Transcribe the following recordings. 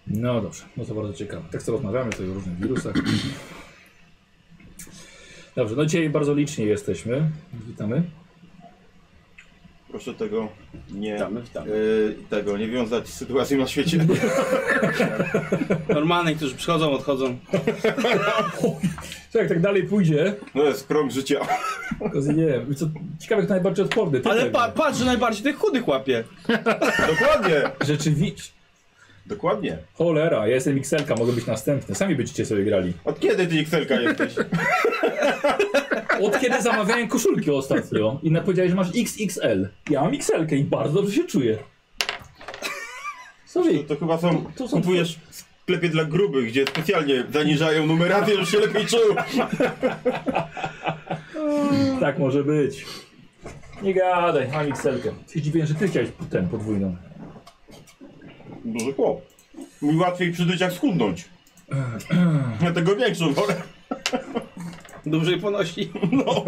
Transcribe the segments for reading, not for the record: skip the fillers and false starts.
No dobrze, no to bardzo ciekawe. Tak sobie rozmawiamy tutaj o różnych wirusach. Dobrze, no dzisiaj bardzo licznie jesteśmy. Witamy. Proszę tego nie, Witamy. Tego nie wiązać z sytuacją na świecie. Normalnie, którzy przychodzą, odchodzą. Co jak tak dalej pójdzie, No jest krąg życia. to nie wiem, co, ciekawe kto najbardziej odporny. Ty Ale pewnie. patrz, że najbardziej tych chudych łapie. Dokładnie. Rzeczywiście. Dokładnie. Cholera, ja jestem XL-ka, mogę być następny. Sami będziecie sobie grali. Od kiedy ty XL-ka jesteś? Od kiedy zamawiałem koszulki ostatnio i powiedziałeś, że masz XXL. Ja mam XL-kę i bardzo dobrze się czuję. Sorry. To chyba są, To są kupujesz w sklepie dla grubych, gdzie specjalnie zaniżają numerację, żeby się lepiej czuł. Tak może być. Nie gadaj, mam XL-kę. Się dziwię, że ty chciałeś ten podwójną. Duży chłop. Mi łatwiej przy dyciach schudnąć. Ja tego większą wolę. Dłużej ponosi. No.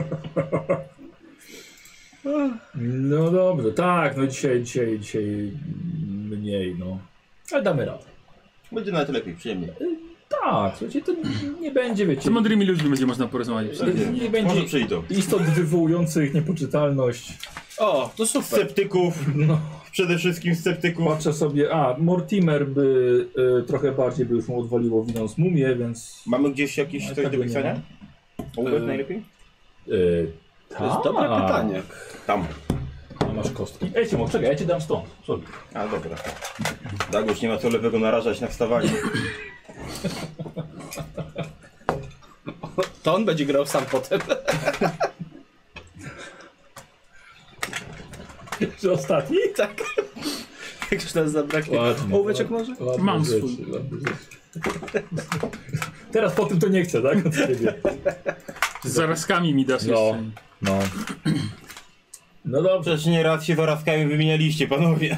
No dobrze, tak, no dzisiaj mniej, no. Ale damy radę. Będzie nawet lepiej, przyjemnie. Tak, słuchajcie, to nie będzie, wiecie, Z mądrymi ludźmi będzie można porozmawiać. nie będzie Może przyjdą. istot wywołujących niepoczytalność. O, to super. Sceptyków. No, Przede wszystkim sceptyków. patrzę sobie, Mortimer by trochę bardziej by już mu odwaliło winąc mumię, więc... Mamy gdzieś jakieś No, coś tego do nie pisania? Ołówek najlepiej? To jest dobre pytanie. Tam. A masz kostki? Ej, Cimo, czekaj, ja ci dam stąd. Sorry. A dobra. Tak, już nie ma co lewego narażać na wstawanie. To on będzie grał sam potem. Czy ostatni? Tak. Jak już nas zabraknie. Ładnie. Ołóweczek może? Ładne Mam rzeczy, swój. ładne rzeczy. Teraz po tym to nie chcę, tak? Od ciebie. Z zarazkami mi dasz No, jeszcze. no. No dobrze. Przecież nie raz się zarazkami wymienialiście, panowie.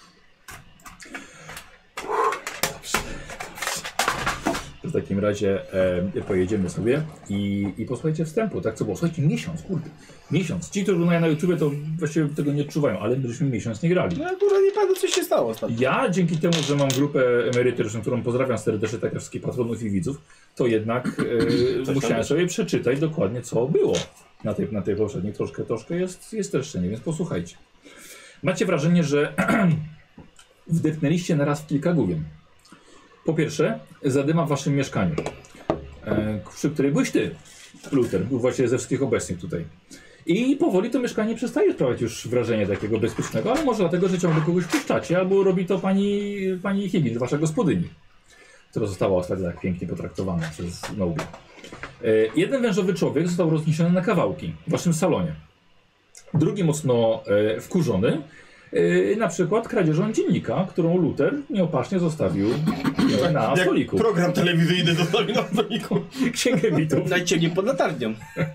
W takim razie pojedziemy sobie i posłuchajcie wstępu, tak co było? Słuchajcie, miesiąc, kurde. Miesiąc. Ci, którzy oglądają na YouTubie, to właściwie tego nie odczuwają, ale myśmy miesiąc nie grali. No akurat nie pamiętam, co się stało ostatnio. Ja dzięki temu, że mam grupę emerytyczną, którą pozdrawiam serdecznie, tak jak wszystkich patronów i widzów, to jednak musiałem sobie przeczytać dokładnie, co było na tej poprzedniej. Troszkę jest streszczenie, więc posłuchajcie. Macie wrażenie, że wdepnęliście naraz w kilka gówien. Po pierwsze, zadyma w waszym mieszkaniu, przy której byłeś ty, Luther, był właściwie ze wszystkich obecnych tutaj. I powoli to mieszkanie przestaje sprawiać już wrażenie takiego bezpiecznego, ale może dlatego, że ciągle kogoś puszczacie, albo robi to pani Higgins, wasza gospodyni, która została ostatnio tak pięknie potraktowana przez Noble. Jeden wężowy człowiek został rozniesiony na kawałki w waszym salonie. Drugi mocno wkurzony, na przykład kradzieżą dziennika, którą Luther nieopatrznie zostawił na Jak stoliku. program telewizyjny zostawił na stoliku. Księgę bitów. Najciemniej pod latarnią.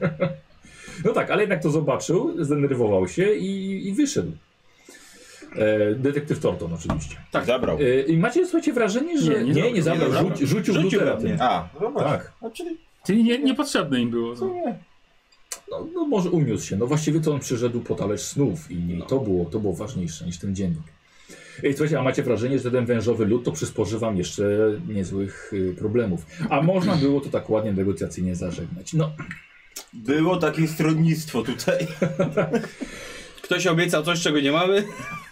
No tak, ale jednak to zobaczył, zdenerwował się i wyszedł. Detektyw Thornton oczywiście. Tak, zabrał. I macie, słuchajcie, wrażenie, że nie zabrał, nie zabrał. rzucił w Luthera pewnie. tym. A, zobacz. Tak. A, czyli Czyli niepotrzebne im było. co nie? No może uniósł się. No właściwie to on przyszedł po talerz snów i to było ważniejsze niż ten dziennik. Słuchajcie, a macie wrażenie, że ten wężowy lud to przysporzy wam jeszcze niezłych problemów. A można było to tak ładnie negocjacyjnie zażegnać. No, Było takie stronnictwo tutaj. Ktoś obiecał coś, czego nie mamy.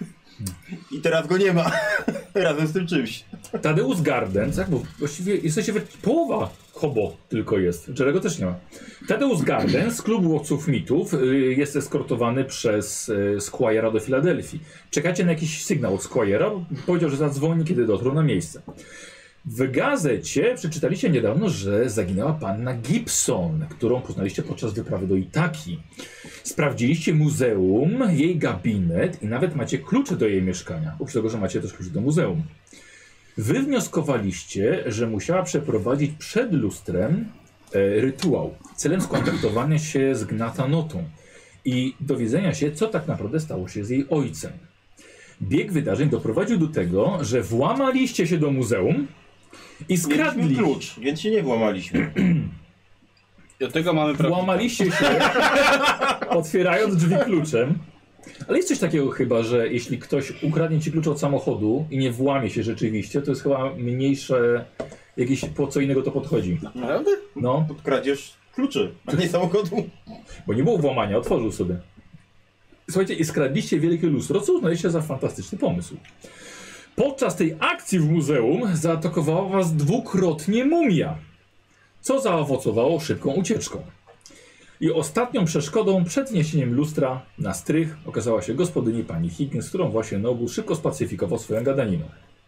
I teraz go nie ma. Razem z tym czymś. Tadeusz Garden, tak? Bo właściwie jesteście połowa hobo tylko jest, czego też nie ma. Tadeusz Garden z klubu łowców mitów jest eskortowany przez Squire'a do Filadelfii. Czekacie na jakiś sygnał od Squire'a, powiedział, że zadzwoni, kiedy dotrą na miejsce. W gazecie przeczytaliście niedawno, że zaginęła panna Gibson, którą poznaliście podczas wyprawy do Itaki. Sprawdziliście muzeum, jej gabinet i nawet macie klucze do jej mieszkania. Oprócz tego, że macie też klucze do muzeum. Wy wnioskowaliście, że musiała przeprowadzić przed lustrem rytuał celem skontaktowania się z Gnatanotą i dowiedzenia się, co tak naprawdę stało się z jej ojcem. Bieg wydarzeń doprowadził do tego, że włamaliście się do muzeum i Mieliśmy skradli. klucz, więc się nie włamaliśmy. Do tego mamy prawdę. Włamaliście się, otwierając drzwi kluczem. Ale jest coś takiego chyba, że jeśli ktoś ukradnie ci klucz od samochodu i nie włamie się rzeczywiście, to jest chyba mniejsze, jakieś po co innego to podchodzi. Naprawdę? No, Pod kradzież kluczy, a nie samochodu. bo nie było włamania, otworzył sobie. Słuchajcie, i skradliście wielkie lustro, co uznaliście za fantastyczny pomysł. Podczas tej akcji w muzeum zaatakowała was dwukrotnie mumia, co zaowocowało szybką ucieczką. I ostatnią przeszkodą przed niesieniem lustra na strych okazała się gospodyni pani Higgins, którą właśnie Nobu szybko spacyfikował swoją gadaniną.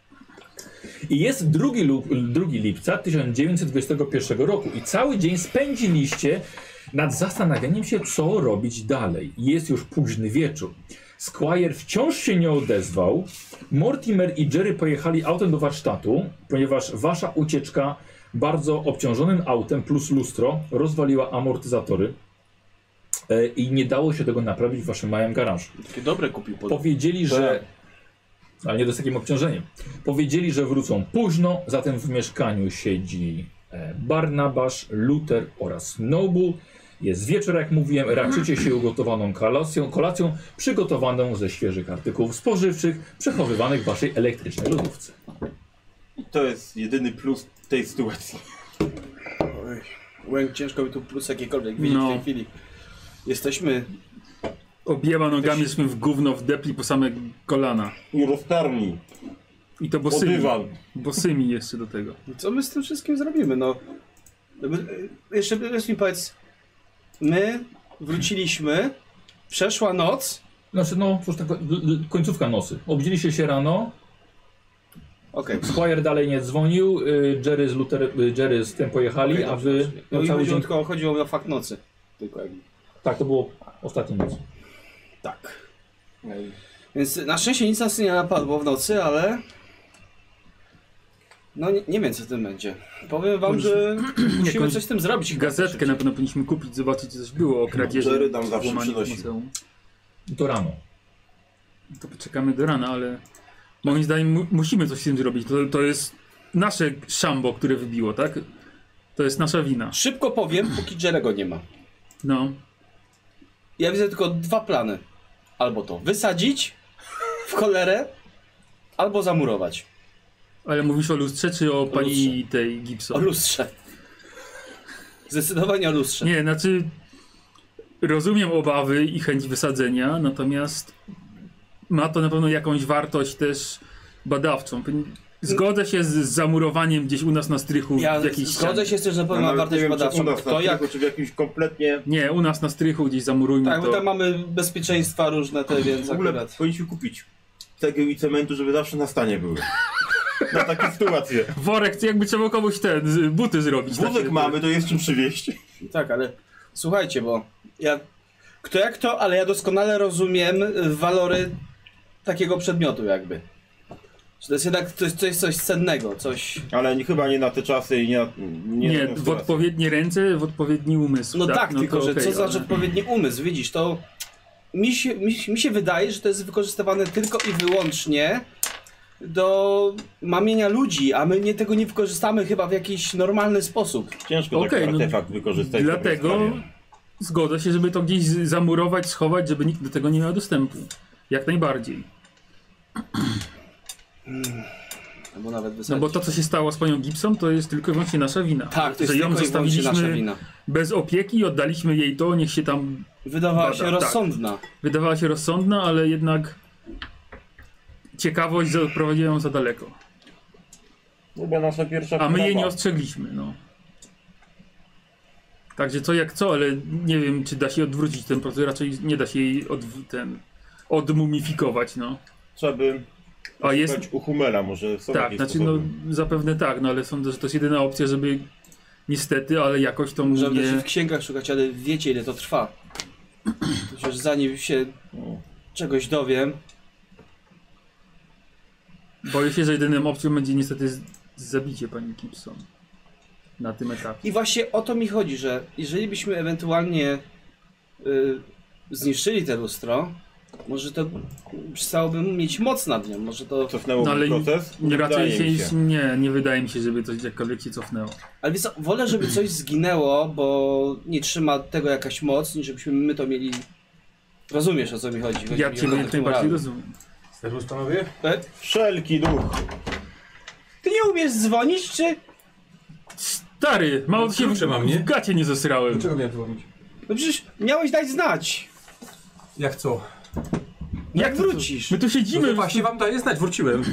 I jest 2 lipca 1921 roku i cały dzień spędziliście nad zastanawianiem się, co robić dalej. Jest już późny wieczór. Squire wciąż się nie odezwał. Mortimer i Jerry pojechali autem do warsztatu, ponieważ wasza ucieczka bardzo obciążonym autem plus lustro rozwaliła amortyzatory i nie dało się tego naprawić w waszym małym garażu. Takie dobre kupił pod... Powiedzieli, że... Ale nie z takim obciążeniem. Powiedzieli, że wrócą późno, zatem w mieszkaniu siedzi Barnabasz, Luther oraz Noble. Jest wieczór, jak mówiłem, raczycie się ugotowaną kolacją przygotowaną ze świeżych artykułów spożywczych przechowywanych w waszej elektrycznej lodówce. I to jest jedyny plus tej sytuacji. Oj, Łęk, ciężko by tu plus jakiekolwiek widzieć w tej chwili. Jesteśmy... Obiema nogami jesteśmy w gówno wdepli po same kolana. I roztarli. I to O bosymi. dywan. Bosymi jeszcze do tego. Co my z tym wszystkim zrobimy, no? Jeszcze mi powiedz, my wróciliśmy, przeszła noc. Znaczy, no, cóż, taka końcówka nosy. Obudziliście się rano, Okej. Squire dalej nie dzwonił, Jerry z tym pojechali, a wy No i cały dzień... chodziło mi o fakt nocy. Tylko jakby. Tak, to było ostatnia noc. Tak. Więc na szczęście nic nas nie napadło w nocy, ale... No nie wiem, co z tym będzie. Powiem wam, że musimy Jakąś coś z tym zrobić. Gazetkę na pewno powinniśmy kupić, zobaczyć, co coś było o kradzieży. Jerry tam zawsze włamaniu w przynosi. muzeum. To rano. To poczekamy do rana, ale moim zdaniem musimy coś z tym zrobić. To jest nasze szambo, które wybiło, tak? To jest nasza wina. Szybko powiem, póki Jerego nie ma. No. Ja widzę tylko dwa plany. Albo to wysadzić w cholerę, albo zamurować. Ale mówisz o lustrze, czy o pani tej O Gibson? lustrze. Zdecydowanie o lustrze. Nie, znaczy rozumiem obawy i chęć wysadzenia, natomiast ma to na pewno jakąś wartość też badawczą. Zgodzę się z zamurowaniem gdzieś u nas na strychu Ja w jakiejś zgodzę ścianie. się z tym, że Ja ma nawet nie wartość wiem, czy u badawczą. nas Kto na jak... tylko, czy w jakimś kompletnie... Nie, u nas na strychu gdzieś zamurujmy Tak, bo to. tam mamy bezpieczeństwa różne te, więc W ogóle akurat... powinniśmy kupić cegieł i cementu, żeby zawsze na stanie były. Na takie sytuacje. Worek, jakby trzeba komuś buty zrobić. Wózek takie. mamy, to jest czym przywieźć. Tak, ale słuchajcie, bo ja... Kto jak to, ale ja doskonale rozumiem walory takiego przedmiotu jakby. Że to jest jednak to jest coś cennego, coś... Ale chyba nie na te czasy i nie na Nie, tę w sytuację. odpowiednie ręce, w odpowiedni umysł. No tak, No tylko to że okej, co znaczy ale- odpowiedni umysł, widzisz, to... Mi się wydaje, że to jest wykorzystywane tylko i wyłącznie do mamienia ludzi, a my tego nie wykorzystamy chyba w jakiś normalny sposób. Ciężko Okej, taki no artefakt wykorzystać. Dlatego w takiej sprawie. zgodzę się, żeby to gdzieś zamurować, schować, żeby nikt do tego nie miał dostępu. Jak najbardziej. Albo nawet No wysadzić. bo to, co się stało z panią Gibson, to jest tylko i wyłącznie nasza wina. Tak, to jest że ją tylko i wyłącznie nasza zostawiliśmy wina. bez opieki i oddaliśmy jej to, niech się tam... Wydawała Bada, się tak. rozsądna. Wydawała się rozsądna, ale jednak ciekawość zaprowadziła ją za daleko. No bo nasza pierwsza A my jej nie wprawa. ostrzegliśmy, no. Także co jak co, ale nie wiem, czy da się odwrócić ten proces, raczej nie da się jej odmumifikować, no. Trzeba by A jest... szukać u Hummela, może są Tak, jakieś znaczy no sposoby. zapewne tak, no ale sądzę, że to jest jedyna opcja, żeby niestety, ale jakoś to Można by się w mówię... księgach szukać, ale wiecie ile to trwa. Przecież zanim się czegoś dowiem, Boję się, że jedyną opcją będzie niestety zabicie pani Gibson na tym etapie. i właśnie o to mi chodzi, że jeżeli byśmy ewentualnie zniszczyli te lustro, może to przestałoby mieć moc nad nią, może to... Cofnęło No ale proces? nie, raczej Wydaje mi się. nie wydaje mi się, żeby coś jakkolwiek się cofnęło. Ale wiesz co, wolę, żeby coś zginęło, bo nie trzyma tego jakaś moc, niż żebyśmy my to mieli Rozumiesz, o co mi chodzi? Ja mi o ciebie jak taką najbardziej radę. rozumiem. Serwus panowie? Wszelki duch. Ty nie umiesz dzwonić, czy? Stary, mało się klucze mam, nie? w gacie nie zasrałem. Dlaczego miałem dzwonić? No przecież miałeś dać znać. Jak co? Jak wrócisz? My tu No siedzimy. to właśnie wam daję znać, wróciłem.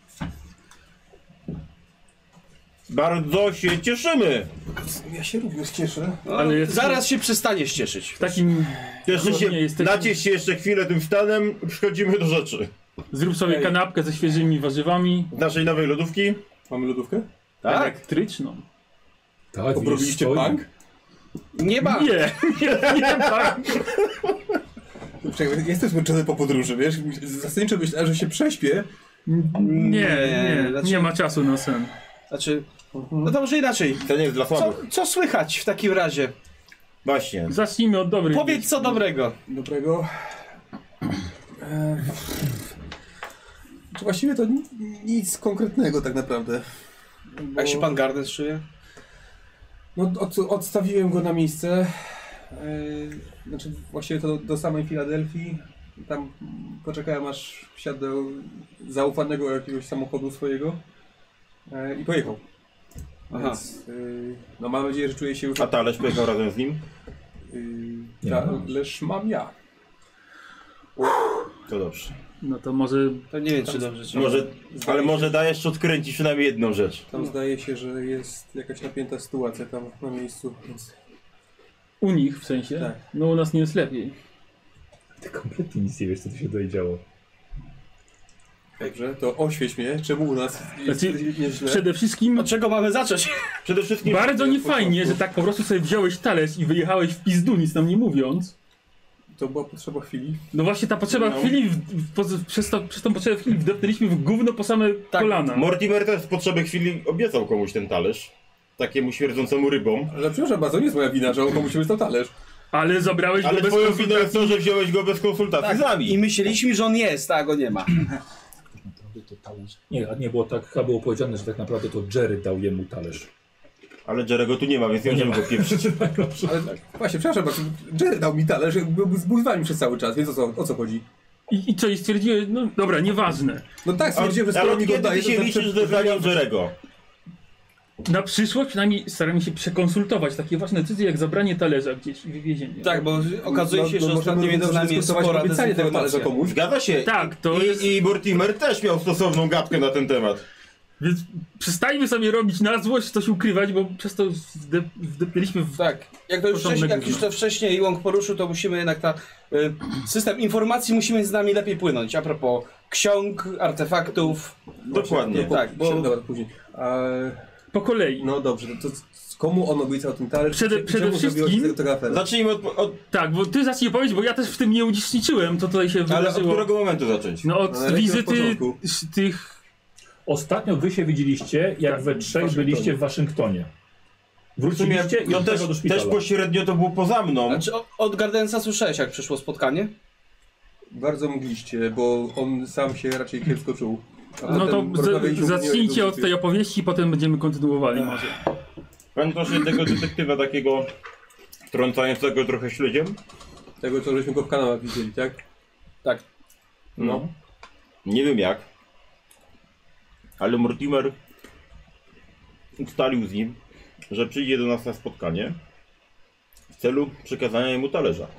Bardzo się cieszymy. Ja się również cieszę. No, ale jest- zaraz się przestaniesz cieszyć. W takim... Cieszę się, Nie, jesteśmy- naciesz się jeszcze chwilę tym stanem, przechodzimy do rzeczy. Zrób sobie Ej. kanapkę ze świeżymi warzywami. Z naszej nowej lodówki. Mamy lodówkę? Tak? Elektryczną. Tak, Obrobiliście stoi. bank? Nie ma. Nie, nie tak. Czekaj, jestem zmęczony po podróży, wiesz? Zasadniczo myślałem, że się prześpię. Nie, znaczy- nie ma czasu na sen. Znaczy, no to może inaczej. To nie jest dla słabych. Co słychać w takim razie? Właśnie. Zacznijmy od dobrych. Powiedz co dobrego. Dobrego. Czy właściwie to nic konkretnego tak naprawdę. Bo... Jak się pan Garnet czuje? No, odstawiłem go na miejsce. Znaczy właściwie to do samej Filadelfii. Tam poczekałem aż wsiadł do zaufanego jakiegoś samochodu swojego i pojechał. Aha. Więc no mam nadzieję, że czuję się już... A talerz pojechał razem z nim? Nie Talerz mam ja. To dobrze. No to może... To nie wiem czy dobrze czy Może, ale się- może dajesz odkręcić przynajmniej jedną rzecz. Tam zdaje się, że jest jakaś napięta sytuacja tam na miejscu, więc... U nich w sensie? Tak. No u nas nie jest lepiej. Ty kompletnie nic nie wiesz, co tu się tutaj działo. Dobrze, to oświeć mnie, czemu u nas jest Znaczy, nieźle. Przede wszystkim Od czego mamy zacząć? Przede wszystkim... bardzo w niefajnie, porządku. że tak po prostu sobie wziąłeś talerz i wyjechałeś w pizdu, nic nam nie mówiąc. To była potrzeba chwili. No właśnie ta potrzeba No. chwili, przez tą potrzebę chwili wdepnęliśmy w gówno po same kolana. Mortimer też z potrzeby chwili obiecał komuś ten talerz. Takiemu śmierdzącemu rybom. Ale przepraszam bardzo, nie jest moja wina, że on komuś dostał talerz. Ale zabrałeś Ale go bez twoją winą jest konsultacji. to, że wziąłeś go bez konsultacji z nami. I myśleliśmy, że on jest, a go nie ma. Nie, a nie było tak, chyba było powiedziane, że tak naprawdę to Jerry dał jemu talerz. Ale Jerego tu nie ma, więc nie możemy go pieprzyć. Ale właśnie, przepraszam bardzo, Jerry dał mi talerz, był z wami przez cały czas, więc o co chodzi? I co, i stwierdziłem, no dobra, nieważne. No tak, stwierdziłem, że Ale skoro od mi go kiedy daje, ty się liczysz, że zaniał Jerego? Na przyszłość przynajmniej staramy się przekonsultować takie ważne decyzje jak zabranie talerza gdzieś i wywiezienie. Tak, bo okazuje się, że możemy ostatnio między nami jest spora obiecanie tego talerza dezinformacja. komuś. Zgadza się. Tak, to jest... I Mortimer też miał stosowną gadkę na ten temat. Więc przestańmy sobie robić na złość, coś ukrywać, bo przez to wdepnęliśmy w... Tak, jak to już Porządek wcześniej, jak gówno. już to wcześniej Łąk poruszył, to musimy jednak system informacji musimy z nami lepiej płynąć. A propos ksiąg, artefaktów. Dokładnie. Tak, bo Dobra, później. Po kolei. No dobrze, to komu on obiecał ten talerz? Przede Czemu zrobiła się wszystkim- tego afera? Zacznijmy od Tak, bo ty zacznij powiedzieć, bo ja też w tym nie uczestniczyłem, to tutaj się ale od wydarzyło. którego momentu zacząć? No od Ale lepiej od wizyty początku. tych... Ostatnio wy się widzieliście, jak we trzech Waszyngtonie. byliście w Waszyngtonie. W sumie, Wróciliście i no od też, tego do szpitala. też pośrednio to było poza mną. znaczy, od Gardensa słyszałeś, jak przyszło spotkanie? Bardzo mgliście, bo on sam się raczej kiepsko czuł. A No to potem rozmawialiśmy o zacznijcie jego od tej opowieści, potem będziemy kontynuowali może. Pamiętasz jednego detektywa takiego trącającego trochę śledziem? Tego, co żeśmy go w kanałach widzieli, tak? Tak. No. Nie wiem jak. Ale Mortimer ustalił z nim, że przyjdzie do nas na spotkanie w celu przekazania mu talerza.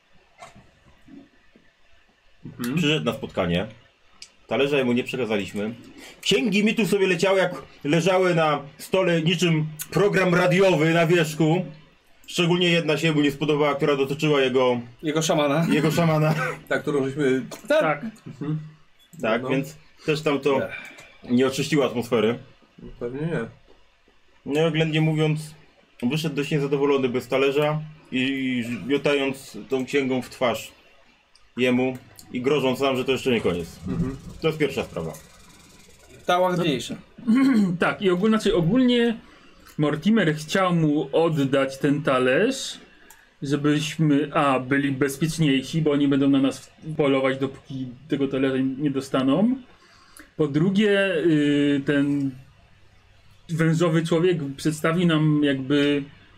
Przyszedł na spotkanie. Talerza jemu nie przekazaliśmy. Księgi mitów sobie leciały, jak leżały na stole niczym program radiowy na wierzchu. Szczególnie jedna się mu nie spodobała, która dotyczyła Jego szamana. jego szamana. Tak, którą żeśmy... Tak. Tak, No. więc też tam to nie oczyściło atmosfery. Pewnie nie. Nieoględnie mówiąc, wyszedł dość niezadowolony bez talerza i miotając tą księgą w twarz jemu i grożąc nam, że to jeszcze nie koniec. To jest pierwsza sprawa. Ta ładniejsza. Tak, i ogólnie Mortimer chciał mu oddać ten talerz, żebyśmy byli bezpieczniejsi, bo oni będą na nas polować, dopóki tego talerza nie dostaną. Po drugie, ten wężowy człowiek przedstawi nam jakby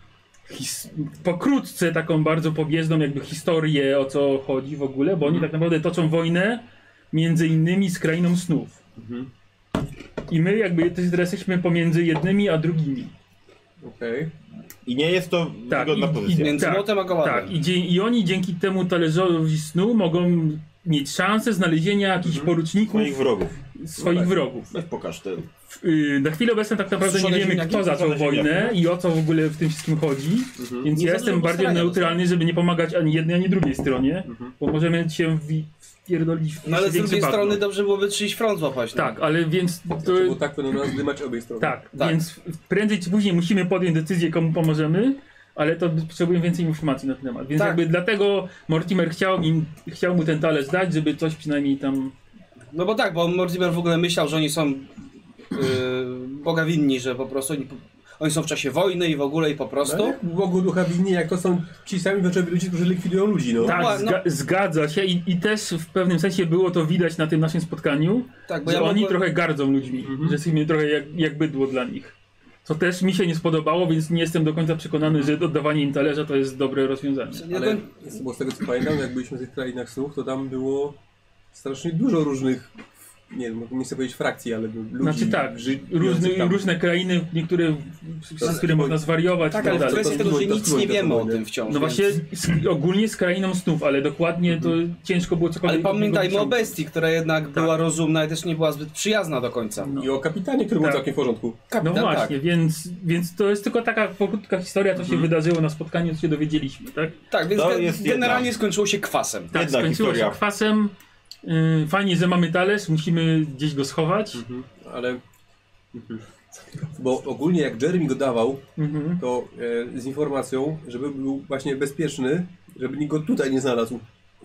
pokrótce taką bardzo pobieżną jakby historię, o co chodzi w ogóle, bo oni tak naprawdę toczą wojnę między innymi z Krainą Snów. I my jakby teraz jesteśmy pomiędzy jednymi a drugimi. Okej. I nie jest to Tak, wygodna pozycja. Między młotem a kowadłem. Tak, i oni dzięki temu talerzowi snu mogą mieć szansę znalezienia jakichś poruczników Swoich wrogów. wrogów. Weź pokaż ten. Na chwilę obecną tak naprawdę nie Suszone wiemy, ziemniaki? kto zaczął Suszone wojnę ziemniaki. i o co w ogóle w tym wszystkim chodzi. Więc Nie ja za jestem dużo bardziej postarania neutralny, żeby nie pomagać ani jednej, ani drugiej stronie, bo możemy się wpierdolić w No ale z większy drugiej bagno. strony dobrze byłoby czyjś front złapać. no. Tak, ale więc to, Bo tak będą nas dymać obie strony. tak, Tak. więc prędzej czy później musimy podjąć decyzję, komu pomożemy, ale to potrzebujemy więcej informacji na ten temat. Więc Tak. jakby dlatego Mortimer chciał mu ten talerz dać, żeby coś przynajmniej tam... No bo tak, bo Mortimer w ogóle myślał, że oni są Boga winni, że po prostu oni są w czasie wojny i w ogóle i po prostu. No, jak Bogu ducha winni, jak to są ci sami wyczepi ludzie, którzy likwidują ludzi, no. Tak, no. zgadza się i też w pewnym sensie było to widać na tym naszym spotkaniu, Tak, bo że ja oni mogłem- trochę gardzą ludźmi, że jesteśmy trochę jak bydło dla nich. Co też mi się nie spodobało, więc nie jestem do końca przekonany, że oddawanie im talerza to jest dobre rozwiązanie. Ale bo z tego co pamiętam, jak byliśmy w tych krainach snów, to tam było strasznie dużo różnych, nie wiem, nie chcę powiedzieć frakcji, ale ludzi. Znaczy tak, żyjących tam. różne krainy, niektóre, z którymi można zwariować Tak, i ale tak w dalej. kwestii tego, że nic nie wiemy o tym wciąż. No właśnie, ogólnie z krainą snów, ale dokładnie to ciężko było Ale cokolwiek... pamiętajmy o wyciągnąć. bestii, która jednak była rozumna i też nie była zbyt przyjazna do końca. I o kapitanie, który był Tak. całkiem w porządku. No Kapitan, właśnie, więc to jest tylko taka krótka historia, co się wydarzyło na spotkaniu, co się dowiedzieliśmy, tak? Tak, więc To jest generalnie skończyło się kwasem. Tak, Jedna skończyło historia. się kwasem. Fajnie, że mamy talerz, musimy gdzieś go schować. Ale... Bo ogólnie jak Jeremy go dawał, Mhm. to z informacją, żeby był właśnie bezpieczny, żeby nikt go tutaj nie znalazł.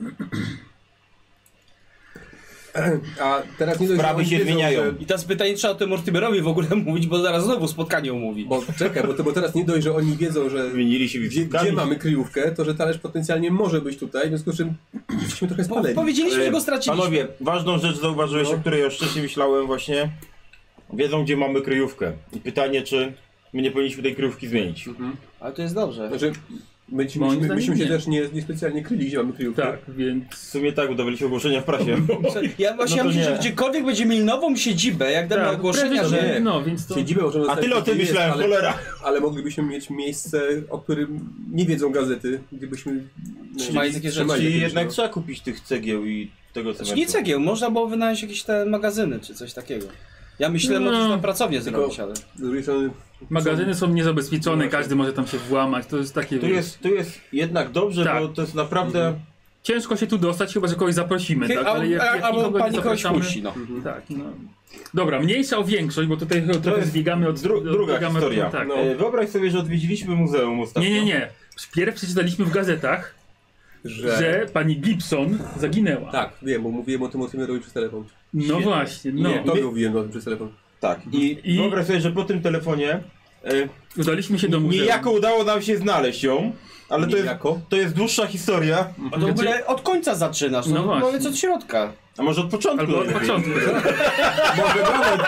A teraz nie dość, że Sprawy oni się wiedzą, zmieniają. że- I teraz pytanie trzeba o tym Mortimerowi w ogóle mówić, bo zaraz znowu spotkanie umówi. Bo czekaj, bo teraz nie dość, że oni wiedzą, że Wymienili się gdzie wizytkami. mamy kryjówkę, to że talerz potencjalnie może być tutaj, w związku z czym jesteśmy trochę spaleni. Powiedzieliśmy, że go straciliśmy. Panowie, ważną rzecz zauważyłeś, No. o której ja wcześniej myślałem właśnie. Wiedzą, gdzie mamy kryjówkę. I pytanie, czy my nie powinniśmy tej kryjówki zmienić. Ale to jest dobrze. Znaczy, Moim zdaniem myśmy się nie. też nie specjalnie kryli, gdzie mamy kryjówkę. Tak, więc... W sumie tak, udawaliśmy ogłoszenia w prasie. Ja właśnie No to myślę, że nie. gdziekolwiek będzie mieli nową siedzibę, jak damy Tak, ogłoszenia, prędzej, że... nie. No, więc to... Siedzibę możemy A zostawić tyle o tym gdzie jest, myślałem, cholera. ale moglibyśmy mieć miejsce, o którym nie wiedzą gazety, gdybyśmy Trzymali takie rzeczy. trzymali Czyli jakieś, jednak no. trzeba kupić tych cegieł i tego Znaczy cementu. nie cegieł, można było wynająć jakieś te magazyny, czy coś takiego. Ja myślałem o No. tym, że tam pracownię Tylko- zrobić, ale... Z drugiej strony Magazyny są niezabezpieczone, No każdy może tam się włamać, to jest takie... Tu jest jednak dobrze, Tak. bo to jest naprawdę... Ciężko się tu dostać, chyba że kogoś zaprosimy, tak? Ale jak Albo nikogo nie pani kogoś zapraszamy- puści, no. Tak, no. Dobra, mniejsza o większość, bo tutaj trochę jest zbiegamy od... druga odbiegamy historia. Tak. No. Wyobraź sobie, że odwiedziliśmy muzeum ostatnio. Nie. Pierw przeczytaliśmy w gazetach, że... że pani Gibson zaginęła. Tak, wiem, bo mówiłem o tym Mortimerowi przez telefon. No właśnie, no. Nie, to mówiłem o tym przez telefon. Tak. I wyobraź sobie, że po tym telefonie Udaliśmy się do muzeum. niejako udało nam się znaleźć ją, ale Niejako? to jest dłuższa historia. A to w ogóle od końca zaczynasz, No no właśnie. powiedz od środka. A może od początku? Albo od lepiej? początku. Może nawet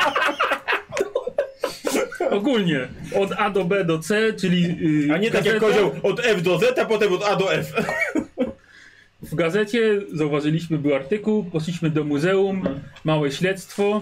Ogólnie, od A do B do C, czyli... A nie tak jak gazeta. kozioł od F do Z, a potem od A do F. W gazecie zauważyliśmy, był artykuł, poszliśmy do muzeum, małe śledztwo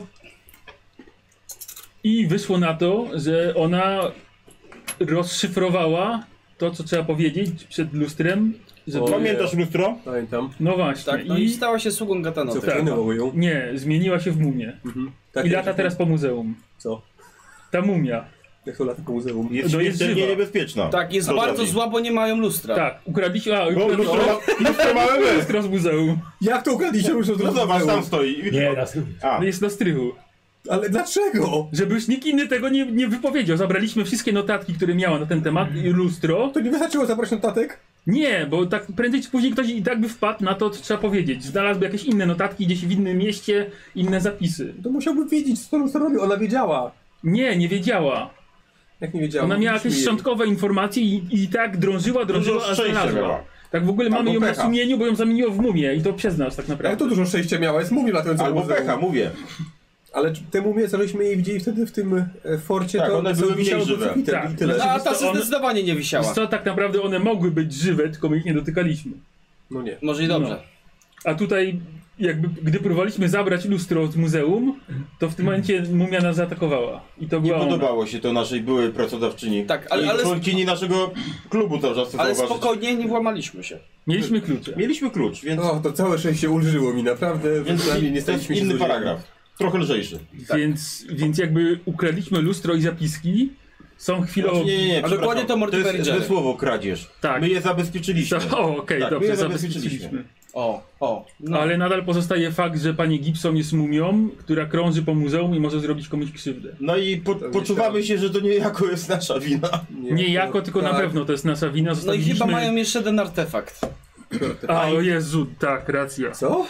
i wyszło na to, że ona rozszyfrowała to, co trzeba powiedzieć przed lustrem. Żeby... Pamiętasz lustro? pamiętam. No właśnie. Tak, no i stała się sługą Gatanoty. Co, Tak. wpłynęło ją? Nie, zmieniła się w mumię. Tak, I lata teraz po muzeum. Co? Ta mumia. Jak to lata po muzeum? Jest No jest śmiertelnie żywa. niebezpieczna. Tak, jest To bardzo żadnej. zła, bo nie mają lustra. Tak, ukradliśmy... A, Bo lustro mamy my. lustro z muzeum. Jak to ukradliście już od No zobacz, tam stoi. Nie, raz. A, Jest na strychu. Ale dlaczego? Żeby już nikt inny tego nie wypowiedział. Zabraliśmy wszystkie notatki, które miała na ten temat i lustro. To nie wystarczyło zabrać notatek? Nie, bo tak prędzej czy później ktoś i tak by wpadł na to, co trzeba powiedzieć. Znalazłby jakieś inne notatki gdzieś w innym mieście, inne zapisy. To musiałby wiedzieć, co to robi. Ona wiedziała. Nie wiedziała. Jak nie wiedziała? Ona miała Mówiliśmy jakieś jej. szczątkowe informacje i tak drążyła, Dużo a szczęścia znalazła. miała. Tak w ogóle mamy ją na pecha. sumieniu, bo ją zamieniło w mumię i to przyznasz tak Jak naprawdę. to dużo szczęścia miała? Jest mówił latającego albo muzeum. pecha, mówię. Ale te mumie, co żeśmy je widzieli wtedy w tym forcie, Tak, to one były wisiały mniej pod żywe. sufitem Tak. i tyle. A ta zdecydowanie nie Wiesz wisiała. co, tak naprawdę one mogły być żywe, tylko my ich nie dotykaliśmy. No nie. Może i dobrze. No. A tutaj, jakby, gdy próbowaliśmy zabrać lustro z muzeum, to w tym momencie mumia nas zaatakowała. I to Nie była ona. podobało się to naszej byłej pracodawczyni. Tak, ale ale- członkini naszego klubu cały czas chcę Ale zauważyć. spokojnie, nie włamaliśmy się. Mieliśmy klucze. Mieliśmy klucz, więc, O, to całe szczęście ulżyło mi, naprawdę. więc Przynajmniej nie to jest staliśmy się inny złodziejami. paragraf. Trochę lżejszy. Więc jakby ukradliśmy lustro i zapiski. Są chwilowo... Znaczy, nie, A dokładnie to Mortimer To i jest Jerry. złe słowo kradzież. Tak. My je zabezpieczyliśmy. O, okej, Tak, my dobrze, je zabezpieczyliśmy. O. No. Ale nadal pozostaje fakt, że pani Gibson jest mumią, która krąży po muzeum i może zrobić komuś krzywdę. No i poczuwamy się, że to niejako jest nasza wina. Nie jako, tylko na tak. pewno to jest nasza wina. No i Zostawiliśmy... chyba mają jeszcze jeden artefakt. A, o Jezu, tak, racja. Co?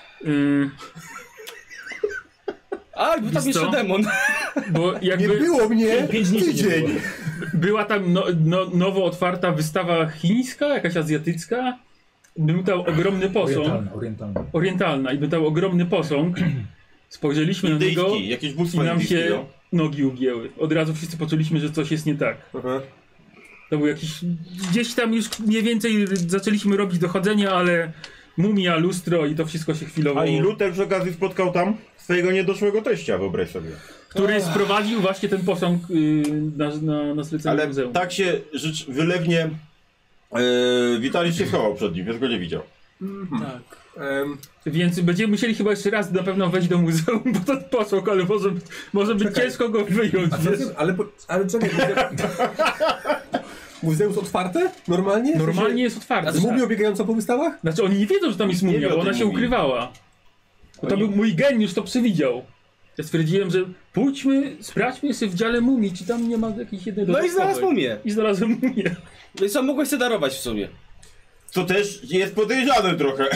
A, był tam Wiesz jeszcze co? demon. Bo Nie jakby było mnie 5 dni się nie tydzień. było. była tam nowo otwarta wystawa chińska, jakaś azjatycka. Był tam ogromny posąg. Orientalna. I był tam ogromny posąg. Spojrzeliśmy na niego Indyjski, jakieś i bóstwo nam indyjskie. się nogi ugięły. Od razu wszyscy poczuliśmy, że coś jest nie tak. Aha. To był jakiś... Gdzieś tam już mniej więcej zaczęliśmy robić dochodzenia, ale mumia, lustro i to wszystko się chwilowo... A i Luther przy okazji spotkał tam swojego niedoszłego teścia, wyobraź sobie. Który sprowadził właśnie ten posąg na zlecenie Ale muzeum. tak się rzecz wylewnie Witalis się schował przed nim, więc go nie widział. Tak. Więc będziemy musieli chyba jeszcze raz na pewno wejść do muzeum, bo ten posąg, ale może być Czekaj. ciężko go wyjąć. A co wiesz? ty, ale czekaj, muzeum jest otwarte? Normalnie? W Normalnie sensie, jest otwarte. z mumią biegającą po wystawach? Znaczy oni nie wiedzą, że tam jest Nie mumia, wie o bo ona tej się mumii. ukrywała. Bo to był mój geniusz, to przewidział. Ja stwierdziłem, że pójdźmy, sprawdźmy sobie w dziale mumii, czy tam nie ma jakiejś jednej No i dodatkowej. znalazł mumię. I znalazłem mumię. No i co, mogłeś sobie darować w sumie. Co też jest podejrzane trochę.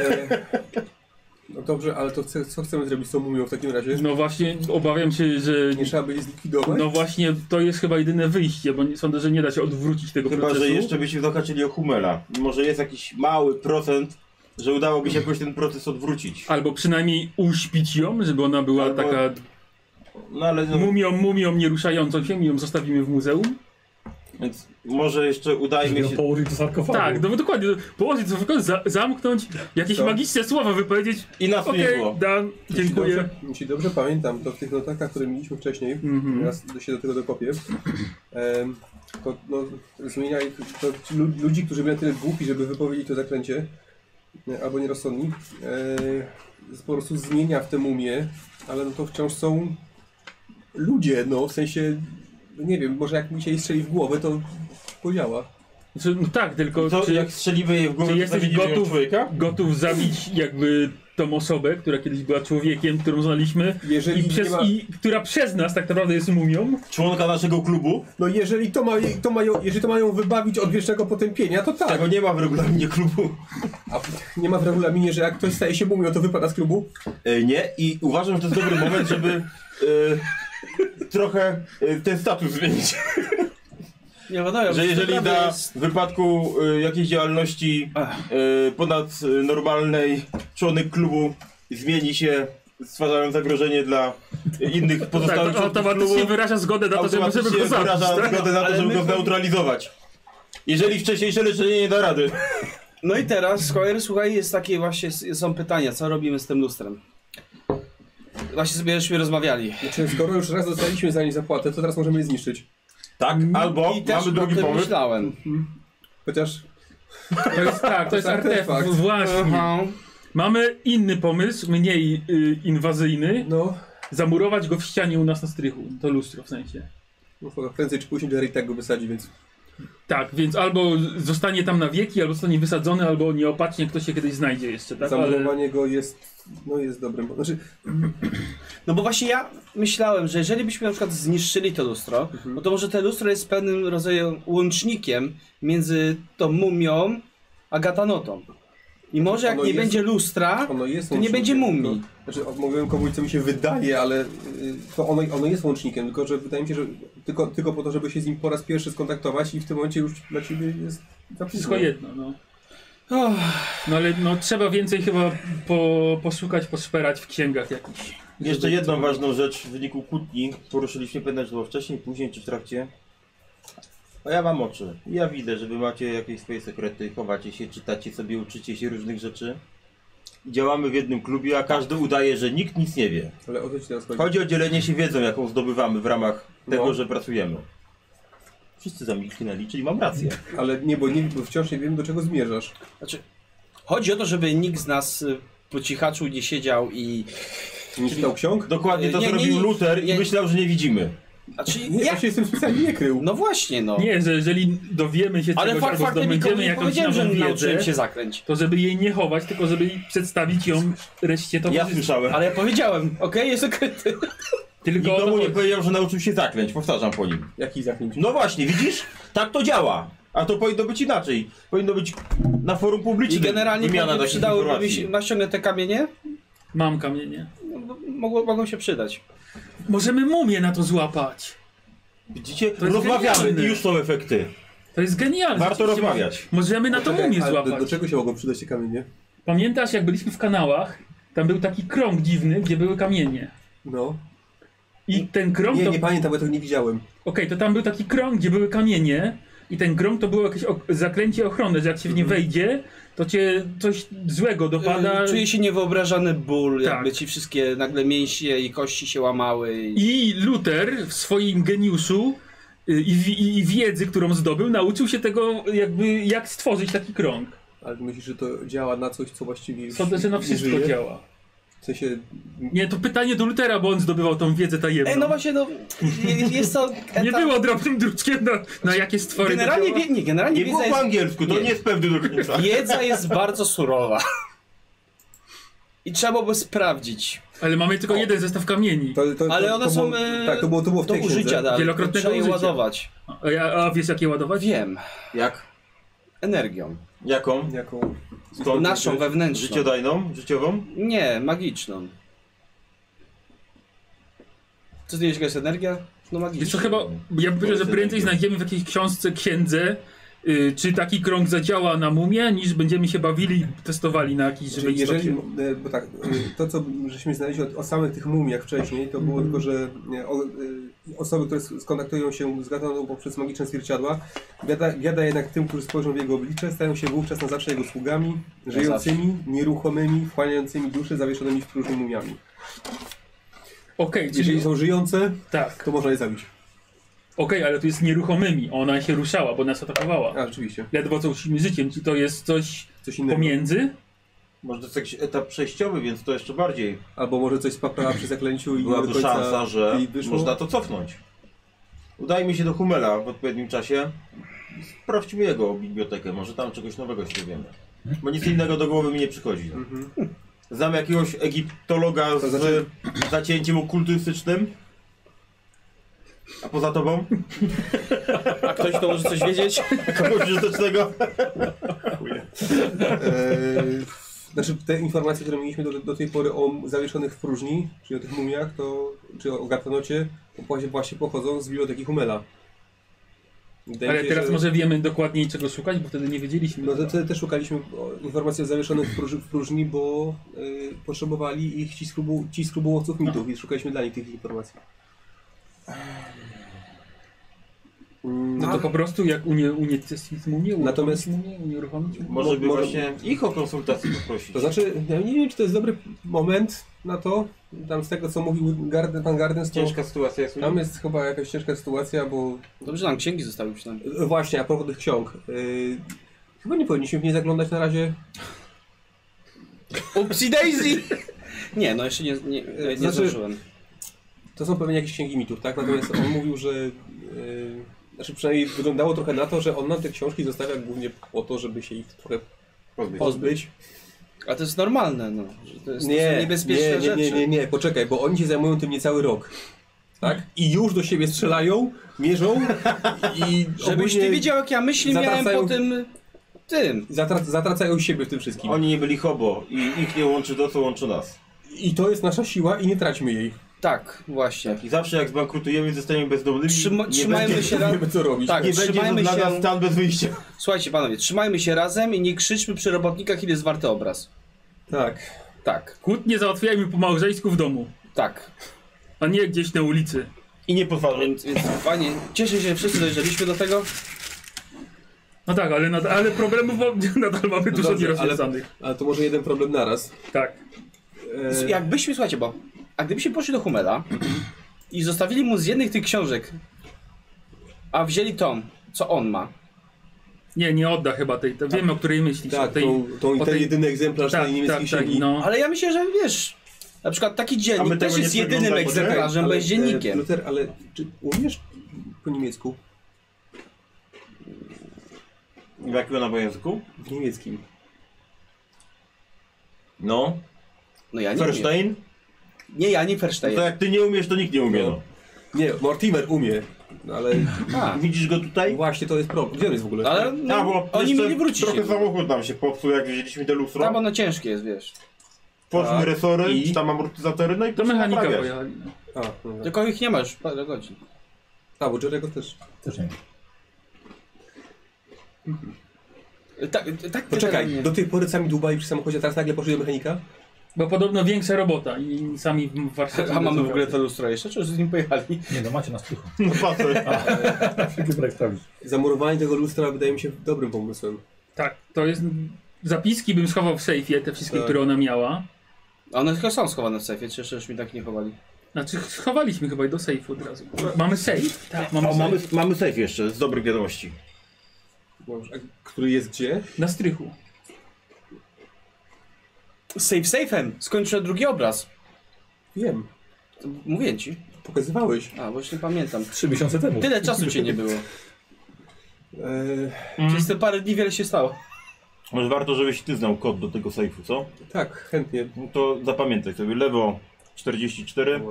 No dobrze, ale to co chcemy zrobić z tą mumią w takim razie? No właśnie, obawiam się, że... Nie trzeba by je zlikwidować? No właśnie, to jest chyba jedyne wyjście, bo sądzę, że nie da się odwrócić tego Chyba, procesu. że jeszcze byśmy zahaczyli o Hummela. Może jest jakiś mały procent, że udałoby się jakoś ten proces odwrócić. Albo przynajmniej uśpić ją, żeby ona była Albo- taka No ale no, mumią nie ruszającą się i ją zostawimy w muzeum. więc może jeszcze udajmy Żeby się... ją położyć do sarkofagu. Tak, no dokładnie. Położyć to tylko, zamknąć, jakieś Co? magiczne słowa wypowiedzieć. I nas tu nie Okej, było. Dan, dziękuję. Jeśli dobrze pamiętam, to w tych notatkach, które mieliśmy wcześniej, Mhm. raz się do tego dokopię, to no, zmienia ich, to ci ludzi, którzy byli na tyle głupi, żeby wypowiedzieć to zaklęcie, albo nierozsądni, po prostu zmienia w tę mumię, ale no to wciąż są ludzie, no w sensie, nie wiem, może jak mi się strzeli w głowę, to podziała. Znaczy, no tak, tylko To czy, jak strzelimy jej w głowę, czy to jesteś zamienimy ją w gotów, człowieka? gotów zabić jakby tą osobę, która kiedyś była człowiekiem, którą znaliśmy Jeżeli nie ma... która przez nas tak naprawdę jest mumią? Członka naszego klubu? No jeżeli jeżeli to mają wybawić od wiecznego potępienia, to tak. Tego nie ma w regulaminie klubu. A nie ma w regulaminie, że jak ktoś staje się mumią, to wypada z klubu? Nie, i uważam, że to jest dobry moment, żeby trochę ten status zmienić. Nie wiadomo, Że jeżeli naprawdę na jest... wypadku jakiejś działalności ponadnormalnej członek klubu zmieni się, stwarzając zagrożenie dla innych Tak, pozostałych to członków automatycznie klubu, wyraża zgodę na to, żeby automatycznie go zabić, wyraża tak? zgodę na to, Ale żeby my go zneutralizować. Jeżeli wcześniejsze leczenie nie da rady. No i teraz, Squire, słuchaj, jest takie właśnie, są pytania, co robimy z tym lustrem? Właśnie sobie żeśmy rozmawiali. Znaczy, skoro już raz dostaliśmy za nie zapłatę, to teraz możemy je zniszczyć. Tak, albo I też mamy o drugi tym pomysł. myślałem. Chociaż To jest tak, to jest artefakt, właśnie. Aha. Mamy inny pomysł, mniej inwazyjny. no Zamurować go w ścianie u nas na strychu. To lustro w sensie. prędzej czy później Jerry tak go wysadzi, więc... Tak, więc albo zostanie tam na wieki, albo zostanie wysadzony, albo nieopatrznie ktoś się kiedyś znajdzie jeszcze, tak? Ale Zamurowanie go jest... No jest dobrym... Znaczy, No bo właśnie ja myślałem, że jeżeli byśmy na przykład zniszczyli to lustro, no to może to lustro jest pewnym rodzajem łącznikiem między tą mumią a gatanotą. I może jak Ono nie jest- będzie lustra, ono jest to nie łącznikiem, będzie mumii. Znaczy, mówiłem komuś, co mi się wydaje, ale to ono jest łącznikiem, tylko że wydaje mi się, że tylko po to, żeby się z nim po raz pierwszy skontaktować i w tym momencie już dla ciebie jest za wszystko późno. jedno, no. No ale no, trzeba więcej chyba poszukać, poszperać w księgach jakichś. Jeszcze jedną ważną rzecz w wyniku kłótni poruszyliśmy, pamiętam, że to było wcześniej, później czy w trakcie. A ja mam oczy. Ja widzę, że wy macie jakieś swoje sekrety, chowacie się, czytacie sobie, uczycie się różnych rzeczy. Działamy w jednym klubie, a każdy udaje, że nikt nic nie wie. Ale o co ci teraz chodzi? Chodzi o dzielenie się wiedzą, jaką zdobywamy w ramach tego, No. że pracujemy. Wszyscy zamilknęli, czyli mam rację. Ale nie, bo wciąż nie wiem, do czego zmierzasz. Znaczy, chodzi o to, żeby nikt z nas po cichaczu nie siedział i... Nie czytał ksiąg? Dokładnie to, Nie, co nie, robił nie, Luther nie. i myślał, że nie widzimy. Znaczy, Nie, ja się jestem specjalnie nie krył. No właśnie, no. Nie, że jeżeli dowiemy się Ale czegoś albo faktem nikomu zdobędziemy nie jakąś powiedziałem, że nową wiedzę, nauczyłem się zakręć. to żeby jej nie chować, tylko żeby jej przedstawić ją reszcie Ja towarzystwa. słyszałem. Ale ja powiedziałem, okej, jest ukryty. Tylko o to Nikomu nie chodzi. powiedział, że nauczył się zaklęć, powtarzam po nim. Jaki zaklęć? No właśnie, widzisz? Tak to działa. A to powinno być inaczej. Powinno być na forum I publicznym. generalnie wymiana pewnie takich przydałyby mi informacji. się... Masz ciągle te kamienie? Mam kamienie. No, bo mogą się przydać. Możemy mumię na to złapać. Widzicie? jest Rozmawiamy genialne. i już są efekty. To jest genialne. Warto Rzeczywiście rozmawiać. Możemy na to Czekaj, mumię ale złapać. do czego się mogą przydać te kamienie? Pamiętasz, jak byliśmy w kanałach? Tam był taki krąg dziwny, gdzie były kamienie. No. I ten krąg Nie, to... nie pamiętam, bo ja tego nie widziałem. Okej, to tam był taki krąg, gdzie były kamienie. I ten krąg to było jakieś zaklęcie ochronne, że jak się w nie wejdzie, to cię coś złego dopada. Czuję się niewyobrażany ból, Tak. jakby ci wszystkie nagle mięśnie i kości się łamały. I Luther w swoim geniuszu i wiedzy, którą zdobył, nauczył się tego jakby jak stworzyć taki krąg. Ale myślisz, że to działa na coś, co właściwie już Sądzę, że na nie wszystko żyje? działa. W sensie... Nie, to pytanie do Luthera, bo on zdobywał tą wiedzę tajemną. No właśnie, no, jest to... Nie było drobnym druczkiem na jakie stwory Generalnie, to działa. generalnie Nie było wiedza po jest, angielsku, to nie jest pewny do końca. wiedza jest bardzo surowa. I trzeba by sprawdzić. Ale mamy tylko jeden zestaw kamieni. Ale one są Tak, to było w do tej księdze. użycia dalej. Wielokrotnego Trzeba je użycia. ładować. A wiesz jak je ładować? Wiem. Jak? Energią. Jaką? Jaką... Skąd? Naszą, wewnętrzną. Życiodajną? Życiową? Nie, magiczną. Co z niej jest energia? No magiczna. Wiesz co, chyba, ja bym powiedział, że prędzej znajdziemy w jakiejś księdze, czy taki krąg zadziała na mumię, niż będziemy się bawili i testowali na jakiejś żywej Jeżeli, istocie. bo tak, to co żeśmy znaleźli o samych tych mumiach wcześniej, to było tylko, że osoby, które skontaktują się z gataną poprzez magiczne zwierciadła, biada jednak tym, którzy spojrzą w jego oblicze, stają się wówczas na zawsze jego sługami, żyjącymi, nieruchomymi, wchłaniającymi dusze, zawieszonymi w próżni mumiami. Okej, czyli... Jeżeli są żyjące, Tak. to można je zabić. Okej, ale tu jest nieruchomymi. Ona się ruszała, bo nas atakowała. A, rzeczywiście. Ledwo co uczymy życiem. Czy to jest coś Coś innego. pomiędzy? Może to jest jakiś etap przejściowy, więc to jeszcze bardziej Albo może coś spaprała przy zaklęciu i nie byłaby do końca szansa, że jej wyszło. można to cofnąć. Udajmy się do Hummela w odpowiednim czasie. Sprawdźmy jego bibliotekę, może tam czegoś nowego się dowiemy. Bo nic innego do głowy mi nie przychodzi. Znam jakiegoś egiptologa z znaczy- zacięciem okultystycznym. A poza tobą? A ktoś to może coś wiedzieć? Kogoś użytecznego? Znaczy te informacje, które mieliśmy do tej pory o zawieszonych w próżni, czyli o tych mumiach, to, czy o Gatanocie, to właśnie pochodzą z biblioteki Hummela. Wydaje Ale mi się, teraz że- może wiemy dokładniej czego szukać, bo wtedy nie wiedzieliśmy. No to też szukaliśmy informacji o zawieszonych w próżni, bo potrzebowali ich ci skrubułowców mitów i szukaliśmy dla nich tych informacji. No to po prostu jak unicestwić mumię, Natomiast- unieruchomić mumię. Może by Może- właśnie ich o konsultację poprosić. To znaczy, ja nie wiem, czy to jest dobry moment na to. Tam z tego, co mówił pan Gardens, to Ciężka sytuacja jest. tam jest chyba jakaś ciężka sytuacja, bo Dobrze, nam księgi zostały przynajmniej. właśnie, a propos tych ksiąg. Chyba nie powinniśmy w nie zaglądać na razie. Upsi daisy! Nie, no jeszcze nie Znaczy- zdążyłem. To są pewnie jakieś księgi mitów, tak? Natomiast on mówił, że... znaczy przynajmniej wyglądało trochę na to, że on nam te książki zostawia głównie po to, żeby się ich trochę pozbyć. A to jest normalne, no. Że to są niebezpieczne rzeczy. nie, poczekaj, bo oni się zajmują tym niecały rok. Tak? I już do siebie strzelają, mierzą i Żebyś ty wiedział, jak ja myśli miałem zatracają- po tym. zatracają siebie w tym wszystkim. Oni nie byli hobo i ich nie łączy to, co łączy nas. I to jest nasza siła i nie traćmy jej. Tak, właśnie. I zawsze jak zbankrutujemy i zostaniemy bezdomnymi, Trzymajmy się razem. Wiemy co robić. Tak, nie będzie trzymajmy dla nas się. stan bez wyjścia. Słuchajcie panowie, trzymajmy się razem i nie krzyczmy przy robotnikach, ile jest warty obraz. Tak. Tak, Kłótnie załatwiajmy po małżeńsku w domu. Tak. A nie gdzieś na ulicy. I nie pozwolę. Więc fajnie, cieszę się, że wszyscy dojrzeliśmy do tego. No tak, ale problemów nadal mamy dużo dobrze, nierozwiązanych. Ale to może jeden problem naraz. Tak. Jakbyśmy, słuchajcie, a gdybyśmy poszli do Hummela i zostawili mu z jednych tych książek, a wzięli tą, co on ma. Nie odda chyba tej. Wiem, o której myślisz. Tak, o ten jedyny egzemplarz tej niemieckiej księgi. no. Ale ja myślę, że wiesz, na przykład taki A my dziennik tego też nie jest jedynym przeglądamy, egzemplarzem, bo jest dziennikiem. Luther, ale czy umiesz po niemiecku? W jakim ona była języku? W niemieckim. No. No ja nie umiem. Ferstein? Nie, ja nie No Ferstein. to jak ty nie umiesz, to nikt nie umie, no. Nie, Mortimer umie. No ale A, Widzisz go tutaj? właśnie to jest problem. Gdzie on jest w ogóle? ale no, bo oni jeszcze mieli wrócić. trochę samochód nam się popsuł, jak wzięliśmy te lustro. Tam ono ciężkie jest, wiesz. Poszły Tak. resory, I? czy tam amortyzatory, no i To to mechanika naprawiać. pojechali. A, dobra. Tylko ich nie ma już parę godzin. A, bo Jerego też. Też nie. Tak Poczekaj, generalnie. do tej pory sami dłubali przy samochodzie, a teraz nagle poszli do mechanika? Bo podobno większa robota i sami w warsztacie. A mamy w ogóle to lustro jeszcze, czy już z nim pojechali? Nie, no macie na strychu. No patrzę. Na wszelki wypadek sprawdzić. Zamurowanie tego lustra wydaje mi się dobrym pomysłem. Tak, to jest. Zapiski bym schował w sejfie, te wszystkie, Tak. które ona miała. A one tylko są schowane w sejfie, czy jeszcze już mi tak nie chowali? Znaczy, schowaliśmy chyba do sejfu od razu. Mamy sejf? Tak, mamy O, sejf. mamy safe jeszcze, z dobrych wiadomości. Dobrze, a który jest gdzie? Na strychu. Safe'em! Skończyłem drugi obraz. Wiem, To mówię ci. pokazywałeś. A, bo już nie pamiętam. 3 miesiące temu. Tyle czasu cię nie było. Przez te parę dni wiele się stało. Może warto, żebyś ty znał kod do tego safe'u, co? Tak, chętnie. No to zapamiętaj sobie, lewo 44.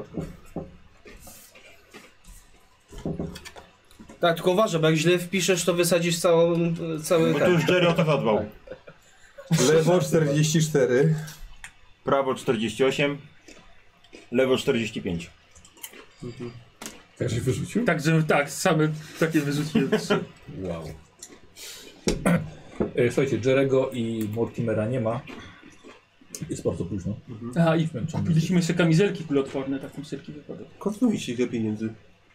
Tak, tylko uważaj, bo jak źle wpiszesz, to wysadzisz cały Bo tu już Jerry o to zadbał. Lewo 44. Prawo 48. Lewo 45. Tak się wyrzucił? Także tak, same takie wyrzuciłem. Wow. Słuchajcie, Jerego i Mortimera nie ma. Jest bardzo późno. Aha, i Zmęczony. kupiliśmy jeszcze kamizelki kuloodporne, tak na wszelki wypadek. Kosztuje się ile pieniędzy?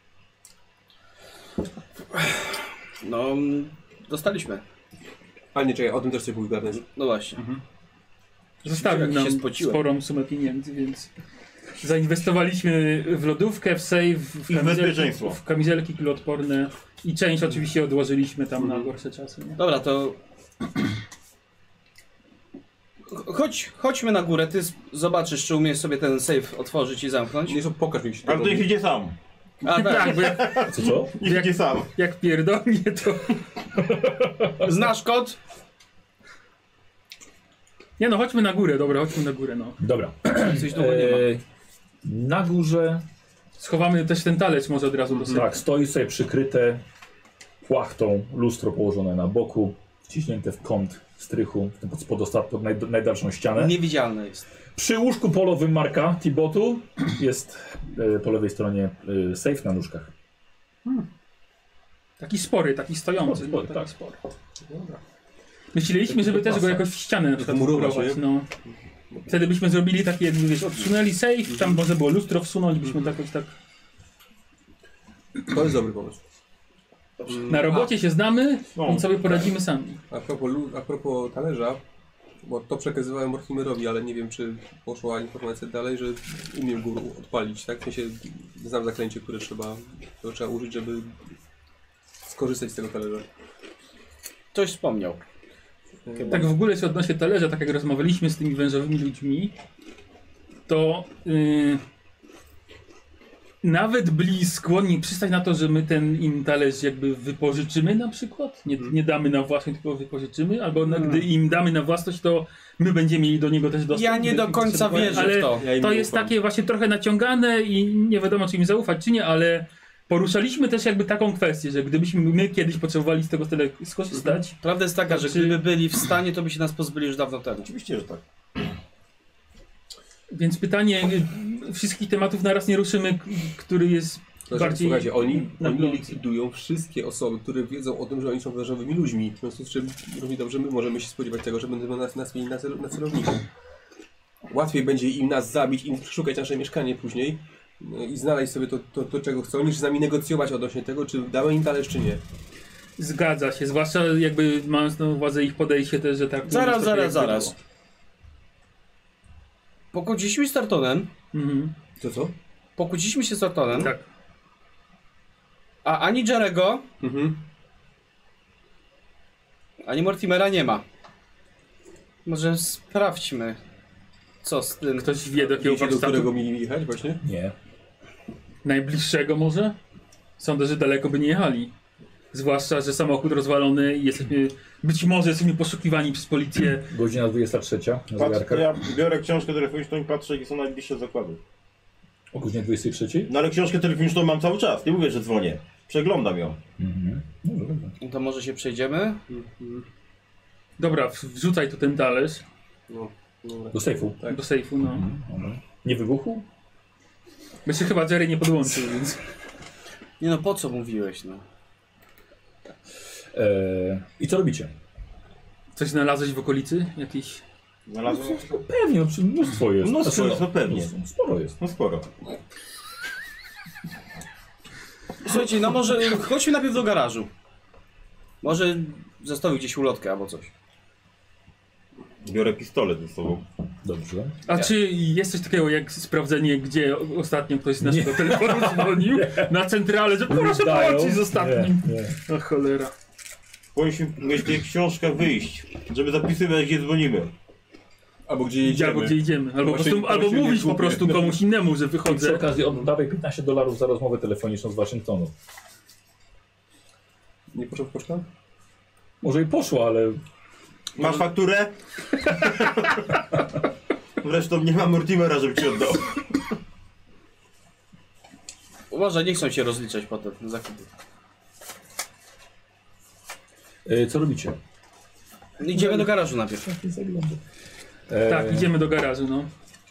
No, dostaliśmy. A nie, czekaj, o tym też chcę powiedzieć. No właśnie. Zostawił Jak nam się spociłem. sporą sumę pieniędzy, więc zainwestowaliśmy w lodówkę, w safe, I w bezpieczeństwo. w kamizelki kuloodporne i część oczywiście odłożyliśmy tam na gorsze czasy. Nie? Dobra, to... Chodźmy na górę, ty zobaczysz, czy umiesz sobie ten safe otworzyć i zamknąć. Nie, to pokaż mi się. Ale to niech idzie sam. A tak, Tak, bo Co? Niech idzie sam. jak pierdolnie to... znasz kod? Nie no, chodźmy na górę, dobra, chodźmy na górę, no. Dobra. Coś długo nie ma. Na górze, Schowamy też ten talerz może od razu do safe. tak, stoi sobie przykryte płachtą lustro położone na boku, wciśnięte w kąt strychu, pod najdalszą ścianę. Niewidzialne jest. Przy łóżku polowym Marka Tibotu jest po lewej stronie safe na nóżkach. Taki spory, taki stojący. Spory, taki tak. spory. Myśleliśmy, żeby też go jakoś w ścianę na przykład Zamurować, wmurować, nie? no. Wtedy byśmy zrobili takie, jakby wiesz, odsunęli safe, tam może było lustro wsunąć, byśmy jakoś tak... To jest dobry pomysł. Na robocie się znamy, No. więc sobie poradzimy sami. A propos talerza, bo to przekazywałem Mortimerowi, ale nie wiem, czy poszła informacja dalej, że umiem go odpalić, tak? W sensie znam zaklęcie, które trzeba użyć, żeby skorzystać z tego talerza. Ktoś wspomniał. Tak w ogóle się odnośnie talerza, tak jak rozmawialiśmy z tymi wężowymi ludźmi, to nawet byli skłonni przystać na to, że my ten im talerz jakby wypożyczymy na przykład. Nie damy na własność, tylko wypożyczymy, albo gdy im damy na własność, to my będziemy mieli do niego też dostęp. Ja nie do końca wierzę ale w to. Ja im to nie jest ufam. takie właśnie trochę naciągane i nie wiadomo, czy im zaufać, czy nie, ale poruszaliśmy też jakby taką kwestię, że gdybyśmy my kiedyś potrzebowali z tego tyle skorzystać, Prawda jest taka, że Znaczy- gdyby byli w stanie, to by się nas pozbyli już dawno temu. Oczywiście, że tak. więc pytanie, wszystkich tematów naraz nie ruszymy, który jest bardziej... Słuchajcie, oni naglący. likwidują wszystkie osoby, które wiedzą o tym, że oni są wężowymi ludźmi. W związku z czym równie dobrze my możemy się spodziewać tego, że będą nas mieli na celowniku. łatwiej będzie im nas zabić i przeszukać nasze mieszkanie później i znaleźć sobie to, czego chcą, niż z nami negocjować odnośnie tego, czy damy im talerz, czy nie. Zgadza się, zwłaszcza jakby mając na uwadze ich podejście też, że tak... Zaraz. Pokłóciliśmy się z Tartonem. Mhm. Co? Pokłóciliśmy się z Tartonem. Tak. A ani Jarego, ani Mortimera nie ma. Może sprawdźmy, co z tym. Ktoś wie, do jakiego Wiecie, do warsztatu? którego mieli jechać właśnie? Nie. Najbliższego może? Sądzę, że daleko by nie jechali. Zwłaszcza, że samochód rozwalony i być może jesteśmy poszukiwani przez policję. Godzina 23 na Patrz, zegarkach. ja biorę książkę telefoniczną i patrzę, jakie są najbliższe zakłady. O godzinie 23? No ale książkę telefoniczną mam cały czas, nie mówię, że dzwonię. Przeglądam ją. Mhm. Dobrze, dobrze. To może się przejdziemy? Dobra, wrzucaj tu ten talerz No, dobra. Do sejfu. Tak. do sejfu, no. Dobra. Nie wybuchł? By się chyba Jerry nie podłączył, więc... Nie no, po co mówiłeś, no? I co robicie? Coś znalazłeś w okolicy? Jakieś... Znalazłem? Pewnie, no, mnóstwo jest. Mnóstwo jest, no pewnie. Sporo jest. No sporo. Słuchajcie, no może chodźmy najpierw do garażu. Może zostawił gdzieś ulotkę albo coś. Biorę pistolet ze sobą. Dobrze. A czy jest coś takiego jak sprawdzenie, gdzie ostatnio ktoś z naszego telefonu dzwonił? Na centralę, że proszę połączyć z ostatnim. Nie. O cholera. Powinniśmy mieć tę książkę wyjść, żeby zapisywać, gdzie dzwonimy. Albo gdzie jedziemy. Albo gdzie idziemy. Albo, Właśnie- albo właśnie mówić nie po prostu komuś innemu, że I przy wychodzę. okazji oddawaj $15 za rozmowę telefoniczną z Waszyngtonu. Nie poszło w pocztę? Może i poszło, ale Masz fakturę? Zresztą nie ma Mortimera, żeby ci oddał. Uważaj, nie chcą się rozliczać potem za zakupy. co robicie? Idziemy do garażu najpierw. Tak, idziemy do garażu, no.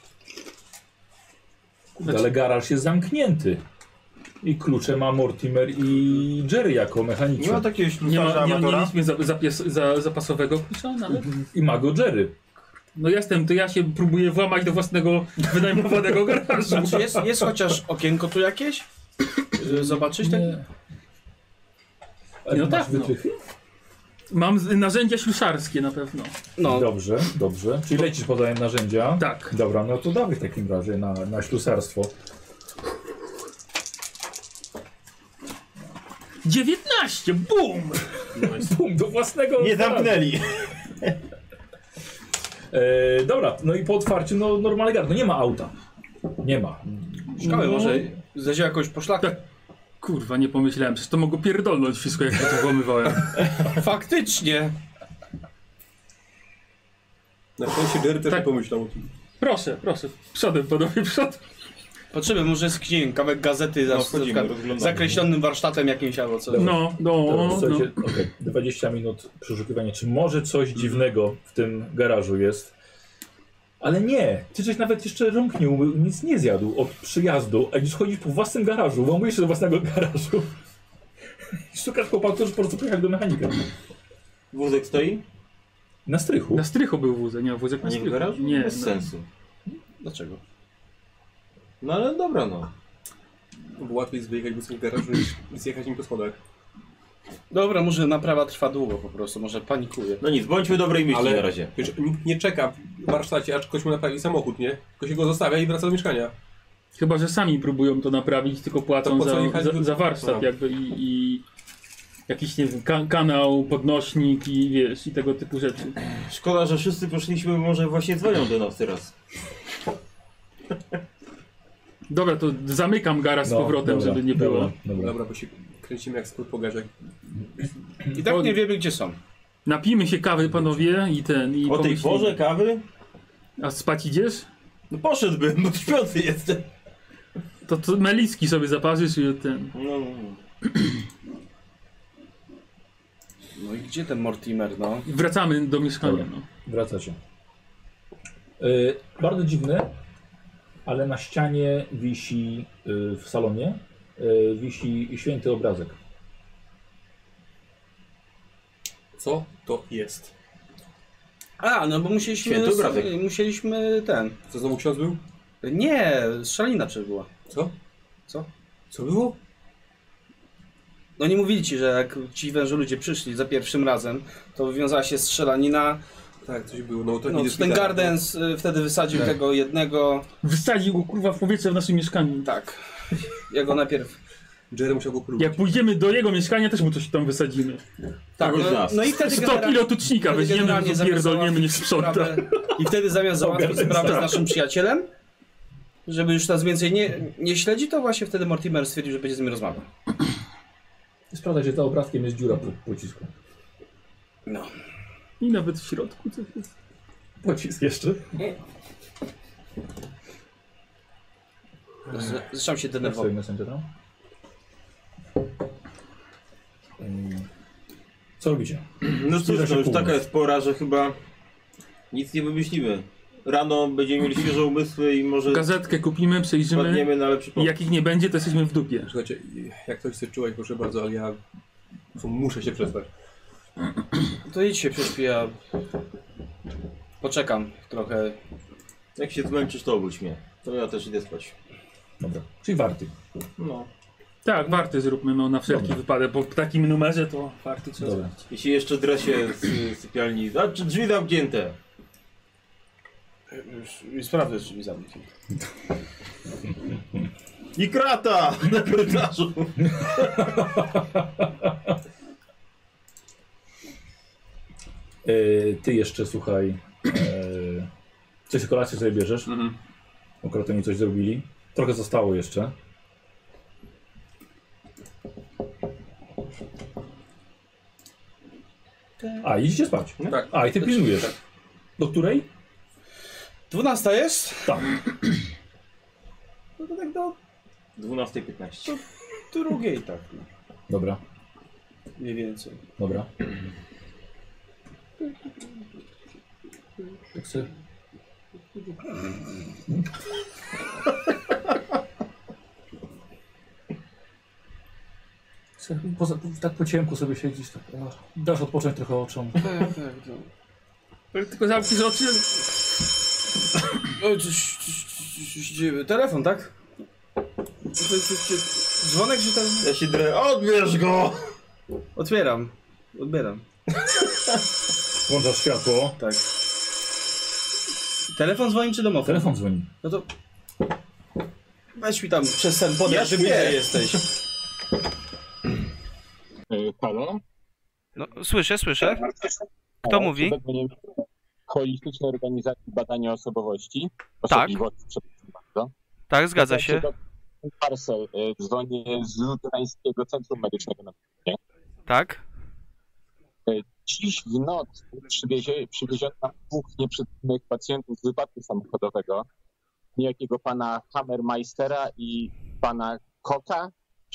Ale garaż jest zamknięty. I klucze ma Mortimer i Jerry jako Nie ma mechanicy. takiego Nie, ślusarza nie amatora? mieliśmy zapasowego klucza nawet? I ma go Jerry. No jestem, to ja się próbuję włamać do własnego wynajmowanego garażu. Znaczy jest chociaż okienko tu jakieś? Żeby zobaczyć tak? Nie. No No tak, tak, no. wytrychy? Mam narzędzia ślusarskie na pewno. No, Dobrze, dobrze. Czyli lecisz podaję narzędzia. Tak. Dobra, no to dawaj w takim razie na ślusarstwo. 19! BUM! Bum, do własnego. Nie zamknęli. Dobra, no i po otwarciu, no normalny garaż. No nie ma auta. Nie ma. szukamy, No. może zleciał jakąś poszlakę. Tak. Kurwa, nie pomyślałem, przecież to mogło pierdolnąć wszystko, jak ja to włamywałem. Faktycznie! Na szczęście Jerry też Tak. nie pomyślał o tym. Proszę, przodem, panowie, przodem. Patrzymy, może jest nie, kawałek gazety No, za wchodzimy, rozglądamy. zakreślonym warsztatem jakimś albo co. No, Dobra, no. słuchajcie, okej, 20 minut przeszukiwania. Czy może coś dziwnego w tym garażu jest? Ale nie, ty żeś nawet jeszcze rąk nie umył, nic nie zjadł od przyjazdu, a już chodzisz po własnym garażu, łamujesz się do własnego garażu. Szukasz chłopaków, którzy po prostu pojechali do mechanika. Wózek stoi? Na strychu. Na strychu był wózek, nie, wózek A na nie w strychu. garażu? Nie, Bez no. sensu. Dlaczego? No ale dobra, no. Bo łatwiej jest wyjechać do swojego garażu niż zjechać im po schodach. Dobra, może naprawa trwa długo po prostu, może panikuje. No nic, bądźmy dobrej myśli Ale na razie. wiesz, nikt nie czeka w warsztacie, aż ktoś mu naprawi samochód, nie? Tylko się go zostawia i wraca do mieszkania. Chyba, że sami próbują to naprawić, tylko To płacą po co jechać za, do- za warsztat no. jakby i jakiś, nie wiem, kanał, podnośnik i wiesz, i tego typu rzeczy. Szkoda, że wszyscy poszliśmy, może właśnie dzwonią do nas teraz. Dobra, to zamykam garaż z powrotem, dobra, żeby nie było. Dobra, dobra. Dobra, bo się kręcimy jak skór po garze. I tak nie wiemy gdzie są. Napijmy się kawy, panowie, i ten, i O tej pomyślimy. porze kawy? A spać idziesz? No poszedłbym, bo śpiący jestem. To meliski sobie zaparzysz i ten... No, No i gdzie ten Mortimer, no? I wracamy do mieszkania, Dobra. no. Wracacie. Bardzo dziwne, ale na ścianie wisi w salonie wisi święty obrazek. Co to jest? A, no bo Święty obrazek. musieliśmy ten... Co znowu ksiądz był? Nie, strzelina przecież była. Co? Co? Co było? No nie mówili ci, że jak ci węże ludzie przyszli za pierwszym razem, to wywiązała się strzelanina. Tak, coś było. No, to No, ten Gardens wtedy wysadził tego jednego... Wysadził go kurwa w powietrze w naszym mieszkaniu. Tak. Ja go najpierw... Jerry musiał go próbować. Jak pójdziemy do jego mieszkania, też mu coś tam wysadzimy. Tak, no i wtedy 100 kilo tucznika weźmiemy, pierdolniemy, niech sprząta. I wtedy zamiast załatwić sprawę z naszym przyjacielem, żeby już nas więcej nie śledzi, to właśnie wtedy Mortimer stwierdził, że będzie z nimi rozmawiał. Sprawdzaj, że za obrazkiem jest dziura pocisku. No. I nawet w środku coś jest. Pocisk jeszcze? Zaczynam się Jak denerwować. sobie Messengera? Co robicie? No cóż, no już taka jest pora, że chyba nic nie wymyślimy. Rano będziemy mieli świeże umysły i może Gazetkę kupimy, przejrzymy. wpadniemy na lepszy I pomysł. jak ich nie będzie, to jesteśmy w dupie. Słuchajcie, jak ktoś chce czułać, proszę bardzo, ale ja muszę się przespać. To idź się prześpi, ja poczekam trochę. Jak się zmęczysz, to obudź mnie. To ja też idę spać. Dobra, czyli warty. No. Tak, warty zróbmy, no na wszelki Dobra. wypadek, bo w takim numerze to warty trzeba Dobra. zrobić. Jeśli jeszcze dresie z sypialni, czy drzwi zamknięte. Już sprawdzę, czy mi zamknie. I krata na korytarzu. Ty jeszcze, słuchaj, coś kolację sobie bierzesz. Akurat oni coś zrobili. Trochę zostało jeszcze. A, idziecie spać. Tak. A, i ty pilnujesz. Do której? 12 jest? Tak. No to tak do 12:15. drugiej, tak. No. Dobra, Mniej więcej. dobra. Tak sobie... Tak po ciemku sobie siedzisz, tak, dasz odpocząć trochę oczom. Tak. Tylko zamknij oczy. O, telefon, tak? Dzwonek, czy tam... Ja się odbierz go! Otwieram. Odbieram. Włączasz światło. Tak. Telefon dzwoni czy domofon? Telefon dzwoni. No to... Weź mi tam przez ten podejść, że gdzie jesteś. Halo? No, słyszę. Kto mówi? Holistycznej Organizacji Badania Osobowości. Tak. Przepraszam bardzo. Tak, zgadza się. Parcel, dzwonię z Luterańskiego Centrum Medycznego na Wschodzie. Tak. Dziś w nocy przywieziono nam 2 nieprzytomnych pacjentów z wypadku samochodowego. Niejakiego pana Hammermeistera i pana Kloka.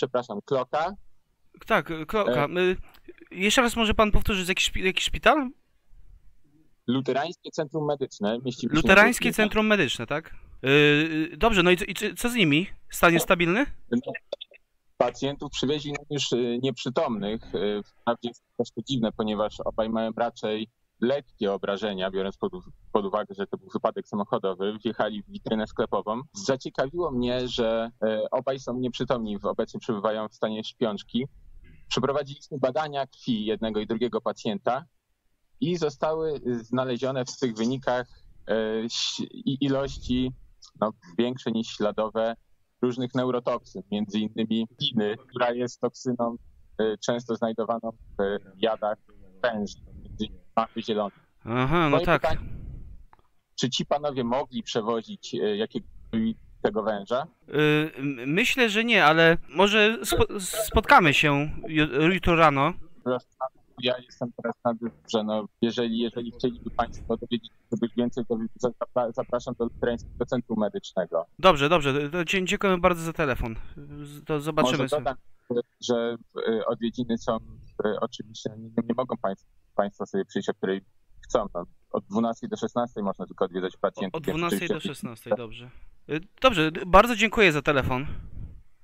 Tak, Kloka. Jeszcze raz może pan powtórzyć, jakiś szpital? Luterańskie Centrum Medyczne. mieści się na Luterańskie Wschodzie. Centrum Medyczne, tak? Dobrze, no i co z nimi? Stan jest stabilny? Pacjentów przywieźli nam już nieprzytomnych. Wprawdzie jest to troszkę dziwne, ponieważ obaj mają raczej lekkie obrażenia, biorąc pod uwagę, że to był wypadek samochodowy. Wjechali w witrynę sklepową. Zaciekawiło mnie, że obaj są nieprzytomni, obecnie przebywają w stanie śpiączki. Przeprowadziliśmy badania krwi jednego i drugiego pacjenta i zostały znalezione w tych wynikach ilości większe niż śladowe różnych neurotoksyn, między innymi iny, która jest toksyną często znajdowaną w jadach węży, między innymi mapy zielonej. Aha, no Moje tak. pytanie, czy ci panowie mogli przewozić jakiegoś tego węża? Myślę, że nie, ale może spotkamy się jutro rano. Ja jestem teraz na że jeżeli chcieliby państwo dowiedzieć się czegoś więcej, to zapraszam do Luterańskiego Centrum Medycznego. Dobrze, to dziękuję bardzo za telefon. To zobaczymy Może sobie. dodam, że odwiedziny są oczywiście, nie mogą państwo sobie przyjść, o której chcą. Od 12 do 16 można tylko odwiedzać pacjentów. Od 12 do 16, dobrze. Dobrze, bardzo dziękuję za telefon.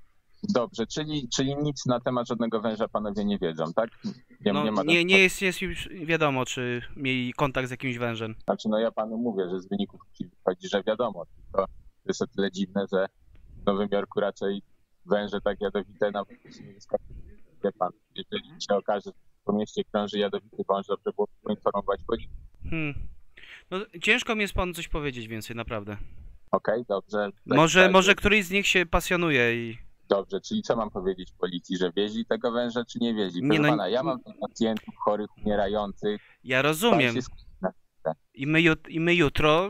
Dobrze, czyli nic na temat żadnego węża panowie nie wiedzą, tak? Nie jest już wiadomo, czy mieli kontakt z jakimś wężem. Znaczy, ja panu mówię, że z wyników wychodzi, że wiadomo, tylko jest o tyle dziwne, że w Nowym Jorku raczej węże tak jadowite nawet nie wyskakują. Wie pan, jeżeli się okaże, że po mieście krąży jadowity wąż, dobrze było poinformować policję. No ciężko mi jest panu coś powiedzieć więcej, naprawdę. Okej, dobrze. Może któryś z nich się pasjonuje i... Dobrze, czyli co mam powiedzieć policji, że wieźli tego węża, czy nie wieźli? Proszę pana, ja mam pacjentów chorych, umierających. Ja rozumiem. I my jutro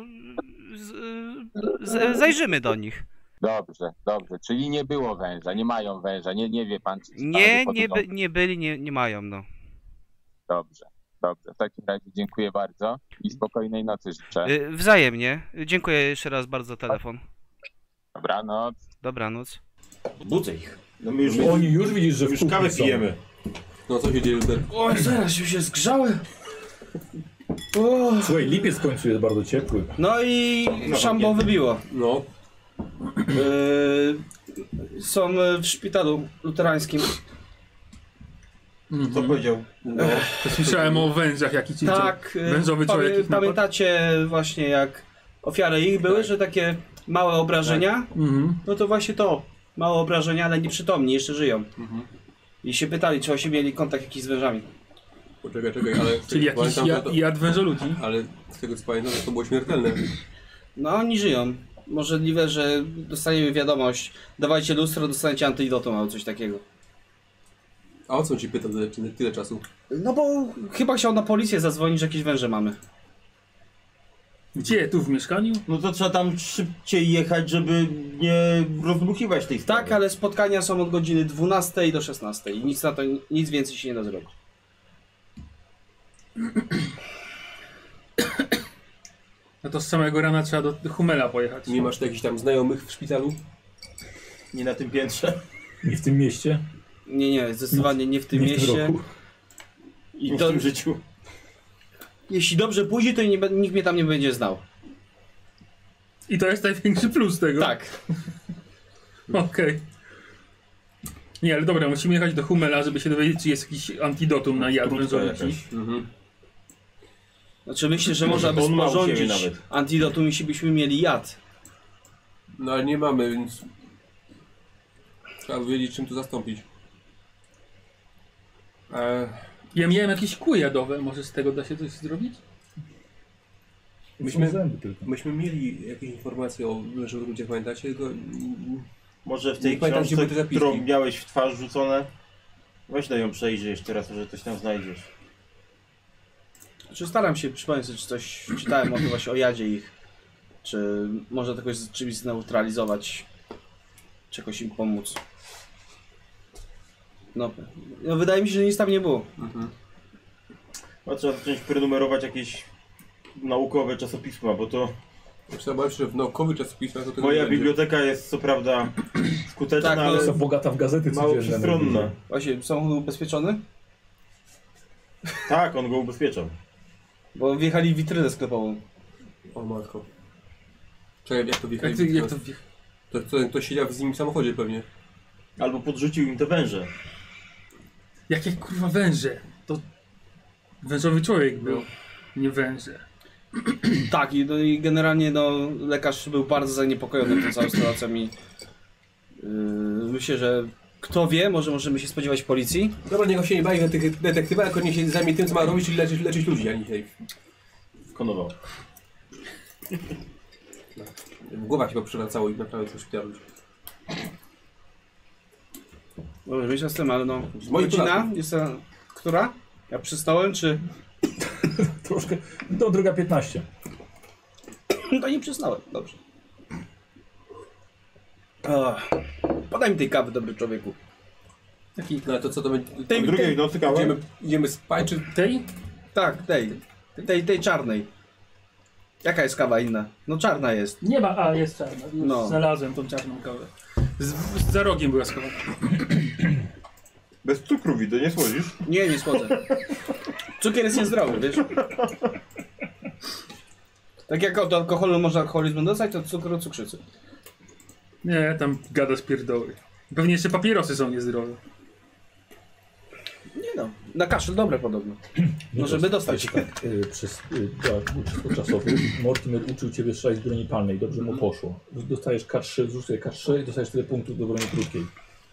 zajrzymy do nich. Dobrze, czyli nie było węża, nie mają węża, nie wie pan, czy... Nie byli, nie mają, no. Dobrze. W takim razie dziękuję bardzo i spokojnej nocy życzę. Wzajemnie. Dziękuję jeszcze raz bardzo za telefon. Dobranoc. Budzę ich. No my Oni już widzisz, że już kawę pijemy. No co się dzieje, Luther? Oj, zaraz już się zgrzałem. Słuchaj, lipiec w końcu jest bardzo ciepły. No i szambo wybiło. No. Są w szpitalu luterańskim. Co powiedział? No. To słyszałem o wężach, jaki ci Tak, wężowy człowiek ich napadł. pamiętacie właśnie jak ofiary ich były, że takie małe obrażenia? No to właśnie to, małe obrażenia, ale nieprzytomni, jeszcze żyją. I się pytali, czy oni mieli kontakt jakiś z wężami. Poczekaj, ale... Czyli jakiś jad wężoludzi. Ale z tego co pamiętam, to było śmiertelne. No oni żyją. Możliwe, że dostaniemy wiadomość, dawajcie lustro, dostaniecie antidotum albo coś takiego. A o co ci pytam tyle czasu? No bo chyba chciał na policję zadzwonić, że jakieś węże mamy. Gdzie? Tu w mieszkaniu? No to trzeba tam szybciej jechać, żeby nie rozdmuchiwać tej sprawy. Tak, ale spotkania są od godziny 12 do 16 i nic więcej się nie da zrobić. No to z samego rana trzeba do Humela pojechać. Nie masz jakichś tam znajomych w szpitalu? Nie na tym piętrze. Nie w tym mieście. Nie, zdecydowanie nie w tym Nie w tym mieście. roku. I w tym życiu. Jeśli dobrze pójdzie, to nikt mnie tam nie będzie znał. I to jest największy plus tego. Tak. Okej. Nie, ale dobra, musimy jechać do Humela, żeby się dowiedzieć, czy jest jakiś antidotum na jad wężoludzi. Znaczy myślę, że można by On ma u siebie sporządzić nawet. antidotum, jeśli byśmy mieli jad. No ale nie mamy, więc... Trzeba wiedzieć, czym to zastąpić. Ja miałem jakieś kły jadowe, może z tego da się coś zrobić? Myśmy mieli jakieś informacje o ludziach, pamiętacie? Tylko... Może w tej Nie pamiętam, gdzie były książce, te zapiski. którą miałeś w twarz rzucone? Weź ją przejrzyj jeszcze raz, że coś tam znajdziesz. Czy staram się przypomnieć, czy coś czytałem o tym właśnie o jadzie ich. Czy może jakoś z czymś zneutralizować. Czy jakoś im pomóc. No wydaje mi się, że nic tam nie było. No, trzeba zacząć prenumerować jakieś naukowe czasopisma, bo to... Trzeba bać, że w naukowych czasopismach to tego Moja nie będzie. biblioteka jest co prawda skuteczna, Tak, no, ale Jest bogata w gazety mało codzienne. przystronna. Właśnie, samochód ubezpieczony? Tak, on go ubezpieczał. Bo wjechali w witrynę sklepową. O matko. Czekaj, jak to wjechali? Jak to... To siedział z nim w samochodzie pewnie. Albo podrzucił im te węże. Jakie kurwa węże? To wężowy człowiek był, nie węże. Tak, i generalnie lekarz był bardzo zaniepokojony tą całą sytuacją i myślę, że kto wie, może możemy się spodziewać policji. Dobra, niech on się nie bawi na tych detektywach, tylko niech się zajmie tym, co ma robić, czyli leczyć ludzi, a nie tutaj. Konował. Głowa się przewracało i naprawdę coś szpitalu. Dobrze, myślę z tym, ale Z moich godzina podatków. jest która? Ja przystałem, czy... Troszkę. Do 2:15. To nie przysnąłem, dobrze. Podaj mi tej kawy, dobry człowieku. Jaki? No ale to co to będzie? Tej- Drugiej nocy kawę? Idziemy spać, czy... Tej? Tak, tej czarnej. Jaka jest kawa inna? No czarna jest. Nie ma, jest czarna. Już No. znalazłem tą czarną kawę. Za rogiem była schowana. Bez cukru widzę, nie słodzisz? Nie słodzę. Cukier jest niezdrowy, wiesz? Tak jak od alkoholu można alkoholizm dostać, to cukru cukrzycy. Nie, tam gada z pierdoły. Pewnie jeszcze papierosy są niezdrowe. Nie no, na kaszel dobre podobno. No żeby dostać. Tak, przez czasowy Mortimer uczył ciebie strzelać z broni palnej, dobrze mu poszło. Dostajesz K3, zrzuć sobie K3 i dostajesz tyle punktów do broni krótkiej.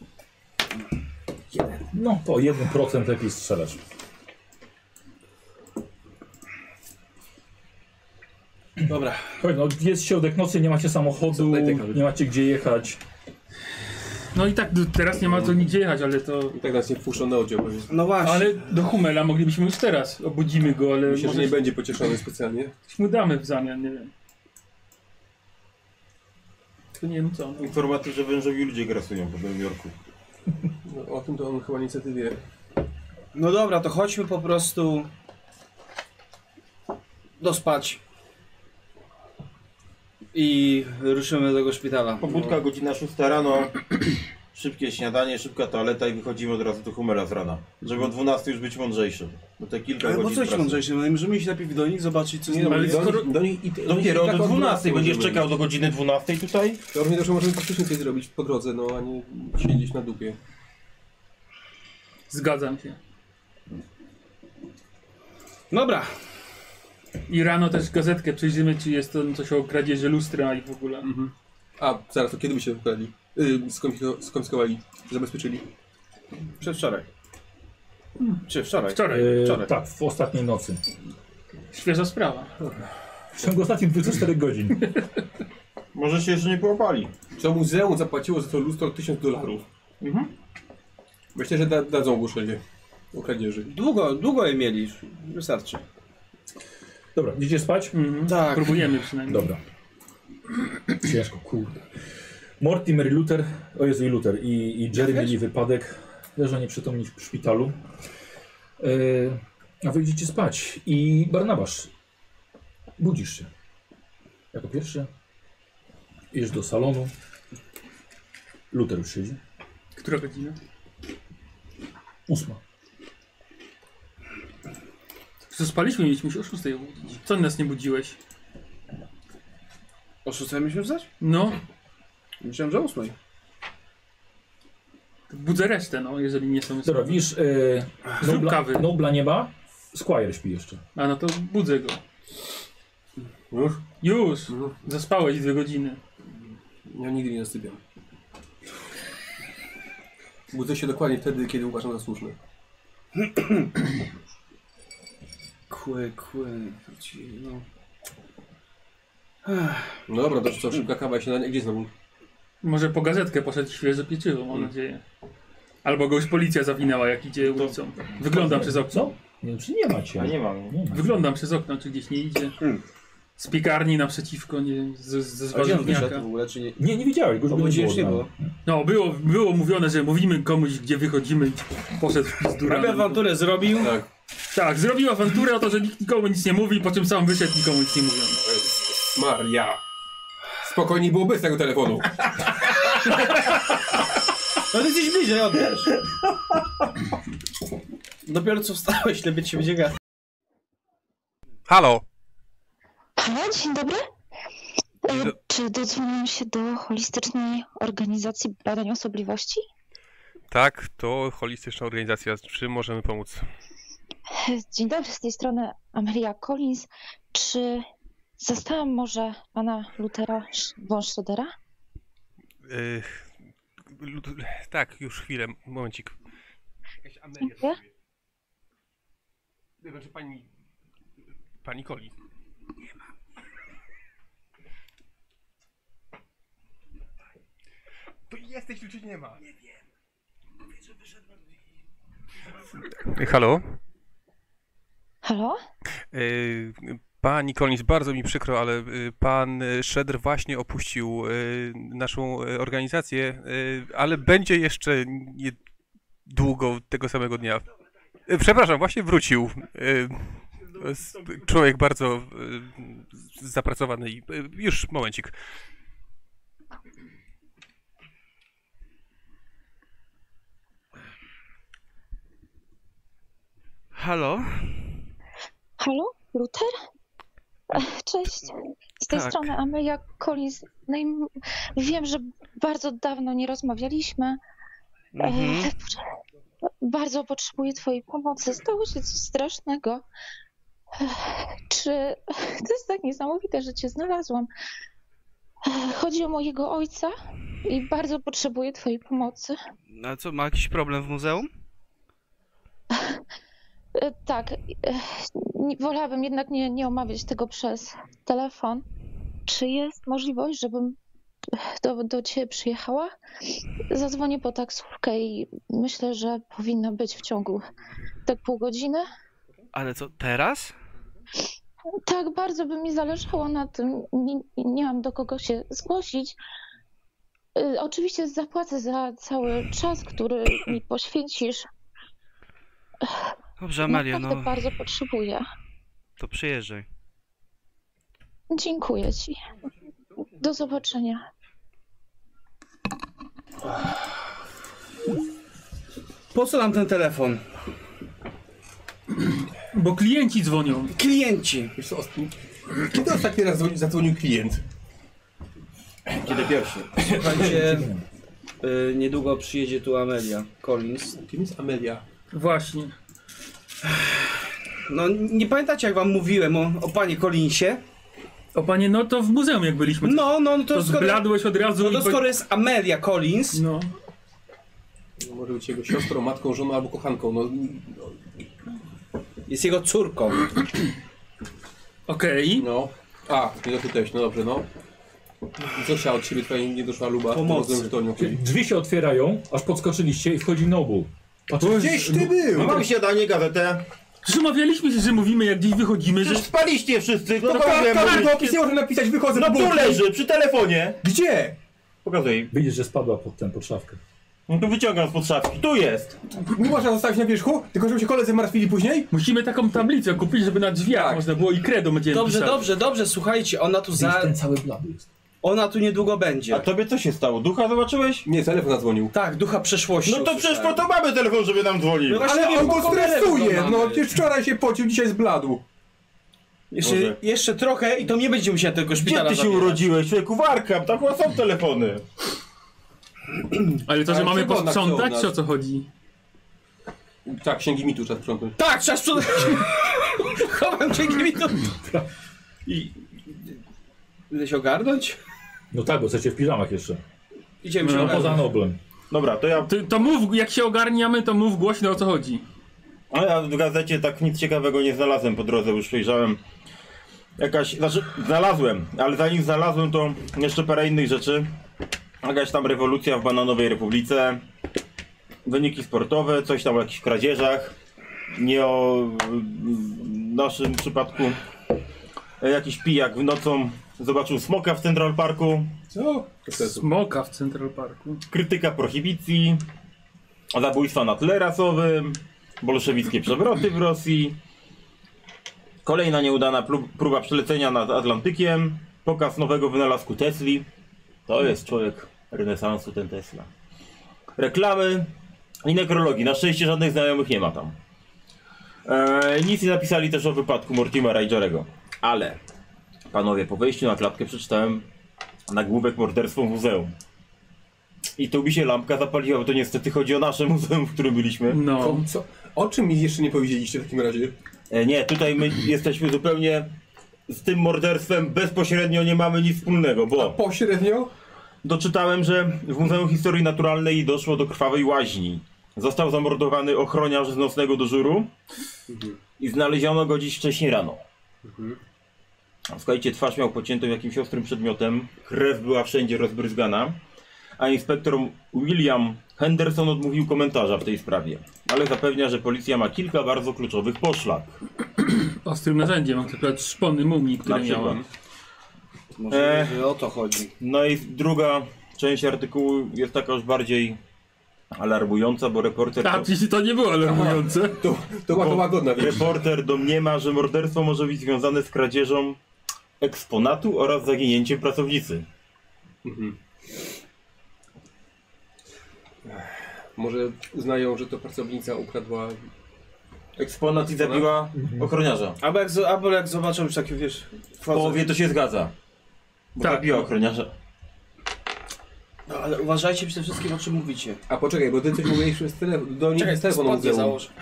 No to 1% lepiej strzelasz. Dobra. Chodź, no jest środek nocy, nie macie samochodu, nie macie gdzie jechać. No i tak teraz nie ma co nigdzie jechać, ale to... I tak nas nie wpuszczą na oddział pewnie. No właśnie. Ale do Hummela moglibyśmy już teraz. Obudzimy go, ale Myślę, że może nie będzie pocieszony specjalnie. coś mu damy w zamian, nie wiem. To nie wiem co. No. Informaty, że wężowi ludzie grasują po Nowym Jorku. No, o tym to on chyba niestety wie. No dobra, to chodźmy po prostu dospać. I ruszymy do tego szpitala. Pobudka, godzina 6 rano, szybkie śniadanie, szybka toaleta i wychodzimy od razu do Hummela z rana. Żeby o 12 już być mądrzejszym. Bo te kilka Ale po godzin co ci pracy. mądrzejszy? No nie możemy iść najpierw do nich, zobaczyć co z Nie, nimi no, jest. do nich i Dopiero tak do od 12 będziesz możemy czekał do godziny 12 tutaj? To równie dobrze możemy faktycznie coś zrobić po drodze, no a nie siedzieć na dupie. Zgadzam się. Dobra. I rano też gazetkę przejrzymy, czy jest to coś o kradzieży lustra i w ogóle. Mhm. A, zaraz, to kiedy by się ukradli? Skonfiskowali, zabezpieczyli? Przedwczoraj. Czy wczoraj? Wczoraj. Wczoraj. Tak, w ostatniej nocy. Świeża sprawa. W ciągu ostatnich 24 godzin. Może się jeszcze nie połapali. Co muzeum zapłaciło za to lustro $1000. Mhm. Myślę, że dadzą ogłoszenie o kradzieży. Długo je mieli, wystarczy. Dobra, idziecie spać? Tak. Próbujemy przynajmniej. Dobra. Ciężko, kurde. Mortimer i Luther, o Jezu i Luther i Jerry mieli wypadek. Leżą nieprzytomni w szpitalu. A wy idziecie spać. I Barnabasz, budzisz się. Jako pierwszy. Idziesz do salonu. Luther już siedzi. Która godzina? 8. Co spaliśmy, mieliśmy się o 6 obudzić. Co nas nie budziłeś? O 6 mieliśmy wstać? No, Myślałem, że o 8. budzę resztę, no, jeżeli nie są... Dobra, widzisz, Zrób kawy. Nobla nie ma. Squire śpi jeszcze. A no to budzę go. Już? Już! Zaspałeś 2 godziny. Ja nigdy nie zasypiam. Budzę się dokładnie wtedy, kiedy uważam za słuszne. No. No dobra, to co, szybka kawa się na... Gdzie znowu? Może po gazetkę poszedł świeże pieczywo, mam nadzieję. Albo go już policja zawinęła, jak idzie ulicą. Wyglądam przez okno. Co? Nie wiem, czy nie macie. A nie mam. Nie ma. Wyglądam przez okno, czy gdzieś nie idzie. Z piekarni naprzeciwko, nie wiem, z A gdzie on wyszedł w warzywniaka. ogóle, czy nie? Nie widziałeś, go już Obudziłeś było. nie tam. było. No, było mówione, że mówimy komuś, gdzie wychodzimy i poszedł w pizdu Prawie rano. awanturę zrobił. Tak. Tak, zrobił awanturę o to, że nikt nikomu nic nie mówi, po czym sam wyszedł, nikomu nic nie mówiąc. Maria. Spokojniej było bez tego telefonu. No ty gdzieś bliżej, odbierz. Dopiero co wstałeś, lepiej ci będzie gadać. Halo! Halo, dzień dobry. Czy dodzwoniłam się do holistycznej organizacji badań osobliwości? Tak, to holistyczna organizacja. Czym możemy pomóc? Dzień dobry, z tej strony Amelia Collins. Czy zastałam może pana Luthera von Schrödera? Tak, już chwilę, momencik. Jakaś Amelia. Dziękuję. Znaczy pani Collins. Nie ma. To jesteś, czy nie ma? Nie wiem. Mówię, że wyszedłem i... Halo? Halo? Pani Collins, bardzo mi przykro, ale pan Schröder właśnie opuścił naszą organizację, ale będzie jeszcze niedługo tego samego dnia. Przepraszam, właśnie wrócił. Człowiek bardzo zapracowany i już momencik. Halo? Halo? Luther? Cześć, z tej strony Amelia Collins. No i wiem, że bardzo dawno nie rozmawialiśmy. Bardzo potrzebuję twojej pomocy. Stało się coś strasznego. To jest tak niesamowite, że cię znalazłam. Chodzi o mojego ojca i bardzo potrzebuję twojej pomocy. A co, ma jakiś problem w muzeum? Tak, wolałabym jednak nie omawiać tego przez telefon. Czy jest możliwość, żebym do ciebie przyjechała? Zadzwonię po taksówkę i myślę, że powinna być w ciągu tak pół godziny. Ale co, teraz? Tak, bardzo by mi zależało na tym. Nie mam do kogo się zgłosić. Oczywiście zapłacę za cały czas, który mi poświęcisz. Dobrze, Amelia, naprawdę bardzo potrzebuję. To przyjeżdżaj. Dziękuję ci. Do zobaczenia. Po co nam ten telefon? Bo klienci dzwonią. Klienci! Wiesz co, kiedy ostatni raz zadzwonił klient? Kiedy pierwszy? Słuchajcie, niedługo przyjedzie tu Amelia Collins. Kim jest Amelia? Właśnie. No, nie pamiętacie, jak wam mówiłem o panie Collinsie? O panie, no to w muzeum jak byliśmy. To zbladłeś od razu. No to skoro jest Amelia Collins... No. Może być jego siostrą, matką, żoną albo kochanką. Jest jego córką. Okej. No. Nie dopytałeś, no dobrze, no. I co chciała od ciebie twoja niedoszła luba? Pomocy. Drzwi się otwierają, aż podskoczyliście i wchodzi Noble. Gdzieś ty był! Mam śniadanie, gazetę. Przecież umawialiśmy się, że mówimy, jak gdzieś wychodzimy, że... Przecież spaliście wszyscy, No tak, opis nie może napisać, wychodzę No do tu budki. leży, przy telefonie. Gdzie? Pokazuj. Widzisz, że spadła pod szafkę. No to wyciągam spod szafki, tu jest. Nie można zostawić na wierzchu, tylko żeby się koledzy martwili później? Musimy taką tablicę kupić, żeby na drzwiach można było i kredą będziemy pisać. Dobrze, słuchajcie, ona tu Ten cały blady jest. Ona tu niedługo będzie. A tobie co się stało? Ducha zobaczyłeś? Nie, telefon zadzwonił. Tak, ducha przeszłości. No to przecież po to mamy telefon, żeby nam dzwonił. No właśnie, Ale on go stresuje, mamy. no przecież wczoraj się pocił, dzisiaj zbladł. Jeszcze trochę i to nie będzie musiał tego Gdzie szpitala ty się zabierać. urodziłeś? Człowieku, Warkam, tam chyba są telefony. Ale to, że Ale mamy czego ona chce posprzątać, od nas? czy o co chodzi? Tak, księgi mitu trzeba sprzątnąć. Tak, trzeba sprzątać. Chowam dzięki mi to. I... Idę się ogarnąć? No tak, bo chcecie w piżamach jeszcze. Idziemy się No ogarnąć. poza Noblem. Dobra, to ja... To mów, jak się ogarniamy, to mów głośno, o co chodzi. A ja w gazecie tak nic ciekawego nie znalazłem po drodze, już przejrzałem. Znalazłem, ale zanim znalazłem, to jeszcze parę innych rzeczy. Jakaś tam rewolucja w Bananowej Republice. Wyniki sportowe, coś tam o jakichś kradzieżach. Nie o naszym przypadku. Jakiś pijak w nocą zobaczył smoka w Central Parku. Co? Smoka w Central Parku. Krytyka prohibicji. Zabójstwa na tle rasowym. Bolszewickie przewroty w Rosji. Kolejna nieudana próba przelecenia nad Atlantykiem. Pokaz nowego wynalazku Tesli. To jest człowiek renesansu, ten Tesla. Reklamy i nekrologii. Na szczęście żadnych znajomych nie ma tam. Nic nie napisali też o wypadku Mortimera i Jarego. Ale, panowie, po wejściu na klatkę przeczytałem nagłówek morderstwo w muzeum. I tu mi się lampka zapaliła, bo to niestety chodzi o nasze muzeum, w którym byliśmy. No. Co? O czym mi jeszcze nie powiedzieliście w takim razie? Nie, tutaj my jesteśmy zupełnie z tym morderstwem bezpośrednio nie mamy nic wspólnego, bo... Pośrednio? Doczytałem, że w Muzeum Historii Naturalnej doszło do krwawej łaźni. Został zamordowany ochroniarz z nocnego dyżuru i znaleziono go dziś wcześniej rano. Słuchajcie, twarz miał pociętą jakimś ostrym przedmiotem, krew była wszędzie rozbryzgana, a inspektor William Henderson odmówił komentarza w tej sprawie, ale zapewnia, że policja ma kilka bardzo kluczowych poszlak. Ostrym narzędziem, na przykład szpony mumii, które Na przykład. miałem. Może że o to chodzi. No i druga część artykułu jest taka już bardziej alarmująca, bo reporter... A, jeśli to nie było alarmujące. To łagodna wieś. Reporter domniema, że morderstwo może być związane z kradzieżą eksponatu oraz zaginięciem pracownicy. Może uznają, że to pracownica ukradła eksponat i zabiła ochroniarza. Albo jak zobaczą już takie, wiesz... W połowie to się zgadza. Bo Tak. zabiła ochroniarza. No ale uważajcie przede wszystkim, o czym mówicie. A poczekaj, bo ty coś mówiłeś przez telefon, do nich z telefonu spodnie muzeum. założę.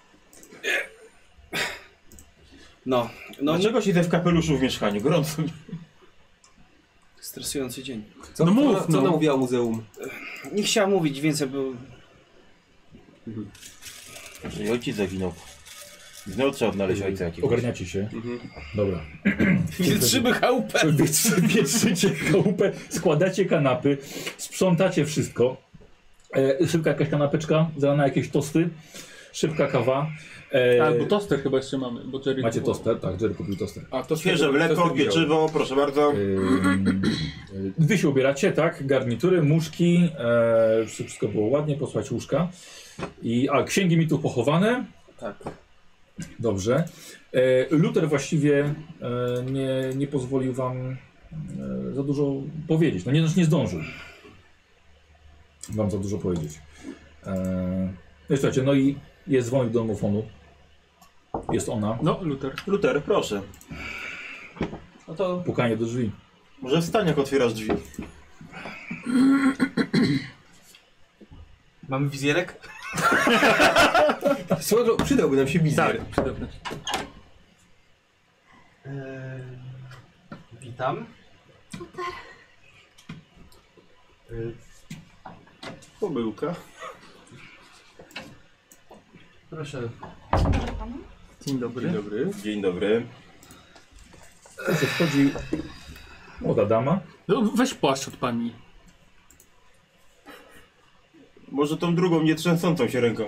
No, Dlaczego siedzę w kapeluszu w mieszkaniu? Gorąco mi. stresujący dzień. Co, No mów, co, no. ona mówiła o muzeum? Nie chciałam mówić więcej, bo... Jeżeli ojciec zaginął. Znowu trzeba odnaleźć ojca jakiegoś. Ogarniacie się. Dobra. Wietrzymy chałupę! Wietrzycie chałupę, składacie kanapy, sprzątacie wszystko. Szybka jakaś kanapeczka, zalana jakieś tosty, szybka kawa. Albo toster chyba jeszcze mamy, bo Jerry Macie kupował. toster? Tak, Jerry kupił toster. A to Świeże mleko, pieczywo, proszę bardzo. Wy się ubieracie, tak? Garnitury, muszki, wszystko było ładnie, posłać łóżka. A księgi mitów pochowane? Tak. Dobrze. Luther właściwie nie pozwolił wam za dużo powiedzieć. No nie zdążył wam za dużo powiedzieć. Słuchajcie, no i jest dzwonek do domofonu. Jest ona. No, Luther. Luther, proszę. No to... Pukanie do drzwi. Może wstań, jak otwierasz drzwi. Mamy wizjerek? Słuchaj, przydałby nam się wizjer. Tak, przydawne. Witam. Pomyłka. Proszę. Dzień dobry. Dobry. Dzień dobry. Słuchajcie, wchodzi młoda dama. No, weź płaszcz od pani. Może tą drugą, nie trzęsącą się ręką.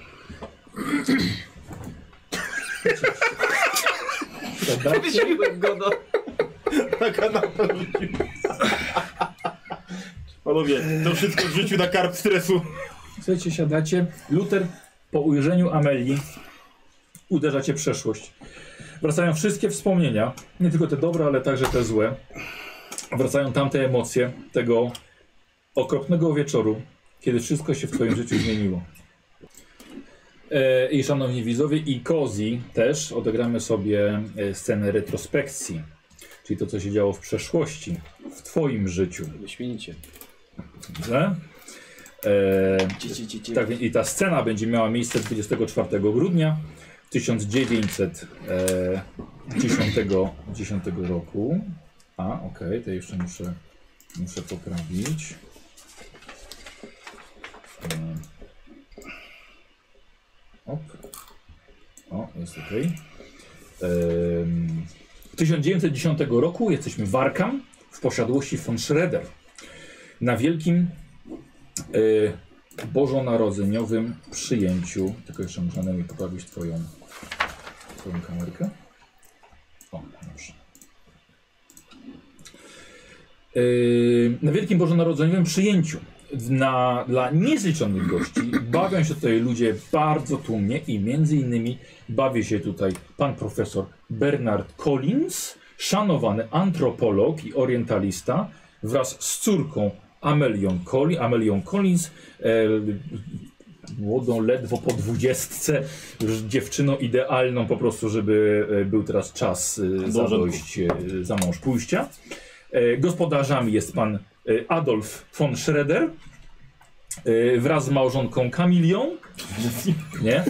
Wziąłem go do... Na kanapę rzucił. Panowie, to wszystko w życiu na karb stresu. Słuchajcie, siadacie. Luther po ujrzeniu Amelii uderza cię w przeszłość. Wracają wszystkie wspomnienia, nie tylko te dobre, ale także te złe. Wracają tamte emocje tego okropnego wieczoru, kiedy wszystko się w twoim życiu zmieniło. I szanowni widzowie, i Kozi też odegramy sobie scenę retrospekcji, czyli to, co się działo w przeszłości, w twoim życiu. Wyśmienicie. Dobrze? Tak, i ta scena będzie miała miejsce 24 grudnia 1910 roku. Okej, to jeszcze muszę poprawić. Jest ok. 1910 roku jesteśmy w Arkham w posiadłości von Schroeder. Na wielkim bożonarodzeniowym przyjęciu. Tylko jeszcze muszę mi poprawić twoją kamerkę. O, dobrze. Na wielkim bożonarodzeniowym przyjęciu dla niezliczonych gości bawią się tutaj ludzie bardzo tłumnie i między innymi bawi się tutaj pan profesor Bernard Collins, szanowany antropolog i orientalista wraz z córką Amelią Collins, młodą, ledwo po 20, już dziewczyną idealną po prostu, żeby był teraz czas za mąż pójścia. Gospodarzami jest pan Adolf von Schroeder wraz z małżonką Kamilią. Nie?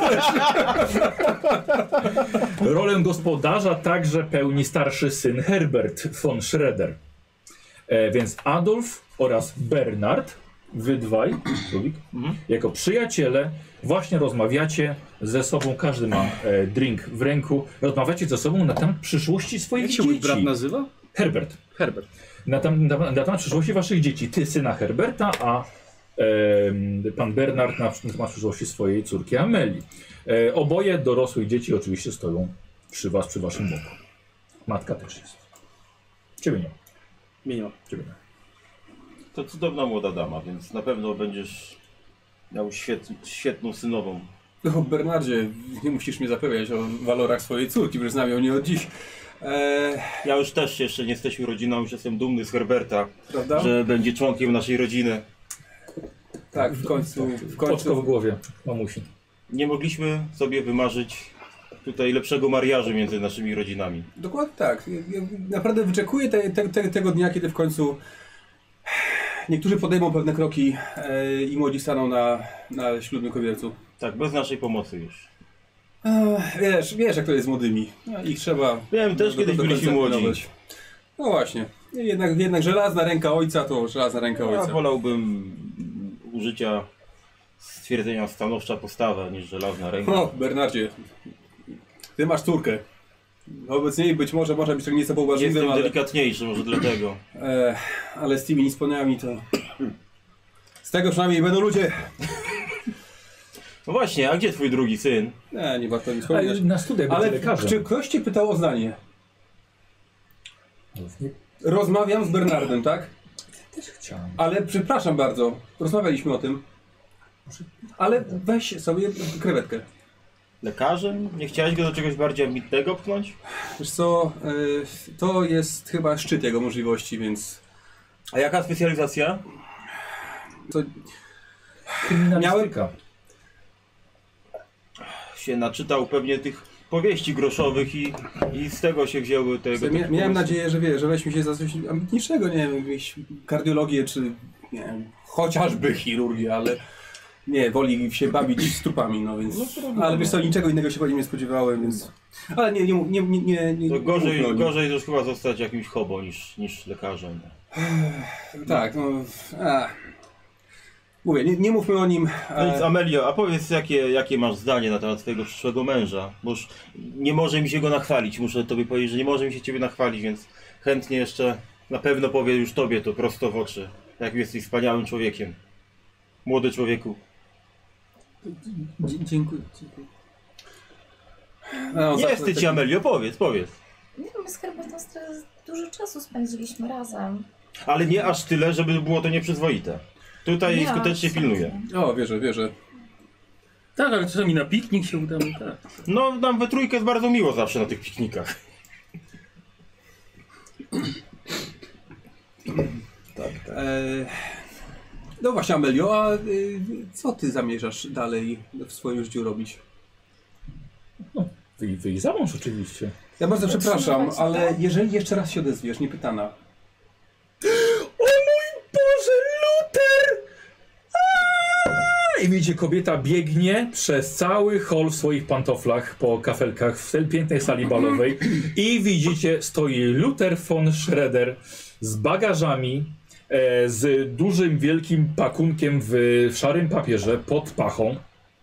Rolę gospodarza także pełni starszy syn Herbert von Schroeder. Więc Adolf oraz Bernard, wy dwaj, jako przyjaciele, właśnie rozmawiacie ze sobą, każdy ma drink w ręku, rozmawiacie ze sobą na temat przyszłości swoich dzieci. Jak się mój brat nazywa? Herbert. Herbert. Na temat przyszłości waszych dzieci. Ty syna Herberta, a pan Bernard na przyszłości swojej córki Amelii. Oboje dorosłych dzieci oczywiście stoją przy waszym boku. Matka też jest. Ciebie nie. Minio. Ciebie nie. To cudowna młoda dama, więc na pewno będziesz miał świetną synową. No Bernardzie, nie musisz mnie zapewniać o walorach swojej córki, bo znam ją nie od dziś. Ja już też jeszcze nie jesteśmy rodziną, już jestem dumny z Herberta, Prawda? że będzie członkiem naszej rodziny. Tak, w końcu. Oczko w głowie, mamusi. nie mogliśmy sobie wymarzyć tutaj lepszego mariażu między naszymi rodzinami. Dokładnie tak. Ja naprawdę wyczekuję tego dnia, kiedy w końcu niektórzy podejmą pewne kroki i młodzi staną na ślubnym kobiercu. Tak, bez naszej pomocy już. Wiesz jak to jest z młodymi. Ich trzeba... Wiem, też kiedyś byliśmy młodzi. No właśnie. Jednak żelazna ręka ojca to żelazna ręka ojca. Ja wolałbym użycia stwierdzenia stanowcza postawa niż żelazna ręka. No, Bernardzie, ty masz córkę. Wobec niej być może można być tak nieco poważliwym, Jestem ale... delikatniejszy, może dlatego. Ale z tymi niespełniami to... Z tego przynajmniej będą ludzie. No właśnie, a gdzie twój drugi syn? Nie warto mi wspominać. Na studiach Ale będzie lekarzem. czy ktoś cię pytał o zdanie? Rozmawiam z Bernardem, tak? Też chciałem. Ale przepraszam bardzo, rozmawialiśmy o tym. Ale weź sobie krewetkę. Lekarzem? Nie chciałeś go do czegoś bardziej ambitnego pchnąć? Wiesz co, to jest chyba szczyt jego możliwości, więc... A jaka specjalizacja? To... Kryminalistyka. Się naczytał pewnie tych powieści groszowych i z tego się wzięły tego. Miałem nadzieję, że weźmie się za coś ambitniejszego, nie wiem, jakąś kardiologię, czy nie wiem, chociażby chirurgię, ale nie, woli się bawić z trupami, no więc... Ale wiesz co, niczego innego się nie spodziewałem, więc... Ale nie to gorzej też chyba zostać jakimś hobo niż lekarzem. Tak, no... Mówię, nie mówmy o nim. No nic, Amelio, a powiedz jakie masz zdanie na temat twojego przyszłego męża? Bo już nie może mi się go nachwalić, muszę tobie powiedzieć, że nie może mi się ciebie nachwalić, więc chętnie jeszcze na pewno powie już tobie to prosto w oczy. Jak jesteś wspaniałym człowiekiem. Młody człowieku. Dziękuję. No, nie wstydź się, Amelio, powiedz. Nie wiem, my z Herbertem dużo czasu spędziliśmy razem. Ale nie aż tyle, żeby było to nieprzyzwoite. Tutaj skutecznie pilnuję. O, wierzę. Tak, ale czasami na piknik się udamy, tak. No, nam we trójkę jest bardzo miło zawsze na tych piknikach. Tak. No właśnie, Amelio, a co ty zamierzasz dalej w swoim życiu robić? No, wyjść za mąż oczywiście. Ja bardzo przepraszam, ale jeżeli jeszcze raz się odezwiesz, niepytana. O mój Boże, Luther! I widzicie, kobieta biegnie przez cały hol w swoich pantoflach po kafelkach w tej pięknej sali balowej i widzicie, stoi Luther von Schroeder z bagażami, z dużym, wielkim pakunkiem w szarym papierze pod pachą.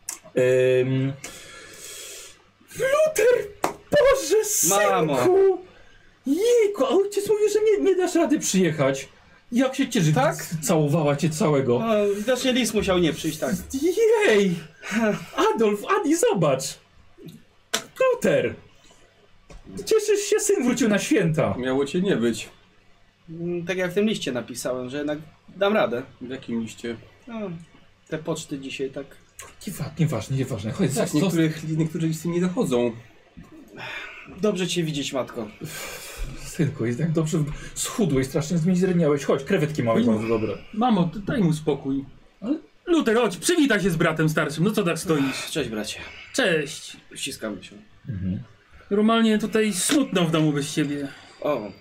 Luther! Boże, synku! Mamo! Jejku, a ojciec mówił, że nie dasz rady przyjechać. Jak się cieszy, tak? Całowała cię całego. No, widocznie lis musiał nie przyjść, tak. Jej! Adolf, Adi, zobacz! Luther! Cieszysz się, syn wrócił na święta. Miało cię nie być. Tak jak w tym liście napisałem, że jednak dam radę. W jakim liście? No, te poczty dzisiaj tak... Nieważne. Chodź, tak, niektórzy listy nie dochodzą. Dobrze cię widzieć, matko. Synku, jest tak dobrze. Schudłeś, strasznie zmizerniałeś. Chodź, krewetki małe bardzo dobre. Mamo, daj mu spokój. Ale... Luther, chodź, przywitaj się z bratem starszym. No co tak stoisz? Cześć, bracie. Cześć. Ściskamy się. Mhm. Normalnie tutaj smutno w domu bez ciebie. O.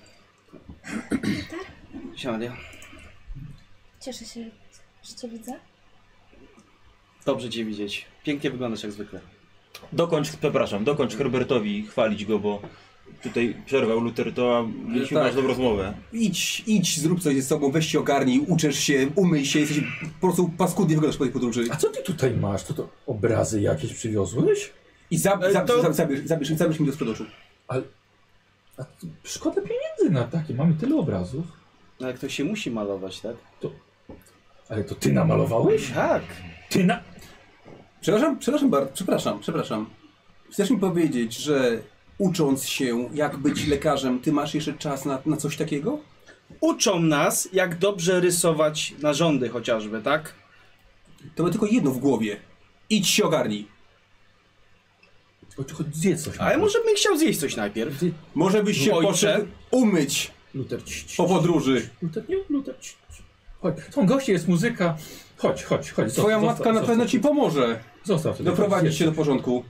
Siadia. Cieszę się, że cię widzę. Dobrze cię widzieć. Pięknie wyglądasz jak zwykle. Dokończ Herbertowi chwalić go, bo tutaj przerwał Luther, to a mieliśmy ważną rozmowę. Idź, zrób coś ze sobą, weź się ogarnij, uczesz się, umyj się, jesteś po prostu paskudnie wyglądasz po tej podróży. A co ty tutaj masz? To obrazy jakieś przywiozłeś? I zabierz mi do sprzedaży. Ale... A szkoda pieniędzy na takie, mamy tyle obrazów. No jak to się musi malować, tak? Ale to ty namalowałeś? Tak. Ty na... Przepraszam. Chcesz mi powiedzieć, że ucząc się jak być lekarzem, ty masz jeszcze czas na coś takiego? Uczą nas, jak dobrze rysować narządy chociażby, tak? To ma tylko jedno w głowie. Idź się ogarnij. Choć zjedz coś. Ale może bym chciał zjeść coś najpierw. Może byś się poszedł umyć Luther, po podróży. Luther. Chodź. Są goście, jest muzyka. Chodź. Twoja matka na pewno ci pomoże. Zostaw. Doprowadzić się do porządku.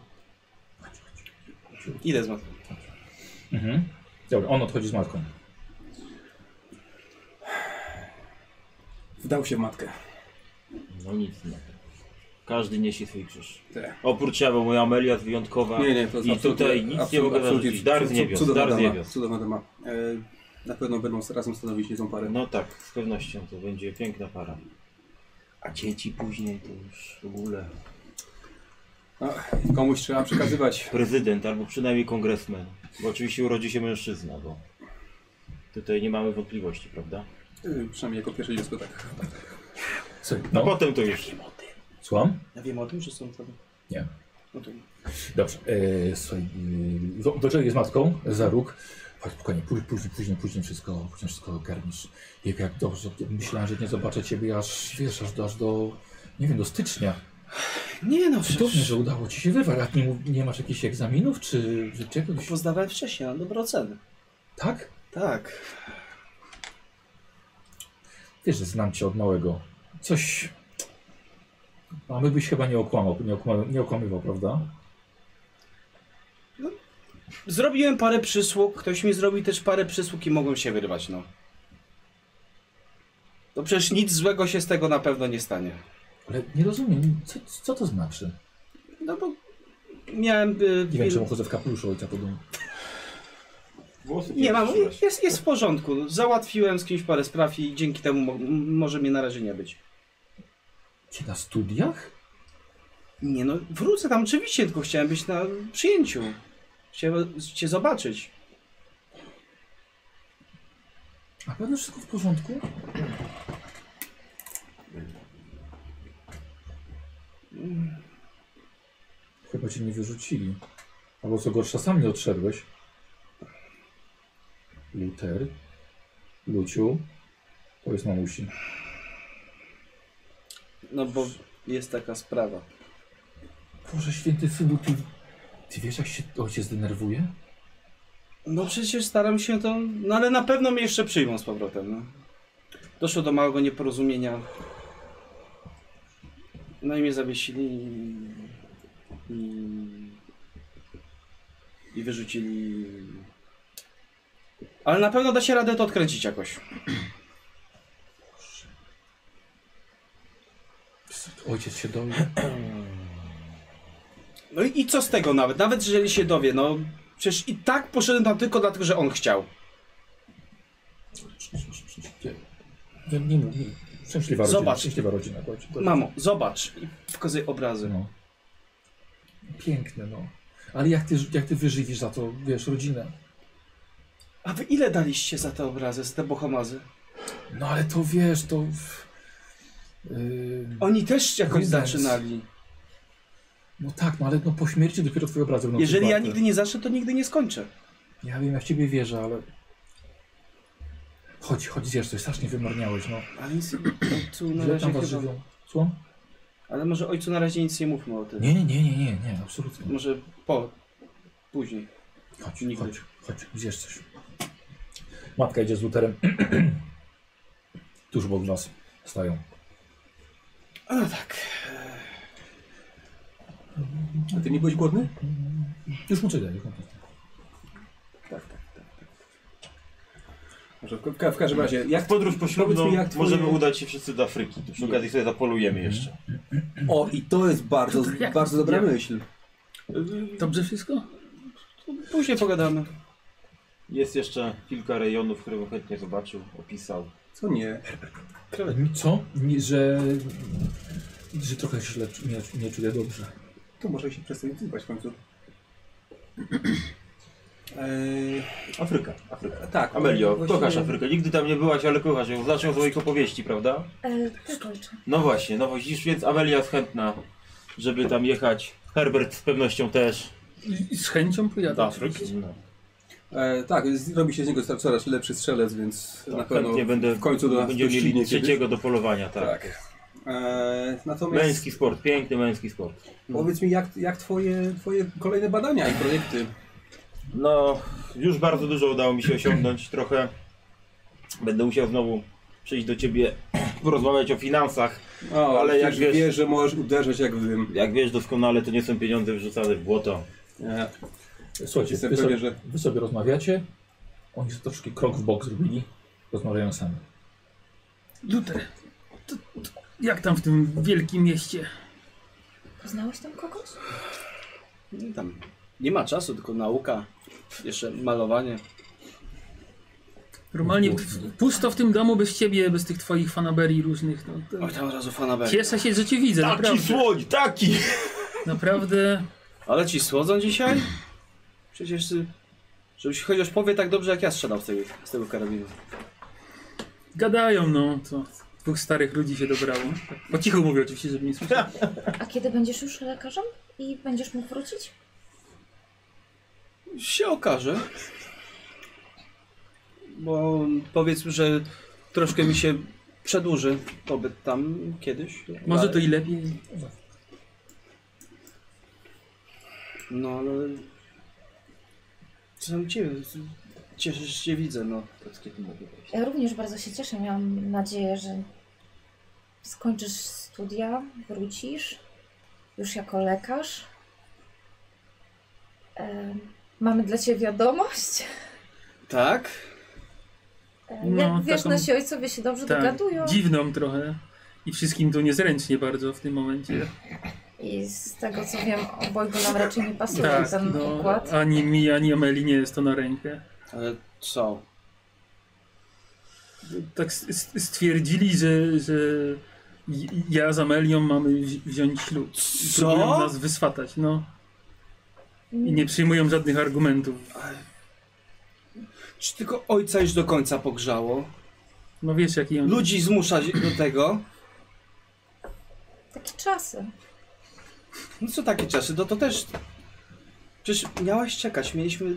Idę z matką. Dobra, on odchodzi z matką. Wdał się w matkę. No nic nie. Każdy niesie swój krzyż. Te. Oprócz ja, bo moja Amelia jest wyjątkowa. Nie, to i tutaj nic nie mogę narzucić. Dar z niebios, dar z niebios. Cudowna dama. Na pewno będą razem stanowić niezłą parę. No tak, z pewnością to będzie piękna para. A dzieci później to już w ogóle... Komuś trzeba przekazywać. Prezydent albo przynajmniej kongresmen. Bo oczywiście urodzi się mężczyzna, bo tutaj nie mamy wątpliwości, prawda? Przynajmniej jako pierwsze dziecko tak. No potem to już. Słucham? Ja wiem o tym, że są tam... Nie. No to... Dobrze. Słuchaj, do czego jest matką? Za róg. Chodź, spokojnie, później wszystko ogarniesz. Jak dobrze, myślałem, że nie zobaczę ciebie aż, wiesz, aż do, nie wiem, do stycznia. Nie no, cudownie, że udało ci się wyrwać. A nie masz jakichś egzaminów, czy czegoś? Pozdawałem wcześniej, mam dobre oceny. Tak? Tak. Wiesz, że znam cię od małego. Coś... A my byś chyba nie okłamywał, prawda? No, zrobiłem parę przysług, ktoś mi zrobił też parę przysług i mogłem się wyrwać, no. No przecież nic złego się z tego na pewno nie stanie. Ale nie rozumiem, co to znaczy? No bo miałem... Nie wiem, czemu chodzę w kapeluszu ojca po domu. Nie mam, jest w porządku. Załatwiłem z kimś parę spraw i dzięki temu może mnie na razie nie być. Cię na studiach? Nie no, wrócę tam oczywiście, tylko chciałem być na przyjęciu. Chciałem cię zobaczyć. A pewno wszystko w porządku? Chyba cię nie wyrzucili. Albo co gorsza, sam nie odszedłeś. Luther. Luciu. Powiedz mamusi. No bo jest taka sprawa. Boże święty synu, ty wiesz, jak się ojciec denerwuje? No przecież staram się to... No ale na pewno mnie jeszcze przyjmą z powrotem, no. Doszło do małego nieporozumienia. No i mnie zawiesili i wyrzucili. Ale na pewno da się radę to odkręcić jakoś. Ojciec się dowie. No i co z tego nawet? Nawet jeżeli się dowie, no przecież i tak poszedłem tam tylko dlatego, że on chciał. Nie. Szczęśliwa rodzina. Zobacz. Szczęśliwa rodzina. Mamo, zobacz. I wskazuję obrazy. No. Piękne, no. Ale jak ty wyżywisz za to, wiesz, rodzinę? A wy ile daliście za te obrazy, za te bohomazy? No ale to wiesz, to... Oni też jakoś zaczynali. No tak, no ale no, po śmierci dopiero twoje obrazy będą... Jeżeli ja nigdy nie zacznę, to nigdy nie skończę. Ja wiem, ja w ciebie wierzę, ale... Chodź, zjesz coś, strasznie wymarniałeś, no. Ale nic ojcu na razie chyba... żywią? Słucham? Ale może ojcu na razie nic nie mówmy o tym. Nie, absolutnie. Może później. Chodź, zjesz coś. Matka idzie z Lutherem. Tuż obok nas stają. No tak. A ty nie byłeś głodny? Już mu czekaj. Tak. Może w każdym razie, jak podróż poślubną możemy udać się wszyscy do Afryki. Przy okazji sobie zapolujemy jeszcze. O, i to jest bardzo dobra myśl. Dobrze wszystko? Później pogadamy. Jest jeszcze kilka rejonów, które bym chętnie zobaczył, opisał. Co nie? Co? Że trochę źle nie czuję dobrze. To może się przestań wzywać w końcu. Afryka. Tak. Amelio, właśnie... kochasz Afrykę. Nigdy tam nie byłaś, ale kochasz ją. Zacznę od swoich opowieści, prawda? Tak, ojcze. No właśnie, widzisz, więc Amelia jest chętna, żeby tam jechać. Herbert z pewnością też. I z chęcią pojadę. Do Afryki. No. Tak, robi się z niego coraz lepszy strzelec, więc Tak, na pewno w końcu będziemy mieli trzeciego do polowania, tak. Natomiast... Męski sport, piękny męski sport. Powiedz mi, jak twoje kolejne badania i projekty? No, już bardzo dużo udało mi się osiągnąć, trochę będę musiał znowu przyjść do ciebie porozmawiać o finansach. O, ale jak wiesz, że możesz uderzać jak w dym. Jak wiesz doskonale, to nie są pieniądze wrzucane w błoto. Nie. Słuchajcie, wy sobie rozmawiacie, oni sobie troszkę krok w bok zrobili, rozmawiają sami. Luther, to jak tam w tym wielkim mieście? Poznałeś tam kogoś? Tam nie ma czasu, tylko nauka, jeszcze malowanie. Normalnie pusto w tym domu bez ciebie, bez tych twoich fanaberii różnych. No, Oj, tam od razu fanaberii. Cieszę się, że cię widzę, taki naprawdę. Słoń, taki! Naprawdę. Ale ci słodzą dzisiaj? Przecież żebyś chociaż powie tak dobrze jak ja strzelał z tego karabinu. Gadają, no, to dwóch starych ludzi się dobrało. Po cichu mówię oczywiście, żeby nie słyszeć. A kiedy będziesz już lekarzem i będziesz mógł wrócić? Się okaże. Bo powiedzmy, że troszkę mi się przedłuży pobyt tam kiedyś. Może to i lepiej. No ale... Co tam ciebie? Cieszę się, że cię widzę, no. To kiedy mogę wejść. Ja również bardzo się cieszę. Miałam nadzieję, że skończysz studia, wrócisz już jako lekarz. Mamy dla ciebie wiadomość. Tak? Jak wiesz, taką- nasi ojcowie się dobrze Tak, dogadują. dziwną trochę. I wszystkim to niezręcznie bardzo w tym momencie. I z tego co wiem, obojgu nam raczej nie pasuje Tak, ten no, układ. ani mi, ani Ameli nie jest to na rękę. Ale co? Tak stwierdzili, że ja z Amelią mamy wziąć ślub. I Co? próbują nas wyswatać, no. I nie przyjmują żadnych argumentów. Czy tylko ojca już do końca pogrzało? No wiesz jaki on... Ludzi zmuszać do tego? Takie czasy. No co takie czasy? No to też... Przecież miałaś czekać, mieliśmy...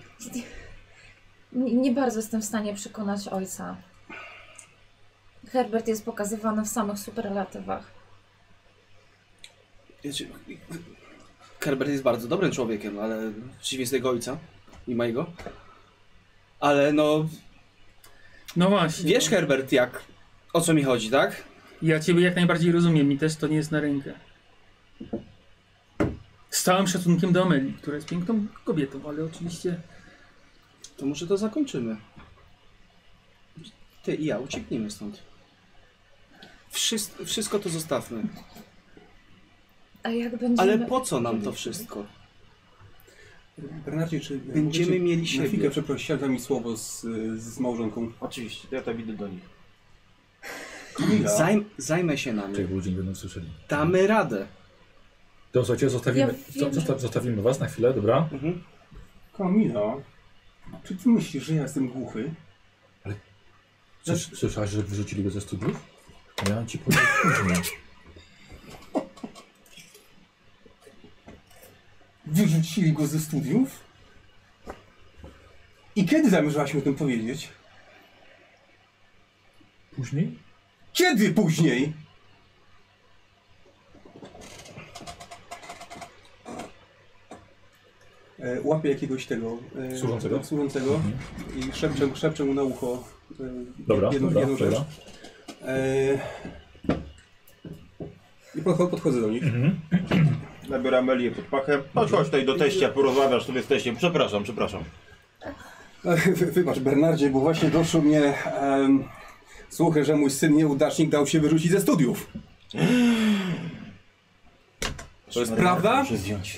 Nie bardzo jestem w stanie przekonać ojca. Herbert jest pokazywany w samych superlatywach. Wiecie, Herbert jest bardzo dobrym człowiekiem, ale w przeciwieństwie jego ojca i mojego. Ale no... No właśnie. Wiesz, Herbert, o co mi chodzi, tak? Ja ciebie jak najbardziej rozumiem, mi też to nie jest na rękę. Z całym szacunkiem do Ameli, która jest piękną kobietą, ale oczywiście... To może to zakończymy. Ty i ja uciekniemy stąd. Wszystko to zostawmy. A jak będziemy... Ale po co nam to wszystko? Bernardzie, czy Będziemy mieli siebie. Na chwilę przeprosić, da mi słowo z małżonką. Oczywiście, ja tam idę do nich. Zajmę się nami. Czego ludzie nie będą słyszeli. Damy radę. To słuchajcie, zostawimy was na chwilę, dobra? Mhm. Kamila, czy ty myślisz, że ja jestem głuchy? Ale słyszałeś, że wyrzucili go ze studiów? Miałem ci powiedzieć później. Wyrzucili go ze studiów? I kiedy zamierzałaś mi o tym powiedzieć? Później? Kiedy później? Łapię jakiegoś tego służącego i szepczę mu na ucho jedną rzecz. I podchodzę do nich. Nabiorę Amelię pod pachę. Chodź tutaj do teścia, porozmawiasz sobie z teściem. Przepraszam. Wybacz, Bernardzie, bo właśnie doszło mnie słuchy, że mój syn nieudacznik dał się wyrzucić ze studiów. To jest prawda? Muszę zdjąć.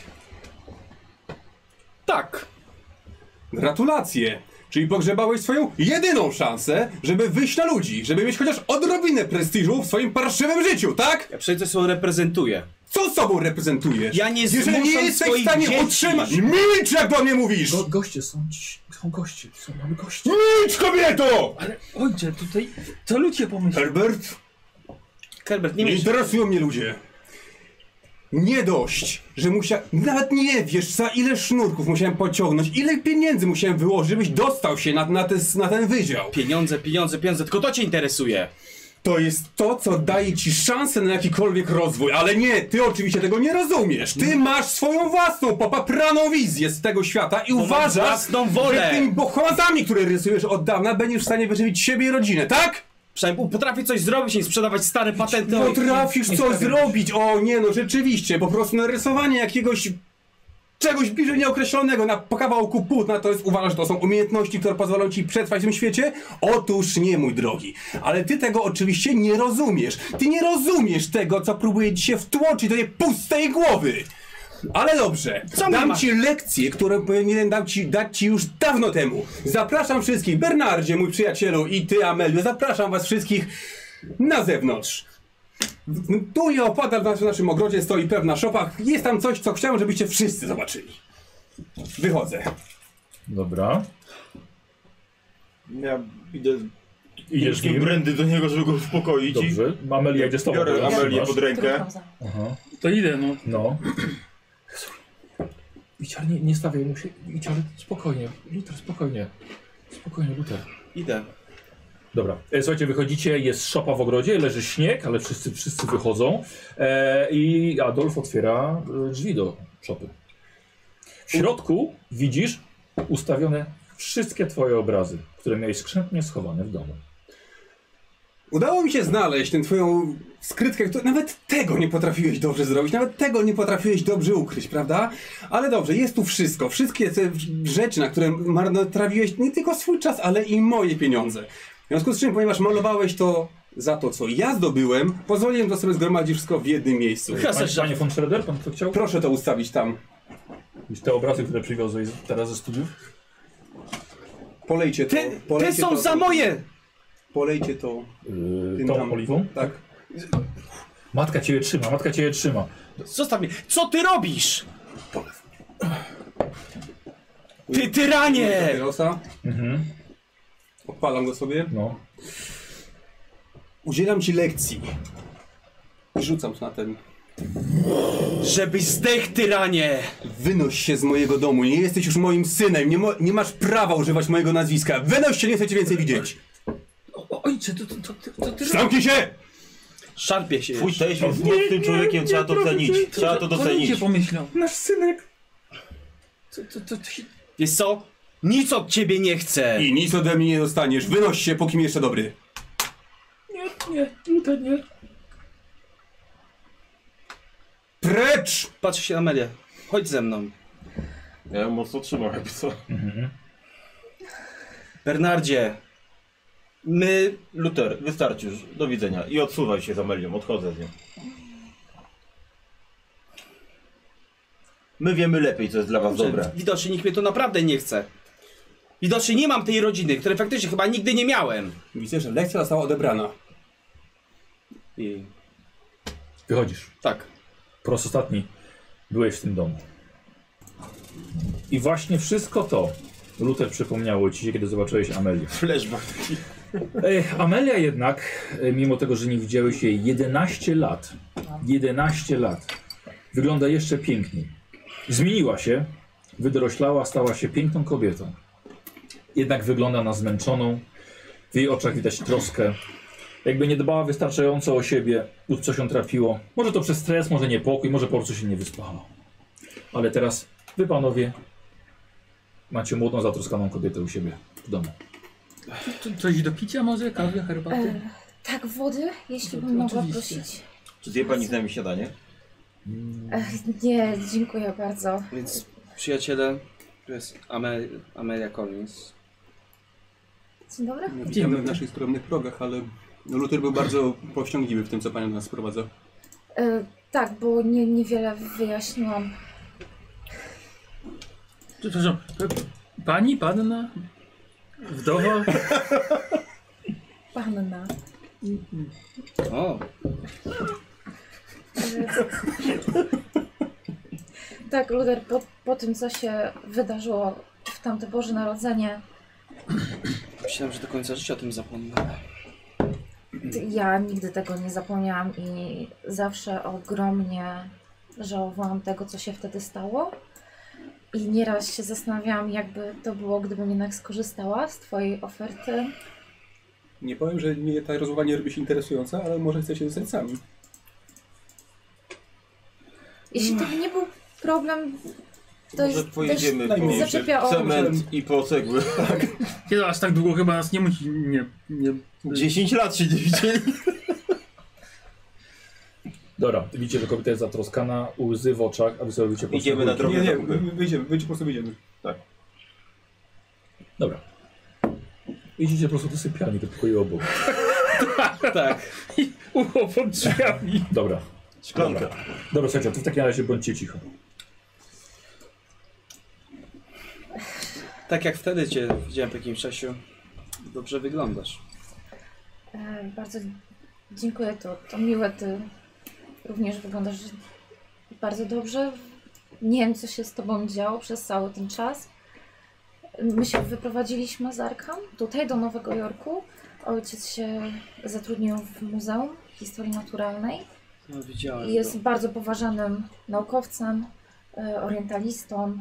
Tak. Gratulacje. Czyli pogrzebałeś swoją jedyną szansę, żeby wyjść na ludzi, żeby mieć chociaż odrobinę prestiżu w swoim parszywym życiu, tak? Ja przecież sobą reprezentuję. Co sobą reprezentujesz? Ja nie Jeżeli nie zmuszam jesteś w swoich stanie dzieci. utrzymać... Milcz, jak do mnie mówisz! Goście są goście, mamy gości. Milcz, kobieto! Ale ojcze, tutaj co ludzie pomyślą? Herbert, Nie interesują mnie ludzie. Nie dość, że nawet nie wiesz, za ile sznurków musiałem pociągnąć, ile pieniędzy musiałem wyłożyć, żebyś dostał się na ten wydział. Pieniądze, tylko to cię interesuje. To jest to, co daje ci szansę na jakikolwiek rozwój, ale nie, ty oczywiście tego nie rozumiesz. Ty masz swoją własną, popapraną wizję z tego świata i uważasz, własną wolę. że tymi pochłazami, które rysujesz od dawna, będziesz w stanie wyżywić siebie i rodzinę, tak? Przynajmniej potrafię coś zrobić, nie sprzedawać stare patenty. Potrafisz coś zrobić! O nie, no rzeczywiście, po prostu narysowanie jakiegoś... czegoś bliżej nieokreślonego na kawałku płótna, to jest, uważasz, że to są umiejętności, które pozwolą ci przetrwać w tym świecie? Otóż nie, mój drogi. Ale ty tego oczywiście nie rozumiesz. Ty nie rozumiesz tego, co próbuję ci się wtłoczyć do tej pustej głowy. Ale dobrze, dam ci lekcję, którą powinienem dać ci już dawno temu. Zapraszam wszystkich, Bernardzie, mój przyjacielu, i ty, Amelio, zapraszam was wszystkich na zewnątrz. Tu nieopodal w naszym ogrodzie stoi pewna szopa. Jest tam coś, co chciałem, żebyście wszyscy zobaczyli. Wychodzę. Dobra. Ja idę Idziesz z nim? brandy do niego, żeby go uspokoić. Dobrze. Amelia idzie z tobą. Biorę Amelię pod rękę. Aha. To idę, no. No. Wiciar, nie stawiaj mu się. Wiciar, spokojnie. Luther, spokojnie. Spokojnie, Luther. Idę. Dobra. Słuchajcie, wychodzicie, jest szopa w ogrodzie, leży śnieg, ale wszyscy wychodzą. I Adolf otwiera drzwi do szopy. W środku widzisz ustawione wszystkie twoje obrazy, które miałeś skrzętnie schowane w domu. Udało mi się znaleźć tę twoją skrytkę, którą nawet tego nie potrafiłeś dobrze zrobić, nawet tego nie potrafiłeś dobrze ukryć, prawda? Ale dobrze, jest tu wszystko, wszystkie te rzeczy, na które marnotrawiłeś nie tylko swój czas, ale i moje pieniądze. W związku z czym, ponieważ malowałeś to za to, co ja zdobyłem, pozwoliłem to sobie zgromadzić wszystko w jednym miejscu. Panie von Schroeder, pan to chciał? Proszę to ustawić tam. Te obrazy, które przywiozłeś teraz ze studiów? Polejcie to. Te są za moje! Polejcie to. Tą oliwą? Tak. Matka cię trzyma. Zostaw mnie. Co ty robisz? Ty tyranie! Papierosa. Mhm. Odpalam go sobie. No. Udzielam ci lekcji. I rzucam to na ten. Żebyś zdechł, tyranie! Wynoś się z mojego domu. Nie jesteś już moim synem. Nie masz prawa używać mojego nazwiska. Wynoś się, nie chcę cię więcej widzieć. Ojcze, to ty... Zamknij się! Szarpie się. Twój teść jest mocnym człowiekiem, trzeba to cenić. Trzeba to docenić. Pomyślał. Nasz synek. Wiesz co? Nic od ciebie nie chcę. I nic ode mnie nie dostaniesz. Wynoś się, póki mi jeszcze dobry. Nie, Luther, nie. Precz! Patrzę się na Amelię. Chodź ze mną. Ja ją mocno trzymam, jakby co. Bernardzie. Luther, wystarczy już. Do widzenia. I odsuwaj się z Amelią, odchodzę z nią. My wiemy lepiej, co jest dla was dobre. Widocznie nikt mnie to naprawdę nie chce. Widocznie nie mam tej rodziny, której faktycznie chyba nigdy nie miałem. Widzę, że lekcja została odebrana. I... Wychodzisz. Tak. Po raz ostatni byłeś w tym domu. I właśnie wszystko to Luther przypomniało ci, kiedy zobaczyłeś Amelię. Flashback. Amelia jednak, mimo tego, że nie widziałeś jej 11 lat, wygląda jeszcze piękniej. Zmieniła się, wydoroślała, stała się piękną kobietą. Jednak wygląda na zmęczoną, w jej oczach widać troskę. Jakby nie dbała wystarczająco o siebie lub coś ją trapiło. Może to przez stres, może niepokój, może po prostu się nie wyspała. Ale teraz wy, panowie, macie młodą, zatroskaną kobietę u siebie w domu. Coś do picia może? Kawy, herbaty? Tak, wody, jeśli bym mogła prosić. Czy zje pani z nami śniadanie? Nie, dziękuję bardzo. Więc przyjaciele, to jest Amelia Collins. Dzień dobry. Witamy w naszych skromnych progach, ale Luther był bardzo powściągliwy w tym, co panią do nas sprowadza. Tak, bo niewiele wyjaśniłam. Przepraszam, pani, panna, wdowa? Panna. O. Tak, Luther, po tym, co się wydarzyło w tamte Boże Narodzenie, Myślałem, że do końca życia o tym zapomnę. ja nigdy tego nie zapomniałam i zawsze ogromnie żałowałam tego, co się wtedy stało. I nieraz się zastanawiałam, jakby to było, gdybym jednak skorzystała z twojej oferty. Nie powiem, że mnie ta rozmowa nie robi się interesująca, ale może chcecie zostać sami. Jeśli to by nie był problem, To Może jest pojedziemy też po zaczepia o... cement i po cegły. Nie, aż tak długo chyba nas nie musi... Nie. 10 lat się nie widzieli. Dobra, widzicie, że kobieta jest zatroskana, łzy w oczach, a wy sobie robicie po prostu Idziemy na kulki. drogę. Nie, wyjdziemy, po prostu wyjdziemy. Tak. Dobra. Idziecie po prostu do sypialni, do pokoju obok. Tak. Ucho pod drzwiami. Dobra. Szklanka. Dobra, słuchajcie, to w takim razie bądźcie cicho. Tak jak wtedy cię widziałem w takim czasie. Dobrze wyglądasz. Bardzo dziękuję, to miłe, ty również wyglądasz bardzo dobrze. Nie wiem, co się z tobą działo przez cały ten czas. My się wyprowadziliśmy z Arkham tutaj do Nowego Jorku. Ojciec się zatrudnił w Muzeum Historii Naturalnej. No, widziałem. Jest bardzo poważanym naukowcem, orientalistą.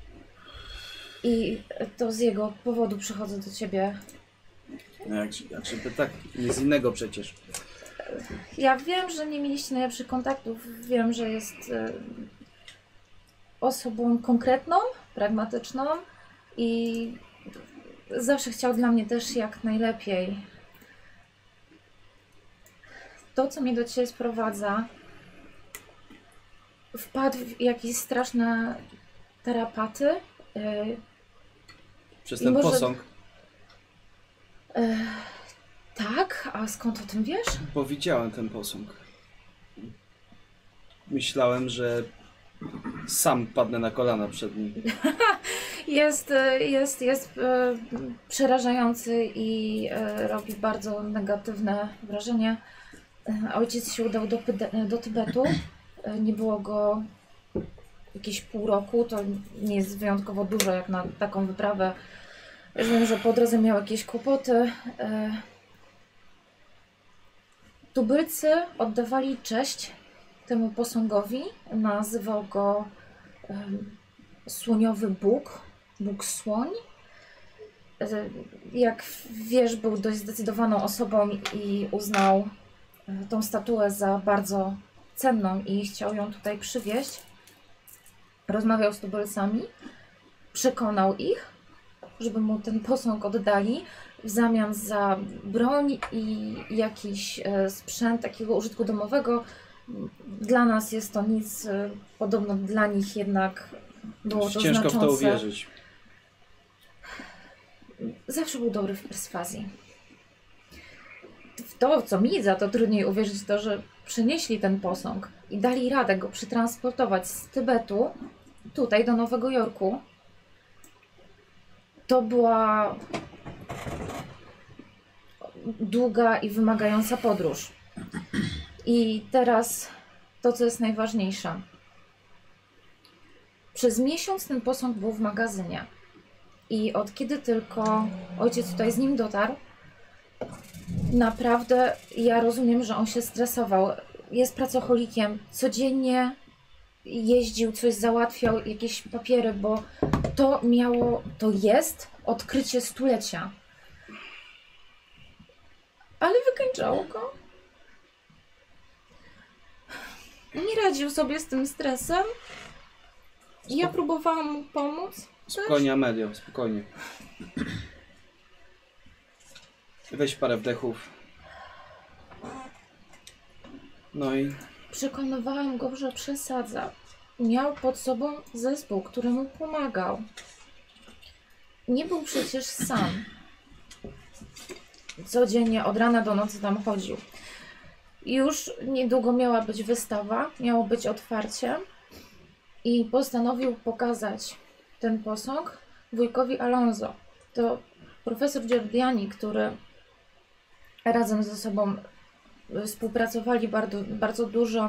I to z jego powodu przychodzę do ciebie. No jakże tak, nie z innego przecież. Ja wiem, że nie mieliście najlepszych kontaktów. Wiem, że jest osobą konkretną, pragmatyczną i zawsze chciał dla mnie też jak najlepiej. To, co mnie do ciebie sprowadza, wpadł w jakieś straszne tarapaty. Przez I ten może- posąg. Tak? A skąd o tym wiesz? Bo widziałem ten posąg. Myślałem, że sam padnę na kolana przed nim. Jest przerażający i robi bardzo negatywne wrażenie. Ojciec się udał do Tybetu. Nie było go jakieś pół roku. To nie jest wyjątkowo dużo jak na taką wyprawę. Wiem, że po drodze miał jakieś kłopoty. Tubylcy oddawali cześć temu posągowi. Nazywał go Słoniowy Bóg, Bóg Słoń. Jak wiesz, był dość zdecydowaną osobą i uznał tą statuę za bardzo cenną i chciał ją tutaj przywieźć. Rozmawiał z tubylcami, przekonał ich, żeby mu ten posąg oddali w zamian za broń i jakiś sprzęt takiego użytku domowego. Dla nas jest to nic, podobno dla nich jednak było to Ciężko znaczące. w to uwierzyć. Zawsze był dobry w perswazji. W to, co mi za to trudniej uwierzyć, to, że przynieśli ten posąg i dali radę go przetransportować z Tybetu tutaj do Nowego Jorku. To była długa i wymagająca podróż. I teraz to, co jest najważniejsze. Przez miesiąc ten posąg był w magazynie. I od kiedy tylko ojciec tutaj z nim dotarł, naprawdę ja rozumiem, że on się stresował. Jest pracocholikiem. Codziennie jeździł, coś załatwiał, jakieś papiery, bo to jest odkrycie stulecia. Ale wykańczało go. Nie radził sobie z tym stresem. Ja próbowałam mu pomóc. Spokojnie, Amelio, spokojnie. Weź parę wdechów. No i Przekonywałam go, że przesadza. Miał pod sobą zespół, który mu pomagał. Nie był przecież sam. Codziennie od rana do nocy tam chodził. Już niedługo miała być wystawa, miało być otwarcie i postanowił pokazać ten posąg wujkowi Alonso. To profesor Giordiani, który razem ze sobą współpracowali bardzo dużo.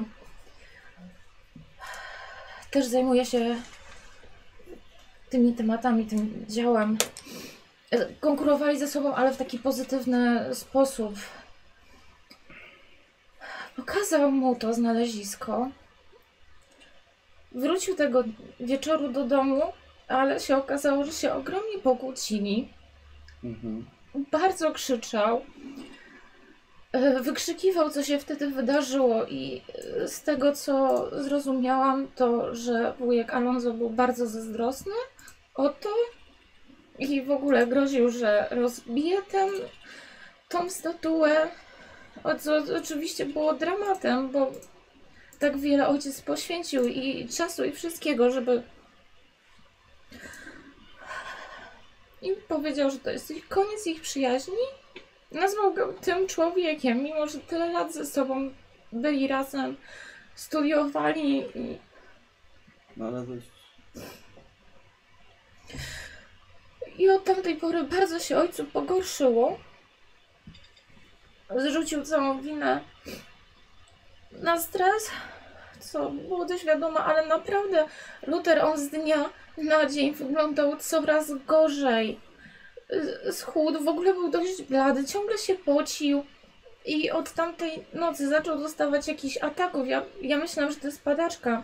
Też zajmuje się tymi tematami, tym działem. Konkurowali ze sobą, ale w taki pozytywny sposób. Pokazał mu to znalezisko. Wrócił tego wieczoru do domu, ale się okazało, że się ogromnie pokłócili. Bardzo krzyczał. wykrzykiwał, co się wtedy wydarzyło i z tego, co zrozumiałam, to, że wujek Alonso był bardzo zazdrosny o to i w ogóle groził, że rozbije tą statuę, co oczywiście było dramatem, bo tak wiele ojciec poświęcił i czasu i wszystkiego, żeby... I powiedział, że to jest koniec ich przyjaźni. Nazwał go tym człowiekiem, mimo że tyle lat ze sobą byli razem, studiowali i... No ale to... I od tamtej pory bardzo się ojcu pogorszyło. Zrzucił całą winę na stres, co było dość wiadome, ale naprawdę Luther, on z dnia na dzień wyglądał coraz gorzej. Schudł, w ogóle był dość blady, ciągle się pocił i od tamtej nocy zaczął dostawać jakichś ataków. Ja myślałam, że to jest padaczka.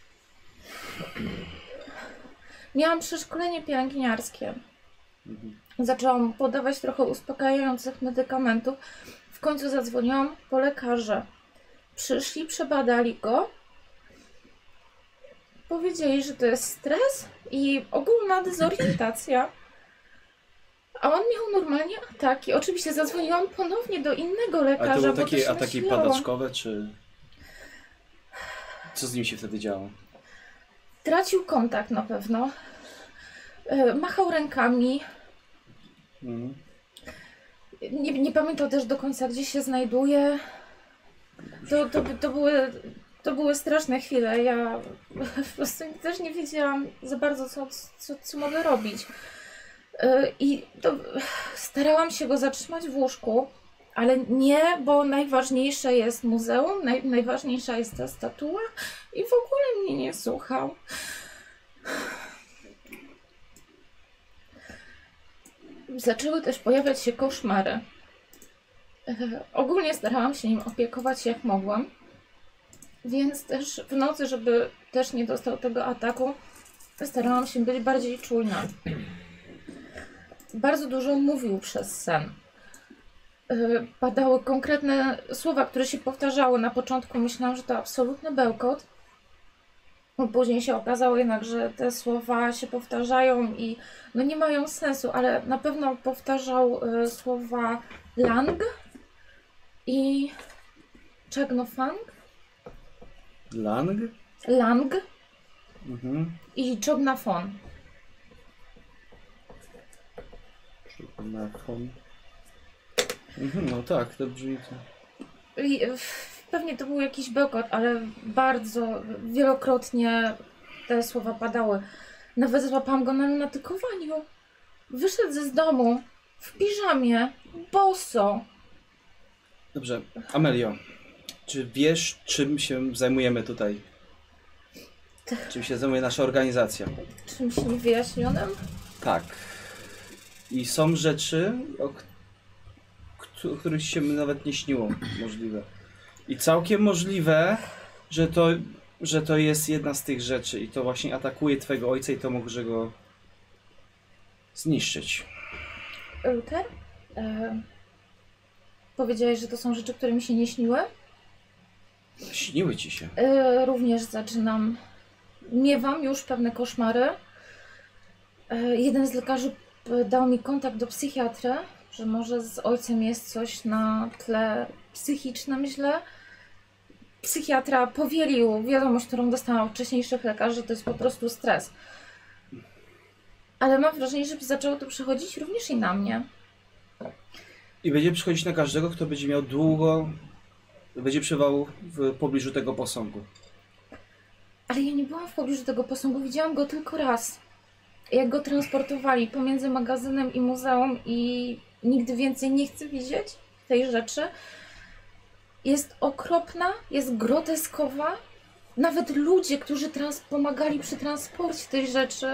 Miałam przeszkolenie pielęgniarskie. Zaczęłam podawać trochę uspokajających medykamentów. W końcu zadzwoniłam po lekarze. Przyszli, przebadali go. Powiedzieli, że to jest stres i ogólna dezorientacja. A on miał normalnie ataki. Oczywiście zadzwoniłam ponownie do innego lekarza. Ale to były bo takie też ataki myślałam. padaczkowe, czy... Co z nim się wtedy działo? Tracił kontakt na pewno. Machał rękami. Nie pamiętał też do końca, gdzie się znajduje. To były straszne chwile. Ja po prostu też nie wiedziałam za bardzo, co mogę robić. I starałam się go zatrzymać w łóżku, ale nie, bo najważniejsze jest muzeum, najważniejsza jest ta statua i w ogóle mnie nie słuchał. Zaczęły też pojawiać się koszmary. Ogólnie starałam się nim opiekować jak mogłam, więc też w nocy, żeby też nie dostał tego ataku, starałam się być bardziej czujna. Bardzo dużo mówił przez sen. Padały konkretne słowa, które się powtarzały. Na początku myślałam, że to absolutny bełkot. Później się okazało jednak, że te słowa się powtarzają i no nie mają sensu, ale na pewno powtarzał słowa lang i Chagnofang. Lang? Lang i Chognafon. No tak, to brzmi to. I pewnie to był jakiś bełkot, ale bardzo wielokrotnie te słowa padały. Nawet złapałam go na natykowaniu. Wyszedł z domu w piżamie, boso. Dobrze, Amelio, czy wiesz, czym się zajmujemy tutaj? Czym się zajmuje nasza organizacja? Czymś niewyjaśnionym? Tak. I są rzeczy, o których się nawet nie śniło, możliwe. I całkiem możliwe, że to jest jedna z tych rzeczy i to właśnie atakuje twojego ojca i to może go zniszczyć. Luther? Powiedziałeś, że to są rzeczy, które mi się nie śniły? Śniły ci się? Również zaczynam. Miewam już pewne koszmary. Jeden z lekarzy dał mi kontakt do psychiatry, że może z ojcem jest coś na tle psychicznym źle. Psychiatra powielił wiadomość, którą dostałam od wcześniejszych lekarzy, że to jest po prostu stres. Ale mam wrażenie, że zaczęło to przechodzić również i na mnie. I będzie przychodzić na każdego, kto będzie miał będzie przebywał w pobliżu tego posągu. Ale ja nie byłam w pobliżu tego posągu, widziałam go tylko raz. Jak go transportowali pomiędzy magazynem i muzeum i nigdy więcej nie chcę widzieć tej rzeczy. Jest okropna, jest groteskowa. Nawet ludzie, którzy pomagali przy transporcie tej rzeczy,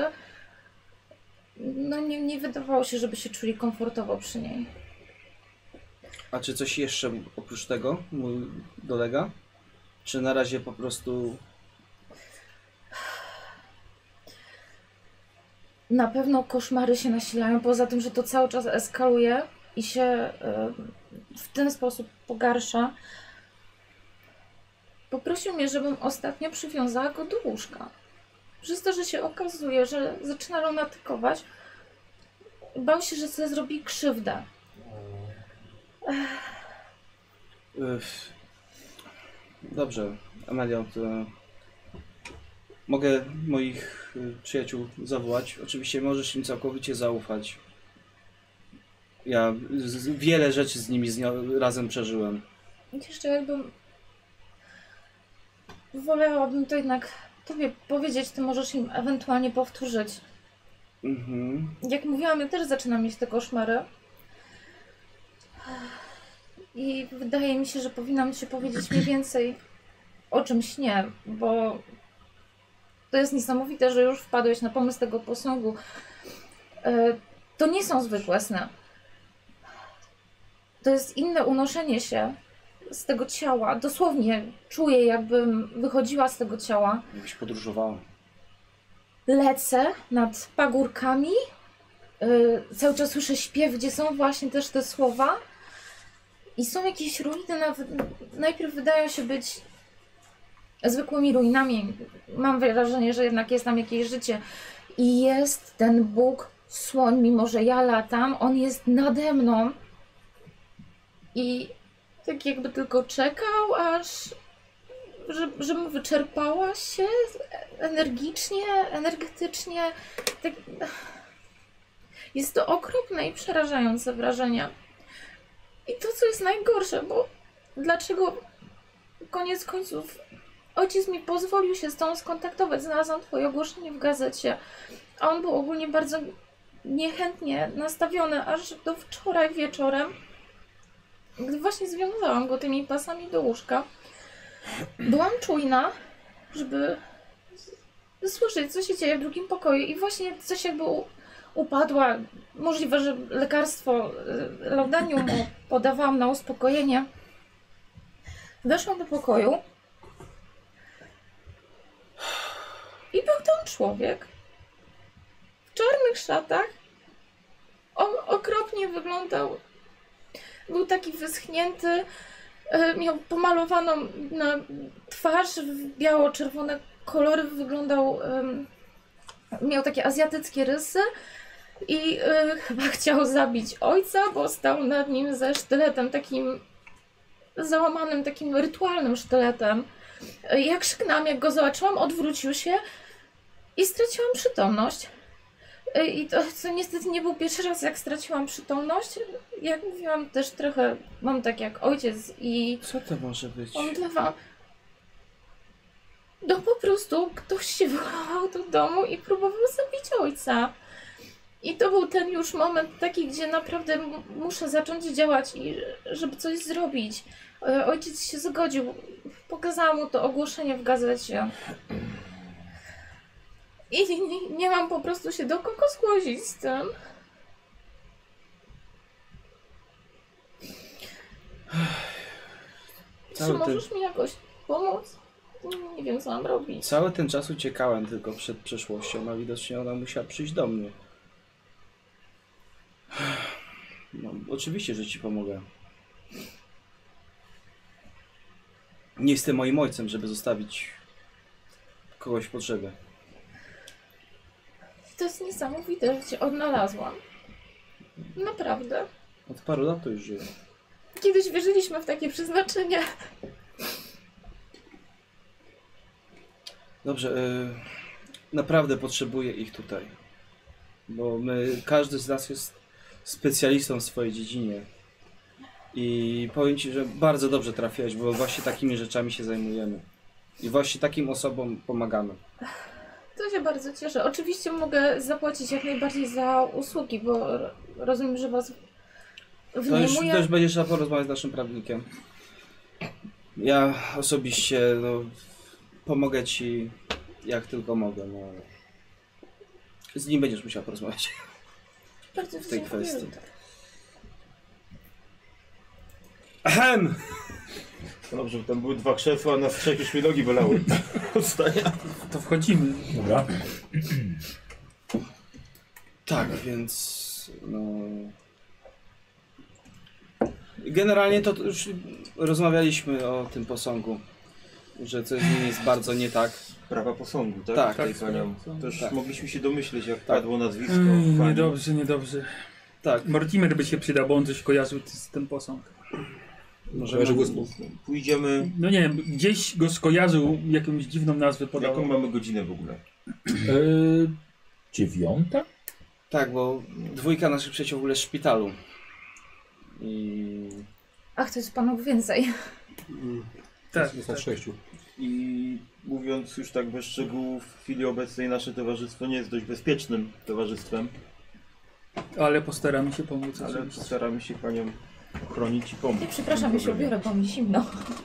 no nie wydawało się, żeby się czuli komfortowo przy niej. A czy coś jeszcze oprócz tego mój dolega? Czy na razie po prostu... Na pewno koszmary się nasilają, poza tym, że to cały czas eskaluje. i się w ten sposób pogarsza, poprosił mnie, żebym ostatnio przywiązała go do łóżka. Przez to, że się okazuje, że zaczyna lunatykować, bał się, że sobie zrobi krzywdę. Dobrze, Amelia, to mogę moich przyjaciół zawołać. Oczywiście możesz im całkowicie zaufać. Ja wiele rzeczy z nimi razem przeżyłem. Jeszcze jakbym... Wolałabym to jednak tobie powiedzieć, ty możesz im ewentualnie powtórzyć. Jak mówiłam, ja też zaczynam mieć te koszmary. I wydaje mi się, że powinnam ci powiedzieć mniej więcej o czym śnie, bo to jest niesamowite, że już wpadłeś na pomysł tego posągu. To nie są zwykłe sny. To jest inne unoszenie się z tego ciała. Dosłownie czuję, jakbym wychodziła z tego ciała. Jakbyś podróżowała. Lecę nad pagórkami. Cały czas słyszę śpiew, gdzie są właśnie też te słowa. I są jakieś ruiny, najpierw wydają się być zwykłymi ruinami. Mam wrażenie, że jednak jest tam jakieś życie. I jest ten Bóg, słoń, mimo że ja latam, on jest nade mną. I tak jakby tylko czekał, aż żebym wyczerpała się energicznie, energetycznie. Tak... Jest to okropne i przerażające wrażenie. I to, co jest najgorsze, bo dlaczego koniec końców ojciec mi pozwolił się z tą skontaktować. Znalazłam twoje ogłoszenie w gazecie, a on był ogólnie bardzo niechętnie nastawiony, aż do wczoraj wieczorem, gdy właśnie związałam go tymi pasami do łóżka. Byłam czujna, żeby słyszeć, co się dzieje w drugim pokoju i właśnie coś jakby upadła. Możliwe, że lekarstwo Laudanium mu podawałam na uspokojenie. Weszłam do pokoju i był tam człowiek w czarnych szatach. On okropnie wyglądał. Był taki wyschnięty, miał pomalowaną na twarz w biało-czerwone kolory, wyglądał, miał takie azjatyckie rysy i chyba chciał zabić ojca, bo stał nad nim ze sztyletem, takim załamanym, takim rytualnym sztyletem. Ja krzyknęłam, jak go zobaczyłam, odwrócił się i straciłam przytomność. I to niestety nie był pierwszy raz, jak straciłam przytomność. Jak mówiłam, też trochę mam tak jak ojciec i... Co to może być? Omdlewa. No po prostu ktoś się włamał do domu i próbował zabić ojca. I to był ten już moment taki, gdzie naprawdę muszę zacząć działać i żeby coś zrobić. Ojciec się zgodził. Pokazałam mu to ogłoszenie w gazecie. I nie mam po prostu się do kogo zgłosić z tym. Czy możesz mi jakoś pomóc? Nie wiem, co mam robić. Cały ten czas uciekałem tylko przed przeszłością, a widocznie ona musiała przyjść do mnie. No, oczywiście, że ci pomogę. Nie jestem moim ojcem, żeby zostawić kogoś w potrzebie. To jest niesamowite, że cię odnalazłam. Naprawdę. Od paru lat to już żyję. Kiedyś wierzyliśmy w takie przeznaczenie. Dobrze, naprawdę potrzebuję ich tutaj. Bo każdy z nas jest specjalistą w swojej dziedzinie. I powiem ci, że bardzo dobrze trafiłeś, bo właśnie takimi rzeczami się zajmujemy. I właśnie takim osobom pomagamy. To się bardzo cieszę. Oczywiście mogę zapłacić jak najbardziej za usługi, bo rozumiem, że was wynajmuję. To już będziesz trzeba porozmawiać z naszym prawnikiem. Ja osobiście pomogę ci jak tylko mogę. No. Z nim będziesz musiał porozmawiać Bardzo w tej dziękuję. kwestii. Ahem! Dobrze, tam były 2 krzesła, a nas 3 już mi nogi bolały. Odstania. To wchodzimy. Dobra. Tak, więc Generalnie to już rozmawialiśmy o tym posągu, że coś z nim jest bardzo nie tak. Prawa posągu, tak? Tak, Tutaj tak. panią. Też Tak. mogliśmy się domyśleć, jak padło nazwisko. Niedobrze, niedobrze. Tak. Mortimer by się przydał, bo on coś kojarzył z ten posąg. Kojarzy wózku. Pójdziemy... No nie wiem, gdzieś go skojarzył, jakąś dziwną nazwę podał. Jaką mamy godzinę w ogóle? 9? Tak, bo dwójka naszych przyjaciół w ogóle w szpitalu. Ach, to jest panów więcej. Tak. Jest nas 6. I mówiąc już tak bez szczegółów, w chwili obecnej nasze towarzystwo nie jest dość bezpiecznym towarzystwem. Ale postaramy się pomóc. Ale postaramy się panią chronić i pomóc. Przepraszam, ja się ubiorę, bo mi zimno.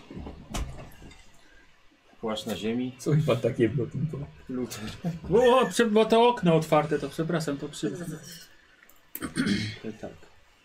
Płaszcz na ziemi. Coś pan takie w lutym. Bo to okno otwarte, to przepraszam, to przy... Tak.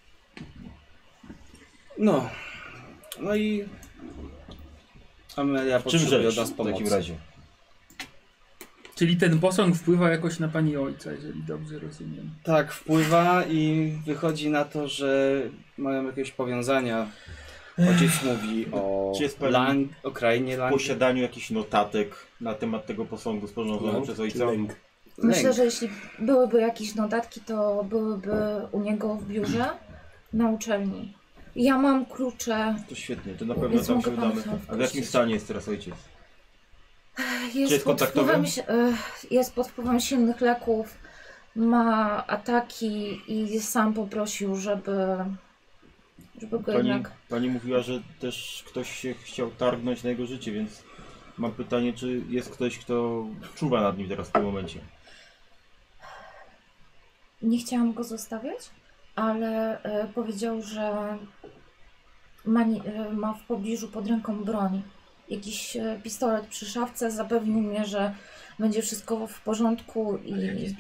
No. No i... Amelia Czym potrzebuje od rzecz nas w pomocy. takim razie? Czyli ten posąg wpływa jakoś na pani ojca, jeżeli dobrze rozumiem. Tak, wpływa i wychodzi na to, że mają jakieś powiązania. Ojciec mówi o Czy jest pani o krainie w Lang. posiadaniu jakichś notatek na temat tego posągu sporządzonego przez ojca? Myślę, że jeśli byłyby jakieś notatki, to byłyby u niego w biurze na uczelni. Ja mam klucze. To świetnie, to na pewno Więc tam mogę się panu udamy. to A w jakim wpuścić. stanie jest teraz ojciec? Jest, jest pod kontaktowy? wpływem, jest pod wpływem silnych leków, ma ataki i sam poprosił, żeby go jednak... Pani mówiła, że też ktoś się chciał targnąć na jego życie, więc mam pytanie, czy jest ktoś, kto czuwa nad nim teraz w tym momencie? Nie chciałam go zostawiać, ale powiedział, że ma w pobliżu pod ręką broń. Jakiś pistolet przy szafce, zapewnił mnie, że będzie wszystko w porządku i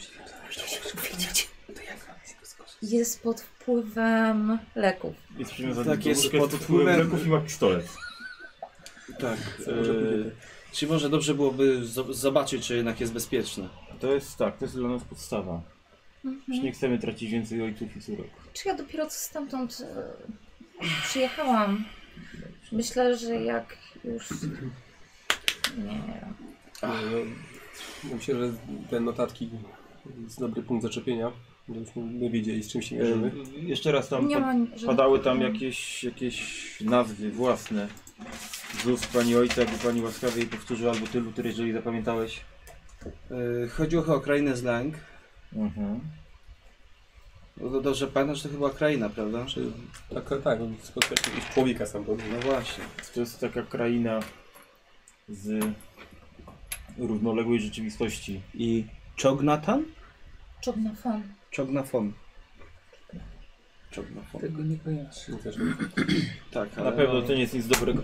jest pod wpływem leków. Jest przywiązany Tak, do jest łóżka, pod pod wpływem wpływem- leków i ma pistolet. Tak. Czy może dobrze byłoby zobaczyć, czy jednak jest bezpieczny? To jest tak, to jest dla nas podstawa. Już nie chcemy tracić więcej ojców i córek. Czy ja dopiero co stamtąd przyjechałam? Myślę, że jak już... Nie wiem. Myślę, że te notatki jest dobry punkt zaczepienia, żebyśmy my wiedzieli, z czym się mierzymy. Jeszcze raz tam Nie ma żadnych padały tam problemów. jakieś nazwy własne z ust pani ojca, jakby pani łaskawie jej powtórzyła, albo ty, Luther, jeżeli zapamiętałeś. Chodziło chyba o krainę z Lang. No to dobrze pamiętam, że to chyba kraina, prawda? Tak, spotkaliśmy jakiegoś człowieka stamtąd. No właśnie, to jest taka kraina z równoległej rzeczywistości. I Chognatan? Chognafon. Chognafon. Tego nie kojarzę. Tak, Na pewno to nie jest nic dobrego.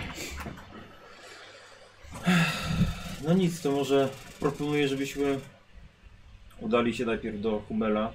No nic, to może proponuję, żebyśmy udali się najpierw do Hummela.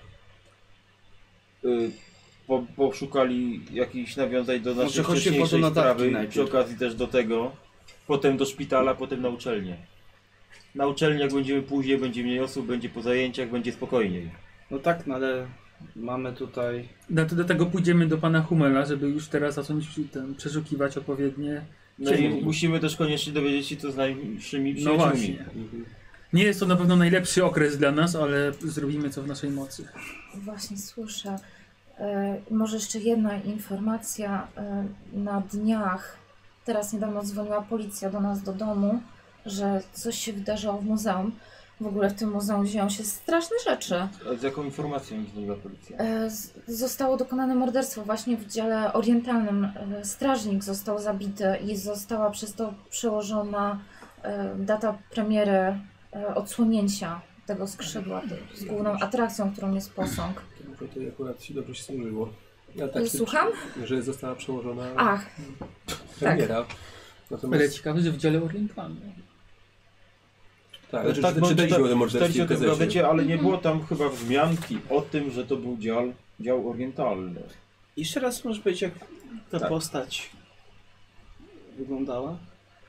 Poszukali jakichś nawiązań do naszej chodźcie po te wcześniejszej notatki sprawy, najpierw. przy okazji też do tego, potem do szpitala, potem na uczelnię. Na uczelni jak będziemy później, będzie mniej osób, będzie po zajęciach, będzie spokojniej. No tak, no ale mamy tutaj... Do tego pójdziemy do pana Hummela, żeby już teraz zacząć przeszukiwać odpowiednie No i księgi. musimy też koniecznie dowiedzieć się, co z najbliższymi No przyjaciółmi. właśnie. Nie jest to na pewno najlepszy okres dla nas, ale zrobimy co w naszej mocy. Właśnie słyszę. Może jeszcze jedna informacja. Na dniach, teraz niedawno dzwoniła policja do nas do domu, że coś się wydarzyło w muzeum. W ogóle w tym muzeum dzieją się straszne rzeczy. A z jaką informacją dzwoniła policja? Zostało dokonane morderstwo właśnie w dziale orientalnym. Strażnik został zabity i została przez to przełożona data premiery odsłonięcia tego skrzydła z główną atrakcją, którą jest posąg. To akurat się dobrze się służyło. Słucham? Że została przełożona Ach, premiera. Ale ciekawe, że w dziale orientalnym. Tak, czytaliśmy o tym morderstwie o tym w gazecie, ale nie było tam chyba wzmianki o tym, że to był dział orientalny. Jeszcze raz może powiedzieć, jak ta Tak. postać wyglądała?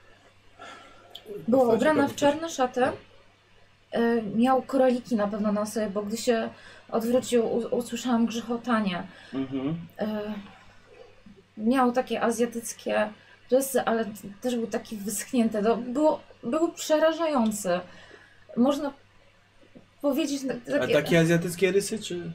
była ubrana w czarne szaty. Miał koraliki na pewno na sobie, bo gdy się odwrócił, usłyszałam grzechotanie. Miał takie azjatyckie rysy, ale też był taki wyschnięty. Było przerażające. Można powiedzieć... A takie azjatyckie rysy, czy...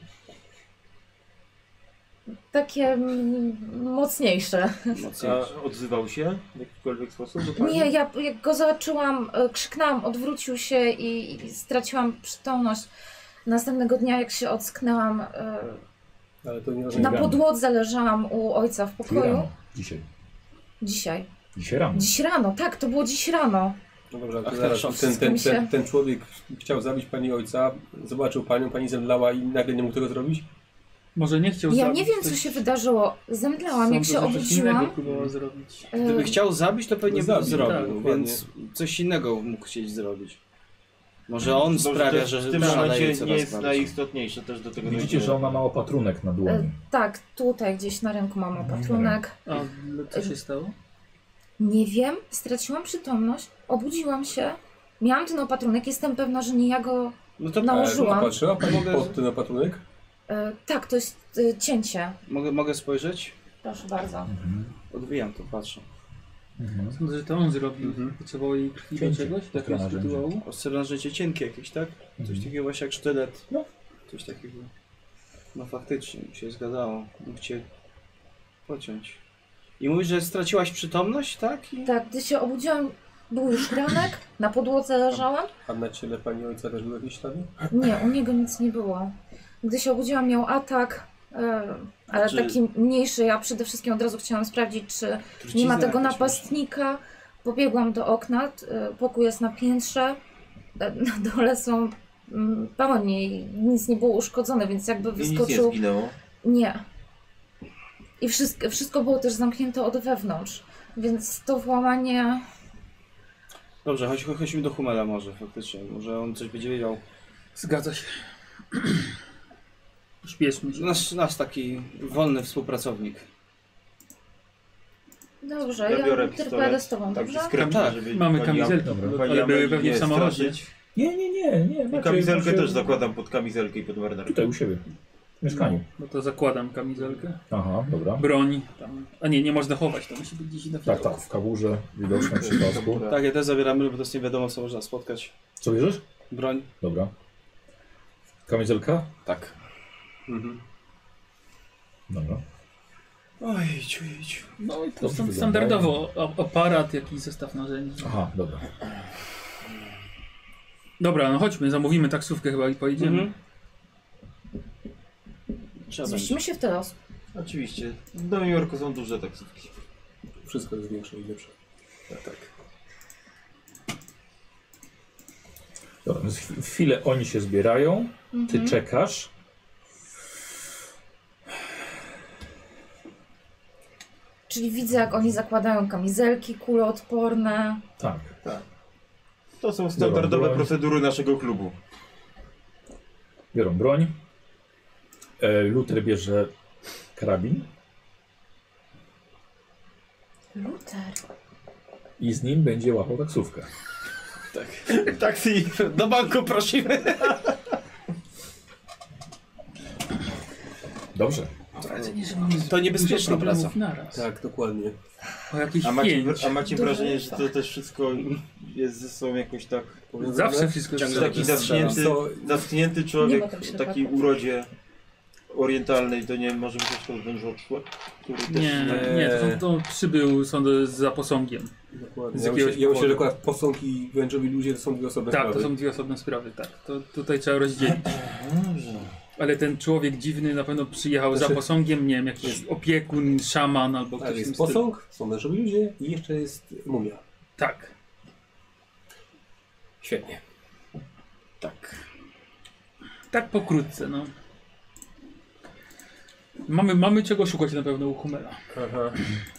Takie mocniejsze. A odzywał się w jakikolwiek sposób? Do pani? Nie, ja jak go zobaczyłam, krzyknęłam, odwrócił się i straciłam przytomność. Następnego dnia, jak się ocknęłam, Ale to nie na podłodze leżałam u ojca w Czyli pokoju. rano. Dzisiaj. Dzisiaj. Dzisiaj rano. Dziś rano, tak, to było dziś rano. No dobra, to Ach, zaraz, ten człowiek chciał zabić pani ojca, zobaczył panią, pani zemdlała i nagle nie mógł tego zrobić? Może nie chciał Ja zabić, nie wiem, co coś- się wydarzyło. Zemdlałam, jak się Sądzę, że coś innego obudziłam. próbował zrobić. Gdyby chciał zabić, to pewnie by to Zabił, zrobił, tak, więc coś innego mógł chcieć zrobić. Może on Dobrze, sprawia, to że w tym szaleje momencie coraz nie jest bardziej. najistotniejsze też do tego. Widzicie, że ona ma opatrunek na dłoni. Tak, tutaj gdzieś na ręku mam opatrunek. A co się stało? Nie wiem, straciłam przytomność, obudziłam się, miałam ten opatrunek, jestem pewna, że nie ja go No to nałożyłam. Patrzyła pani Mogę- pod ten opatrunek? Tak, to jest cięcie. Mogę spojrzeć? Proszę bardzo. Odwijam to, patrzę. Sądzę, że to on zrobił. Potrzebował jej krwi do Cięcie. czegoś? Ostre Jakiegoś narzędzie. rytuału? Ostre narzędzie cienkie jakieś, tak? Coś takiego właśnie jak sztylet. No. Coś takiego. No faktycznie, mi się zgadzało. Mógł cię pociąć. I mówisz, że straciłaś przytomność, tak? Tak, gdy się obudziłam, był już ranek, na podłodze leżałam. A na ciele pani ojca też były jakieś ślady? Nie, u niego nic nie było. Gdy się obudziłam, miał atak, ale Czy- taki mniejszy. Ja przede wszystkim od razu chciałam sprawdzić, czy nie Trucizna ma tego jakaś napastnika. Pobiegłam do okna, pokój jest na piętrze, na dole są pałanie i nic nie było uszkodzone, więc jakby I nic nie wyskoczył... zginęło. Nie. I wszystko było też zamknięte od wewnątrz, więc to włamanie... Dobrze, chodźmy do Humela może faktycznie. Może on coś będzie wiedział. Zgadza się. Śpieszmy się. Nasz taki wolny współpracownik. Dobrze, Ja ja biorę tylko pistolet, jadę z tobą, tak dobrze? dyskretnie, Tak, żeby Mamy pani kamizelki, Dobra. pani ale były Ameli pewnie nie w samochodzie. straszyć. Nie. I kamizelkę też zakładam pod kamizelkę i pod marynarkę. Tutaj u siebie. W mieszkaniu. No to zakładam kamizelkę. Aha, dobra. Broń. Tam. A nie może chować, to musi być gdzieś na Tak, widoku. tak, w kaburze, widoczne przy pasku. Tak, ja też zabieramy, bo to jest nie wiadomo, co można spotkać. Co bierzesz? Broń? Dobra. Kamizelka? Tak. Dobra. Oj, ciu. No i to Dobrze wygląda. standardowo aparat, jakiś zestaw narzędzi. Aha, dobra. Dobra, no chodźmy, zamówimy taksówkę chyba i pojedziemy. Mhm. Trzeba będzie. Zmieścimy się w teraz. Oczywiście. W Nowym Jorku są duże taksówki. Wszystko jest większe i lepsze. Tak. Dobra, więc chwilę oni się zbierają, ty czekasz. Czyli widzę, jak oni zakładają kamizelki kuloodporne. Tak. To są standardowe broń. procedury naszego klubu. Biorą broń. Luther bierze karabin Luther. i z nim będzie łapał taksówkę. Taksi, do banku prosimy. Dobrze. To niebezpieczna praca. Naraz. Tak, dokładnie. O jakieś A 5. macie wrażenie, że to też wszystko jest ze sobą jakoś tak powiązane? Zawsze wszystko jest Ciągle Taki strzelam. zaschnięty Nie człowiek ma tak w takiej ślepaków. urodzie orientalnej, to nie może być to wężoczłek, który też... Nie, to przybył za posągiem. Dokładnie. Z Ja jakiegoś myślę, że powodu. akurat posąg i wężowi ludzie to są dwie osobne Tak, sprawy. to są dwie osobne sprawy, tak. To tutaj trzeba rozdzielić. Ale ten człowiek dziwny na pewno przyjechał za posągiem, nie wiem, jakiś opiekun, szaman albo Tak, ktoś w tym jest stylu. posąg, są wężowi ludzie i jeszcze jest mumia. Tak. Świetnie. Tak pokrótce, no. Mamy czego szukać na pewno u Humela. Aha.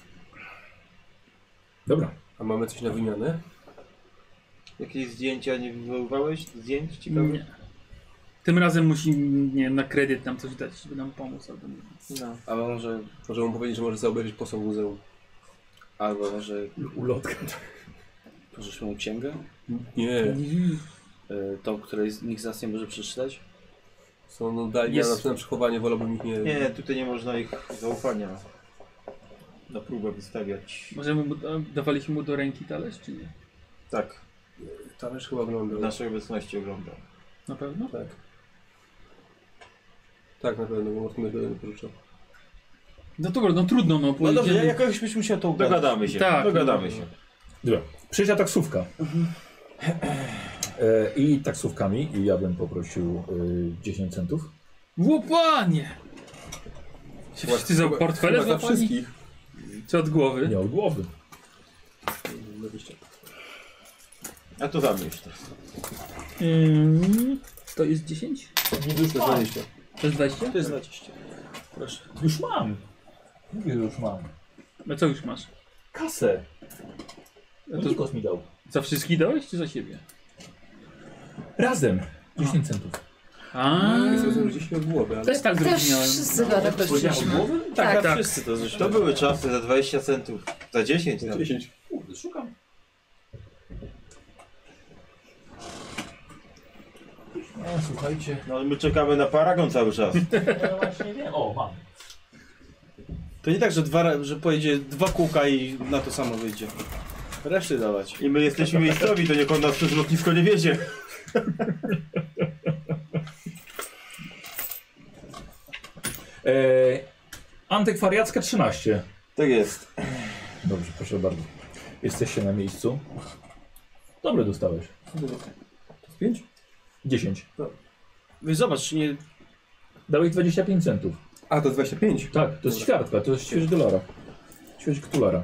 Dobra. A mamy coś na wymianę? Jakieś zdjęcia nie wywoływałeś? Zdjęć ciekawych? Nie. Tym razem musi, nie wiem, na kredyt nam coś dać, żeby nam pomóc. Albo nie. No. Albo może... Możemy mu powiedzieć, że może sobie obejrzeć posąg muzeum. Albo może... Ulotka. Pożyczysz mu księgę? Nie. Tą, której nikt z nas nie może przeczytać? Są dali Jest. na przechowanie, wolałbym ich nie... Nie, tutaj nie można ich zaufania na próbę wystawiać. Możemy dawaliśmy mu do ręki talerz, czy nie? Tak. Talerz chyba oglądał. W naszej obecności oglądał. Na pewno? Tak. Tak, na pewno, bo Mortimer go nie pożyczał. No dobra, no trudno, no. No dobrze, jakoś byś musiał to ugadać. Dogadamy się. Tak, Dogadamy się. Dobra. Przyjechała taksówka. I taksówkami ja bym poprosił 10 centów. Łopanie! Ty za portfele Chyba za złapani? wszystkich. Czy od głowy? Nie od głowy. 20. A to za mnie już teraz. To jest 10? Już to 20. To jest 20? To jest 20. Proszę. Już mam. Mówię, że już mam. No co już masz? Kasę. To Nikos mi dał. za wszystkich dałeś, czy za siebie? Razem. 10 centów. Jest rozumiem, że 10 od głowy, ale... Też tak Też zrozumiałem. wszyscy tak poszliśmy. Tak, tak. wszyscy to zresztą. To były czasy za 20 centów. Za 10 nawet. 10. Kurde, szukam. No, słuchajcie. No my czekamy na paragon cały czas. No właśnie nie. O, mam. To nie tak, że pojedzie 2 kółka i na to samo wyjdzie. Reszty dawać. I my jesteśmy miejscowi, to niech on nas przez lotnisko nie wiedzie. Antykwariacka 13. Tak jest. Dobrze, proszę bardzo. Jesteście na miejscu. Dobre dostałeś. 5? 10. Wy zobacz, czy nie... Dałeś 25 centów. A, to 25? Tak, to jest ćwiartka, to jest ćwierć dolara. Ćwierć ktulara.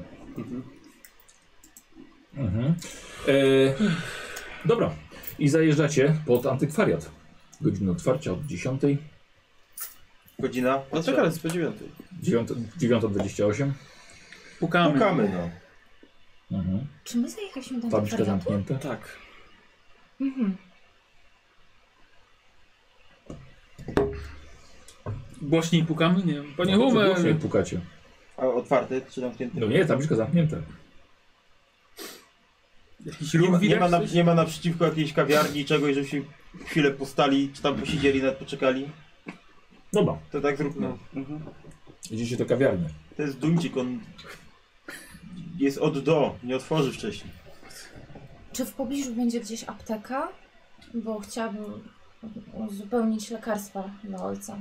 Dobra. I zajeżdżacie pod antykwariat. Godzina otwarcia od 10. Godzina? No czekaj, ale jest po 9. 9:28. Pukamy. Pukamy, no. Czy my zajechaliśmy do Tabliczka antykwariatu? zamknięta. Tak. Mhm. Głośniej pukamy? Nie wiem. Panie No, Hummel! głośniej pukacie. A otwarte czy zamknięte? No nie, tabliczka zamknięta. Jakiś ruch Nie ma naprzeciwko jakiejś kawiarni, czegoś, żebyśmy chwilę postali, czy tam posiedzieli, nawet poczekali. Dobra. To tak zróbmy. Idziecie do kawiarni. To jest Duńczyk, on jest od do, nie otworzy wcześniej. Czy w pobliżu będzie gdzieś apteka? Bo chciałabym uzupełnić lekarstwa dla ojca.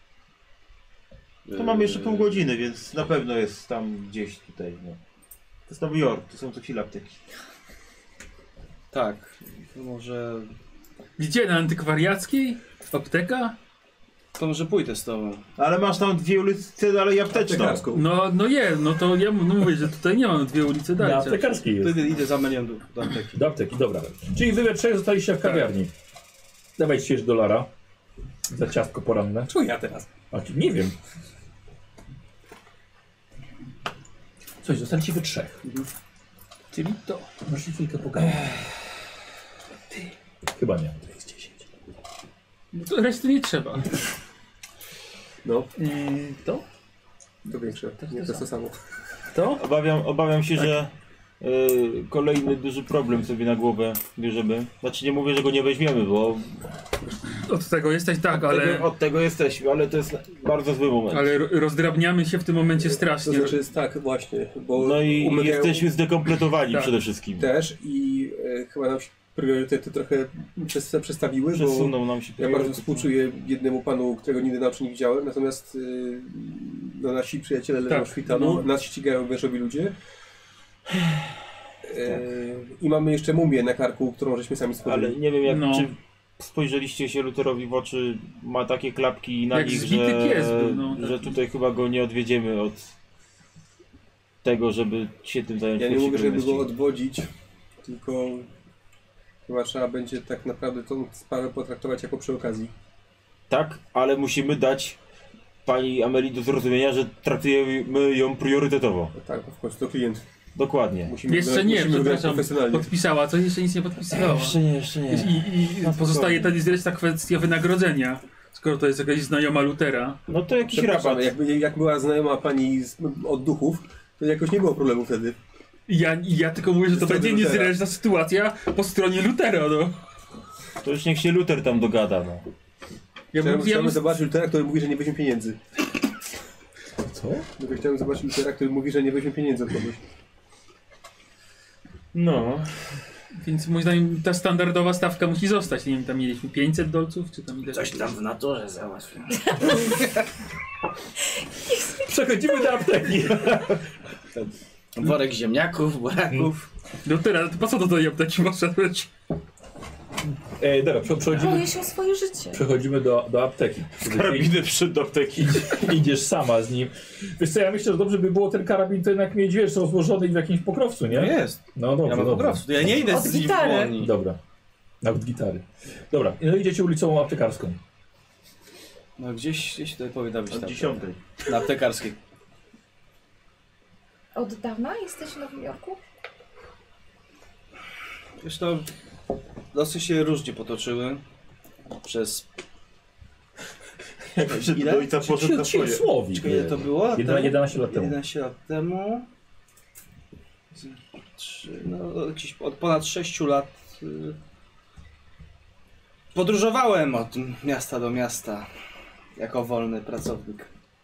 To mamy jeszcze pół godziny, więc na pewno jest tam gdzieś tutaj. No. To jest Nowy Jork, to są co chwilę apteki. Tak. To może... Gdzie? Na antykwariackiej? Apteka? To może pójdę z tobą. Ale masz tam 2 ulice dalej apteczną. No to ja mówię, że tutaj nie mam 2 ulice dalej. Na aptekarskiej jest. Wtedy idę za Melią do apteki. Do apteki, dobra. Czyli wy we trzech zostaliście w kawiarni. Dawaj ćwierć dolara. Za ciastko poranne. Czemu ja teraz? A, nie wiem. Coś, zostaliście wy trzech. Czyli to. Możecie chwilkę pogadać. Chyba nie. To jest 10. No to reszty nie trzeba. No. To? To większe. Nie, to jest to samo. To? Obawiam się, że kolejny duży problem sobie na głowę bierzemy. Znaczy nie mówię, że go nie weźmiemy, bo... Od tego jesteś tak, ale... Od tego jesteśmy, ale to jest bardzo zły moment. Ale rozdrabniamy się w tym momencie strasznie. To znaczy jest tak właśnie, bo... No i jesteśmy zdekompletowani Tak. przede wszystkim. Też i chyba nam się priorytety trochę przestawiły, Przesuną bo nam się ja priorytety. bardzo współczuję jednemu panu, którego nigdy na oczy nie widziałem, natomiast no, nasi przyjaciele leżą w szpitalu, no. nas ścigają wężowi ludzie. I mamy jeszcze mumię na karku, którą żeśmy sami stworzyli. Ale nie wiem, jak, No. czy spojrzeliście się Luterowi w oczy, ma takie klapki na Jak nich, zbity pies był, no, że taki. tutaj chyba go nie odwiedziemy od tego, żeby się tym zająć. Ja nie musi mówię, żeby pewności. go odwodzić, tylko chyba trzeba będzie tak naprawdę tą sprawę potraktować jako przy okazji. Tak, ale musimy dać pani Amelii do zrozumienia, że traktujemy ją priorytetowo. Tak, w końcu to klient. Dokładnie. Jeszcze nie, musimy grać przepraszam, profesjonalnie. podpisała coś, jeszcze nic nie podpisywała. Jeszcze nie. I pozostaje teraz ta kwestia wynagrodzenia, skoro to jest jakaś znajoma Lutera. No to jakiś Przepraszam, rabat. jak była znajoma pani od duchów, to jakoś nie było problemu wtedy. Ja tylko mówię, że to Strony będzie Lutera. niezręczna sytuacja po stronie Lutera, no. To już niech się Luter tam dogada, no. Ja bym, Chciałbym zobaczyć Lutera, który mówi, że nie weźmie pieniędzy. Co? Co? No, chciałem zobaczyć Lutera, który mówi, że nie weźmie pieniędzy od kogoś. No. Więc moim zdaniem ta standardowa stawka musi zostać. Nie wiem, tam mieliśmy 500 dolców, czy tam ile? Coś tam w naturze załatwię. Przechodzimy do apteki. Worek ziemniaków, buraków. No teraz, po co do tej apteki poszedłeś? Dobra, przechodzimy, Boję się o swoje życie. przechodzimy do apteki. Karabiny przyszedł do apteki. Idziesz sama z nim. Wiesz co, ja myślę, że dobrze by było ten karabin to jednak mieć, wiesz, rozłożony w jakimś pokrowcu, nie? No jest. No dobrze, Ja mam dobrze. po prostu. Ja nie idę Od z nim w gitary. dłoni. Dobra. Nawet gitary. Dobra, no idziecie ulicą aptekarską. No gdzieś tutaj powinna być Od tam. 10. Na aptekarskiej. Od dawna jesteś w Nowym Jorku? Wiesz to losy się różnie potoczyły. Przez... Jak przyszedł Ile? do ojca poszedł na swoje. Słowi. Czekaj, ile to było? 11 lat temu. 11 lat temu. No, gdzieś od ponad 6 lat podróżowałem od miasta do miasta jako wolny pracownik.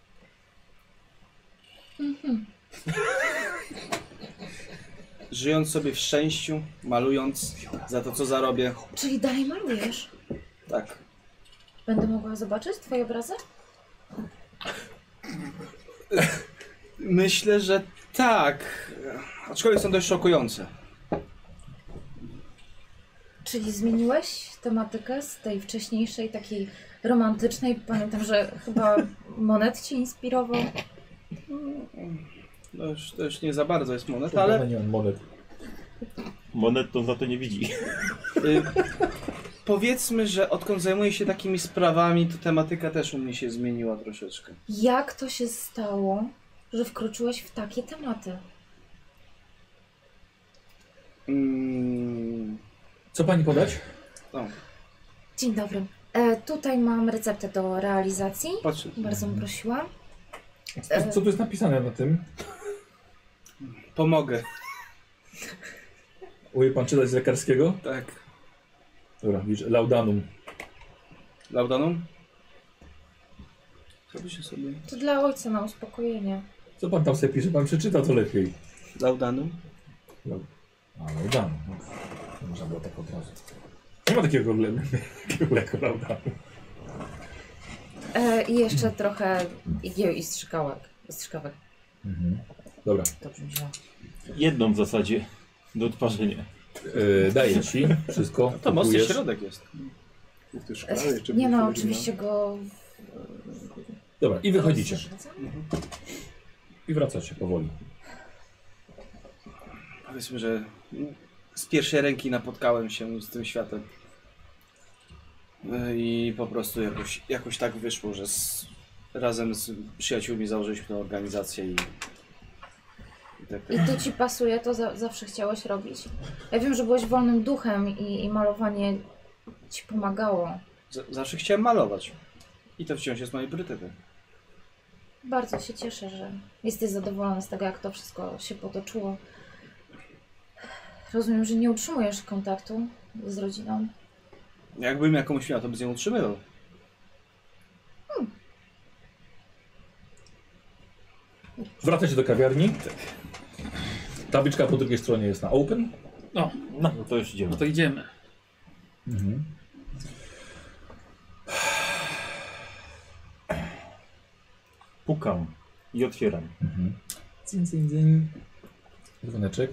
Żyjąc sobie w szczęściu, malując za to, co zarobię. Czyli dalej malujesz? Tak. Będę mogła zobaczyć twoje obrazy? Myślę, że tak. Aczkolwiek są dość szokujące. Czyli zmieniłeś tematykę z tej wcześniejszej, takiej romantycznej? Pamiętam, że chyba Monet cię inspirował. No to już nie za bardzo jest monet, Ale ale nie mam monet. Monet to za to nie widzi. Powiedzmy, że odkąd zajmuję się takimi sprawami, to tematyka też u mnie się zmieniła troszeczkę. Jak to się stało, że wkroczyłeś w takie tematy? Co pani podać? No, Dzień dobry. Tutaj mam receptę do realizacji. patrz. Bardzo bym prosiła. Co tu jest napisane na tym? Pomogę. Umie pan czytać z lekarskiego? Tak. Dobra, widzisz, laudanum. Laudanum? Zrobicie sobie. To dla ojca na uspokojenie. Co pan tam sobie pisze? Pan przeczyta to lepiej. Laudanum? A, laudanum. No, to można było tak od razu. Nie ma takiego leku laudanum. I jeszcze trochę igieł i strzykawek. Mhm. Dobra. Dobrze wzięłam. Jedną w zasadzie do odparzenia. Daję ci wszystko. To mocny kupujesz. środek jest. Nie no, oczywiście go... Dobra, i wychodzicie. rozrzucam. I wracacie powoli. Powiedzmy, że z pierwszej ręki napotkałem się z tym światem. I po prostu jakoś tak wyszło, że razem z przyjaciółmi założyliśmy tę organizację i tak. I to ci pasuje? To zawsze chciałeś robić? Ja wiem, że byłeś wolnym duchem i malowanie ci pomagało. Zawsze chciałem malować. I to wciąż jest moim priorytetem. Bardzo się cieszę, że jesteś zadowolony z tego, jak to wszystko się potoczyło. Rozumiem, że nie utrzymujesz kontaktu z rodziną. Jakbym jakąś miał, to by z nią utrzymywał. Wracacie do kawiarni. Tabliczka po drugiej stronie jest na open. No, No to już idziemy. no to idziemy. Mhm. Pukam i otwieram. Mhm. Dzyń, dzyń, dzyń. Dzwoneczek.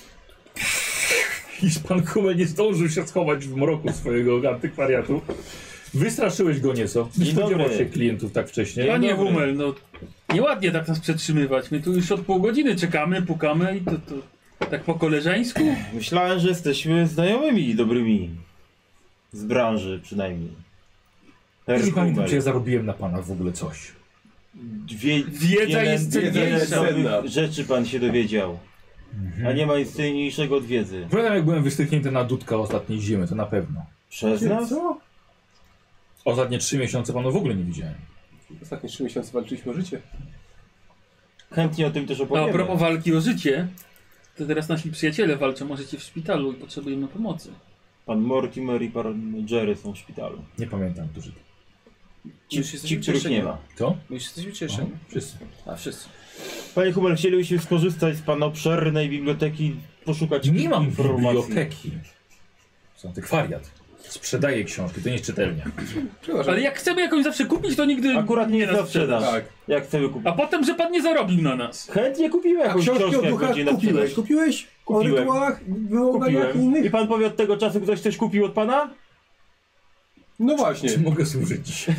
Hiszpan Hummel nie zdążył się schować w mroku swojego antykwariatu. Wystraszyłeś go nieco. Nie Dzień spodziewał dobry. się klientów tak wcześnie. Panie dobry. Hummel, no nieładnie tak nas przetrzymywać. My tu już od pół godziny czekamy, pukamy i to tak po koleżeńsku. Myślałem, że jesteśmy znajomymi dobrymi. Z branży przynajmniej. Nie pamiętam, Hummel. czy ja zarobiłem na panach w ogóle coś. Wiedza jest cenniejsza. nowych rzeczy pan się dowiedział. Mhm. A nie ma nic cenniejszego od wiedzy. Pamiętam, jak byłem wystyknięty na dudka ostatniej zimy, to na pewno. Przez nas? Co? Ostatnie 3 miesiące panu w ogóle nie widziałem. Ostatnie 3 miesiące walczyliśmy o życie. Chętnie o tym też No, opowiemy. a propos walki o życie, to teraz nasi przyjaciele walczą o życie w szpitalu i potrzebujemy pomocy. Pan Mortimer i pan Jerry są w szpitalu. Nie pamiętam, którzy. Ci, których nie ma. Co? My już jesteśmy cieszeni. Wszyscy. A, wszyscy. Panie Hummel, chcielibyśmy skorzystać z pana obszernej biblioteki, poszukać Nie mam informacji. biblioteki. To antykwariat. Sprzedaję książki, to nie jest czytelnia. Ale jak chcemy jakąś zawsze kupić, to nigdy Akurat nie nas na sprzedaż. Tak. Jak chcemy kupić. A potem, że pan nie zarobił na nas. Chętnie kupimy A jakąś książki o książkę, jak duchach będzie na sprzedaż. kupiłeś? O Kupiłem. rytuałach, wywołaniach i I innych? pan powie, od tego czasu ktoś coś kupił od pana? No właśnie. Czy mogę służyć dzisiaj?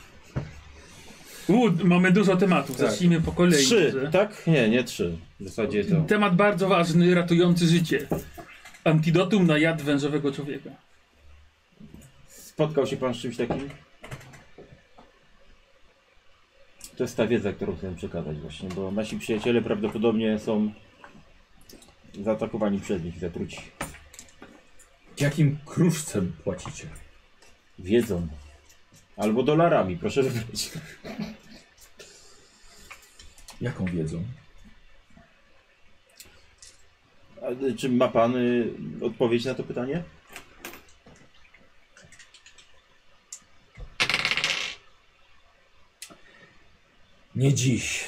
Mamy dużo tematów, Tak. zacznijmy po kolei. 3, może. tak? Nie 3. W zasadzie to... Temat bardzo ważny, ratujący życie. Antidotum na jad wężowego człowieka. Spotkał się pan z czymś takim? To jest ta wiedza, którą chcę przekazać właśnie, bo nasi przyjaciele prawdopodobnie są zaatakowani przez nich, zatruci. Jakim kruszcem płacicie? Wiedzą. Albo dolarami, proszę wybrać. Jaką wiedzą? A, czy ma pan odpowiedź na to pytanie? Nie dziś.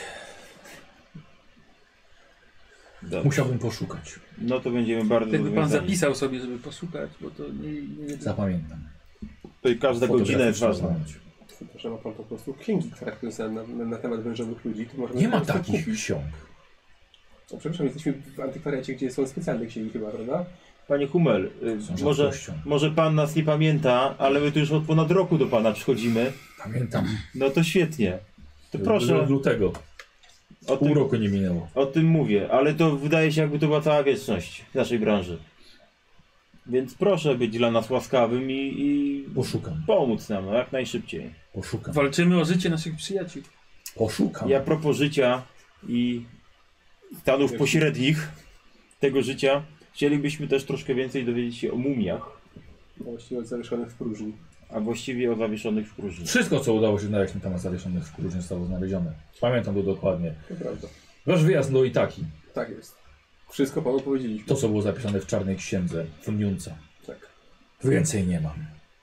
Dobrze. Musiałbym poszukać. No to będziemy bardzo Jakby pan zobowiązani. zapisał sobie, żeby poszukać, bo to nie Zapamiętam. To i każda godzina jest ważna. Fotograficznie Chyba, że ma pan po prostu księgi charakterystyczne na temat wężowych ludzi. To można nie ma po prostu takich kupić. ksiąg. No, przepraszam, jesteśmy w antykwariacie, gdzie są specjalne księgi chyba, prawda? Panie Hummel, Są może, rzadkością. może pan nas nie pamięta, ale my tu już od ponad roku do pana przychodzimy. Pamiętam. No to świetnie. To proszę, Od lutego. Pół roku nie minęło. o tym mówię, ale to wydaje się, jakby to była cała wieczność w naszej branży. Więc proszę być dla nas łaskawym i Poszukam. pomóc nam jak najszybciej. Poszukam. Walczymy o życie naszych przyjaciół. Poszukam. I a propos życia i stanów pośrednich tego życia, chcielibyśmy też troszkę więcej dowiedzieć się o mumiach, Właściwie od zawieszonych w próżni. a właściwie o zawieszonych w próżni. Wszystko, co udało się znaleźć na temat zawieszonych w próżni, zostało znalezione. Pamiętam to dokładnie. To prawda. Wasz wyjazd do Itaki. Tak jest. Wszystko panu powiedzieliśmy. To, co było zapisane w czarnej księdze Funiunca. Tak. Więcej nie mam.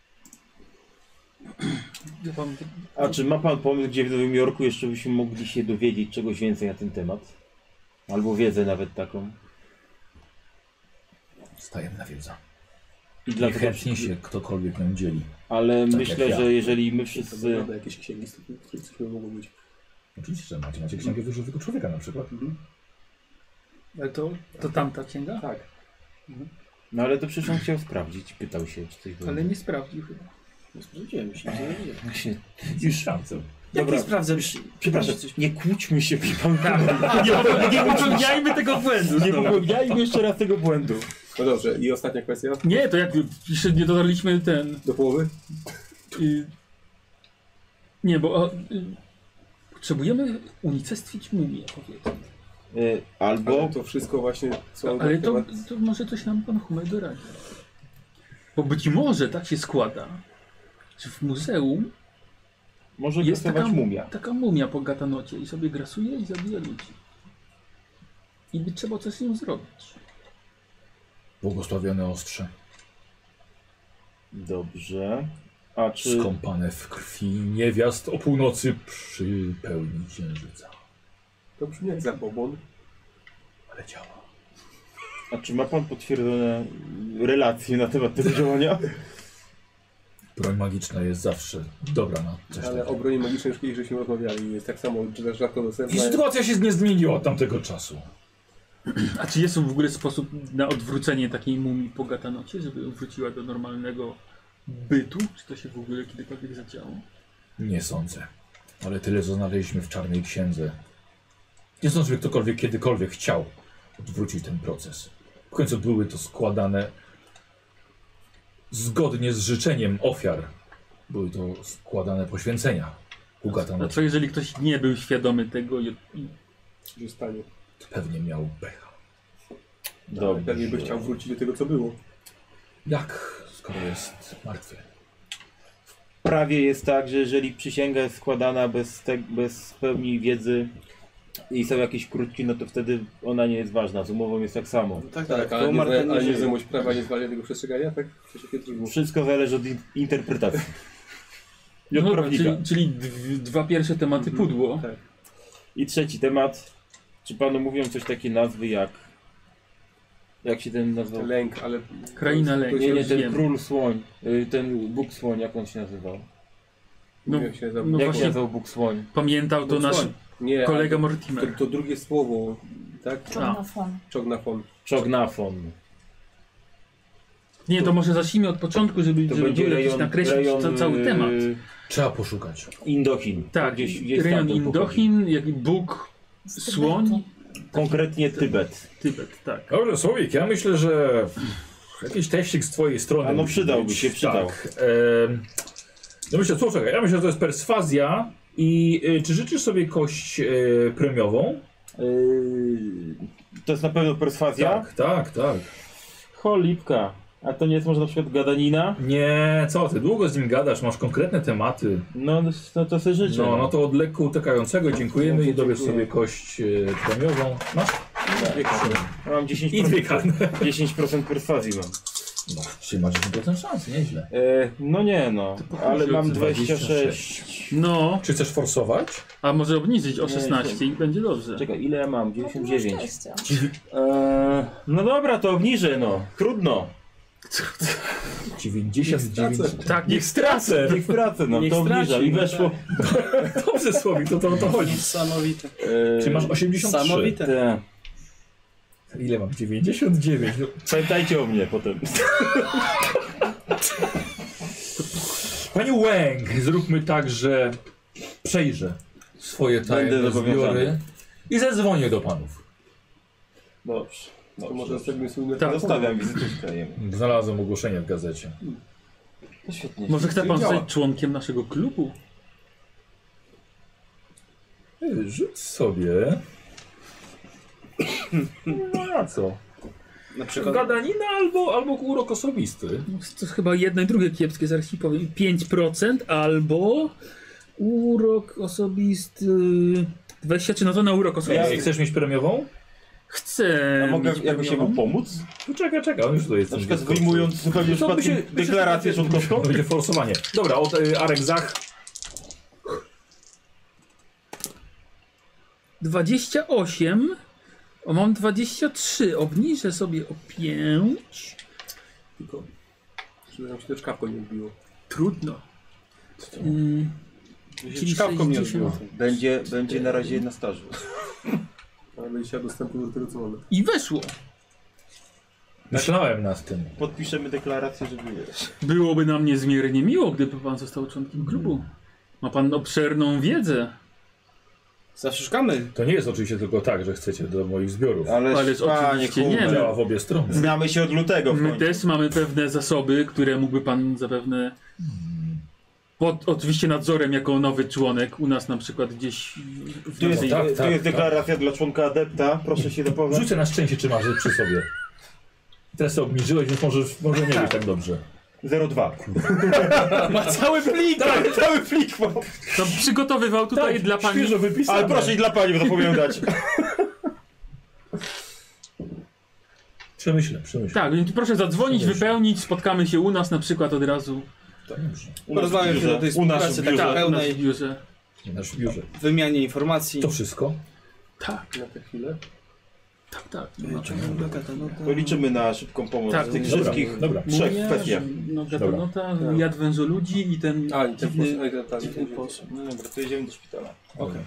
A czy ma pan pomysł, gdzie w Nowym Jorku jeszcze byśmy mogli się dowiedzieć czegoś więcej na ten temat? Albo wiedzę nawet taką. Stajemy na wiedza. I I dlatego chętnie się ktokolwiek nią dzieli. Ale Tak myślę, jak ja. że jeżeli my To wszyscy... wygląda jakieś księgi, z których coś by mogło być. Oczywiście, że macie. Macie księgę wyżywego człowieka na przykład. Ale to tamta księga? Tak. No ale to przecież on chciał sprawdzić, pytał się, czy coś było. Ale nie sprawdził chyba. Nie sprawdziłem się, nie wiem. Właśnie. Już sprawdzę. Dobra, sprawdzę? przepraszam, nie kłóćmy się, pan. Nie popełniajmy tego błędu. Nie popełniajmy jeszcze raz tego błędu. No dobrze, i ostatnia kwestia? Nie, to jak jeszcze nie dotarliśmy Do połowy? Nie, bo potrzebujemy unicestwić mumię, powiedzmy. Albo... Ale to wszystko właśnie, co Ale na temat... to może coś nam pan Hummel doradzi. Bo być może tak się składa, że w muzeum Może jest mumia. taka mumia po Gatanocie i sobie grasuje i zabija ludzi. I by trzeba coś z nią zrobić. Błogosławione ostrze. Dobrze. A czy... Skąpane w krwi niewiast o północy przy pełni księżyca. To brzmi jak zabobon. Ale działa. A czy ma pan potwierdzone relacje na temat tego działania? Broń magiczna jest zawsze dobra na coś Ale takiego. o broni magicznej już kiedyś żeśmy rozmawiali. Jest tak samo rzadko I dostępna. sytuacja się nie zmieniła od tamtego czasu. A czy jest w ogóle sposób na odwrócenie takiej mumii po Gatanocie, żeby wróciła do normalnego bytu? Czy to się w ogóle kiedykolwiek zadziało? Nie sądzę. Ale tyle, co znaleźliśmy w czarnej księdze. Nie sądzę, żeby ktokolwiek kiedykolwiek chciał odwrócić ten proces. W końcu były to składane zgodnie z życzeniem ofiar. Były to składane poświęcenia ku A Gatanocie. co jeżeli ktoś nie był świadomy tego i Co się stanie? Pewnie miał pecha. Ale pewnie by chciał wrócić do tego, co było. Jak, skoro jest martwy? Prawie jest tak, że jeżeli przysięga jest składana bez pełni wiedzy i są jakieś krótki, no to wtedy ona nie jest ważna. Z umową jest tak samo. Tak, To ale Martin nie żyje. nieznajomość prawa nie zwalnia tego przestrzegania, tak? Wszystko zależy od interpretacji. I od prawnika. Czyli dwa pierwsze tematy pudło. Tak. I trzeci temat. Czy panu mówią coś takie nazwy jak... Jak się ten nazywał? Lęk, ale... Kraina lęku. Nie, już ten wiem. król słoń. Ten Bóg słoń, jak on się nazywał? No, Jak się no nazywa? Jak właśnie się nazywał Bóg słoń? pamiętał to Bóg nasz słoń. Nie, kolega ale Mortimer. to drugie słowo, tak? Czognafon. Czognafon. Czognafon. Nie, to może zacznijmy od początku, żeby będzie jakiś nakreślić cały temat. Trzeba poszukać. Indochin. Tak, gdzieś rejon stamtąd Indochin, jak i Bóg, słoń, konkretnie Tybet. Tybet, tak. Dobrze, Słowik, ja myślę, że jakiś teścik z twojej strony. A no musi przydałby być. się, przydał. Tak. No myślę, słuchaj, ja myślę, że to jest perswazja i czy życzysz sobie kość premiową? To jest na pewno perswazja? Tak. Cholipka. A to nie jest może na przykład gadanina? Nie, co ty, długo z nim gadasz, masz konkretne tematy. No to sobie życzę. No to od lekko utekającego dziękujemy i dobierz sobie kość premiową. Masz? Ja mam 10%. I dwie karne. 10% perswazji mam. No, czyli masz 10% szans, nieźle. No nie no, ale mam 26. No, Czy chcesz forsować? a może obniżyć o 16 i będzie dobrze. Czekaj, ile ja mam? 99. Szczęścia. No dobra, to obniżę no. Trudno. 99. Tak, Niech stracę! Niech stracę, no Niech to obniżam straci, i weszło. Dobrze, Słowik, to o to chodzi. Niesamowite. Czy masz 83? Niesamowite. Ile mam? 99. No. Pamiętajcie o mnie potem. Panie Wang, zróbmy tak, że przejrzę swoje tajne zbiory i zadzwonię do panów. Dobrze. To może zrobimy sobie Tak. Zostawiam wizytówkę. Znalazłem ogłoszenie w gazecie. To świetnie. Może chce pan działa. zostać członkiem naszego klubu? Rzuć sobie. No a co? Na przykład Gadanina albo urok osobisty. To chyba jedno i drugie kiepskie, zaraz ci powiem. 5% albo urok osobisty 23, no to na urok osobisty. Chcesz mieć premiową? Chcę. A mogę mieć jakoś premiową. mu pomóc? Czekaj, on już tutaj jest. Na przykład wyjmując zupełnie To by się- przypadkiem deklarację członkowską? To będzie forsowanie. Dobra, Arek Zach. 28. O, mam 23. Obniżę sobie o 5. Tylko, żeby nam się to czkawko nie odbiło. Trudno. Czyli czkawką nie 60. odbiło. Będzie na razie na stażu. Ale będzie chciał dostępu do tego, co mamy. I weszło. Myślałem nad tym. Podpiszemy deklarację, żeby wiesz. Byłoby nam niezmiernie miło, gdyby pan został członkiem klubu. Ma pan obszerną wiedzę. zawsze szukamy. To nie jest oczywiście tylko tak, że chcecie do moich zbiorów. Ależ oczywiście nie. Działa w obie strony. Znamy się od lutego w My końcu. też mamy pewne zasoby, które mógłby pan zapewne pod oczywiście nadzorem jako nowy członek u nas na przykład gdzieś w Tu jest, naszej... tak, tu tak, jest deklaracja dla członka adepta, proszę się dopowiedzieć. Rzucę na szczęście, czy masz przy sobie. Teraz się obniżyłeś, więc może nie być tak dobrze. 02. Ma cały plik! Tak, cały plik mam. To przygotowywał tutaj dla pani... Świeżo wypisane. Ale proszę i dla pani, bo zapomniałem dać. Przemyślę. Tak, więc proszę zadzwonić, wypełnić, spotkamy się u nas na przykład od razu. Dobrze. Porozmawiam się do tej U nas w współpracy biurze. takiej Tak, w pełnej, naszym biurze. W naszym biurze. wymianie informacji. To wszystko? Tak, Na tę chwilę. tak. To liczymy na szybką pomoc Tak, w tych dobra, wszystkich dobra. trzech Mówię, kwestiach. No, Dobra. gadanota, jad wężoludzi i ten A, i ten dziwny... sposób. No dobra, to jedziemy do szpitala. Okej.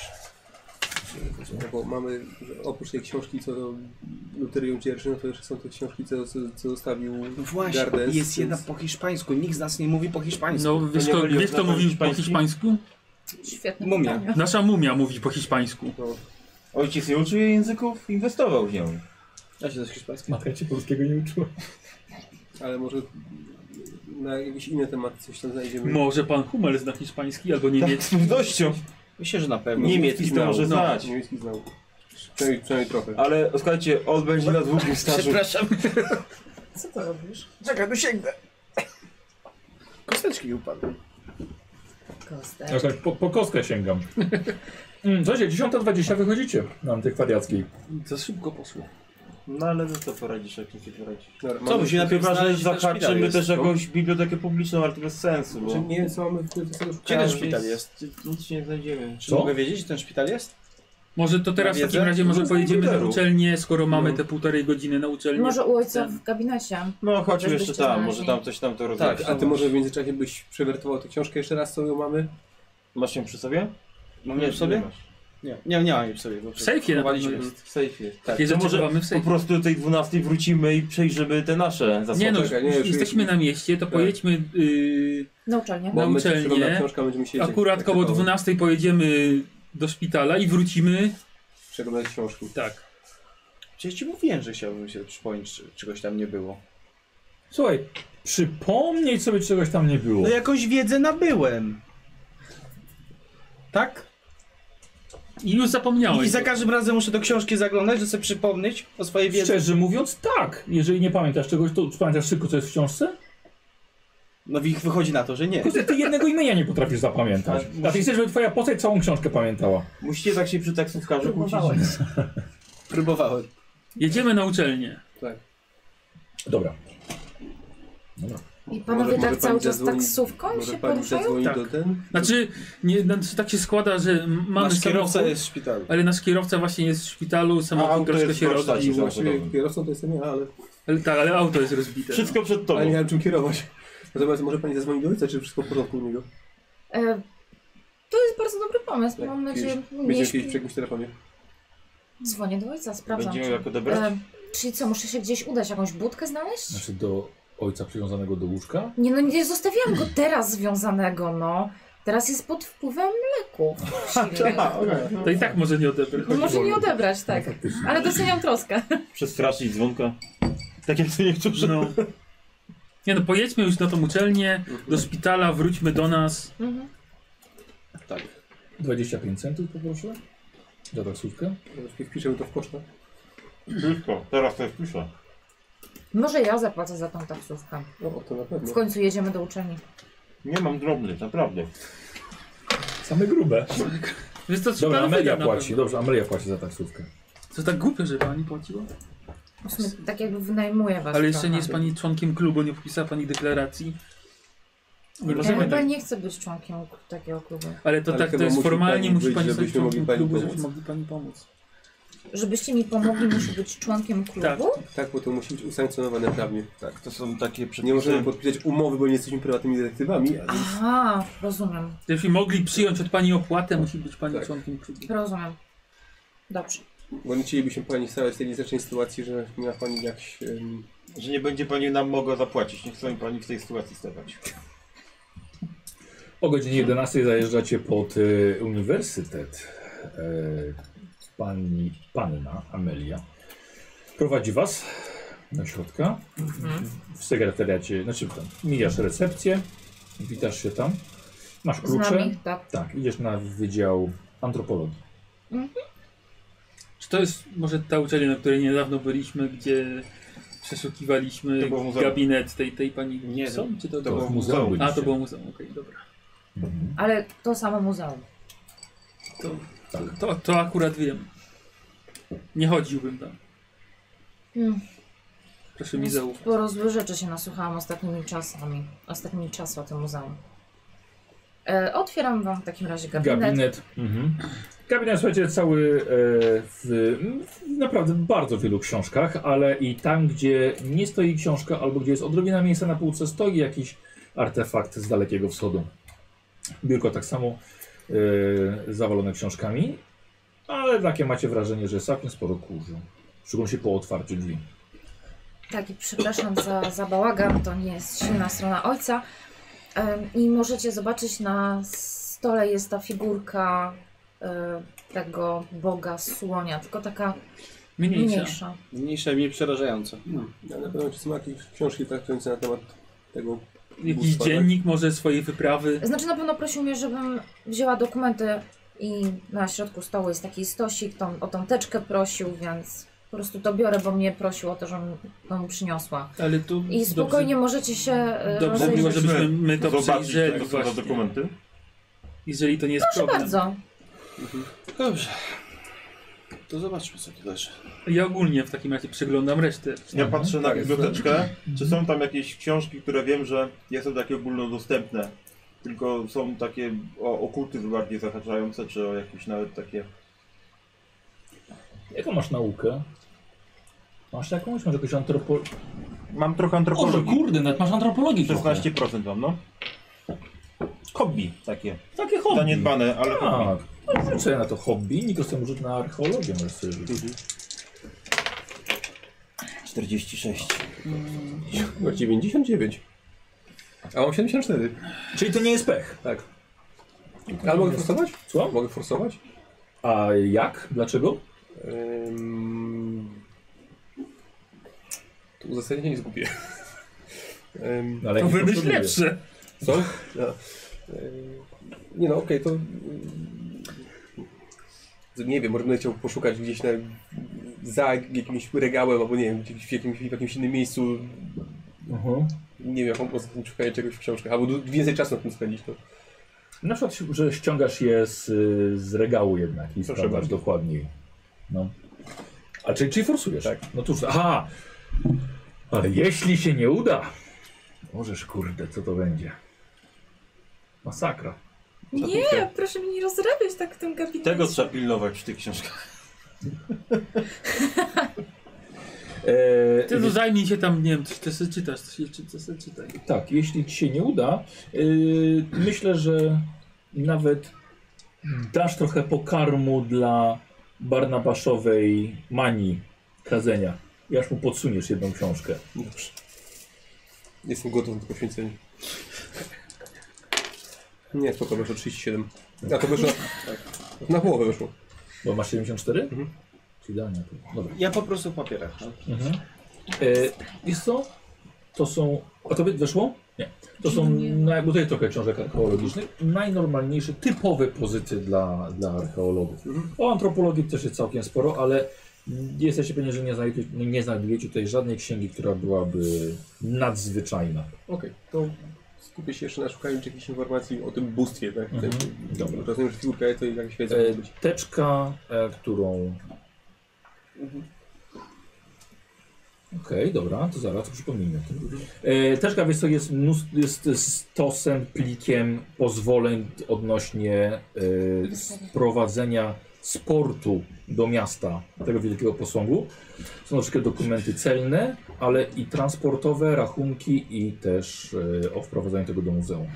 No bo mamy, że oprócz tej książki, co Luther ją dzierży, no to jeszcze są te książki, co zostawił No właśnie, Gardens. jest jedna więc- po hiszpańsku, nikt z nas nie mówi po hiszpańsku. No wiesz nie kto, byli wiesz, kto odznaczeni mówi po hiszpańskim? hiszpańsku? Świetne Mumia. pytanie. Nasza mumia mówi po hiszpańsku. No, Ojciec nie uczył jej języków, inwestował w nią. Ja się też hiszpański. Matka cię polskiego nie uczyła. ale może na jakiś inny temat coś tam znajdziemy. Może pan Hummel zna hiszpański albo Tak, z niemiecki. pewnością. Myślę, że na pewno. Niemiecki to może znać. Niemiecki znał. Przynajmniej trochę. Ale słuchajcie, on będzie na długim stażu. Przepraszam. Co to robisz? Czekaj, tu sięgnę. Kosteczki upadły. Kostek. Ja tak po kostkę sięgam. Słuchajcie, 10:20 wychodzicie na antykwariackiej. Za szybko poszło. No ale to co poradzisz, jak nie poradzisz? Co, musimy najpierw Chyba, że znaleźć, gdzie ten szpital zahaczymy jest. też jakąś bibliotekę publiczną, ale to bez sensu, bo... Nie wiem, co mamy w tym celu Gdzie ten szpital jest? Nic nie znajdziemy. Czy mogę wiedzieć, gdzie ten szpital jest? Może to teraz w Na takim wiedzę? razie może No, pojedziemy na komputeru. uczelnię, skoro mamy te 1,5 godziny na uczelni. Może u ojca w gabinecie. No chodźmy Też jeszcze byście tam, znaleźli. może tam coś tam to rozwiązać. Tak, a ty może w międzyczasie byś przewertował tę książkę jeszcze raz, co ją mamy? Masz ją przy sobie? Mam ją w sobie? Nie mam jej w sobie. W sejfie na pewno Schowaliśmy. jest. W sejfie. Takie Tak, to rzeczy może chowamy w po sejfie. prostu do tej 12 wrócimy i przejrzymy te nasze zasoby. Nie no, Czekaj, nie, już jesteśmy na mieście, to pojedźmy Na uczelnię. na Bo przeglądam uczelnię. książkę, będziemy siedzieć. Akurat jak koło gotowo. 12 pojedziemy do szpitala i wrócimy. Przeglądać książki. Tak. Przecież ci mówiłem, że chciałbym się przypomnieć, czy czegoś tam nie było. Słuchaj, przypomnieć sobie czegoś tam nie było. No jakąś wiedzę nabyłem. Tak? I już zapomniałeś. I za każdym razem muszę do książki zaglądać, żeby sobie przypomnieć o swojej wiedzy. Szczerze mówiąc, tak. Jeżeli nie pamiętasz czegoś, to pamiętasz szybko, co jest w książce? No ich wychodzi na to, że nie. Kurde, ty jednego imienia nie potrafisz zapamiętać. A ty chcesz, żeby twoja postać całą książkę pamiętała. Musicie tak się przy taksówkarzu kłócić. Próbowałem. Jedziemy na uczelnię. Tak. Dobra. I panowie Może tak cały pani czas zadzwoni- taksówką Może się pani poruszają? zadzwoni Tak. do ten? Znaczy, nie, znaczy, tak się składa, że mamy Nasz kierowca samochód, jest w szpitalu. ale nasz kierowca właśnie jest w szpitalu, A samochód auto troszkę jest się w warsztacie rozbił. samochodowym. Właściwie kierowcą to jestem ja, ale Ale auto jest rozbite. Wszystko przed ale tobą. nie wiem czym kierować. Natomiast może pani zadzwonić do ojca, czy wszystko w porządku u niego? To jest bardzo dobry pomysł. Tak, Mam nadzieję, Będziemy nie kiedyś śpi. przy jakimś telefonie. Dzwonię do ojca, sprawdzam. Będziemy czy- jak odebrać? Czyli co, muszę się gdzieś udać, jakąś budkę znaleźć? Znaczy do ojca przywiązanego do łóżka? Nie no, nie zostawiłam go teraz związanego, no. Teraz jest pod wpływem leków silnych. To i tak może nie odebrać. No może nie odebrać, tak. Ale doceniam troskę. Przestraszyć dzwonka. Tak jak to niektórzy. No. Nie no, pojedźmy już na tą uczelnię, do szpitala, wróćmy do nas. Mhm. 25 centów poproszę. Za taksówkę. Wpiszemy to w kosztach. Wszystko. Teraz to jest pisze. Może ja zapłacę za tą taksówkę. No, to na pewno. W końcu jedziemy do uczelni. Nie mam drobnych, naprawdę. Same grube. Wiesz co, trzeba Dobra, Amelia na płaci. pewno. Dobrze, Amelia płaci za taksówkę. To tak głupio, że pani płaciła? W sumie tak jakby wynajmuję was. Ale jeszcze trochę. nie jest pani członkiem klubu, nie podpisała pani deklaracji. Nie Ja możemy chyba tak. nie chcę być członkiem takiego klubu. Ale to Ale tak, to chyba jest musi formalnie, pani musi być, pani być żebyśmy mogli członkiem pani klubu, pomóc. żebyśmy mogli pani pomóc. Żebyście mi pomogli, muszę być członkiem klubu? Tak, bo to musi być usankcjonowane prawnie. Tak, to są takie przepisy. Nie możemy podpisać umowy, bo nie jesteśmy prywatnymi detektywami, ale Aha, rozumiem. Jeśli mogli przyjąć od pani opłatę, musi być pani Tak. członkiem klubu. Rozumiem. Dobrze. bo nie chcielibyśmy pani stawiać w tej niezręcznej sytuacji, że nie ma pani jakś... Że nie będzie pani nam mogła zapłacić. Nie chcemy pani w tej sytuacji stawać. O godzinie 11 zajeżdżacie pod uniwersytet. Panna Amelia prowadzi was do środka. W sekretariacie, znaczy tam mijasz recepcję, witasz się tam. Masz Z klucze. nami, tak. Tak, idziesz na wydział antropologii. Czy to jest może ta uczelnia, na której niedawno byliśmy, gdzie przeszukiwaliśmy To było w muzeum. gabinet tej pani Nie, Gibson? Czy to to było w muzeum. A, byliście. to było muzeum, okej, dobra. Ale to samo muzeum. To akurat wiem. Nie chodziłbym tam. Proszę mi zaufać. Sporo złych rzeczy się nasłuchałam ostatnimi czasy o tym muzeum. Otwieram wam w takim razie gabinet. Gabinet. Gabinet, słuchajcie, cały w naprawdę bardzo wielu książkach, ale i tam, gdzie nie stoi książka, albo gdzie jest odrobina miejsca na półce, stoi jakiś artefakt z Dalekiego Wschodu. Biurko tak samo zawalone książkami, ale takie macie wrażenie, że całkiem sporo kurzy. Szczególnie się po otwarciu drzwi. Tak, i przepraszam za bałagan, to nie jest silna strona ojca. I możecie zobaczyć, na stole jest ta figurka tego boga słonia, tylko taka mniejsza. Mniejsza i mniej przerażająca. Ja na pewno czy są jakieś książki traktujące na temat tego... Jakiś bóstwa, dziennik może swojej wyprawy. Znaczy na pewno prosił mnie, żebym wzięła dokumenty i na środku stołu jest taki stosik, o tą teczkę prosił, więc po prostu to biorę, bo mnie prosił o to, żebym to mu przyniosła. Ale tu I spokojnie możecie się dobrze było, rozejrzeć. żebyśmy my to Zobaczyć, przejrzeli co to za właśnie. dokumenty. Jeżeli to nie jest Proszę problem. bardzo. Dobrze. To zobaczmy, co tu leży. Ja ogólnie w takim razie przeglądam resztę. Ja patrzę na biblioteczkę, czy są tam jakieś książki, które wiem, że nie są takie ogólnodostępne, tylko są takie o okultyzm bardziej zahaczające, czy o jakieś nawet takie... Jaką masz naukę? Masz jakąś? Masz jakąś antropologię? Mam trochę O, antropologii. kurde, nawet masz antropologii trochę. 16% mam, no. Hobby takie. Takie hobby. Zaniedbane, ale hobby. Tak. No, rzucę ja na to hobby, Nikos chce użyć na archeologię, możesz sobie rzucić. 46. No 99. A mam 74. Czyli to nie jest pech. Tak. Ale mogę forsować? Co? Mogę forsować? A jak? Dlaczego? To uzasadnienie nie zgubię. No, ale To jak wymyśl potrzebujesz. lepsze. Co? No. Nie no, okej, to... Nie wiem, może będę chciał poszukać gdzieś za jakimś regałem, albo nie wiem, gdzieś w jakimś innym miejscu. Nie wiem, jaką ostatnio szukanie czegoś w książkach, albo więcej czasu na tym spędzić. To. Na przykład, że ściągasz je z regału jednak i sprawdzasz bardzo. dokładniej. No. A czyli forsujesz? Tak. No cóż, aha! Ale jeśli się nie uda, możesz, kurde, co to będzie? Masakra. Nie, proszę mi nie rozrabiać tak w tym gabinecie. Tego trzeba pilnować w tych książkach. Ty to zajmij się tam, nie wiem, coś sobie czytasz, coś sobie czytaj. Tak, jeśli ci się nie uda, myślę, że nawet dasz trochę pokarmu dla Barnabaszowej manii kradzenia. I aż mu podsuniesz jedną książkę. Dobrze. Jestem gotów do poświęcenia. Nie, spoko, wyszło 37. A to wyszło... Na połowę wyszło. Bo masz 74? Mhm. Czyli dania. Dobra. Ja po prostu w papierach. No. Mhm. Wiesz co? To są... A tobie weszło? Nie. To są, bo tutaj trochę książek archeologicznych, najnormalniejsze, typowe pozycje dla archeologów. O antropologii też jest całkiem sporo, ale jesteście pewni, że nie znajdujecie tutaj żadnej księgi, która byłaby nadzwyczajna. Okej, to skupię się jeszcze na szukaniu jakichś informacji o tym bóstwie, tak? Dobra. Rozumiem, że figurka to jakaś wiedza może być. Teczka, którą... Okej, dobra, to zaraz przypomnijmy o tym. Teczka, wiesz co, jest stosem, plikiem pozwoleń odnośnie sprowadzenia sportu do miasta tego wielkiego posągu. Są na przykład dokumenty celne, ale i transportowe, rachunki i też o wprowadzeniu tego do muzeum.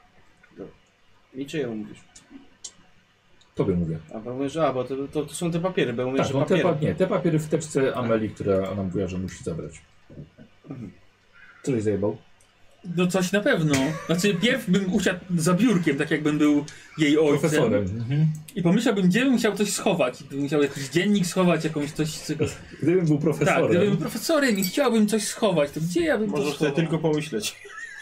I czy ja mówisz? Tobie mówię. A bo mówisz, bo to są te papiery, bo mówisz, Tak, że no papiery. te papiery w teczce Ameli, która ona mówiła, że musi zabrać. Co żeś zajebał? No coś na pewno. Znaczy pierw bym usiadł za biurkiem, tak jakbym był jej ojcem. Profesorem. I pomyślałbym, gdzie bym chciał coś schować. Gdybym chciał jakiś dziennik schować, jakąś coś... Gdybym był profesorem. Tak, gdybym był profesorem i chciałbym coś schować, to gdzie ja bym to Możesz sobie schował? tylko pomyśleć.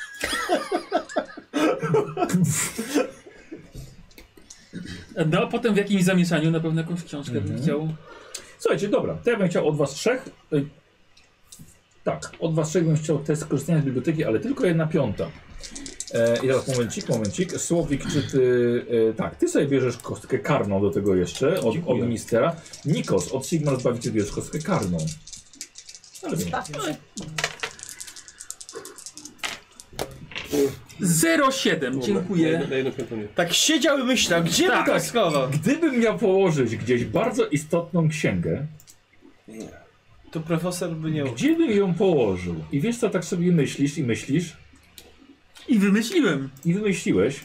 No a potem w jakimś zamieszaniu na pewno jakąś książkę bym chciał... Słuchajcie, dobra, to ja bym chciał od was trzech. Tak, od was trzech bym chciał test korzystania z biblioteki, ale tylko 1/5. I teraz momencik. Słowik, czy ty... tak, ty sobie bierzesz kostkę karną do tego jeszcze, od ministera. Nikos, od Sigmar Zbawiciel bierzesz kostkę karną. Ale wiem. 0,7, dziękuję. Na jedną piątą nie. Tak siedział i myślał, gdzie by to schował? Gdybym miał położyć gdzieś bardzo istotną księgę, To profesor by nie... gdzie bym ją położył? I wiesz co, tak sobie myślisz i myślisz I wymyśliłem. i wymyśliłeś,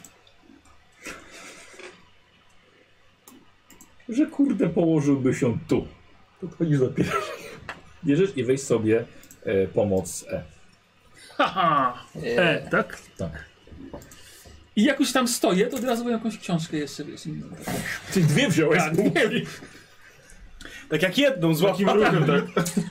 że kurde położyłby się tu. To chodzi za pierwszy. Bierzesz i weź sobie pomoc E. Haha, tak? Tak. I jak już tam stoję, to od razu mam jakąś książkę jeszcze, wiesz. Czyli dwie wziąłeś? Tak, dwie. Tak jak jedną, z łakim ruchem, tak.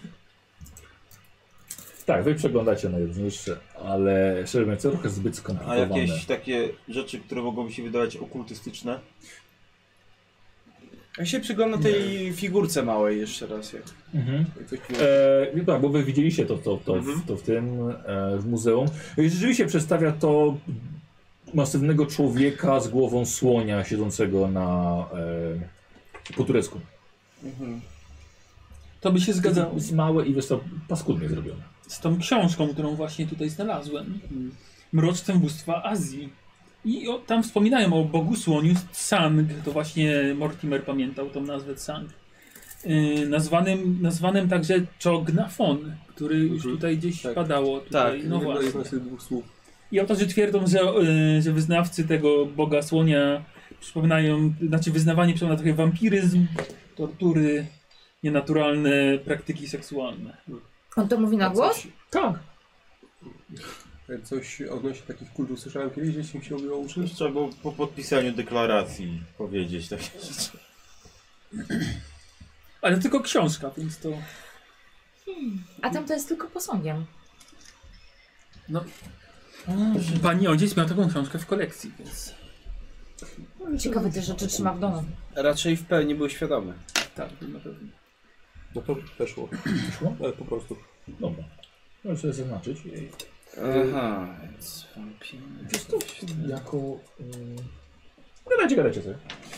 Tak, wy przeglądacie najróżniejsze, ale szczerze mówiąc, to trochę zbyt A skomplikowane. jakieś takie rzeczy, które mogą się wydawać okultystyczne? Ja się przyglądam tej figurce małej jeszcze raz. Jak... Tak, bo wy widzieliście to w tym w muzeum. I rzeczywiście przedstawia to masywnego człowieka z głową słonia siedzącego po turecku. To by się zgadzało. Jest małe i wiesz co, paskudnie zrobione. Z tą książką, którą właśnie tutaj znalazłem. Mroczne bóstwa Azji. I tam wspominają o bogu słoniu Tsang. To właśnie Mortimer pamiętał tą nazwę Tsang. Nazwanym także Chognafon, który już tutaj gdzieś padało. Tutaj, Tak, no właśnie. jedno z tych dwóch słów. I autorzy twierdzą, że wyznawcy tego boga słonia przypominają, wyznawanie przypomina trochę wampiryzm, tortury, nienaturalne praktyki seksualne. On to mówi na głos? Tak. Coś odnośnie takich kultów słyszałem kiedyś, że się mówiło o czymś? Trzeba było po podpisaniu deklaracji powiedzieć takie rzeczy. Ale tylko książka, więc to... A tam to jest tylko posągiem. No, pani ojciec miał taką książkę w kolekcji, więc... Ciekawe te rzeczy trzyma w domu. Raczej w pełni był świadomy. Tak, na pewno. No to weszło. Wyszło? Ale po prostu. Dobra. Możesz sobie zaznaczyć. Aha, więc wampir. Wiesz to jako... Gadajcie sobie.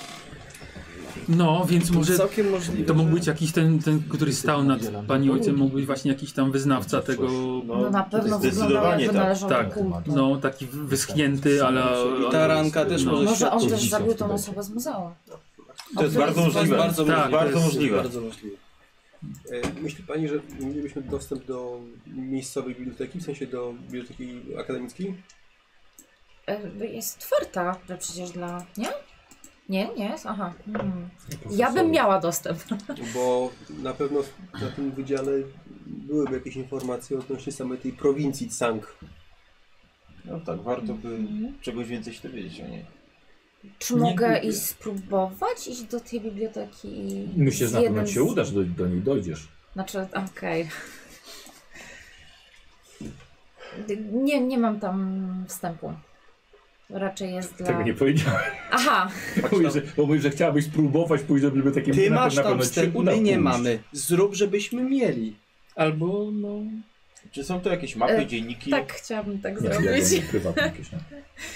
No, więc może całkiem możliwe, to mógł że- być jakiś ten, który stał nad pani ojcem, mógł być właśnie jakiś tam wyznawca tego... No na pewno wyglądał zdecydowanie jakby należał do Tak, kultu. no taki wyschnięty, ale... I ta ranka też może Może on świadczyć. też zabił tą osobę z muzeum. To jest bardzo możliwe. Bardzo Tak, możliwe. bardzo możliwe. Bardzo możliwe. Myśli pani, że mielibyśmy dostęp do miejscowej biblioteki, w sensie do biblioteki akademickiej? Jest otwarta, że przecież dla... Nie? Nie jest? Aha. Ja bym miała dostęp. Bo na pewno na tym wydziale byłyby jakieś informacje odnośnie samej tej prowincji Tsang. No tak, warto by czegoś więcej się dowiedzieć o niej. Czy mogę iść spróbować iść do tej biblioteki i Myślę, z że na pewno jednym ci się uda, że do niej dojdziesz. Znaczy, okej. Nie mam tam wstępu. Raczej jest dla... Tego nie powiedziałem. Aha! Bo mówisz, że chciałabyś spróbować pójść do biblioteki. Ty na masz pewno tam ci wstępu, uda my nie pójść. mamy. Zrób, żebyśmy mieli. Albo, no... Czy są to jakieś mapy, dzienniki? Tak, chciałabym tak Nie, zrobić. ja prywatnie jakieś, nie?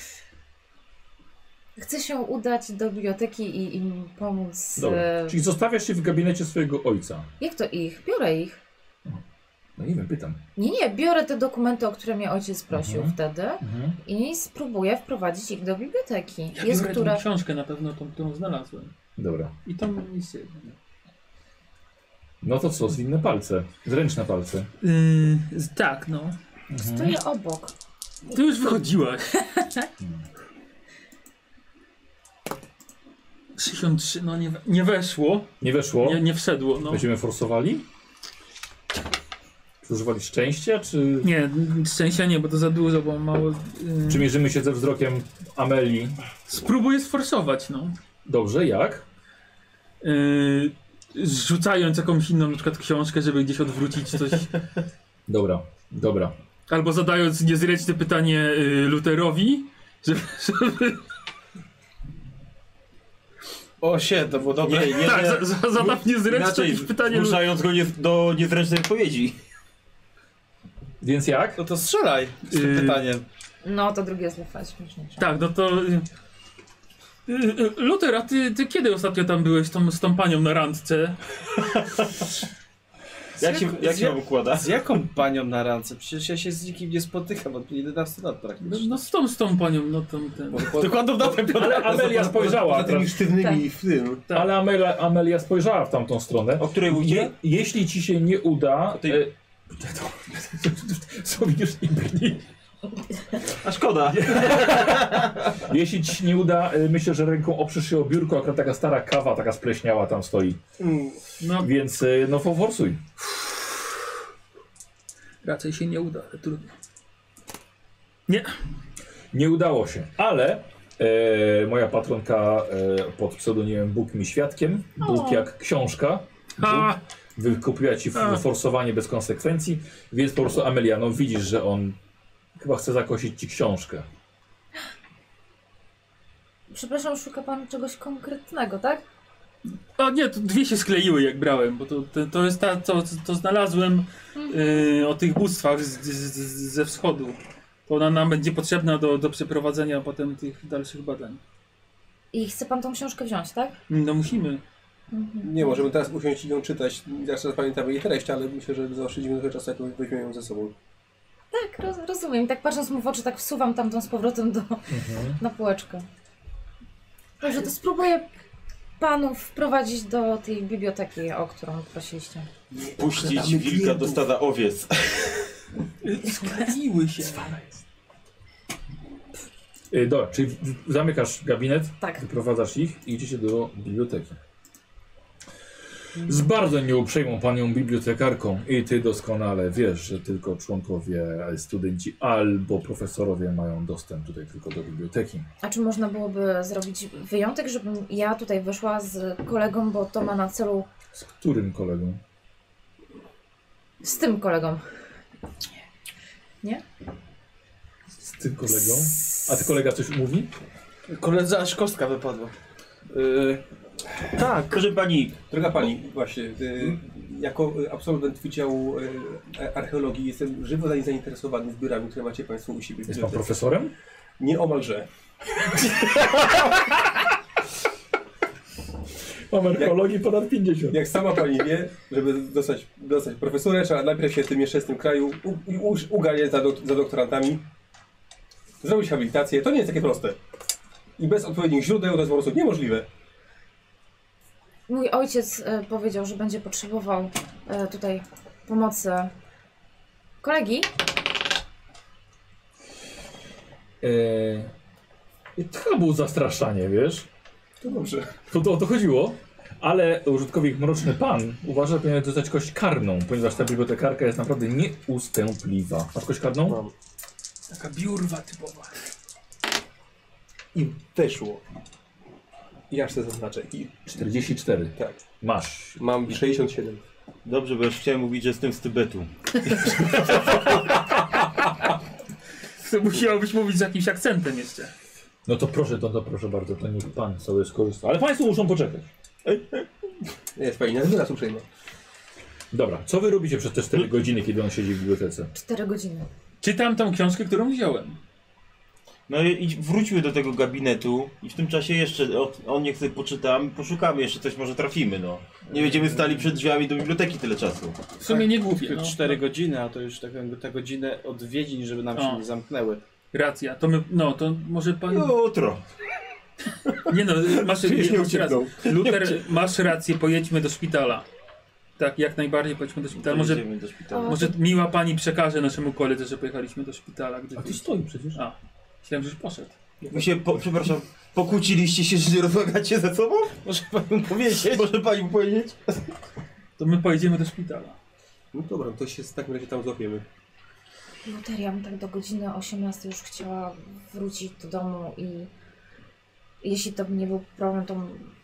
Chcę się udać do biblioteki i im pomóc. Dobra. Czyli zostawiasz się w gabinecie swojego ojca. Jak to ich? Biorę ich. No nie wiem, pytam. Nie, biorę te dokumenty, o które mnie ojciec prosił wtedy Mhm. i spróbuję wprowadzić ich do biblioteki. Ja Jest, biorę która... tą książkę na pewno, tą, którą znalazłem. Dobra. I tam nic nie... No to co, zwinne palce. Zręczne palce. Tak, no. Stoję obok. Ty już wychodziłaś. 63, no nie weszło. Nie weszło? Nie wszedło, no. Będziemy forsowali? Czy używali szczęścia, czy... Nie, szczęścia nie, bo to za dużo, bo mało... Czy mierzymy się ze wzrokiem Amelii? Spróbuję sforsować, no. Dobrze, jak? Rzucając jakąś inną, na przykład książkę, żeby gdzieś odwrócić coś. Dobra, dobra. Albo zadając niezręczne pytanie Luterowi, żeby... O się, to było dobre. Nie, Tak, zadam niezręczne inaczej, jakieś pytanie. zmuszając go do niezręcznej odpowiedzi. Więc jak? No to strzelaj z tym pytaniem. No to drugie jest lefa śmieszniejsze. Tak, no to... Luter, a ty kiedy ostatnio tam byłeś z tą panią na randce? Jak się wam układa? Z jaką panią na randce? Przecież ja się z nikim nie spotykam od 11 lat praktycznie. No z tą panią, no tą... Dokładną datę Ale Amelia spojrzała. Poza tymi sztywnymi w tym. Tak. Ale Amelia spojrzała w tamtą stronę. O której mówicie? Jeśli ci się nie uda... tej- Co widzisz, nie brnij. A szkoda. Jeśli ci się nie uda, myślę, że ręką oprzesz się o biurko, akurat taka stara kawa, taka spleśniała tam stoi. No, Więc no forsuj. raczej się nie uda, ale trudno. Nie. Nie udało się, ale moja patronka pod pseudonimem Bóg mi świadkiem, Bóg jak książka, A, wykupiła ci forsowanie bez konsekwencji, więc po prostu Amelia, no widzisz, że on chyba chce zakosić ci książkę. Przepraszam, szuka pan czegoś konkretnego, tak? a nie, to dwie się skleiły jak brałem, bo to jest ta, co znalazłem o tych bóstwach ze wschodu. To ona nam będzie potrzebna do przeprowadzenia potem tych dalszych badań. I chce pan tą książkę wziąć, tak? No musimy. Nie, możemy teraz usiąść i ją czytać. Teraz pamiętamy jej treść, ale myślę, że zaoszczędzimy trochę czasu, jak weźmiemy ją ze sobą. Tak, rozumiem. Tak patrząc mu w oczy, tak wsuwam tamtą z powrotem na półeczkę. Dobrze, to spróbuję panów wprowadzić do tej biblioteki, o którą prosiliście. Puścić wilka do stada owiec. Skleiły się. Dobra, czyli zamykasz gabinet, Tak. wyprowadzasz ich i idziecie do biblioteki. Z bardzo nieuprzejmą panią bibliotekarką i ty doskonale wiesz, że tylko członkowie, studenci albo profesorowie mają dostęp tutaj tylko do biblioteki. A czy można byłoby zrobić wyjątek, żebym ja tutaj wyszła z kolegą, bo to ma na celu... Z którym kolegą? Z tym kolegą. Nie? Z tym kolegą? A ty kolega coś mówi? Koledze aż kostka wypadła. Tak, proszę pani. Droga pani, właśnie, jako absolwent Wydziału Archeologii jestem żywo zainteresowany zbiorami, które macie państwo u siebie w Jest pan bibliotece. profesorem? Nieomalże. Mam archeologii ponad 50. Jak sama pani wie, żeby dostać profesurę, trzeba najpierw się w tym nieszczęsnym kraju uganiać za doktorantami, zrobić habilitację. To nie jest takie proste. I bez odpowiednich źródeł to jest po prostu niemożliwe. Mój ojciec powiedział, że będzie potrzebował tutaj pomocy kolegi. To było zastraszanie, wiesz? To dobrze. To o to chodziło. Ale użytkownik Mroczny Pan uważa, że powinien dostać kość karną, ponieważ ta bibliotekarka jest naprawdę nieustępliwa. Masz kość karną? Mam. Taka biurwa typowa. I weszło. I aż to zaznaczę. 44. Tak. Masz. Mam 67. Dobrze, bo już chciałem mówić, że jestem z Tybetu. To musiałbyś mówić z jakimś akcentem jeszcze. No to proszę bardzo, to niech pan sobie skorzysta. Ale państwo muszą poczekać. Jest pani teraz uprzejma. Dobra, co wy robicie przez te 4 godziny, kiedy on siedzi w bibliotece? 4 godziny. Czytam tą książkę, którą wziąłem. No i wróćmy do tego gabinetu i w tym czasie jeszcze on niech sobie poczytam, poszukamy jeszcze coś, może trafimy, no. Nie będziemy stali przed drzwiami do biblioteki tyle czasu. W sumie nie głupie, no. 4 godziny, a to już tak jakby te godziny odwiedzin, żeby nam się nie zamknęły. Racja, to my, no to może pan... Jutro. Nie no, masz rację. Luther, Nie masz rację, pojedźmy do szpitala. Tak, jak najbardziej pojedźmy do szpitala. Może miła pani przekaże naszemu koledze, że pojechaliśmy do szpitala. A tu stoi przecież. A, myślałem, że już poszedł. Wy się, przepraszam, pokłóciliście się, że nie rozmawiacie ze sobą? Może pani powiedzieć? Może pani mu powiedzieć? To my pojedziemy do szpitala. No dobra, to się w takim razie tam złapiemy. Luther, ja bym tak do godziny 18 już chciała wrócić do domu i jeśli to by nie był problem, to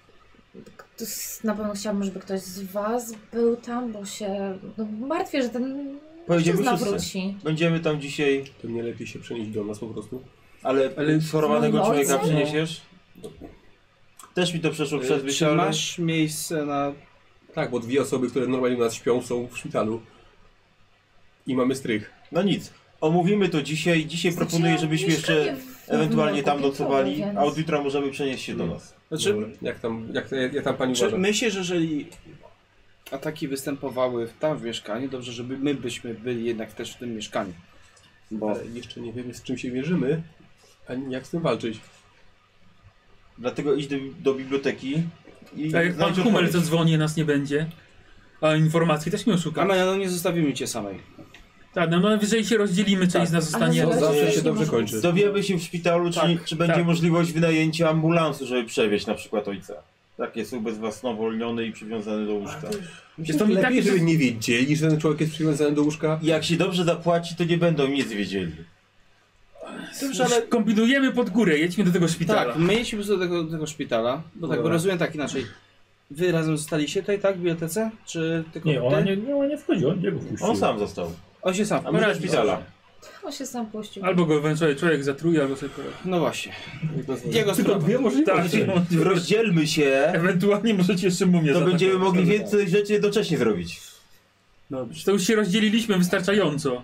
na pewno chciałabym, żeby ktoś z was był tam, bo się martwię, że ten mężczyzna wróci. Będziemy tam dzisiaj. To nie lepiej się przenieść do nas po prostu. Ale schorowanego no, człowieka no. przyniesiesz? Też mi to przeszło przez myśl, Czy ale... masz miejsce na... Tak, bo 2 osoby, które normalnie u nas śpią, są w szpitalu. I mamy strych. No nic. Omówimy to dzisiaj. Dzisiaj proponuję, żebyśmy jeszcze ewentualnie tam nocowali, a od jutra możemy przenieść się do nas. Znaczy, Dobra. Jak tam pani uważa? myślę, że jeżeli ataki występowały tam w mieszkaniu, dobrze, żeby my byśmy byli jednak też w tym mieszkaniu. Bo Ale jeszcze nie wiemy, z czym się mierzymy, ani jak z tym walczyć. Dlatego idź do biblioteki i A jak pan Hummel zadzwoni, nas nie będzie. A informacji też nie oszukam. Amelia, no nie zostawimy cię samej. Tak, no jeżeli się rozdzielimy, część z nas zostanie... Ale Zawsze się nie dobrze może kończy. Dowiemy się w szpitalu, czy będzie tak. możliwość wynajęcia ambulansu, żeby przewieźć na przykład ojca. Tak jest ubezwłasnowolniony i przywiązany do łóżka. Jest to lepiej, żeby nie wiedzieli, że ten człowiek jest przywiązany do łóżka. Jak się dobrze zapłaci, to nie będą nic wiedzieli. Dobrze, ale Kombinujemy pod górę, jedźmy do tego szpitala. tak, my jedźmy do tego szpitala, bo tak, bo rozumiem tak inaczej. Wy razem zostaliście tutaj, tak, w bibliotece? Czy tylko Nie, ty? ona nie wchodzi, on nie go wpuścił. On sam został. On się sam. A my do szpitala. On się sam puścił. Albo go ewentualnie człowiek zatruje, albo sobie poradzi. No właśnie. Tylko Jego sprawa. 2 możliwości. Tak, Rozdzielmy się, ewentualnie możecie jeszcze mumię to będziemy zaatakować. mogli więcej rzeczy jednocześnie zrobić. Dobrze, to już się rozdzieliliśmy wystarczająco.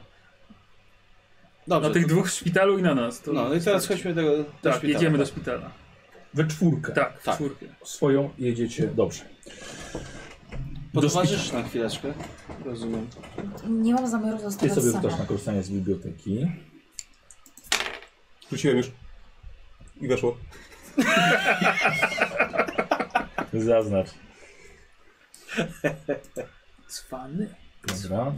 Dobrze. Na tych 2 w szpitalu i na nas. To No i teraz chodźmy do tak, szpitala. jedziemy do szpitala. We czwórkę. Tak, w czwórkę. Swoją jedziecie dobrze. Towarzyszysz na chwileczkę, rozumiem. Nie mam zamiaru Ty zostawać sobie sama. rzucasz na korzystanie z biblioteki. Wróciłem już. I weszło. Zaznacz. Cwany. Dobra.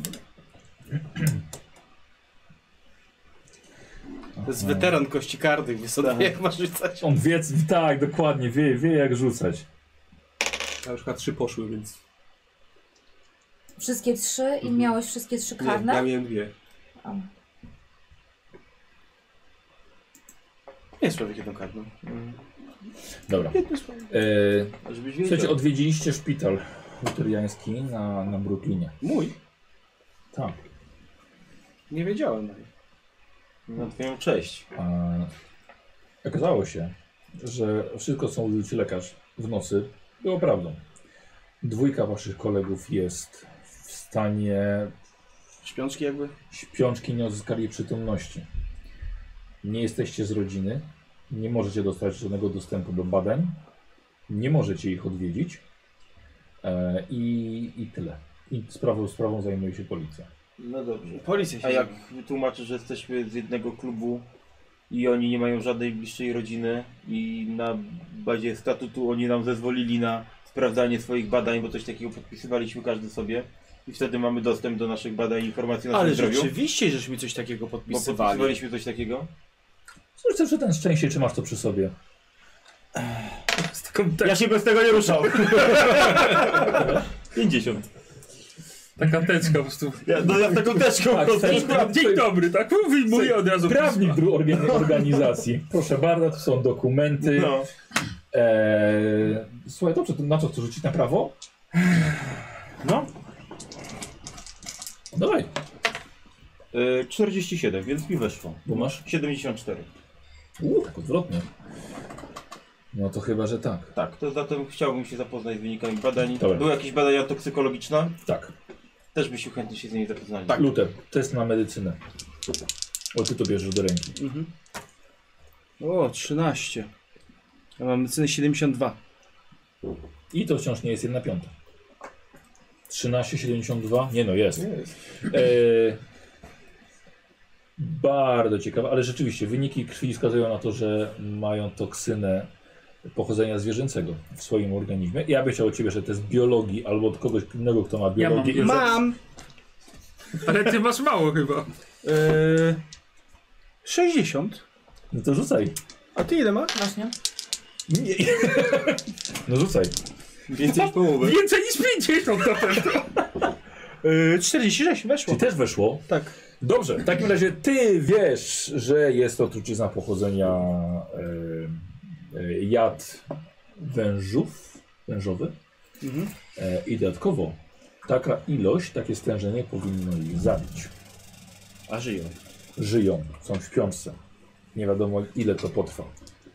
To jest weteran kości karnych, wie sobie jak ma rzucać. On wie, tak, dokładnie, wie jak rzucać. Ja już chyba 3 poszły, więc... Wszystkie 3 i miałeś wszystkie 3 karne? Nie, ja miałem 2. O. Jest człowiek jedną karną. Dobra. Słuchajcie, odwiedziliście szpital luteriański na Brooklynie. Mój? Tak. Nie wiedziałem. Na twoją cześć. Okazało się, że wszystko, co mówił ci lekarz w nocy, było prawdą. 2 waszych kolegów jest w stanie śpiączki jakby? Śpiączki, nie odzyskali przytomności. Nie jesteście z rodziny, nie możecie dostać żadnego dostępu do badań, nie możecie ich odwiedzić i tyle. I sprawą zajmuje się policja. No dobrze. Policja się A jak wytłumaczysz, że jesteśmy z jednego klubu i oni nie mają żadnej bliższej rodziny i na bazie statutu oni nam zezwolili na sprawdzanie swoich badań, bo coś takiego podpisywaliśmy każdy sobie i wtedy mamy dostęp do naszych badań i informacji o naszym zdrowiu. Ale rzeczywiście, żeśmy coś takiego podpisywali. Bo podpisywaliśmy coś takiego? Cóż, że ten szczęście, czy masz to przy sobie? Ja się bez tego nie ruszał. 50. Taka teczka po prostu. Ja taką teczką po prostu. Dzień dobry, tak wyjmuję od razu. Prawnik organizacji. Proszę bardzo, tu są dokumenty. No. Słuchaj, dobrze, to na co chcesz rzucić? Na prawo? No. Dawaj. 47, więc mi weszło. Bo masz? 74. Tak odwrotnie. No to chyba, że tak. Tak, to zatem chciałbym się zapoznać z wynikami badań. Dobra. Były jakieś badania toksykologiczne? Tak. Też byśmy chętnie się z nimi zapoznali. Tak. Luther, test na medycynę. O, ty to bierzesz do ręki. Mhm. O, 13. Ja mam medycynę 72. I to wciąż nie jest 1/5. 13,72? Nie no, jest. Bardzo ciekawe, ale rzeczywiście wyniki krwi wskazują na to, że mają toksynę pochodzenia zwierzęcego w swoim organizmie. Ja bym chciał od ciebie, że to jest biologii albo od kogoś innego, kto ma biologię. Ja mam. Ale ty masz mało chyba. 60. No to rzucaj. A ty ile masz? Właśnie. Nie. No rzucaj. Więcej niż połowę. Więcej niż 50 na pewno. 46 weszło. Czy też weszło? Tak. Dobrze, w takim razie ty wiesz, że jest to trucizna pochodzenia jad wężowy. Mhm. I dodatkowo taka ilość, takie stężenie powinno ich zabić. A żyją. Żyją, są w śpiączce. Nie wiadomo ile to potrwa.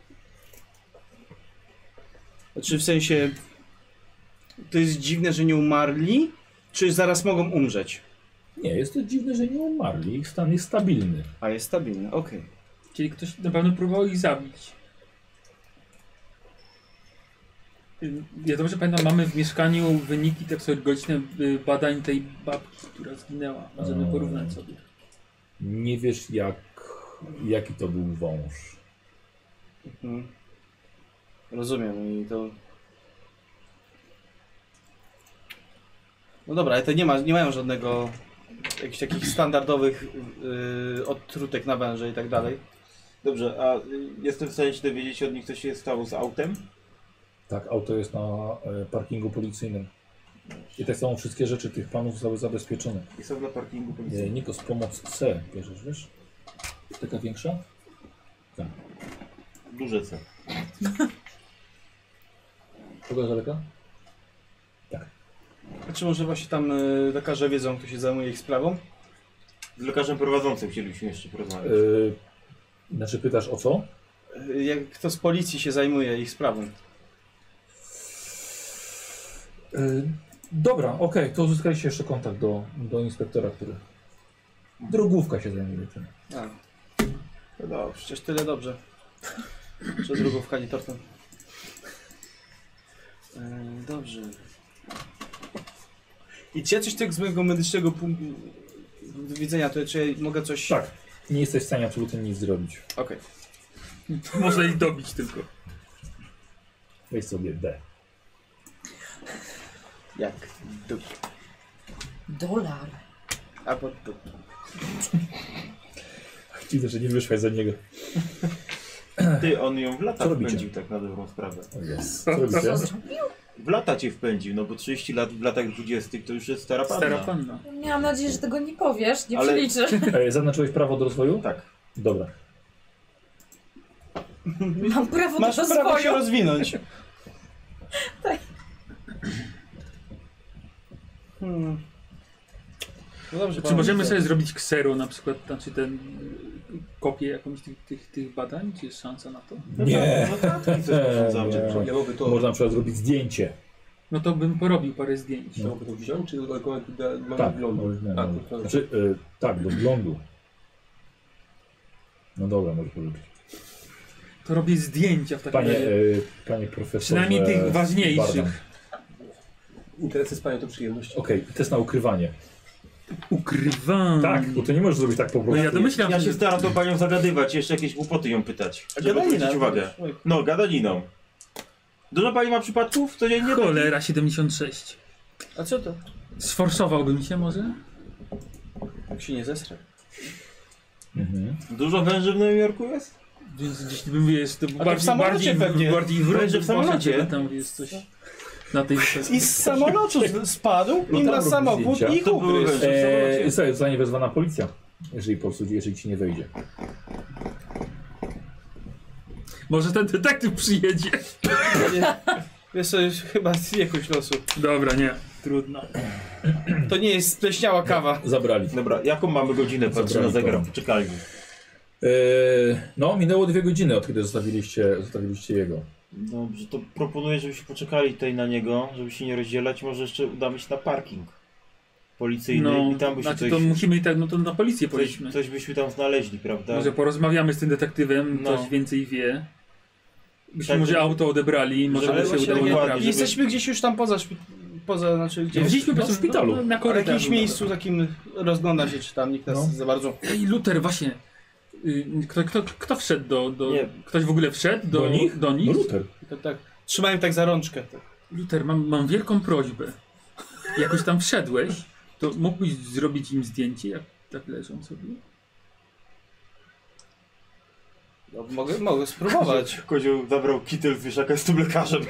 Znaczy w sensie, to jest dziwne, że nie umarli, czy zaraz mogą umrzeć? Nie, jest to dziwne, że nie umarli. Ich stan jest stabilny. A jest stabilny, okej. Czyli ktoś na pewno próbował ich zabić. Ja dobrze pamiętam, mamy w mieszkaniu wyniki toksykologiczne badań tej babki, która zginęła. Możemy porównać sobie. Nie wiesz jaki to był wąż. Mhm. Rozumiem i to... No dobra, ale to nie mają żadnego jakichś takich standardowych odtrutek na węże i tak dalej. Dobrze, a jestem w stanie się dowiedzieć od nich, co się stało z autem? Tak, auto jest na parkingu policyjnym. I tak samo wszystkie rzeczy tych panów zostały zabezpieczone. I są na parkingu policyjnym. Nikos, pomoc C bierzesz, wiesz? Taka większa? Tak. Duże C. Kogo z daleka? A czy może właśnie tam lekarze wiedzą, kto się zajmuje ich sprawą? Z lekarzem prowadzącym chcielibyśmy jeszcze porozmawiać. Znaczy pytasz o co? Kto z policji się zajmuje ich sprawą? Dobra, okej, to uzyskaliście jeszcze kontakt do inspektora, który... Drogówka się zajmuje tym. A. No dobrze, przecież tyle dobrze. Że drugówka nie tortem. Dobrze. I czy ja coś tak z mojego medycznego punktu widzenia, to czy ja mogę coś... Tak. Nie jesteś w stanie absolutnie nic zrobić. Okej. Można ich dobić tylko. Weź sobie D. Jak? Dolar. Albo... Dziwne, że nie wyszłaś za niego. Ty, on ją w lata Co robicie? wpędził tak na dobrą sprawę. Yes. Co robicie? W lata cię wpędził, no bo 30 lat w latach 20 to już jest stara panna. Stara panna. Miałam nadzieję, że tego nie powiesz, nie Ale- przeliczę. Zaznaczyłeś prawo do rozwoju? Tak. Dobra. Mam prawo Masz do prawo się rozwoju. rozwinąć. Tak. No dobrze, Czy możemy sobie zrobić ksero na przykład, znaczy ten kopię jakąś tych badań? Czy jest szansa na to? Nie. Nie. Ja mogę to, Można na przykład zrobić zdjęcie. No to bym porobił parę zdjęć. mogę to wziąć, czy mamy Tak, wyglądu? Znaczy, tak, do wglądu. No dobra, możesz porobić. To robię zdjęcia w takim Panie, razie. panie profesorze. Przynajmniej tych ważniejszych. Bardan. Interesy z panią to przyjemność. Okej, test na ukrywanie. Ukrywam. Tak, bo to nie możesz zrobić tak po No prostu. ja domyślam Ja się, się staram tą panią zagadywać, jeszcze jakieś głupoty ją pytać. Żeby Gadanina. zwrócić uwagę. No, gadaniną. Dużo pani ma przypadków codziennie? cholera 76. A co to? Sforsowałbym się może? Jak się nie zesrę. Mhm. Dużo węży w Nowym Jorku jest? Więc gdzieś bym jest to w bardziej, samolocie pewnie. bardziej Węże w samolocie? Tam jest coś na tej I z samolotu spadł No im tam na robi samochód zdjęcia. i ich To były ugryzł. węże w samolocie. Słuchaj, zostanie wezwana policja, jeżeli ci nie wejdzie. Może ten detektyw przyjedzie. Wiesz co, chyba z jakiegoś losu. Dobra, nie. Trudno. To nie jest spleśniała kawa. Zabrali. Dobra, jaką mamy godzinę? Patrzę na Zabrali zegar to. w poczekalni. No, minęło 2 godziny, od kiedy zostawiliście jego. Dobrze, to proponuję, żebyśmy poczekali tutaj na niego, żeby się nie rozdzielać. Może jeszcze udamy się na parking policyjny No, i tam by się znaczy coś, to musimy i tak, no to na policję pojedźmy. coś byśmy tam znaleźli, prawda? Może porozmawiamy z tym detektywem, No. ktoś więcej wie. Byśmy Tak, może żeby- auto odebrali, może żeby by się właśnie udało dokładnie, naprawić. żeby- Jesteśmy gdzieś już tam poza znaczy gdzieś Gdzieśmy w szpitalu. na w korytarzu. jakimś miejscu takim rozgląda się, czy tam nikt nas No. za bardzo... Ej, Luther, właśnie. Kto wszedł do... Nie. Ktoś w ogóle wszedł Do nich? Do nich? No Luther. Tak, trzymałem tak za rączkę. Tak. Luther, mam wielką prośbę. Jakoś tam wszedłeś, to mógłbyś zrobić im zdjęcie, jak tak leżą sobie? No, mogę spróbować. Kozioł zabrał kitel z wieszaka, jest tym lekarzem.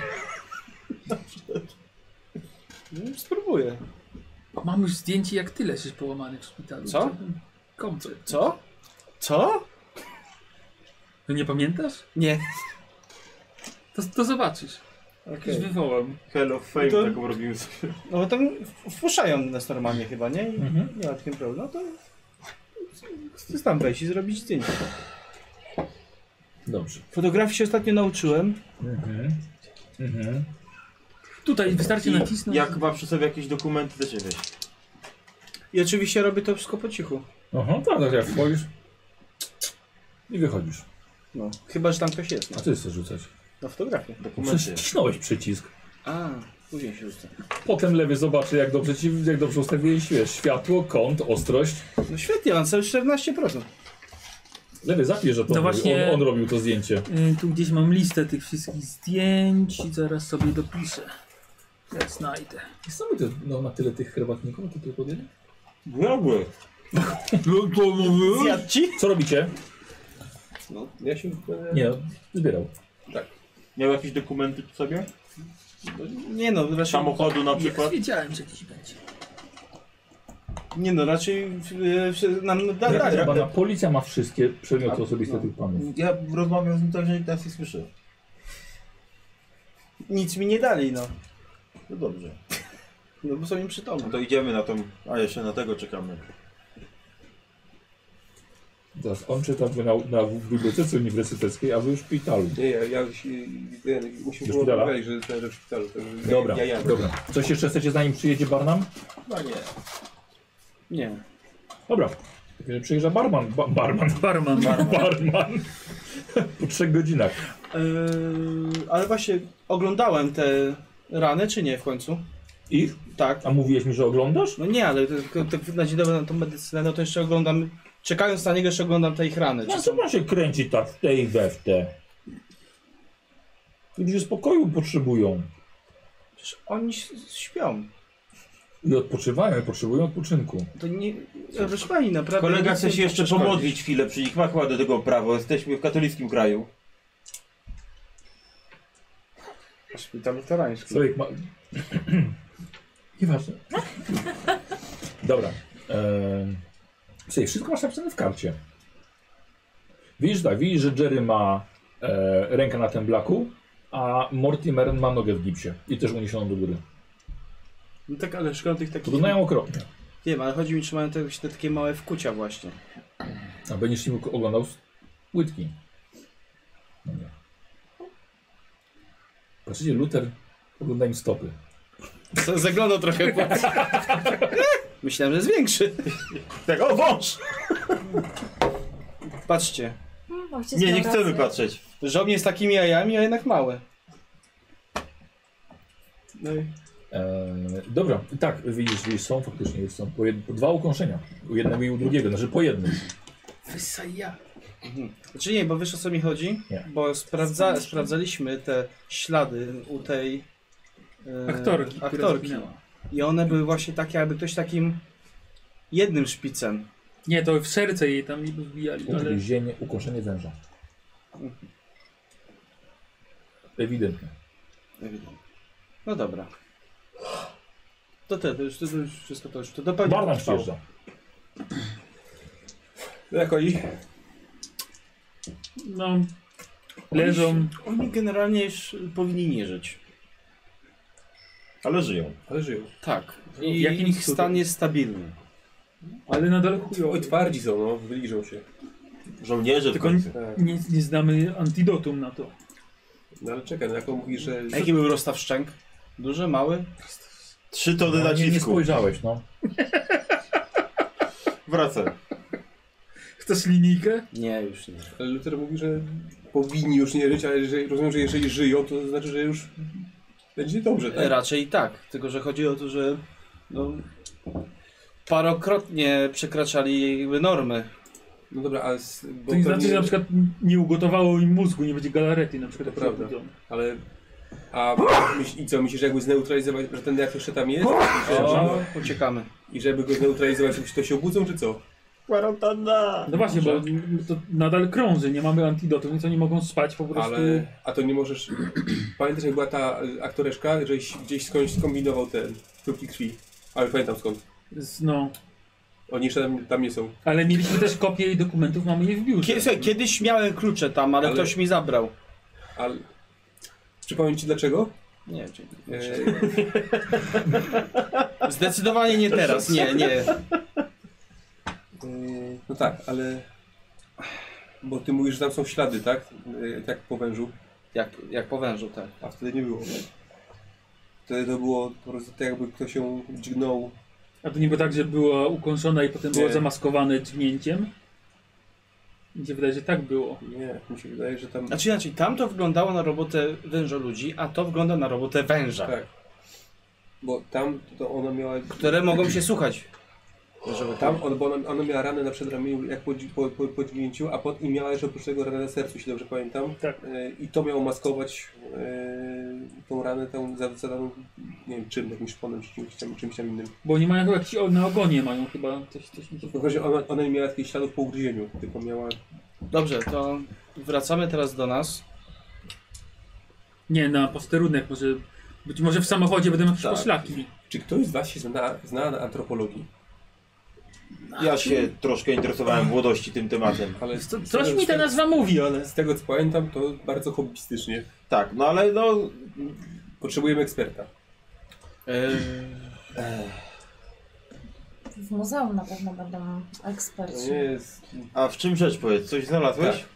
No, spróbuję. Mam już zdjęcie, jak ty leżysz połamany w szpitalu. Co? Komplet. Co? Co? No nie pamiętasz? Nie. To zobaczysz. Już Okej. wywołam. Hell of Fame To- taką robimy sobie. No bo tam wpuszczają nas normalnie chyba, nie? I Mhm. nie ma takiego problemu. No to chcę tam wejść i zrobić zdjęcie. Dobrze. Fotografii się ostatnio nauczyłem. Mhm. Tutaj wystarczy I nacisnąć. jak ma przy sobie jakieś dokumenty, też je weź. I oczywiście robię to wszystko po cichu. Aha, tak, jak wchodzisz i wychodzisz. No. Chyba, że tam ktoś jest. A No. ty chcesz rzucać? Na fotografię. Dokumenty. Przecież wcisnąłeś przycisk. A, później się rzucę. Potem lewy zobaczy, jak dobrze ustawiłeś światło, kąt, ostrość. No świetnie, mam całe 14%. Lewy zapisz, że to No właśnie- on robił to zdjęcie. Tu gdzieś mam listę tych wszystkich zdjęć i zaraz sobie dopiszę. Jak znajdę. Jest sobie na tyle tych herbatników, to tylko jeden? Byłby. Zjadł ci? Co robicie? No, ja się... Nie, zbierał. Miał jakieś dokumenty przy sobie? Nie no, raczej... Samochodu na Ja przykład? wiedziałem, że jakiś będzie. Nie no, raczej nam dali. Chyba policja ma wszystkie przedmioty osobiste tych panów. Ja rozmawiam z nim tak, że nikt nas nie słyszy. Nic mi nie dali, no. No dobrze. No bo są im No przytomni. to idziemy na tą... A jeszcze na tego czekamy. Zaraz, on czyta na bibliotece uniwersyteckiej, a wy już w szpitalu. Nie, ja musimy Do było szpitala? wejść, że to do szpitalu. To, że Dobra, ja jadę. dobra. Coś jeszcze chcecie, zanim przyjedzie Barnum? No nie. Nie. Dobra. Kiedy przyjeżdża barman. Barman. Po 3 godzinach. Ale właśnie oglądałem te rany, czy nie w końcu? Ich? Tak. A mówiłeś mi, że oglądasz? No nie, ale na dzień dobry na tą medycynę, no to jeszcze oglądam, czekając na niego jeszcze oglądam te ich rany. No co pan się kręci tak w te i we w te? Ludzie spokoju potrzebują. Przecież oni śpią. I odpoczywają, i potrzebują odpoczynku. To nie... Proszę pani, naprawdę... Kolega nic chce nie się jeszcze przeszkodzi. pomodlić chwilę przy nich, ma chyba do tego prawo, jesteśmy w katolickim kraju. Szpital luterański. Człowiek ma... Nieważne. Dobra. Słuchaj, wszystko masz napisane w karcie. Widzisz tak, widzisz, że Jerry ma rękę na temblaku, a Mortimer ma nogę w gipsie i też uniesioną do góry. No tak, ale szkoda tych takich... Wyglądają okropnie. Wiem, ale chodzi mi, czy mają te takie małe wkucia właśnie. A będziesz im oglądał łydki. No nie. Patrzycie, Luther ogląda im stopy. Zaglądał trochę. Myślałem, że jest większy. Tak, o wąż! Patrzcie. Nie chcemy patrzeć. Żołnierz z takimi jajami, a jednak małe. No i... Dobra, tak, widzisz, są faktycznie, są po dwa ukąszenia. U jednego i u drugiego, znaczy po jednym. Wysaja. Znaczy nie, bo wiesz, o co mi chodzi? Nie. Bo sprawdzaliśmy te ślady u tej aktorki. I one były właśnie takie, jakby ktoś takim jednym szpicem. Nie, to w serce jej tam niby wbijali, ale... Ugryzienie, ukąszenie węża. Ewidentnie. No dobra. To już wszystko to już. To pewnie Barnum potrwało. przyjeżdża. Jak oni? No, leżą. Oni generalnie już powinni nie żyć. Ale żyją. Ale żyją. Tak. I Jakim ich cudem? stan jest stabilny. Ale nadal chujowo. Oj, twardzi są, no, wyliżą się. Żołnierze Tylko w końcu. Tak. nie znamy antidotum na to. No ale czekaj, no jak on mówi, że... A jaki był rozstaw szczęk? Duży, mały? 3 tony Nie nacisku. spojrzałeś, no. Wracaj. Chcesz linijkę? Nie, już nie. Ale Luther mówi, że powinni już nie żyć, ale rozumiem, że jeżeli żyją, to znaczy, że już będzie dobrze, tak? Raczej tak, tylko że chodzi o to, że no, parokrotnie przekraczali jakby normy. No dobra, ale... To nie znaczy, że na przykład nie ugotowało im mózgu, nie będzie galarety na przykład. To prawda. Ale... A i co, myślisz, że jakby zneutralizować, że ten jak jeszcze tam jest? O, uciekamy. I żeby go zneutralizować, to się obudzą, czy co? Kwarantanna! No właśnie, bo to nadal krąży, nie mamy antidotum, więc oni mogą spać po prostu. Ale... A to nie możesz... Pamiętasz, jak była ta aktoreczka, żeś gdzieś skądś skombinował ten próbki krwi? Ale pamiętam skąd. No. Oni jeszcze tam nie są. Ale mieliśmy też kopię jej dokumentów, mamy je w biurze. Słuchaj, kiedyś miałem klucze tam, ale ktoś mi zabrał. Ale... Przypomnę ci dlaczego? Nie wiem. Zdecydowanie nie teraz, nie. No tak, ale... Bo ty mówisz, że tam są ślady, tak? Tak po wężu. Jak po wężu, tak. A wtedy nie było. Wtedy to było po prostu tak, jakby ktoś ją dźgnął. A to nie było tak, że była ukąszona i potem było Nie. zamaskowane dźgnięciem? Mi się wydaje, że tak było. Nie, mi się wydaje, że tam... Znaczy inaczej, tam to wyglądało na robotę węża ludzi, a to wygląda na robotę węża. Tak. Bo tam to ona miała... Które mogą się słuchać. Bo ona miała ranę na przedramieniu jak po dźgnięciu, i miała jeszcze oprócz tego ranę na sercu, jeśli dobrze pamiętam. Tak. I to miało maskować tą ranę tą zadaną, nie wiem czym, jakimś szponem czy czymś tam innym. Bo oni mają jakiś na ogonie, mają chyba coś mi się... W razie ona nie miała jakichś śladów po ugryzieniu, tylko miała... Dobrze, to wracamy teraz do nas. Nie, na posterunek, być może w samochodzie będą jakieś Tak. poszlaki. Czy ktoś z was się zna na antropologii? Ja się troszkę interesowałem w młodości tym tematem. Ale Coś mi ta nazwa mówi, ale... Z tego co pamiętam, to bardzo hobbystycznie. Tak, no ale no... Potrzebujemy eksperta. W muzeum na pewno będą eksperci. Nie jest... A w czym rzecz, powiedz? Coś znalazłeś? Tak.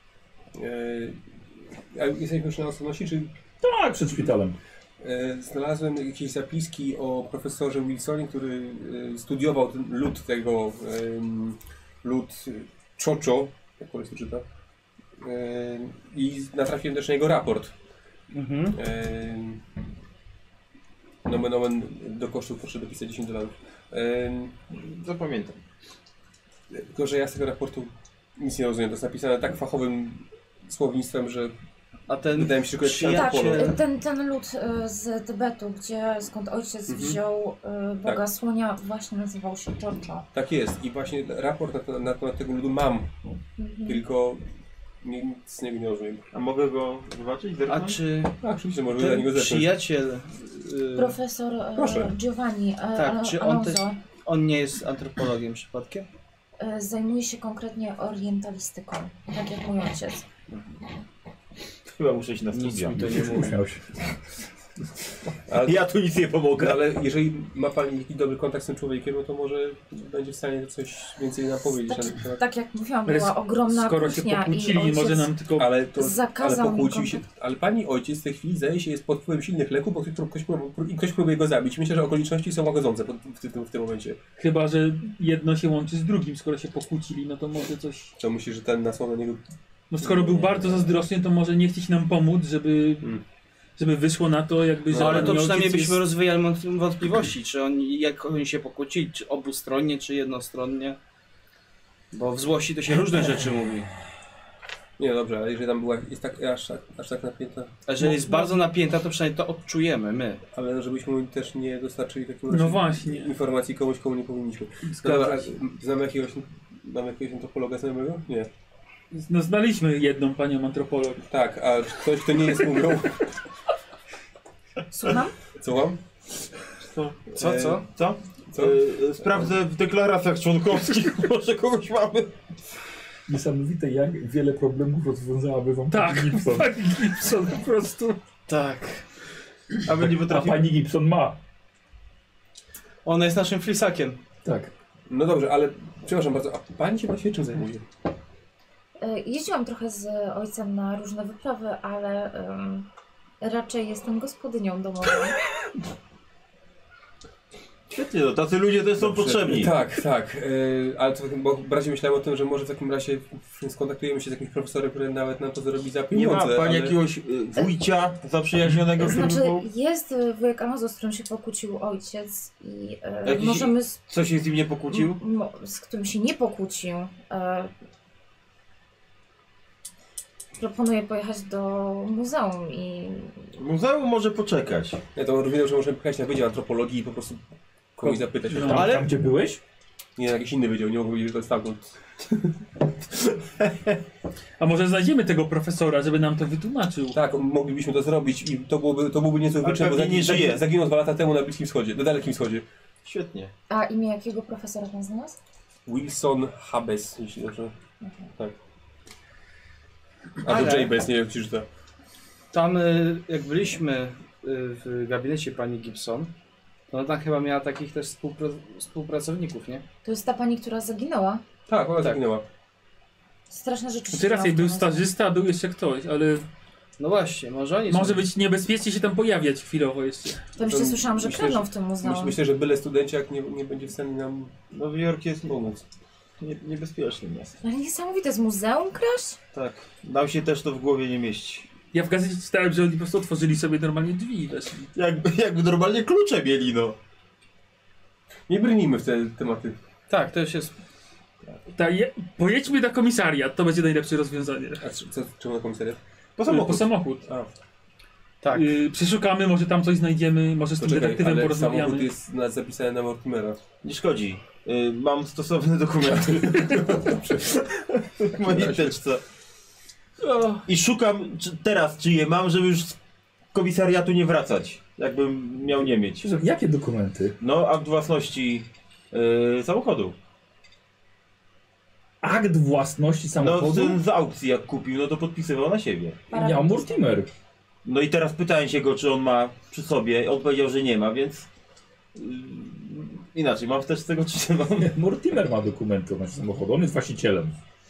Jesteśmy już na osobności, czy... Tak, przed szpitalem. Znalazłem jakieś zapiski o profesorze Wilsonie, który studiował ten lud tego, lud Chocho, jak po prostu czyta, i natrafiłem też na jego raport. nomen omen do kosztów proszę dopisać $10. Zapamiętam. Tylko, że ja z tego raportu nic nie rozumiem. To jest napisane tak fachowym słownictwem, że A ten wydaje mi się tylko jakiś Tak, antropolog. ten lud z Tybetu, skąd ojciec wziął Boga Tak. Słonia, właśnie nazywał się Giorgio. Tak jest. I właśnie raport na temat tego ludu mam. Tylko nic z niego nie rozumiem. A mogę go zobaczyć? A Zerknąć? czy Tak, oczywiście, może na ten niego zerknąć. przyjaciel, Profesor Proszę. Giovanni Tak, czy on Alonso też- on nie jest antropologiem przypadkiem? zajmuje się konkretnie orientalistyką, tak jak mój ojciec. Chyba muszę iść na Nic studia. mi to nie mówi. Śmiał się. Ale, Ja tu nic nie pomogę. ale jeżeli ma pani jakiś dobry kontakt z tym człowiekiem, no to może będzie w stanie coś więcej nam powiedzieć na ten temat. Tak jak mówiłam, Ale była ogromna Skoro się kuchnia i pokłócili, ojciec może nam tylko... Ale to, zakazał mi pokłócił się. Ale pani ojciec w tej chwili zdaje się jest pod wpływem silnych leków, bo ktoś próbuje go zabić. Myślę, że okoliczności są łagodzące w tym momencie. Chyba, że jedno się łączy z drugim, skoro się pokłócili, no to może coś... To myślisz, że ten nasłał na niego... No skoro był bardzo zazdrosny, to może nie chce się nam pomóc, żeby wyszło na to, jakby... No ale to pani przynajmniej ojciec byśmy jest- rozwijali wątpliwości, czy jak oni się pokłócili, czy obustronnie, czy jednostronnie. Bo w złości to się różne rzeczy mówi. Nie, dobrze, ale jeżeli tam była, jest tak, aż tak napięta, A jeżeli jest bardzo napięta, to przynajmniej to odczujemy my. ale żebyśmy też nie dostarczyli takiego No właśnie. informacji komuś, komu nie powinniśmy. Zgadza Dobra, się. a mamy jakiegoś antropologa znajomego? Nie. No znaliśmy jedną panią antropolog. Tak, a ktoś, kto nie jest mówią, Słucham? co mam? Co? Co? Co? Co? Sprawdzę w deklaracjach członkowskich, może kogoś mamy. Niesamowite, jak wiele problemów rozwiązałaby wam Tak, pani Gibson. pani Gibson po prostu. Tak. Aby nie A potrafił... pani Gibson ma. Ona jest naszym flisakiem. Tak. No dobrze, ale przepraszam bardzo, a pani się właściwie czym zajmuje? Jeździłam trochę z ojcem na różne wyprawy, ale raczej jestem gospodynią domową. Świetnie, no tacy ludzie też są potrzebni. Tak, tak. Ale to, bo bardziej myślałem o tym, że może w takim razie skontaktujemy się z jakimś profesorem, który nawet nam to zrobi za Nie pieniądze. ma pani ale... jakiegoś wujcia zaprzyjaźnionego, który Znaczy, by był... jest wujek Amazo, z którym się pokłócił ojciec i Jakiś- możemy... Co się z nim nie pokłócił? Z którym się nie pokłócił. Proponuję pojechać do muzeum i... Muzeum może poczekać. Ja to rozumiem, że możemy pojechać na wydział antropologii i po prostu kogoś zapytać. No, Tam, ale- tam gdzie byłeś? Nie, na jakiś inny wydział, nie mogę powiedzieć, że to jest stamtąd. A może znajdziemy tego profesora, żeby nam to wytłumaczył. Tak, moglibyśmy to zrobić i to byłby niezły Ale wyczyn, bo pewnie nie żyje. zaginął 2 lata temu na Bliskim Wschodzie, na Dalekim Wschodzie. Świetnie. A imię jakiego profesora pan znalazł? Wilson Habes, jeśli dobrze. Tak. Ale- Albo Jabez, nie wiem, jak ci rzuca. Tam jak byliśmy w gabinecie pani Gibson, to ona tam chyba miała takich też współpracowników, nie? To jest ta pani, która zaginęła. Tak, ona zaginęła. Straszne rzeczy się Znaczy raczej dzieją w był tym stażysta, był jeszcze ktoś, ale No właśnie, może oni może są... być niebezpiecznie się tam pojawiać chwilowo jeszcze. Tam jeszcze To słyszałam, że myślę, kradną że- w tym muzeum. Myślę, że byle studenciak nie będzie w stanie nam Nowy Jork jest pomóc. niebezpiecznym miastem. Ale niesamowite, z muzeum kraść? Tak. Nam się też to w głowie nie mieści. Ja w gazecie czytałem, że oni po prostu otworzyli sobie normalnie drzwi i weszli. Jakby normalnie klucze mieli, no. Nie brnijmy w te tematy. Tak, to już jest... Pojedźmy na komisariat, to będzie najlepsze rozwiązanie. A czemu na komisariat? Po samochód. A, Tak. Przeszukamy, może tam coś znajdziemy, może z tym poczekaj, detektywem ale porozmawiamy. samochód jest zapisany na Mortimera. Nie szkodzi. Mam stosowne dokumenty. W mojej teczce. I szukam teraz, czy je mam, żeby już z komisariatu nie wracać. Jakbym miał nie mieć. Jakie dokumenty? No, akt własności samochodu. Akt własności No, samochodu? z aukcji jak kupił, no to podpisywał na siebie. Miał Mortimer. No i teraz pytałem się go, czy on ma przy sobie. On powiedział, że nie ma, więc... Inaczej, mam też z tego, czy nie mam. Mortimer ma dokumenty na samochodu, on jest właścicielem.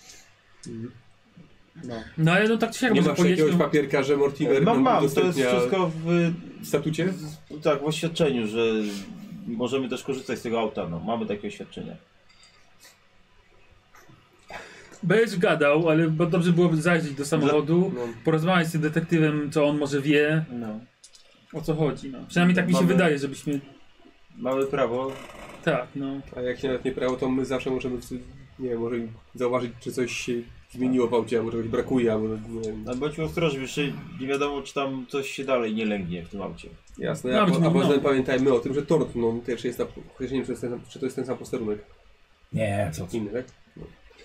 No ale no tak czy siak Nie może masz jakiegoś pojedźmy. papierka, że Mortimer Mam, nam to jest udostępnia wszystko w statucie? Tak, w oświadczeniu, że możemy też korzystać z tego auta, no. Mamy takie oświadczenia. Będziesz gadał, ale dobrze byłoby zajrzeć do samochodu, No. porozmawiać z tym detektywem, co on może wie. No. o co chodzi. No. Przynajmniej tak mi się Mamy- wydaje, żebyśmy... Mamy prawo. Tak, no. A jak się nawet nie prawo, to my zawsze możemy, nie wiem, może zauważyć, czy coś się zmieniło w aucie, albo czegoś brakuje, albo nie wiem. No bądźmy ostrożni, jeszcze nie wiadomo, czy tam coś się dalej nie lęgnie w tym aucie. Jasne, No, a być może, poza tym no. pamiętajmy o tym, że tort, no też jest, chociaż nie wiem, czy to jest ten sam posterunek. Nie, co ty. Inny, tak? No.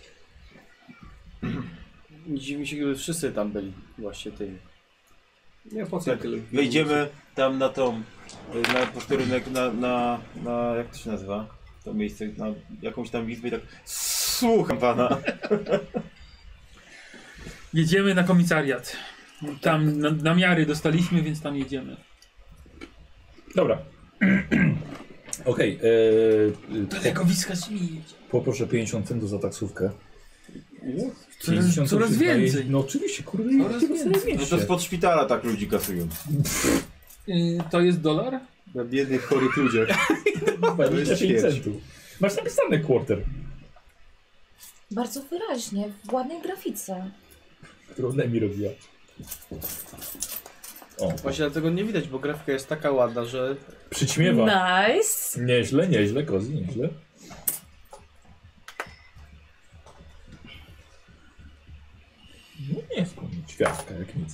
Nie dziwi mi się, gdyby wszyscy tam byli właśnie tymi. Nie, po co tyle? Wejdziemy tam na tą, na posterunek, na jak to się nazywa? To miejsce, na jakąś tam izbę i tak słucham pana. Jedziemy na komisariat. Tam namiary dostaliśmy, więc tam jedziemy. Dobra. Okej. Lekowiska śmieje. Poproszę 50 centów za taksówkę. Coraz więcej. No oczywiście, kurde, Coraz jedziemy więcej. No to spod szpitala tak ludzi kasują. To jest dolar? Na biednych, chorych ludziach. 25 centów. Masz napisane quarter, Bardzo wyraźnie, w ładnej grafice. którą Nemi robiła. O, Właśnie dlatego nie widać, bo grafika jest taka ładna, że... przyćmiewa. Nice. Nieźle, nieźle, Kozi, nieźle. No nie jest ćwiartka jak nic.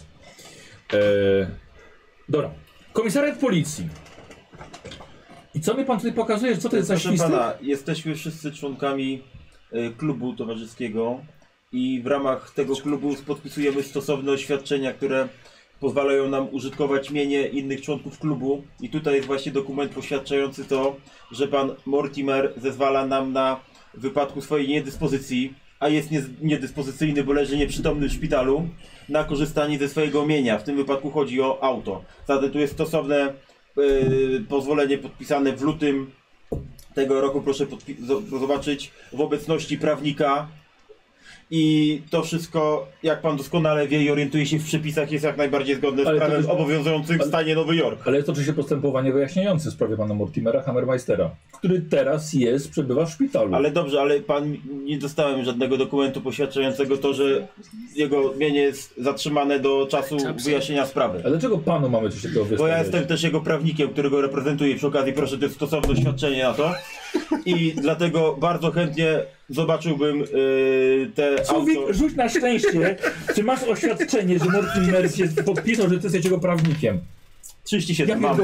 Dobra. Komisariat policji. I co mi pan tutaj pokazuje? Co to jest za Proszę świsty? pana, jesteśmy wszyscy członkami klubu towarzyskiego i w ramach tego klubu podpisujemy stosowne oświadczenia, które pozwalają nam użytkować mienie innych członków klubu. I tutaj jest właśnie dokument poświadczający to, że pan Mortimer zezwala nam na w wypadku swojej niedyspozycji, a jest niedyspozycyjny, bo leży nieprzytomny w szpitalu, na korzystanie ze swojego mienia. W tym wypadku chodzi o auto. Zatem tu jest stosowne pozwolenie podpisane w lutym tego roku, proszę zobaczyć, w obecności prawnika. I to wszystko, jak pan doskonale wie i orientuje się w przepisach, jest jak najbardziej zgodne z prawem obowiązującym w stanie Nowy Jork. Ale toczy się postępowanie wyjaśniające w sprawie pana Mortimera Hammermeistera, który teraz przebywa w szpitalu. Ale dobrze, ale pan, nie dostałem żadnego dokumentu poświadczającego to, że jego mienie jest zatrzymane do czasu wyjaśnienia sprawy. Ale dlaczego panu mamy coś takiego wystawiać? Bo ja jestem też jego prawnikiem, którego reprezentuję przy okazji, proszę, to jest stosowne oświadczenie na to. I dlatego bardzo chętnie zobaczyłbym te Słowik, auto. rzuć na szczęście, czy masz oświadczenie, że Mortimer się podpisał, że ty jesteś jego prawnikiem? 37 mam.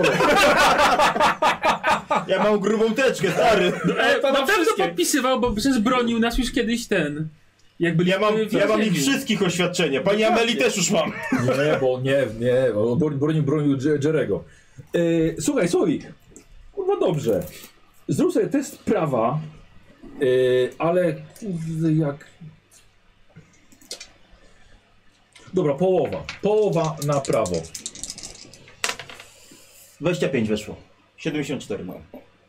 Ja mam grubą teczkę, stary. Na pewno podpisywał, bo przecież bronił nas już kiedyś ten. Jak byli Ja mam ich wszystkich oświadczenia. Pani Ameli też już mam. Nie, on bronił Jerego. Słuchaj, Słowik, kurwa dobrze. Zrób sobie test prawa, ale kurde jak... Dobra, połowa na prawo. 25 weszło. 74 mam.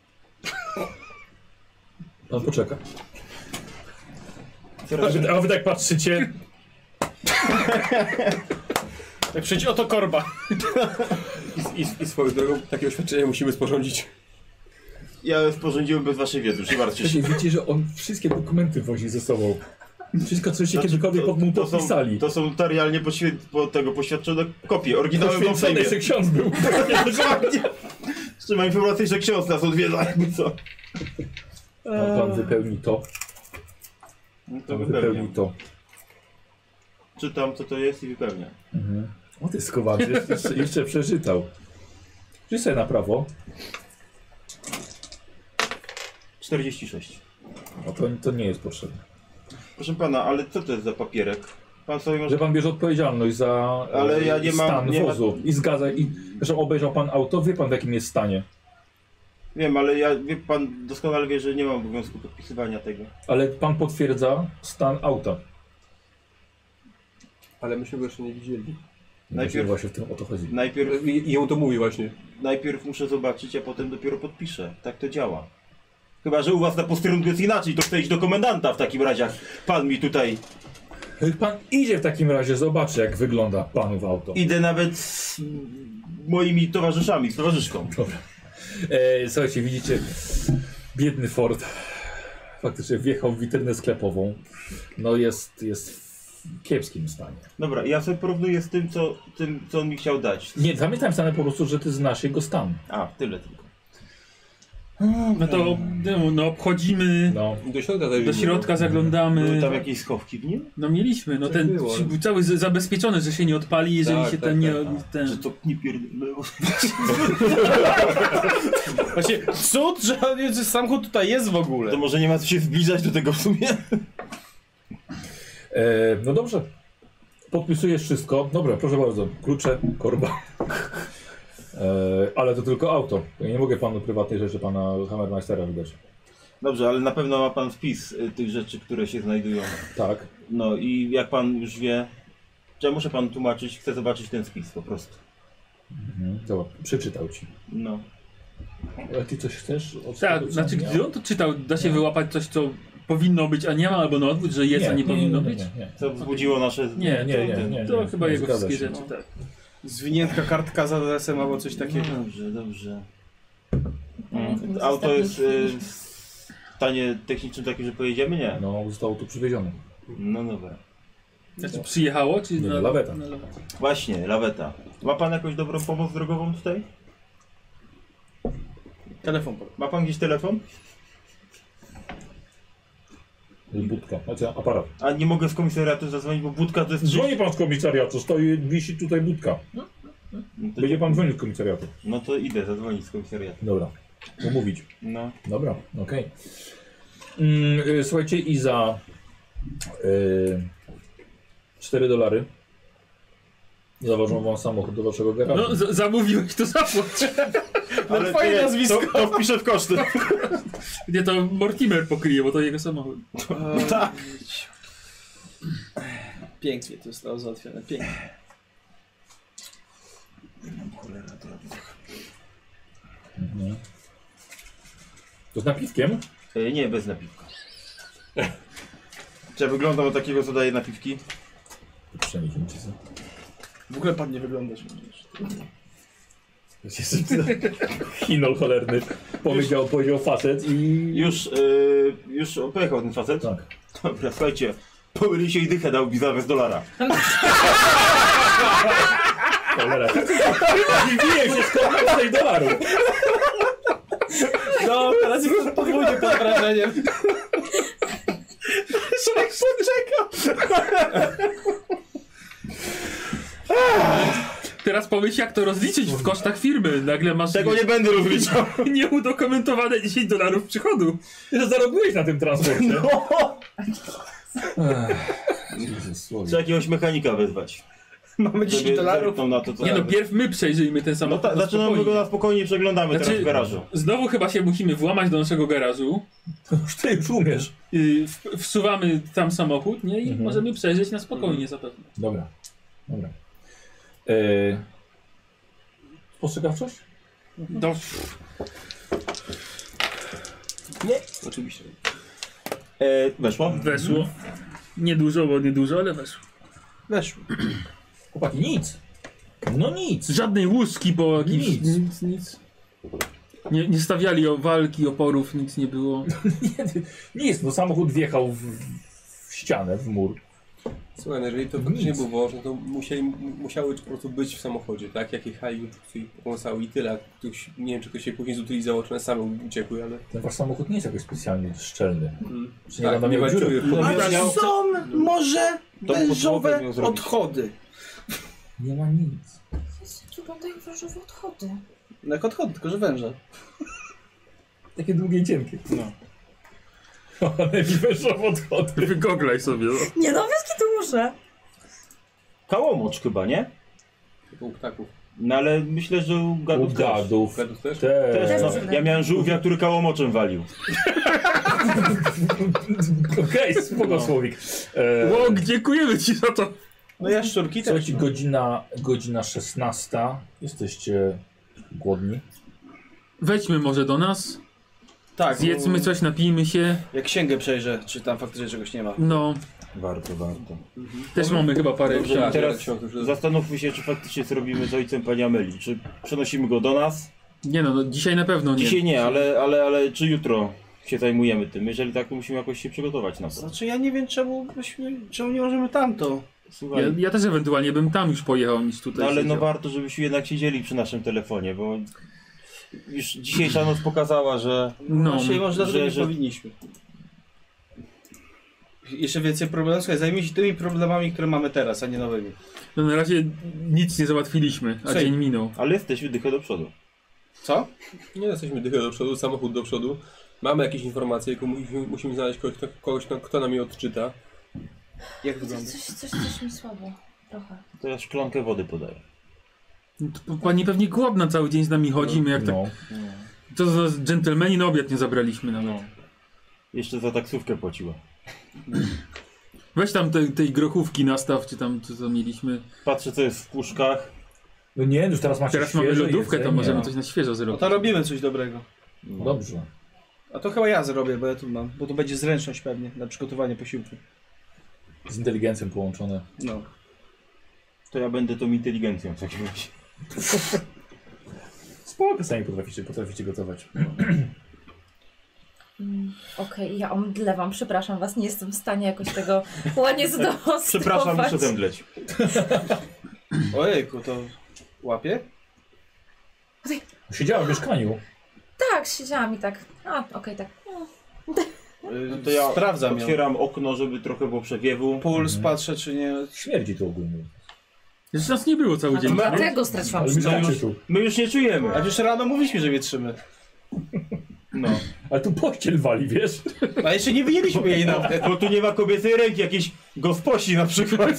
Pan poczeka. Teraz A wy tak patrzycie. Jak przecież oto korba. I swoją drogą takie oświadczenie musimy sporządzić. ja sporządziłem bez waszej wiedzy, już nie martwcie się. Wiecie, że on wszystkie dokumenty wozi ze sobą. Wszystko, co się kiedykolwiek pod mu podpisali. To są notarialnie poświadczone kopie. Oryginałem mam w Poświęcony sejmie. się ksiądz był. Dokładnie. Jeszcze mam informację, że ksiądz nas odwiedza, jakby co. Pan wypełni to. No to Pan wypełniam. wypełni to. Czytam, co to jest i wypełniam. Mhm. O, ty skowany, jeszcze przeczytał. Rzuć sobie na prawo. 46. No to nie jest potrzebne. Proszę pana, ale co to jest za papierek? Pan sobie może... Że pan bierze odpowiedzialność za Ale ja nie mam- stan nie ma- wozu. I zgadza. I że obejrzał pan auto, wie pan w jakim jest stanie. Wiem, ale pan doskonale wie, że nie mam obowiązku podpisywania tego. Ale pan potwierdza stan auta. Ale myśmy go jeszcze nie widzieli. Najpierw- Właśnie w tym o to chodzi. Najpierw, I on to mówi właśnie. najpierw muszę zobaczyć, a potem dopiero podpiszę. Tak to działa. Chyba że u was na posterunku jest inaczej, to chcę iść do komendanta w takim razie. Pan mi tutaj... Pan idzie w takim razie, zobaczy jak wygląda panów auto. Idę nawet z moimi towarzyszami, z towarzyszką. Dobra. Słuchajcie, widzicie, biedny Ford faktycznie wjechał w witrynę sklepową. No jest kiepskim stanie. Dobra, ja sobie porównuję z tym, co on mi chciał dać. Nie, tam jest napisane po prostu, że ty znasz jego stan. A, tyle tylko. No to no, obchodzimy, No. Do środka zaglądamy. Były tam jakieś schowki w nim? No mieliśmy, no Coś ten było, ale- był cały zabezpieczony, że się nie odpali, jeżeli Tak, się tak, ten nie... tak. Ten... Że to nie pierdolę. Właśnie cud, że samochód tutaj jest w ogóle. To może nie ma co się zbliżać do tego w sumie? No dobrze. Podpisujesz wszystko. Dobra, proszę bardzo. Klucze, korba. Ale to tylko auto. Ja nie mogę panu prywatnej rzeczy pana Hammermeistera wydać. Dobrze, ale na pewno ma pan wpis tych rzeczy, które się znajdują. Tak. No i jak pan już wie, czy ja muszę panu tłumaczyć, chcę zobaczyć ten spis po prostu. Dobra, przeczytał ci. No. A ty coś chcesz? Od Tak, tego, co znaczy miał? gdy on to czytał, da się wyłapać coś, co powinno być, a nie ma, albo na odwrót, że jest, a nie powinno być? Nie. Co wzbudziło nasze... Nie. To chyba jego zgadza wszystkie się. rzeczy, tak. Zwiniętka kartka z adresem albo coś takiego. Dobrze, dobrze. Mhm. Auto jest w stanie technicznym takim, że pojedziemy? Nie. No, zostało tu przywiezione. No dobra. Znaczy przyjechało, czy Nie, laweta. na lawetę? Właśnie, laweta. Ma pan jakąś dobrą pomoc drogową tutaj? Telefon. Ma pan gdzieś telefon? Budka, znaczy aparat. A nie mogę z komisariatu zadzwonić, bo budka to jest... Dzwoni pan z komisariatu, wisi tutaj budka. Będzie pan dzwonił z komisariatu. No to idę zadzwonić z komisariatu. Dobra, umówić. No. Dobra, okej. Słuchajcie, i za $4 zawożą wam samochód do waszego garażu. No, zamówiłeś, to zapłać. Ale twoje nie, nazwisko. To wpiszę w koszty. Nie, to Mortimer pokryje, bo to jego samochód. Tak. Pięknie to zostało załatwione, pięknie. To z napiwkiem? Nie, bez napiwka. Czy ja wyglądam od takiego, co daje napiwki? Przynajmniej Chińczycy. W ogóle pan nie wyglądasz. Chinol cholerny. Powiedział facet i... Już pojechał ten facet? Tak. Dobra, słuchajcie. Pomylił się i dychę dał mi zamiast $1. Cholera. Dziwiłem się, skąd $6. No, teraz jestem podwójnie pod wrażeniem. Teraz pomyśl, jak to rozliczyć w kosztach firmy. Nagle masz Tego nie będę rozliczał. nieudokumentowane $10 przychodu. Że zarobiłeś na tym transporcie. No. Trzeba Trzeba jakiegoś mechanika wezwać. Mamy Żeby $10. zerknął na to, co Nie no, robi. pierw my przejrzyjmy ten No samochód tak, na zaczynamy spokojnie. go na spokojnie, przeglądamy Znaczy, teraz w garażu. Znowu chyba się musimy włamać do naszego garażu. Już ty już umiesz. Wsuwamy tam samochód, nie? I możemy przejrzeć na spokojnie zapewne. Dobra. Spostrzegawczość? No, Nie, oczywiście. Weszło? weszło. Niedużo, bo niedużo, ale weszło. Weszło. Chłopaki, nic. No nic. Żadnej łuski po jakimś... Nic. Nic. Nie stawiali walki, oporów, nic nie było. Nic, no samochód wjechał w ścianę, w mur. Słuchaj, no jeżeli to faktycznie był wąż, no to musiały po prostu być w samochodzie, tak? Jak jechali i pomysłały i tyle. Ktoś, nie wiem, czy ktoś się później zutylizował, czy one same uciekły, ale... Ten wasz samochód nie jest jakoś specjalnie szczelny. Czy nie Tak, lada nie miał dziury? walczyły. A są może To wężowe podłogę miał zrobić. odchody. Nie ma nic. Wyglądają wężowe odchody. No jak odchody, tylko że węże. Takie długie i cienkie. No. Ale mi weszło odchody. Wygoglaj sobie. No. Nie no, wiesz, tu muszę. Kałomocz chyba, nie? U ptaków. No ale myślę, że u U gadów też. gadów. Gadów też? Też, Też. no. Ja miałem żółwia, który kałomoczem walił. Okej, spoko Słowik. Łok, dziękujemy ci za to. No jaszczurki też. Słuchajcie, godzina 16. Jesteście głodni. Wejdźmy może do nas. Tak, Zjedzmy coś, napijmy się. Jak księgę przejrzę, czy tam faktycznie czegoś nie ma. No, Warto. też mamy chyba parę Dobrze, książek. teraz książek już- zastanówmy się, czy faktycznie co robimy z ojcem pani Ameli. Czy przenosimy go do nas? Nie no, dzisiaj na pewno nie. Dzisiaj nie, ale czy jutro? się zajmujemy tym. Jeżeli tak, to musimy jakoś się przygotować na to. Znaczy ja nie wiem czemu nie możemy tamto. Słuchaj, Ja też ewentualnie bym tam już pojechał niż tutaj. no ale no siedział. warto, żebyśmy jednak siedzieli przy naszym telefonie, bo już dzisiejsza noc pokazała, że No, Właśnie może dlatego że- nie powinniśmy. Jeszcze więcej problemów. Słuchaj, zajmij się tymi problemami, które mamy teraz, a nie nowymi. no na razie nic nie załatwiliśmy, a Słuchaj, dzień minął. ale jesteśmy dychę do przodu. Co? Nie jesteśmy dychę do przodu, samochód do przodu. Mamy jakieś informacje, tylko musimy znaleźć kogoś, kto nam je odczyta. Jak wygląda? Coś mi słabo. Trochę. To ja szklankę wody podaję. No to pani pewnie głodna cały dzień z nami chodzimy, jak tak... No. To za dżentelmeni na obiad nie zabraliśmy nawet. No. Jeszcze za taksówkę płaciła. Weź tam tej grochówki nastaw, czy tam co mieliśmy. Patrzę, co jest w puszkach. No nie, już teraz macie Teraz mamy świeże lodówkę, to jedzenie. możemy coś na świeżo No zrobić. to robimy coś dobrego. No. Dobrze. A to chyba ja zrobię, bo ja tu mam. Bo to będzie zręczność pewnie na przygotowanie posiłku. Z inteligencją połączone. No. To ja będę tą inteligencją w takim razie. Spoko, sami potraficie gotować. Okej, ja omdlewam, przepraszam was, nie jestem w stanie jakoś tego ładnie zdemonstrować. Przepraszam, muszę zemdleć. Ojejku, to łapie? Siedziała w mieszkaniu. Tak, siedziałam i tak, okej, tak. No to ja Sprawdzam ją. otwieram okno, żeby trochę było przewiewu. Puls, patrzę czy nie... Śmierdzi to ogólnie. Jeszcze nas nie było cały A dzień. to dlatego straciłam Ale przytomność. myślałem, że tu. My już nie czujemy. A już rano mówiliśmy, że wietrzymy. No. Ale tu pościel wali, wiesz? A jeszcze nie wyjęliśmy jej nawet. Bo tu nie ma kobiecej ręki, jakiejś gosposi na przykład.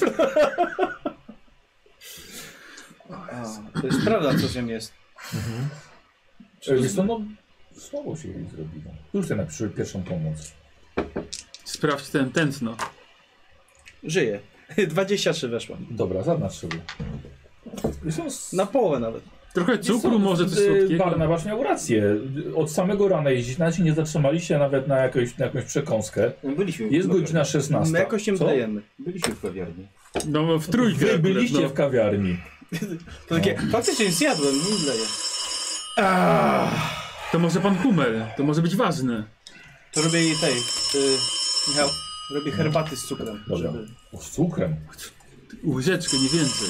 To jest prawda, co z nią jest. Jest to no... Słabo się jej zrobiło. Już chcę na pierwszą pomoc. Sprawdź ten tętno. Żyje. 23 weszła. Dobra, zaznacz sobie. Na połowę nawet. Trochę cukru, może coś słodkiego. Barnabasz miał rację. Od samego rana jeździć, nawet się nie zatrzymaliście nawet na jakąś przekąskę. Byliśmy. Jest godzina 16. My jakoś nie Co? wdajemy. Byliśmy w kawiarni. No w trójkę. Wy akurat, byliście no. w kawiarni. To takie, faktycznie zjadłem, nie wleję. To może pan Hummel, to może być ważne. To robię jej tej, Michał, robię herbaty z cukrem. Dobra. Żeby... O, z cukrem. Łyżeczkę, nie więcej.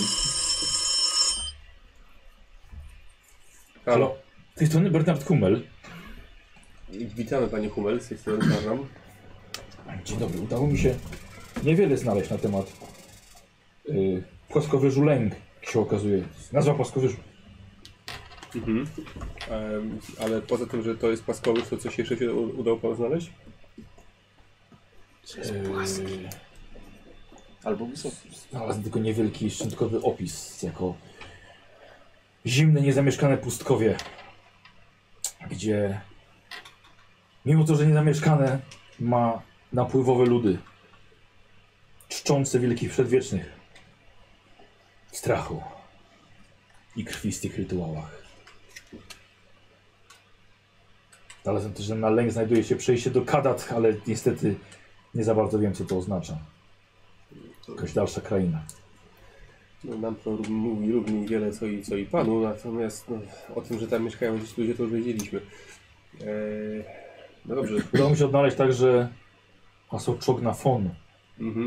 Halo? Z tej strony Bernard Hummel. Witamy panie Hummel, z tej strony Barnum. Dzień dobry. Udało mi się niewiele znaleźć na temat płaskowyżu lęk, jak się okazuje. Nazwa płaskowyżu. Mhm. Ale poza tym, że to jest płaskowyż, to coś jeszcze się udało panu znaleźć? Albo wysoki. Znalazłem tylko niewielki, szczątkowy opis, jako zimne, niezamieszkane pustkowie, gdzie mimo to, że niezamieszkane, ma napływowe ludy, czczące wielkich przedwiecznych w strachu i krwistych rytuałach. Znalazłem też, że na lęk znajduje się przejście do Kadat, ale niestety nie za bardzo wiem, co to oznacza. Jakaś dalsza kraina. No, nam to mówi równie wiele co i panu, natomiast no, o tym, że tam mieszkają gdzieś ludzie, to już wiedzieliśmy. No dobrze. Udało mi się odnaleźć także hasło Chognafon. Mhm.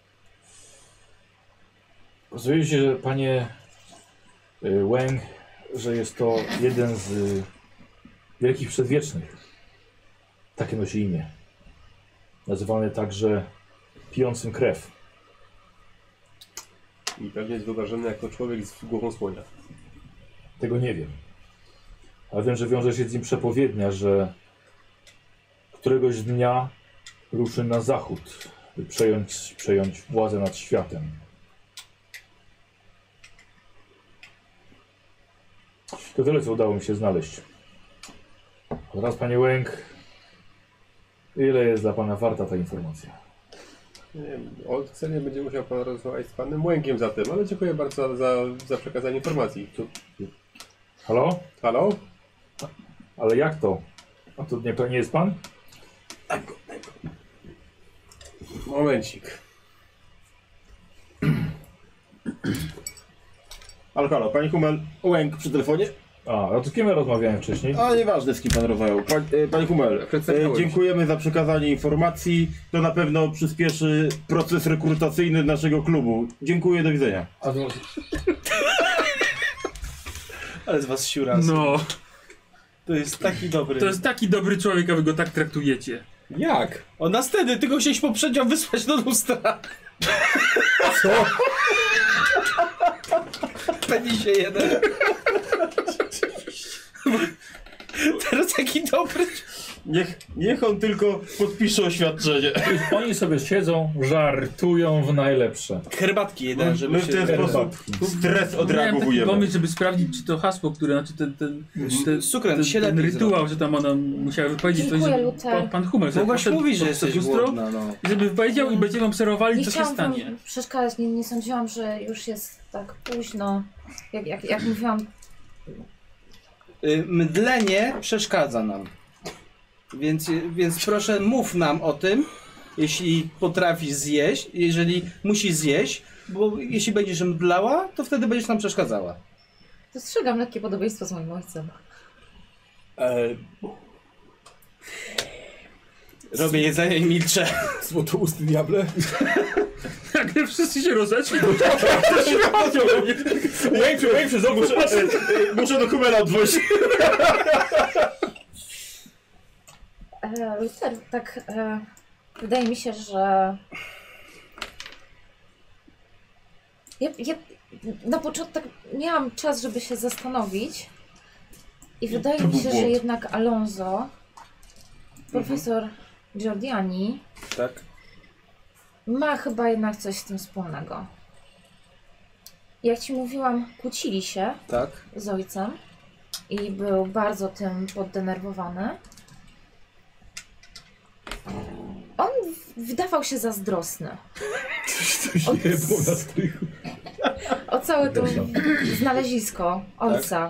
Okazuje się, że panie Weng, że jest to jeden z wielkich przedwiecznych. Takie nosi imię. Nazywany także pijącym krew. I pewnie jest wyobrażony jako człowiek z głową słonia. Tego nie wiem. Ale wiem, że wiąże się z nim przepowiednia, że któregoś dnia ruszy na zachód, by przejąć władzę nad światem. To tyle, co udało mi się znaleźć. A teraz, panie Łęk, ile jest dla pana warta ta informacja? Nie wiem, o cenie będzie musiał pan rozmawiać z panem Łękiem zatem, ale dziękuję bardzo za przekazanie informacji. Halo? Halo? Ale jak to? A to nie jest pan? Daj go. Momencik. Halo, halo, pani Hummel, Łęk przy telefonie? A, no to z kim ja rozmawiałem wcześniej? A nieważne z kim pan rozmawiał. Panie Hummel, dziękujemy za przekazanie informacji. To na pewno przyspieszy proces rekrutacyjny naszego klubu. Dziękuję, do widzenia. Ale z was siuras. No. To jest taki dobry. To jest taki dobry człowiek, a wy go tak traktujecie. Jak? O następny, ty go chciałeś poprzednio wysłać do lustra. Co? Penisie jeden. Teraz taki dobry. Niech on tylko podpisze oświadczenie. Oni sobie siedzą, żartują w najlepsze. Herbatki jeden, żeby My w ten sposób stres Miałem taki odreagowujemy. pomysł, żeby sprawdzić, czy to hasło, które, znaczy ten rytuał, że tam ona musiała wypowiedzieć, to Dziękuję, żeby Luther. pan Hummel sobie Mogłaś poszedł mówić, że pod jesteś lustro głodna, no. i żeby wypowiedział i będziemy obserwowali, Nie co się chciałam wam stanie. przeszkadzać, nie sądziłam, że już jest tak późno. Jak mówiłam, Mdlenie przeszkadza nam. Więc proszę mów nam o tym, jeśli potrafisz zjeść, jeżeli musisz zjeść, bo jeśli będziesz mdlała, to wtedy będziesz nam przeszkadzała. dostrzegam lekkie podobieństwo z moim ojcem. Robię jedzenie i milczę. Złotousty diable. Nagle wszyscy się rozeszli. Łęczy, zobacz, muszę do Hummela odwozić. Luther, tak wydaje mi się, że ja na początek miałam czas, żeby się zastanowić i wydaje mi się, że jednak Alonso, profesor Giordiani, Tak. ma chyba jednak coś z tym wspólnego. Jak ci mówiłam, kłócili się Tak. z ojcem i był bardzo tym poddenerwowany. On wydawał się zazdrosny o całe to znalezisko ojca.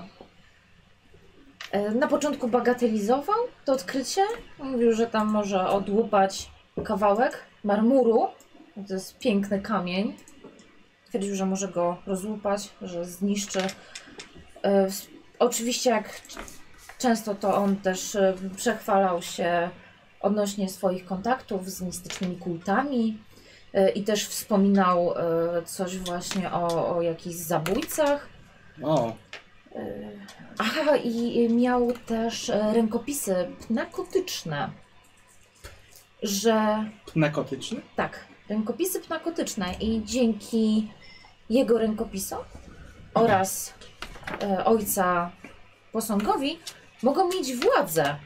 Na początku bagatelizował to odkrycie. Mówił, że tam może odłupać kawałek marmuru. To jest piękny kamień. Twierdził, że może go rozłupać, że zniszczy. Oczywiście, jak często, to on też przechwalał się odnośnie swoich kontaktów z mistycznymi kultami i też wspominał coś właśnie o jakichś zabójcach. O. Aha, i miał też rękopisy pnakotyczne, że... Pnakotyczne? Tak, rękopisy pnakotyczne i dzięki jego rękopisom oraz ojca posągowi mogą mieć władzę.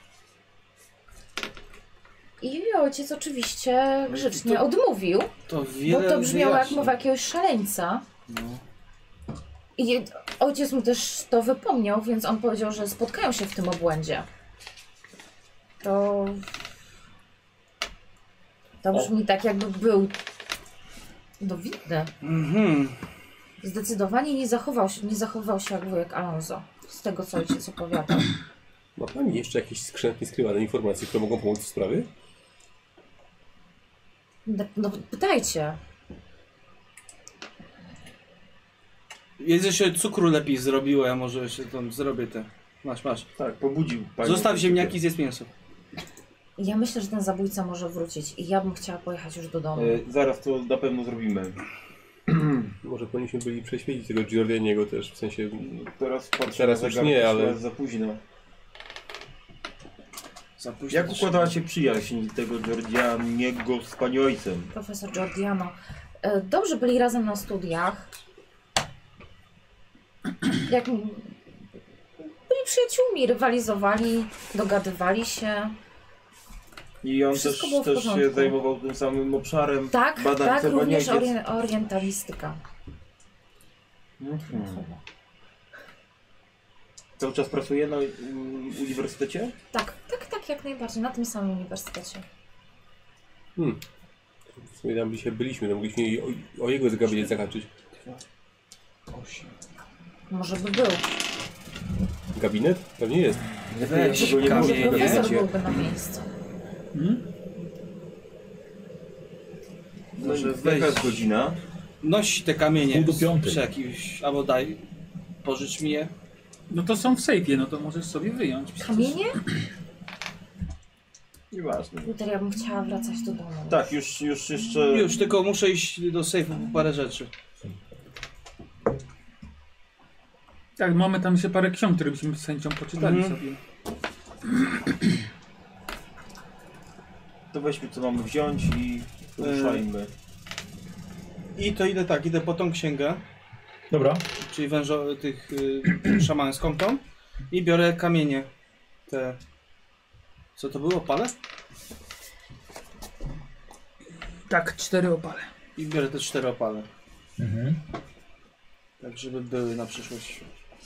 I ojciec oczywiście grzecznie odmówił, bo to brzmiało jak mowa jakiegoś szaleńca. No. I ojciec mu też to wypomniał, więc on powiedział, że spotkają się w tym obłędzie. To brzmi tak, jakby był dowitny. Zdecydowanie nie zachowywał się jak wujek Alonso, z tego co ojciec opowiadał. Ma pani jeszcze jakieś skrzętnie skrywane informacje, które mogą pomóc w sprawie? No pytajcie. Jedzę się cukru lepiej zrobiło, ja może jeszcze tam zrobię te. Masz. Tak, pobudził. Zostaw ziemniaki, zjedz mięso. Ja myślę, że ten zabójca może wrócić i ja bym chciała pojechać już do domu. Zaraz to na pewno zrobimy. Może powinniśmy byli przeświecić tego Giordianiego też, w sensie... Teraz już nie, ale... za późno. Jak układała się przyjaźń tego Giordianiego z pani ojcem? Profesor Giordiano. Dobrze byli razem na studiach. Jak byli przyjaciółmi, rywalizowali, dogadywali się. I on Wszystko też było w się porządku. zajmował tym samym obszarem badań Tak, również Cerbaniagiec. orientalistyka. Cały czas pracuje na uniwersytecie? Tak, jak najbardziej, na tym samym uniwersytecie. W sumie tam dzisiaj byliśmy, to mogliśmy o jego gabinet zahaczyć. Może by był. Gabinet? Pewnie jest. Weź, Może profesor byłby na miejscu. Może jaka jest godzina? Noś te kamienie Pół do piątej. przy jakimś, albo daj, pożycz mi je. No to są w sejfie, no to możesz sobie wyjąć. Kamienie? Nieważne. Jutro ja bym chciała wracać do domu. Tak, już jeszcze... Już, tylko muszę iść do sejfu po parę rzeczy. Tak, mamy tam jeszcze parę ksiąg, które byśmy z chęcią poczytali sobie. To weźmy co mamy wziąć i ruszajmy. I to idę tak, idę po tą księgę. Dobra. Czyli tych szamańską tą. I biorę kamienie. Te... Co to było? Opale? Tak, 4 opale. I biorę te 4 opale. Mhm. Tak, żeby były na przyszłość.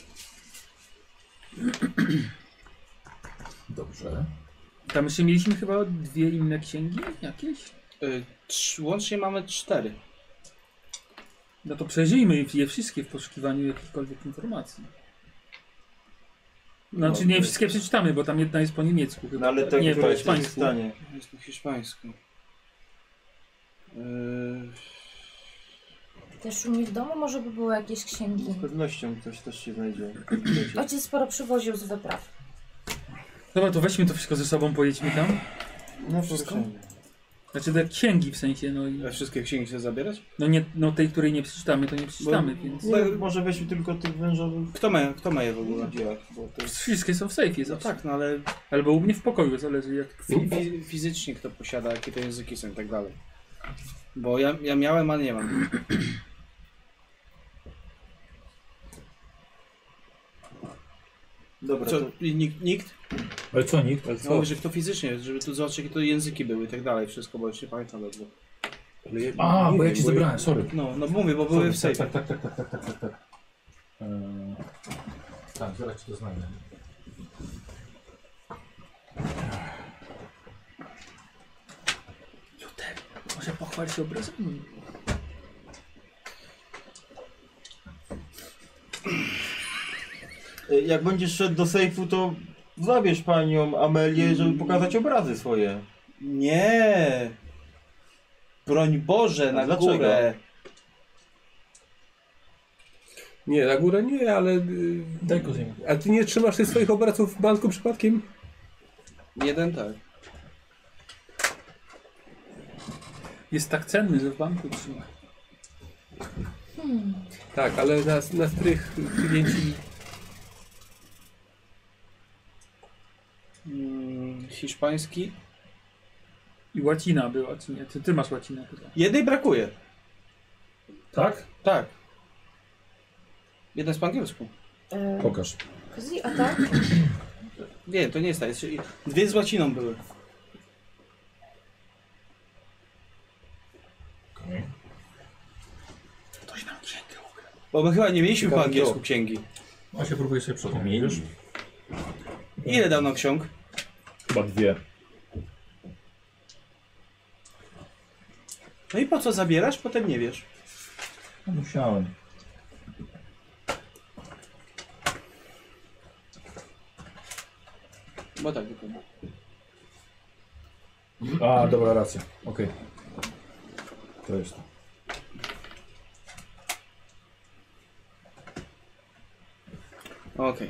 Dobrze. Tam jeszcze mieliśmy chyba 2 inne księgi jakieś? Łącznie mamy 4. No to przejrzyjmy je wszystkie w poszukiwaniu jakichkolwiek informacji. Znaczy nie wszystkie przeczytamy, bo tam jedna jest po niemiecku chyba. No ale tak, nie, po która jest hiszpańsku. w stanie. Jest po hiszpańsku. Też u mnie w domu może by były jakieś księgi. Z pewnością coś też się znajdzie. Ojciec sporo przywoził z wypraw. Dobra, to weźmy to wszystko ze sobą, pojedźmy tam. No wszystko. Znaczy te księgi w sensie, no i... A wszystkie księgi chcę zabierać? No nie, no tej, której nie przeczytamy, to nie przeczytamy, więc... No, może weźmy tylko tych wężowych. Kto ma je w ogóle? Bo to jest... Wszystkie są w sejfie No zawsze. tak, no ale Albo u mnie w pokoju, zależy jak... fizycznie kto posiada, jakie to języki są i tak dalej. Bo ja miałem, ale nie mam. Dobra, Co, to... i nikt? Ale co nikt? No mówię, że kto fizycznie, żeby tu zobaczyć jakie to języki były i tak dalej, wszystko, bo już nie pamiętam dobrze. A, bo ja ci zabrałem, sorry. No mówię, bo były w sejfie. Tak. Tak, zaraz ci to znajdę. Może pochwal się obrazami. Jak będziesz szedł do sejfu, to zabierz panią Amelię, żeby pokazać obrazy swoje. Nie! Broń Boże, na dlaczego? górę! Nie, na górę nie, ale... Daj go zajmę. A ty nie trzymasz tych swoich obrazów w banku przypadkiem? Jeden tak. Jest tak cenny, że w banku trzyma. Tak, ale na strych klienci... Hiszpański. I łacina była, czy nie? Ty masz łacinę chyba. Jednej brakuje. Tak? Tak. Jedna jest po angielsku. Pokaż. Kozi, a tak? Nie, to nie jest tak. Dwie z łaciną były. Okay. Ktoś nam księgę ukradł. Bo my chyba nie mieliśmy po Ciekawe angielsku kto. księgi. A się próbuję sobie przypomnieć, wiesz? Ile dał nam ksiąg? Chyba 2. No i po co zabierasz? Potem nie wiesz. No, musiałem. Bo tak dokładnie. A, dobra, racja. Okej. To jest to. Okej.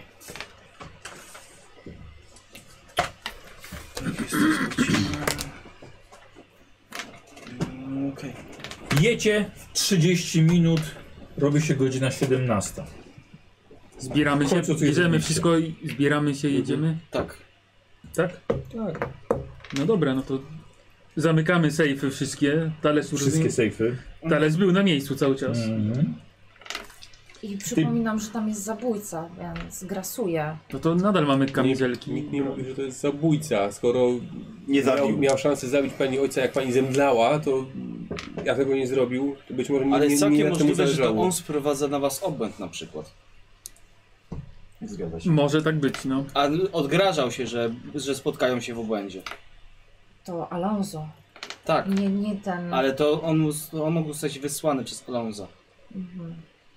Okej. Jecie 30 minut, robi się godzina 17. Zbieramy W się, końcu coś bierzemy zrobiliście. wszystko i zbieramy się, jedziemy. Tak. Tak? Tak. No dobra, no to zamykamy sejfy wszystkie. Talerz już Wszystkie sejfy. Talerz był na miejscu cały czas. Mhm. I przypominam, że tam jest zabójca, więc grasuje. No to nadal mamy kamizelki. Nikt nie mówi, że to jest zabójca. Skoro Nie zabił. miał szansę zabić pani ojca, jak pani zemdlała, to ja tego nie zrobił. To być może Ale jest całkiem na temu możliwe, że to zależało. on sprowadza na was obłęd na przykład. Zgadza się. Może tak być, no. A odgrażał się, że spotkają się w obłędzie. To Alonso. Tak. Nie ten... Ale to on mógł zostać wysłany przez Alonza. Mhm.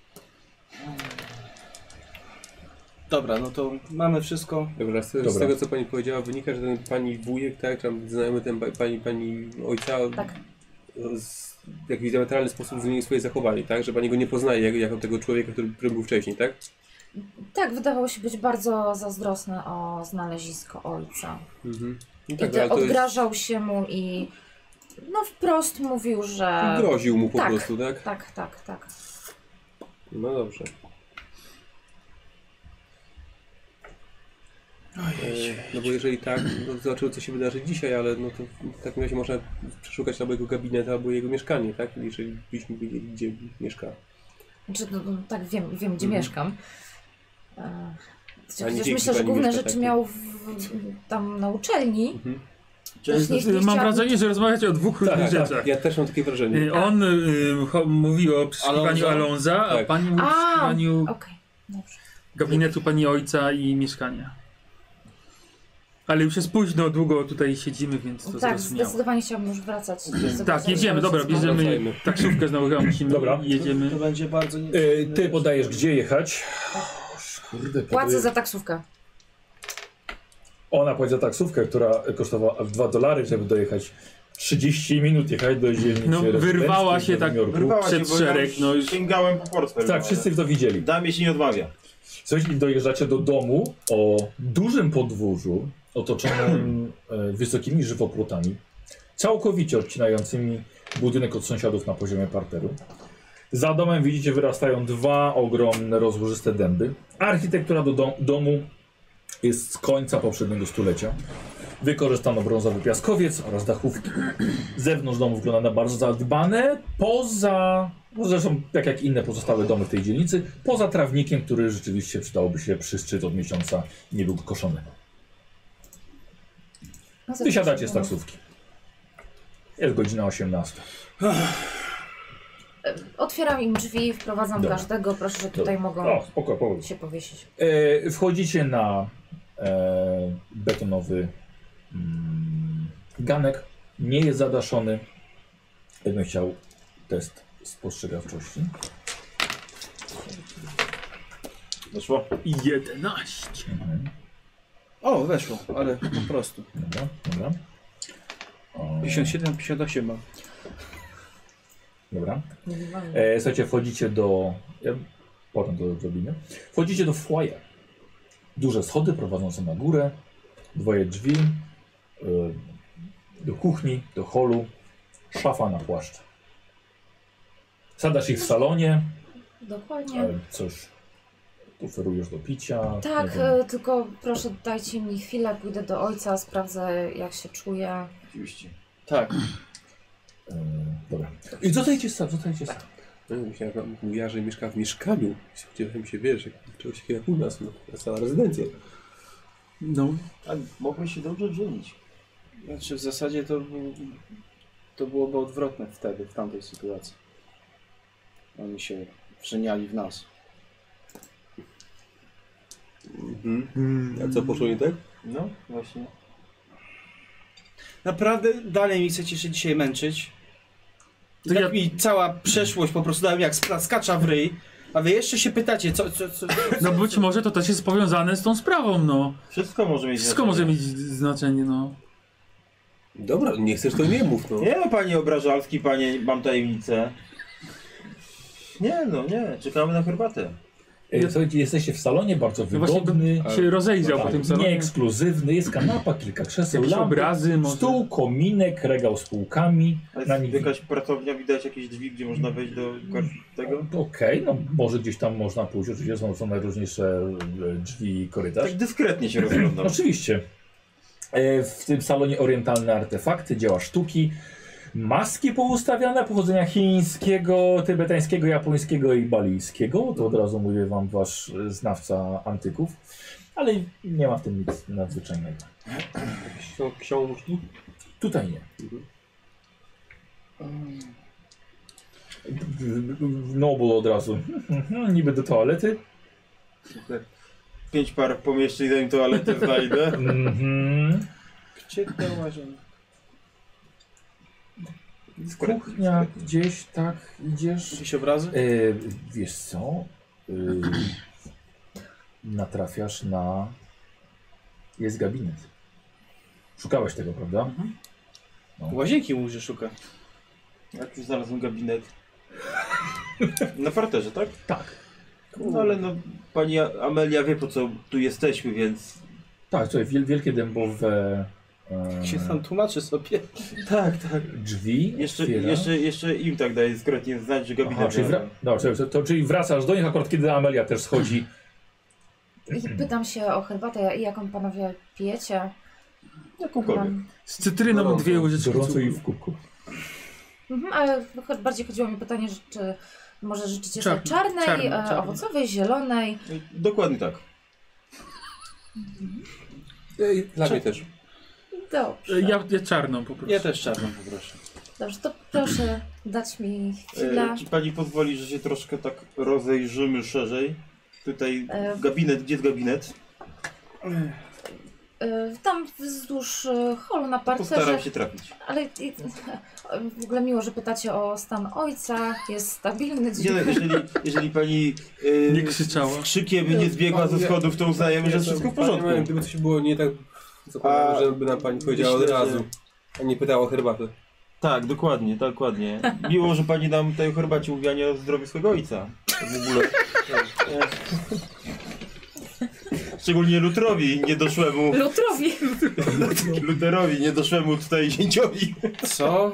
Dobra, no to mamy wszystko. Dobra, z tego co pani powiedziała wynika, że ten pani wujek, tak, tam znajomy ten pani ojca, Tak. w jakiś diametralny sposób zmienił swoje zachowanie, tak, że pani go nie poznaje jako tego człowieka, który był wcześniej, tak? Tak, wydawało się być bardzo zazdrosny o znalezisko ojca. No I tak, ale to odgrażał się mu i no wprost mówił, że... groził mu po prostu, tak? Tak. No dobrze. No bo jeżeli tak, to zobaczymy, co się wydarzy dzisiaj, ale no to w takim razie można przeszukać albo jego gabinet, albo jego mieszkanie, tak? Jeżeli byśmy wiedzieli, gdzie mieszka. Znaczy, no, tak, wiem gdzie mieszkam. Chociaż nie myślę, że pani główne mieszka, rzeczy tak? miał tam na uczelni. Mam wrażenie, że rozmawiacie o dwóch różnych rzeczach. Ja też mam takie wrażenie. On mówił o przeszukiwaniu Alonza, a Tak. pani mówi o przeszukiwaniu Okej, dobrze. gabinetu pani ojca i mieszkania. Ale już jest późno, długo tutaj siedzimy, więc to Tak, zrozumiałe. zdecydowanie chciałabym już wracać. Tak, jedziemy, dobra, bierzemy Wracajmy. taksówkę znowu, chyba musimy, Dobra. jedziemy. To będzie bardzo... Ty podajesz, gdzie jechać. Kurde, Płacę za taksówkę. Ona płaci za taksówkę, która kosztowała $2, żeby dojechać 30 minut jechać do dzielnicy No, wyrwała rezydenckiej się w tak Nowym Jorku. Wyrwała przed się, bo szereg, ja no już... sięgałem po portfel. Tak, wszyscy to widzieli. Damie się nie odmawia. Słuchajcie, dojeżdżacie do domu o dużym podwórzu, otoczonym wysokimi żywopłotami, całkowicie odcinającymi budynek od sąsiadów na poziomie parteru. Za domem widzicie wyrastają dwa ogromne, rozłożyste dęby. Architektura do domu jest z końca poprzedniego stulecia. Wykorzystano brązowy piaskowiec oraz dachówki. Zewnątrz domu wygląda na bardzo zadbane, zresztą tak jak inne pozostałe domy w tej dzielnicy, poza trawnikiem, który rzeczywiście przydałoby się przy szczyt od miesiąca, nie był koszony. Wysiadacie z taksówki. Jest godzina 18. Otwieram im drzwi, wprowadzam Dobra. każdego, proszę, że tutaj mogą O, spoko. się powiesić. Wchodzicie na betonowy ganek. Nie jest zadaszony. Ja bym chciał test spostrzegawczości. Doszło? 11. O, weszło, ale po prostu. Dobra. 57, 58 mam. Dobra. Słuchajcie, wchodzicie do... Potem to zrobimy. Wchodzicie do foyer. Duże schody prowadzące na górę. Dwoje drzwi. Do kuchni, do holu. Szafa na płaszcz. Sadasz ich w salonie. Dokładnie. Coś oferujesz do picia. Tak, nie wiem. tylko proszę dajcie mi chwilę, pójdę do ojca, sprawdzę jak się czuje. Oczywiście. Tak. Dobra. I zostajecie sam. No, myślałem, że mówiła, że mieszka w mieszkaniu. Spodziewałem się, wiesz, czegoś takiego jak u nas, no, cała rezydencja. No. A mogłem się dobrze żenić. Znaczy w zasadzie to byłoby odwrotne wtedy, w tamtej sytuacji. Oni się wrzeniali w nas. A co poszło nie tak? No, właśnie. Naprawdę dalej mi chcecie się dzisiaj męczyć. To Tak ja- mi cała przeszłość po prostu dała mi jak skacza w ryj. A wy jeszcze się pytacie, co... No być może to też jest powiązane z tą sprawą, no. Wszystko może mieć Wszystko może mieć znaczenie, no. Dobra, nie chcesz, to nie mów, no. Nie no, panie Obrażalski, panie, mam tajemnicę. Nie no, nie, czekamy na herbatę. Słuchajcie, jesteście w salonie, bardzo Ja właśnie wygodny. bym się rozejrzał po tym salonie. Nieekskluzywny, jest kanapa, kilka krzeseł, Jakieś lampy, obrazy może. stół, kominek, regał z półkami. A Na jest nim jakaś pracownia, widać jakieś drzwi, gdzie można wejść do tego? Okej, no może gdzieś tam można pójść, oczywiście są najróżniejsze drzwi i korytarz. Tak dyskretnie się rozglądam. Oczywiście. W tym salonie orientalne artefakty, dzieła sztuki, maski poustawiane pochodzenia chińskiego, tybetańskiego, japońskiego i balijskiego. To od razu mówię wam wasz znawca antyków, ale nie ma w tym nic nadzwyczajnego. Książki? Tutaj nie. Noble od razu. Niby do toalety. 5 par pomieszczeń, zanim toaletę znajdę. Mhm. Gdzie te łazienki? Kuchnia gdzieś tak idziesz. Jakieś obrazy? Wiesz co? Natrafiasz na... Jest gabinet. Szukałeś tego, prawda? No. Łazienki mówisz, że szuka. Jak już znalazłem gabinet. Na parterze, tak? Tak. No ale no, pani Amelia wie, po co tu jesteśmy, więc... Tak, słuchaj, wielkie dębowe... Się tam tłumaczy sobie. Tak. Drzwi Jeszcze im tak daje skrótnie znać, że gabinet... czyli wracasz do nich akurat, kiedy Amelia też schodzi. I pytam się o herbatę, jaką panowie pijecie? Jakąkolwiek. Z cytryną 2 łyżeczki Gorąco cukru. i w kubku. Ale bardziej chodziło mi o pytanie, czy może życzycie sobie czarnej, owocowej, zielonej? Dokładnie tak. Dla mnie też. Dobrze. Ja czarną po prostu. Ja też czarną poproszę. Dobrze, to proszę dać mi chwilę. Czy pani pozwoli, że się troszkę tak rozejrzymy szerzej? Tutaj gabinet, gdzie jest gabinet? Tam wzdłuż holu na parterze. Postaram się trafić. Ale w ogóle miło, że pytacie o stan ojca. Jest stabilny. Jeżeli pani nie krzyczała, krzykiem nie zbiegła ze schodów, to uznajemy, że jest wszystko w porządku. Gdyby coś było nie tak, żeby nam pani powiedziała od razu, a nie pytała o herbatę. Tak, dokładnie. Miło, że pani nam tutaj o herbacie mówi, a nie o zdrowiu swojego ojca. W ogóle. Szczególnie Lutrowi niedoszłemu. Luterowi niedoszłemu tutaj zięciowi. Co?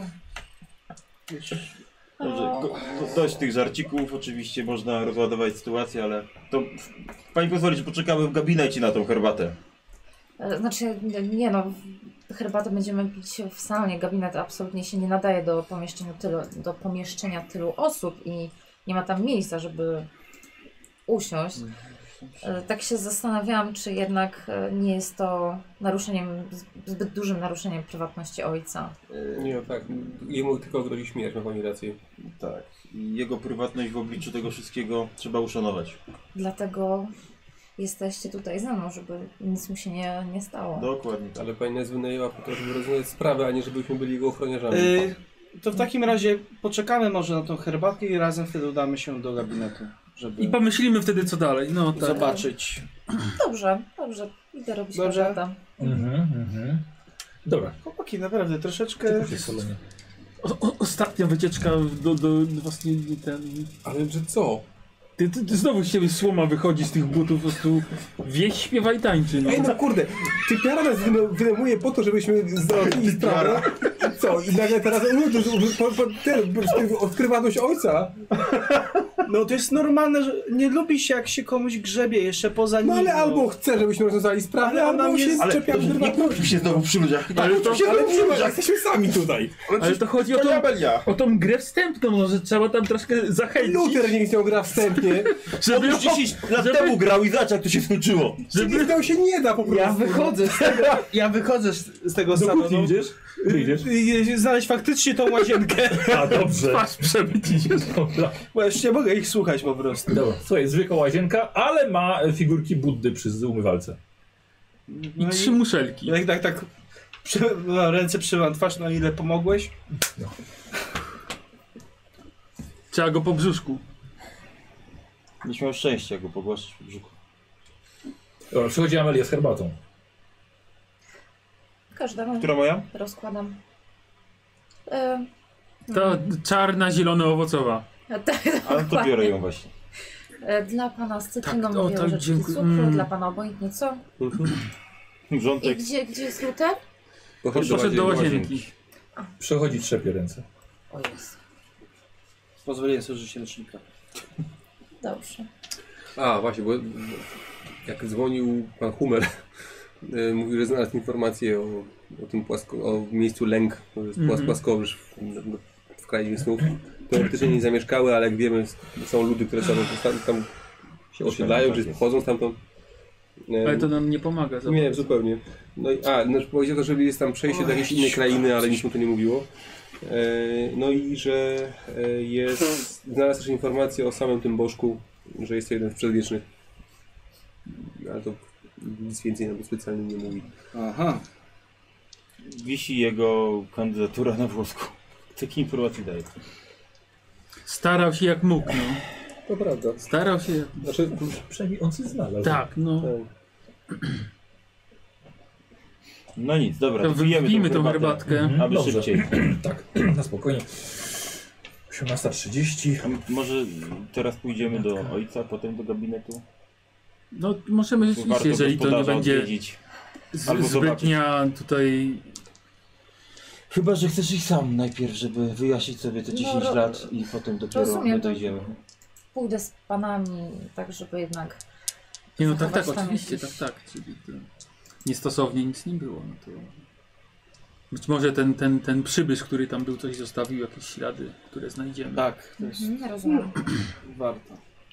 Dobrze, dość tych żarcików, oczywiście można rozładować sytuację, ale to pani pozwoli, że poczekamy w gabinecie na tą herbatę. Znaczy, nie no, herbatę będziemy pić w salonie. Gabinet absolutnie się nie nadaje do pomieszczenia tylu osób i nie ma tam miejsca, żeby usiąść. Tak się zastanawiałam, czy jednak nie jest to zbyt dużym naruszeniem prywatności ojca. Nie, tak. Jemu tylko grozi śmierć, ma pani rację. Tak. I jego prywatność w obliczu tego wszystkiego trzeba uszanować. Dlatego jesteście tutaj ze mną, żeby nic mu się nie stało. Dokładnie. Ale pani nas wynajęła po to, żeby rozwiązać sprawę, a nie żebyśmy byli jego ochroniarzami. To w takim razie poczekamy może na tą herbatkę i razem wtedy udamy się do gabinetu. Żeby i pomyślimy wtedy co dalej. No, tak. Zobaczyć. Dobrze. Idę robić herbatę. Dobra. Chłopaki, naprawdę troszeczkę... Ostatnia wycieczka do właśnie ten... Ale że co? Ty znowu z siebie słoma wychodzi z tych butów, po prostu wieś śpiewa i tańczy. No. Ej no kurde, typiara nas wynajmuje po to, żebyśmy zrobili sprawę. Co? I nagle teraz odkrywalność ojca. No to jest normalne, że nie lubi się jak się komuś grzebie jeszcze poza nim. No ale albo chce, żebyśmy rozwiązali sprawę, albo się czepiam. Nie kłóćmy się znowu przy ludziach. Jesteśmy sami tutaj. Ale to chodzi o tą grę wstępną, no, że trzeba tam troszkę zachęcić. Luter nie chciał gra wstępnie. Żeby 10 lat temu grał i zobacz jak to się skończyło. Żeby się nie da po prostu. Ja wychodzę z tego salonu. Wyjdziesz? I znaleźć faktycznie tą łazienkę. A dobrze. Twarz przebyć idzie. Bo już nie mogę ich słuchać po prostu. Dobra, słuchaj, zwykła łazienka, ale ma figurki Buddy przy umywalce. I 3 muszelki. Tak. Ręce trzymam twarz, na ile pomogłeś? No. Trzeba go po brzuszku. Nie miał szczęścia, jak go pogłaszczyć po brzuchu. Dobra, przychodzi Amelia z herbatą. Każdemu Która moja? rozkładam. Ta czarna, zielona-owocowa. Ale to biorę ją właśnie. Dla pana z cytryną Tak, o, mówię tak, łyżeczki dziękuję. cukru, dla pana obojętnie co? I Rządek. gdzie jest Luter? Poszedł do łazienki. Przechodzi, trzepie ręce. O jest. Z pozwolenia służy się lecznika. Dobrze. A właśnie, bo jak dzwonił pan Humer, mówił, że znalazł informację o tym o miejscu Lęk, to jest płaskowyż w krainie snów. Teoretycznie nie zamieszkały, ale jak wiemy, są ludy, które tam się osiedlają, czy pochodzą stamtąd. Ale to nam nie pomaga. Nie, zupełnie. No i znaczy powiedział to, że jest tam przejście do jakiejś innej krainy, ale nic mu to nie mówiło. No i że znalazł też informację o samym tym bożku, że jest to jeden z przedwiecznych. Ale to nic więcej nam specjalnie nie mówi. Aha. Wisi jego kandydatura na włosku. Takie informacje daje. Starał się jak mógł, no. To prawda. Starał się. Znaczy, przynajmniej on coś znalazł. Tak, no. No nic, dobra, to wypijmy tą herbatkę. Aby dobrze. szybciej. Tak, na spokojnie. 18:30. Może teraz pójdziemy do ojca, potem do gabinetu? No możemy rzeczywiście, Warto jeżeli to nie gospodarza będzie odwiedzić. Albo zbytnia tutaj... Chyba, że chcesz iść sam najpierw, żeby wyjaśnić sobie te 10 lat i potem dopiero rozumiem, my dojdziemy. Pójdę z panami, tak żeby jednak... Nie no tak, zachować tam oczywiście, jakiś- tak. Czyli to niestosownie nic nie było. No to... Być może ten przybysz, który tam był, coś zostawił, jakieś ślady, które znajdziemy. Tak, to jest Rozumiem. warto.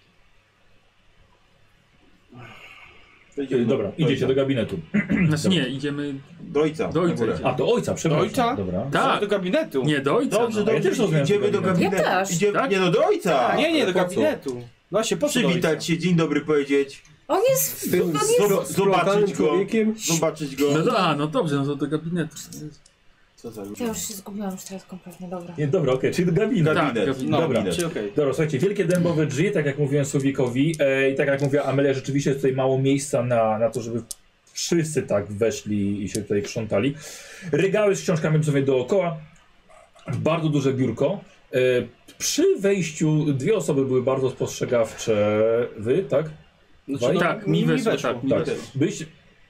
Dobra, idziecie do gabinetu. Znaczy nie, idziemy Do ojca. do ojca. Na górę. idziemy. A, do ojca, przepraszam. Do ojca? Dobra. Tak, Do gabinetu. nie do ojca. Dobrze, no. dobrze, ja też rozumiem idziemy do gabinetu. Ja też. Idziemy, Tak? Nie no, do ojca! Nie, do po co? gabinetu. No się po co do ojca? Przywitać się, dzień dobry powiedzieć. On jest... Z tym on jest... splątanym Zobaczyć go. człowiekiem. Zobaczyć go. No dobrze, no to do gabinetu. Co za Ja już się zgubiłam już teraz kompletnie, dobra. Nie, dobra, okej, czyli do gabinetu. Gabinet. gabinet. No, Dobra. czy okej. Dobra, słuchajcie, wielkie dębowe drzwi, tak jak mówiłem Słowikowi i tak jak mówiła Amelia, rzeczywiście jest tutaj mało miejsca na to, żeby wszyscy tak weszli i się tutaj krzątali. Regały z książkami sobie dookoła, bardzo duże biurko. Przy wejściu dwie osoby były bardzo spostrzegawcze. Wy, tak? Znaczy, Tak, mi weszło, tak, mi Tak. weszło. Byliście...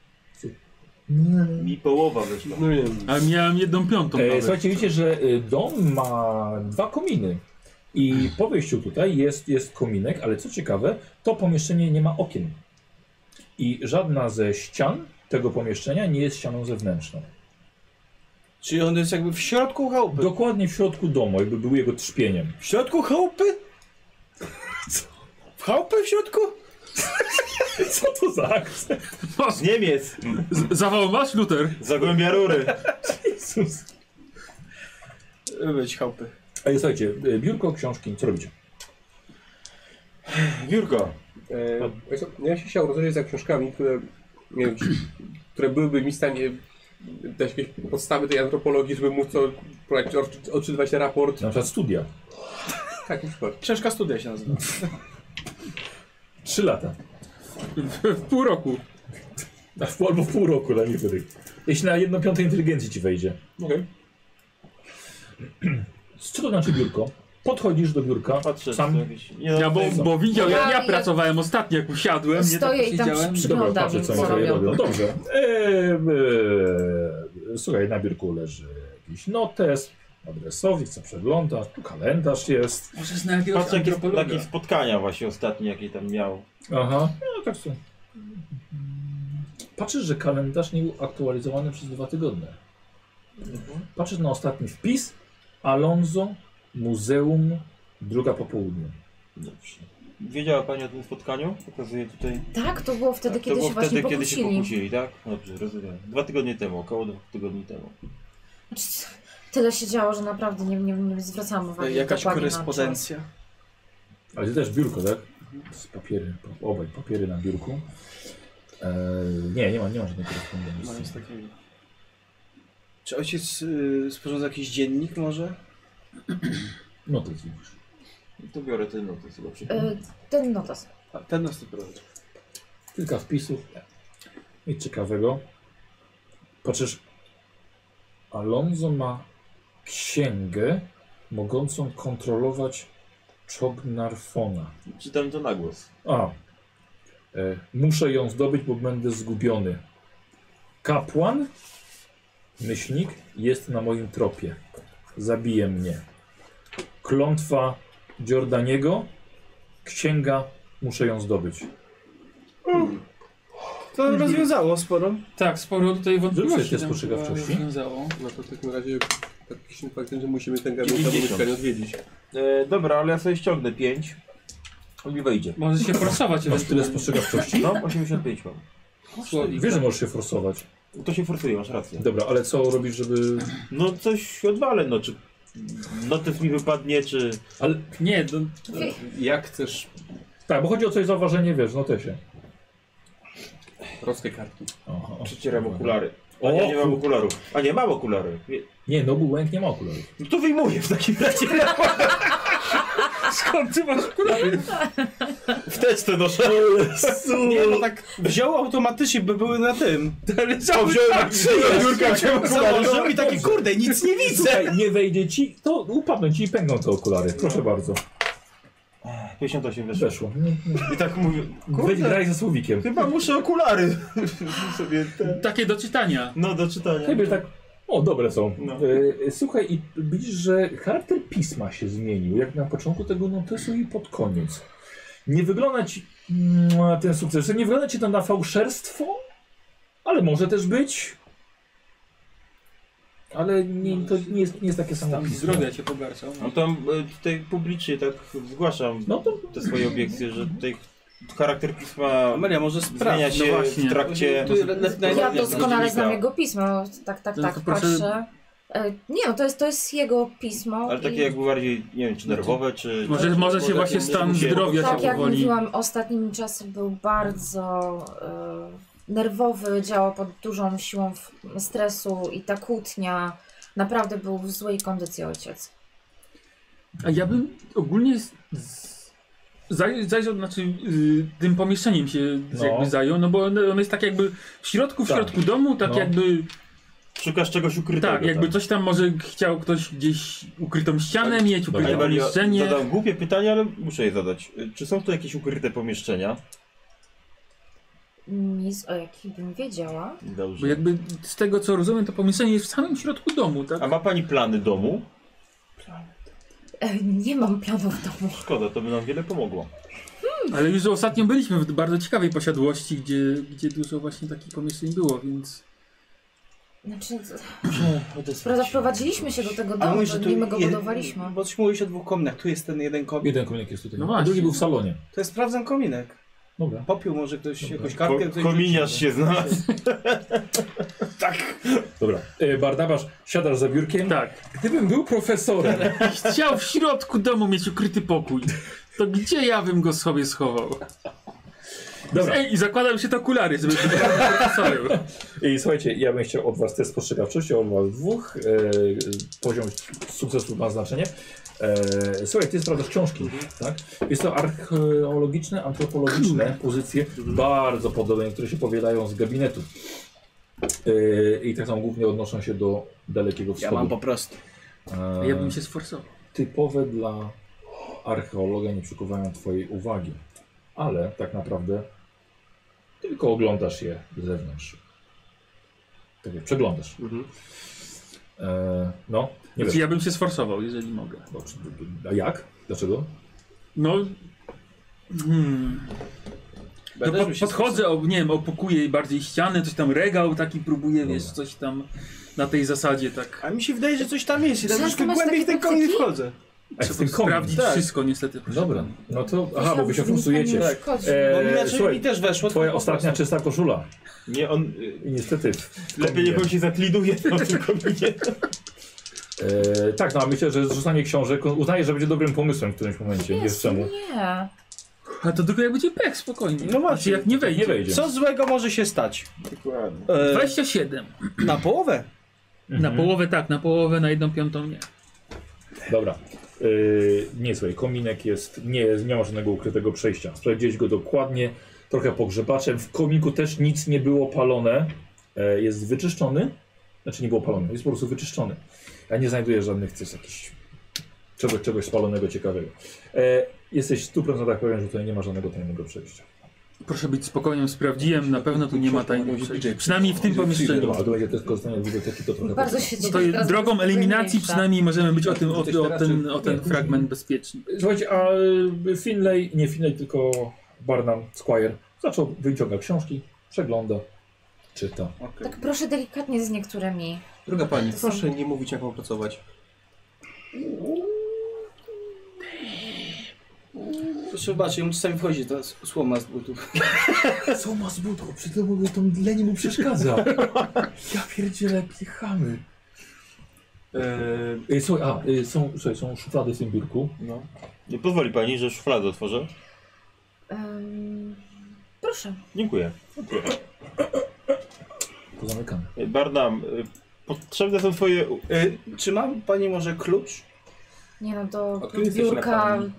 Mi połowa wyszła. No nie Ale miałem 1/5 nawet. Słuchajcie, widzicie, że dom ma 2 kominy. I po wejściu tutaj jest kominek, ale co ciekawe, to pomieszczenie nie ma okien. I żadna ze ścian tego pomieszczenia nie jest ścianą zewnętrzną. Czyli on jest jakby w środku chałupy. Dokładnie w środku domu, jakby był jego trzpieniem. W środku chałupy? W chałupy w środku? Co to za akcent? Z Niemiec. Zawał masz, Luther? Zagłębia rury. Jezus. Być chałupy. A słuchajcie, biurko, książki, co robicie? Biurko. Ja się chciał rozejrzeć za książkami, które, nie wiem, które byłyby mi w stanie dać jakieś podstawy tej antropologii, żeby móc odczytywać ten raport. Na przykład studia. Tak, na przykład. Książka studia się nazywa. 3 lata. W pół roku. Albo w pół roku dla niektórych. Jeśli na 1/5 inteligencji ci wejdzie. Okej. Z czego znaczy biurko? Podchodzisz do biurka, Patrzę, sam... co jakieś... Nie, Ja, bo widział, jak ja Ja- pracowałem ostatnio, jak usiadłem, nie Stoję tak i tam siedziałem. przyglądam Dobra, patrzę, im, co co oni sobie robią. robią. Dobrze. Słuchaj, na biurku leży jakiś notes, adresownik, co przeglądasz, tu kalendarz jest. Może zna jakiegoś Patrzę, jakie antropologa. spotkania właśnie ostatnie, jakie tam miał. Aha, no tak co. Patrzysz, że kalendarz nie był aktualizowany przez 2 tygodnie. Patrzysz na ostatni wpis, Alonso, muzeum, 2 po południu. Dobrze. Wiedziała Pani o tym spotkaniu? Pokazuję tutaj. Tak, to było wtedy, To kiedy było się właśnie wtedy, kiedy się pokłócili. pokłócili, tak? Dobrze, rozumiem. 2 tygodnie temu, około 2 tygodni temu. Znaczy, tyle się działo, że naprawdę nie zwracam uwagi. Jakaś dokładnie na czas. korespondencja. Ale ty też biurko, tak? Z papiery, obaj papiery na biurku. Nie ma żadnej No korespondencji. jest takiego. Czy ojciec sporządza jakiś dziennik może? No to widzisz. To biorę ten notes chyba przy... Ten notas. A, ten nas tu prowadzi. Kilka wpisów. Nic ciekawego. Patrzysz, Alonso ma księgę mogącą kontrolować Czognarfona. Czytam to na głos. Muszę ją zdobyć, bo będę zgubiony. Kapłan, myślnik, jest na moim tropie. Zabije mnie. Klątwa Giordaniego, księga, muszę ją zdobyć. To rozwiązało sporo. Tak, sporo tutaj wątpliwości Zróbcie te tam spostrzegawczości. chyba rozwiązało. No to w takim razie taki faktem, że musimy ten gabinet 90. mieszkania odwiedzić. Dobra, ale ja sobie ściągnę 5. On mi wejdzie. Może się forsować. Masz tyle spostrzegawczości? No, 85 mam. Wiesz, że możesz się forsować. To się forsuje, masz rację. Dobra, ale co robisz, żeby... No coś odwalę, no czy... Notes mi wypadnie, czy... Ale Nie, no, Jak chcesz tak, bo chodzi o coś zauważenie, wiesz, w notesie. prostej kartki. Aha. Przecieram okulary. O, A nie mam okularów. A nie, mam okulary. Nie, no Łęk nie ma okularów. No to wyjmuję w takim razie. skąd ty masz okulary? W teczce noszę. Nie, bo tak wziął automatycznie, by były na tym. O, wziąłem na biurka, wziąłem okulary. Założył i taki, kurde, nic nie widzę. Słuchaj, nie wejdzie ci, to upadną ci i pękną te okulary. Proszę bardzo. 58 weszło. Weszło. I tak mówię, Weź graj ze słowikiem. chyba muszę okulary sobie Takie do czytania. No, do czytania. Chyba tak. O, dobre są. No. Słuchaj, i widzisz, że charakter pisma się zmienił, jak na początku tego notesu i pod koniec. Nie wygląda ci ten sukces, nie wygląda ci to na fałszerstwo, ale może też być. Ale to nie jest takie samo pismo. Zdrowia cię pogarszał. No tam tutaj publicznie tak zgłaszam te swoje obiekcje, że tutaj charakter pisma Amelia, może zmienia sprawdź. się w trakcie... Ja doskonale znam jego pismo. Tak, No to proszę- patrzę. Nie no, to jest jego pismo. Ale takie i jakby bardziej, nie wiem, czy nerwowe, czy... Może się właśnie stan zdrowia tak się jak powoli... mówiłam, ostatnimi czasy był bardzo nerwowy, działał pod dużą siłą stresu i ta kłótnia. Naprawdę był w złej kondycji ojciec. A ja bym ogólnie zajrzał, znaczy tym pomieszczeniem się jakby zajął, no bo ono jest tak jakby w środku domu, tak jakby... Szukasz czegoś ukrytego. Tak, jakby coś tam może chciał ktoś gdzieś ukrytą ścianę mieć, ukryte Ja pomieszczenie. zadam głupie pytanie, ale muszę je zadać. Czy są tu jakieś ukryte pomieszczenia? Nic o jakich bym wiedziała. Dobrze. Bo jakby z tego co rozumiem, to pomieszczenie jest w samym środku domu, tak? A ma pani plany domu? Nie mam planów w domu. Szkoda, to by nam wiele pomogło. Ale już ostatnio byliśmy w bardzo ciekawej posiadłości, gdzie dużo właśnie takich pomieszczeń było, więc... Znaczy, prawda, wprowadziliśmy się do tego domu, mówisz, że tu nie my go budowaliśmy. Bo coś mówiłeś o 2 kominach. Tu jest ten jeden komin. Jeden kominek jest tutaj. No A właśnie. drugi był w salonie. To jest sprawdzam kominek. Dobra. Popiół może ktoś, jakąś kartkę. ktoś Kominiarz rzuci. się znalazł. Dobra. Barnabasz, siadasz za biurkiem. Tak. Gdybym był profesorem. Chciał w środku domu mieć ukryty pokój. To gdzie ja bym go sobie schował? Dobra. I zakładam się te okulary, żeby być profesorem. I słuchajcie, ja bym chciał od was test spostrzegawczości, od was dwóch. Poziom sukcesu ma znaczenie. Słuchaj, ty sprawdzasz książki, tak? Jest to archeologiczne, antropologiczne pozycje, bardzo podobne, które się powielają z gabinetu. I tak samo głównie odnoszą się do Dalekiego Wschodu. Ja mam po prostu. Ja bym się sforsował. Typowe dla archeologa nie przykuwają twojej uwagi, ale tak naprawdę tylko oglądasz je z zewnątrz. Tak jak przeglądasz. No, nie wiem. Ja bym się sforsował, jeżeli mogę. Dobrze. A jak? Dlaczego? No... No podchodzę, nie wiem, opokuję bardziej ścianę, coś tam regał taki próbuję, wiesz, coś tam na tej zasadzie tak. A mi się wydaje, że coś tam jest i tam Często troszkę masz głębiej w takie ten komin patyki? wchodzę. Trzeba sprawdzić Tak. wszystko niestety. Proszę Dobra, pana. no to... Aha, bo wy się forsujecie. Bo inaczej Słuchaj, mi też weszło. twoja tylko po ostatnia prostu. czysta koszula. Nie, on... I niestety... Lepiej niech on się zaklinuje na tym kominie. Tak, no a myślę, że zrzucanie książek uznaję, że będzie dobrym pomysłem w którymś momencie. Nie wiesz czemu. Nie. A to tylko jak będzie pek, spokojnie. No właśnie. Znaczy, jak nie wejdzie. Nie wejdzie. Co złego może się stać? Dokładnie. 27. Na połowę. Na połowę tak, na połowę, na 1/5 nie. Dobra. Nie, słuchaj, kominek jest... Nie ma żadnego ukrytego przejścia. Sprawdziłeś go dokładnie. Trochę pogrzebaczem. W kominku też nic nie było palone. Jest wyczyszczony. Znaczy nie było palone, jest po prostu wyczyszczony. Ja nie znajduję żadnych jakichś czegoś spalonego ciekawego. Jesteś w 100% pewien, że tutaj nie ma żadnego tajnego przejścia. Proszę być spokojnym, sprawdziłem, na pewno tu nie ma tajnych przejścia. Przynajmniej w tym pomieszczeniu. Dobra, a to będzie też korzystanie z biblioteki, to trochę... Bardzo się To cieszę. jest drogą eliminacji przynajmniej możemy być o ten fragment bezpieczni. Słuchajcie, a nie Finlay, tylko Barnum Squire zaczął wyciągać książki, przegląda, czyta. Tak proszę delikatnie z niektórymi. Droga pani, To są- proszę nie mówić, jak mam pracować. Proszę zobaczyć, mu czasami wchodzi ta słoma z butów. Co ma z butą? Przy tym mówię, to leni mu przeszkadza. Ja pierdzielę, piechamy. Słuchaj, są szuflady w tym biurku. No. Nie pozwoli pani, że szufladę otworzę? Proszę. Dziękuję. Pozamykamy. Barnum, potrzebne są twoje... Czy mam pani może klucz? Nie no, do Odkryj jesteś biurka, na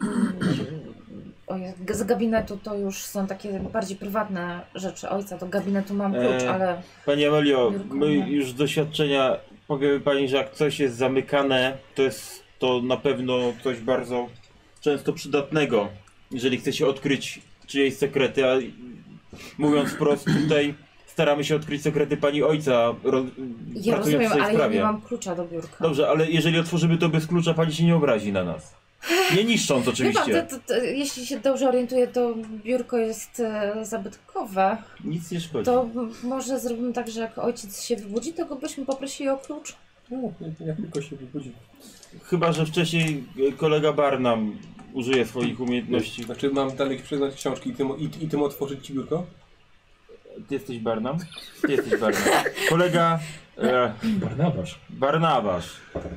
z gabinetu to już są takie bardziej prywatne rzeczy ojca. Do gabinetu mam klucz, ale Pani Amelio, biurko my nie. już z doświadczenia powiemy pani, że jak coś jest zamykane, to jest to na pewno coś bardzo często przydatnego. jeżeli chce się odkryć czyjeś sekrety, a mówiąc wprost tutaj staramy się odkryć sekrety pani ojca, Ja pracując rozumiem, w tej ale sprawie. ja nie mam klucza do biurka. Dobrze, ale jeżeli otworzymy to bez klucza, pani się nie obrazi na nas. Nie niszcząc oczywiście. Chyba, jeśli się dobrze orientuję, to biurko jest zabytkowe. Nic nie szkodzi. To może zrobimy tak, że jak ojciec się wybudzi, to go byśmy poprosili o klucz? No, jak tylko się wybudzi. Chyba, że wcześniej kolega Barnum użyje swoich umiejętności. Znaczy mam dalej przyznać książki i tym otworzyć ci biurko? Ty jesteś Barnum? Ty jesteś Barnum. Kolega... Barnabasz.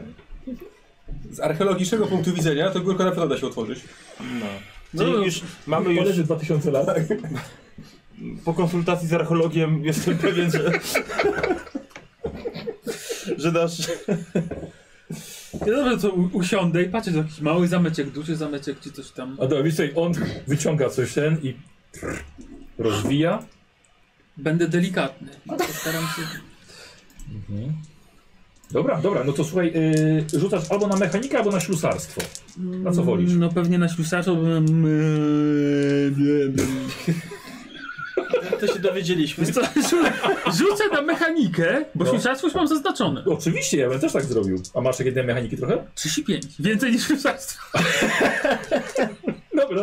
Z archeologicznego punktu widzenia to biurko na pewno da się otworzyć. No. Czyli już mamy już... Leży 2000 lat. Po konsultacji z archeologiem jestem pewien, że nasz... Ja dobrze, to usiądę i patrzę, to jakiś mały zameczek, duży zameczek, czy coś tam. A dobra, wiesz co, on wyciąga coś i rozwija. Będę delikatny. Postaram się... Dobra, no to słuchaj, rzucasz albo na mechanikę, albo na ślusarstwo. Na co wolisz? No pewnie na ślusarstwo To się dowiedzieliśmy. Wiesz co, rzucę na mechanikę, bo ślusarstwo już mam zaznaczone. Oczywiście, ja bym też tak zrobił. A masz jednej mechaniki trochę? 35. Więcej niż ślusarstwo. Dobra.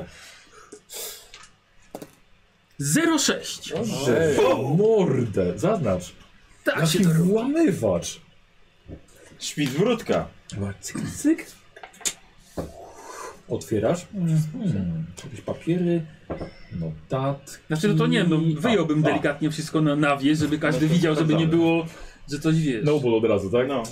0,6. O, mordę, zaznacz. Tak się Jaki to robi. włamywacz. Szpicwrótka. Cyk. Otwierasz. Jakieś papiery, notatki. Znaczy to nie, no wyjąłbym delikatnie wszystko na wieś, żeby każdy widział, żeby nie było, że coś wiesz. No ból od razu, tak? No.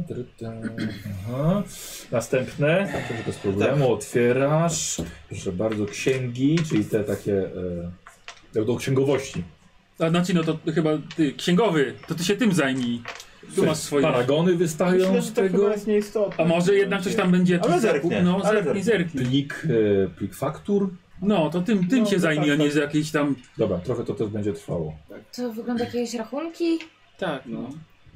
Aha. Następne, bez problemu, otwierasz. Proszę bardzo, księgi, czyli te takie do księgowości. A znaczy no to chyba ty, księgowy, to ty się tym zajmij. Tu masz swoje. Paragony wystają Myślę, z że to tego. chyba jest nieistotne. A może jednak coś tam będzie jakiś Ale zakup? zerknie, No ale zerknij. Plik faktur. No to tym się zajmij, a nie z jakiejś tam... Dobra, trochę to też będzie trwało. To wygląda jak jakieś rachunki? Tak, no.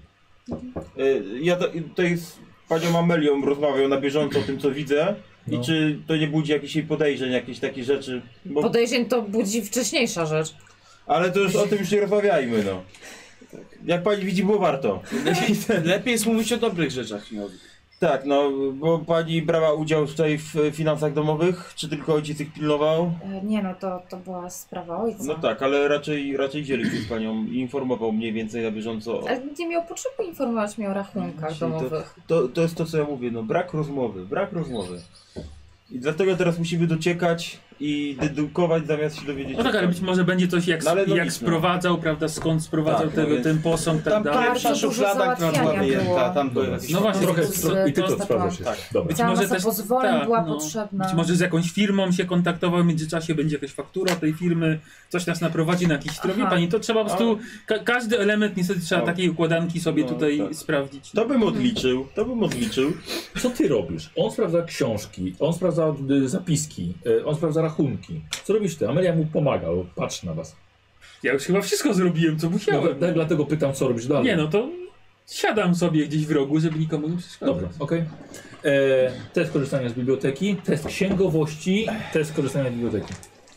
Ja tutaj z panią Amelią rozmawiam na bieżąco o tym, co widzę. No. I czy to nie budzi jakichś jej podejrzeń, jakieś takie rzeczy. Bo... Podejrzeń to budzi wcześniejsza rzecz. Ale to już o tym już nie rozmawiajmy, no. Jak pani widzi, było warto. Lepiej jest mówić o dobrych rzeczach. Tak, no, bo pani brała udział tutaj w finansach domowych, czy tylko ojciec ich pilnował? Nie no, to była sprawa ojca. No tak, ale raczej dzielił się z panią i informował mniej więcej na bieżąco. Ale nie miał potrzeby informować mnie o rachunkach domowych. To jest to, co ja mówię, no brak rozmowy. I dlatego teraz musimy dociekać i dedukować, zamiast się dowiedzieć. No tak, ale być może będzie coś jak, No, ale jak logiczne. sprowadzał, prawda, skąd sprowadzał Tak, no więc- ten posąg, tak Tam dalej. pierwsza Bardzo dużo szuflada, która była załatwiania wyjęta, było. tam były jakieś... No właśnie, Trochę, z- i ty to z- sprawdzasz jeszcze. Tak. Dobra. Być Cała może masa też- pozwoleń tak, była no. potrzebna. Być może z jakąś firmą się kontaktował, w międzyczasie będzie jakaś faktura tej firmy, coś nas naprowadzi na jakiś strop. Wie pani, to trzeba po prostu, każdy element niestety trzeba takiej układanki sobie tutaj tak. sprawdzić. To bym odliczył. Co ty robisz? On sprawdza książki, on sprawdza zapiski, on sprawdza rachunki. Co robisz ty? Amelia mu pomaga, patrzy na was. Ja już chyba wszystko zrobiłem, co musiałem. Dlatego pytam, co robisz dalej. Nie no, to siadam sobie gdzieś w rogu, żeby nikomu nie przeszkadzać. Dobra, okej. Test korzystania z biblioteki, test księgowości, test korzystania z biblioteki.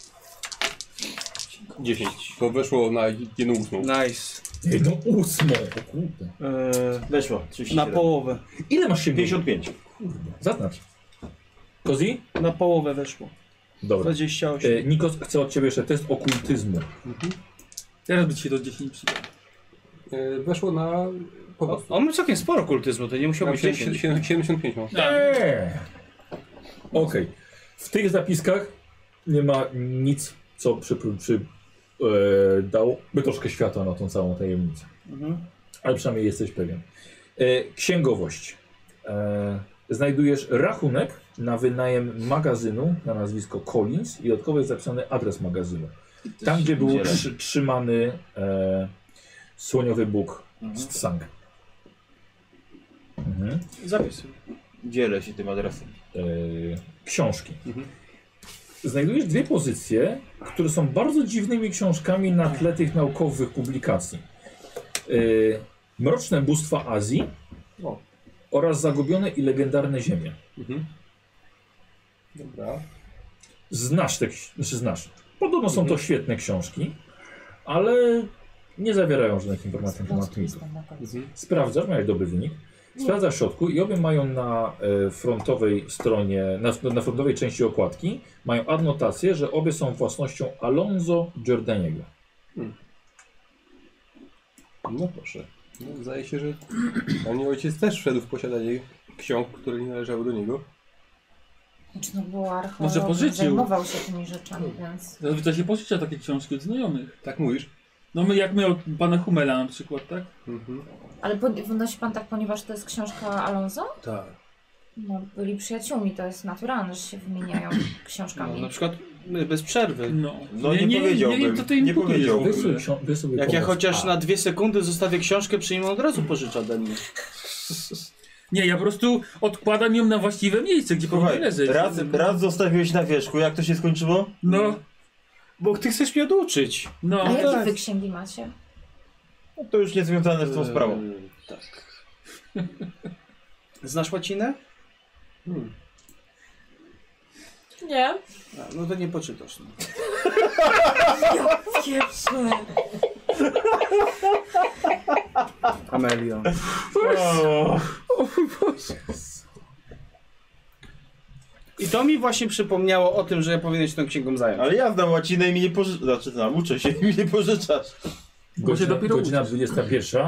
10. To weszło na 1/8. Nice. 1/8. O kurde. Weszło, 37. Na połowę. Ile masz księgowości? 55. Kurde. Zaznacz. Kozi? Na połowę weszło. Dobra. 28. Nikos chce od ciebie jeszcze test okultyzmu. Teraz by ci się do 10 przydało. Weszło na... po prostu. On ma całkiem sporo kultyzmu, to nie musiał być 10. 75 mam. Okej. W tych zapiskach nie ma nic, co dałoby troszkę światła na tą całą tajemnicę. Ale przynajmniej jesteś pewien. Księgowość. Znajdujesz rachunek na wynajem magazynu na nazwisko Collins i dodatkowo jest zapisany adres magazynu. Tam, gdzie był trzymany słoniowy bóg z Tsang. Zapisuj. Dzielę się tym adresem. Książki. Znajdujesz dwie pozycje, które są bardzo dziwnymi książkami na tle tych naukowych publikacji. Mroczne bóstwa Azji oraz Zagubione i legendarne ziemie. Dobra. Znasz te znasz. Podobno są to świetne książki, ale nie zawierają żadnych informacji na temat mitów. Sprawdzasz, miałeś dobry wynik. Sprawdzasz w środku i obie mają na frontowej stronie, na frontowej części okładki mają adnotację, że obie są własnością Alonso Giordaniego. No proszę. No, zdaje się, że pani ojciec też wszedł w posiadanie ksiąg, które nie należały do niego. Znaczy, no było Może archeolog, pożyczył. zajmował się tymi rzeczami, więc... To się pożycza takie książki od znajomych. Tak mówisz? No my, jak my od pana Hummela na przykład, tak? Ale wnosi pan tak, ponieważ to jest książka Alonso? Tak. No, byli przyjaciółmi, to jest naturalne, że się wymieniają książkami. No, na przykład bez przerwy. No, nie powiedziałbym. Nie powiedziałbym. Jak ja chociaż na 2 sekundy zostawię książkę, przy nim od razu pożycza ode mnie. Nie, ja po prostu odkładam ją na właściwe miejsce, gdzie powinna leżeć. Raz zostawiłeś na wierzchu, jak to się skończyło? No. Bo ty chcesz mnie oduczyć. No. A jakie wy księgi macie? No to już nie związane z tą sprawą. Tak. Znasz łacinę? Nie. A, no to nie poczytasz. No. Pierwszy. Amelio. O mój Boże. I to mi właśnie przypomniało o tym, że ja powinien się tą księgą zająć. Ale ja znam łacinę i mi nie pożyczasz. Znaczy znam, uczę się i mi nie pożyczasz. Godzina 21.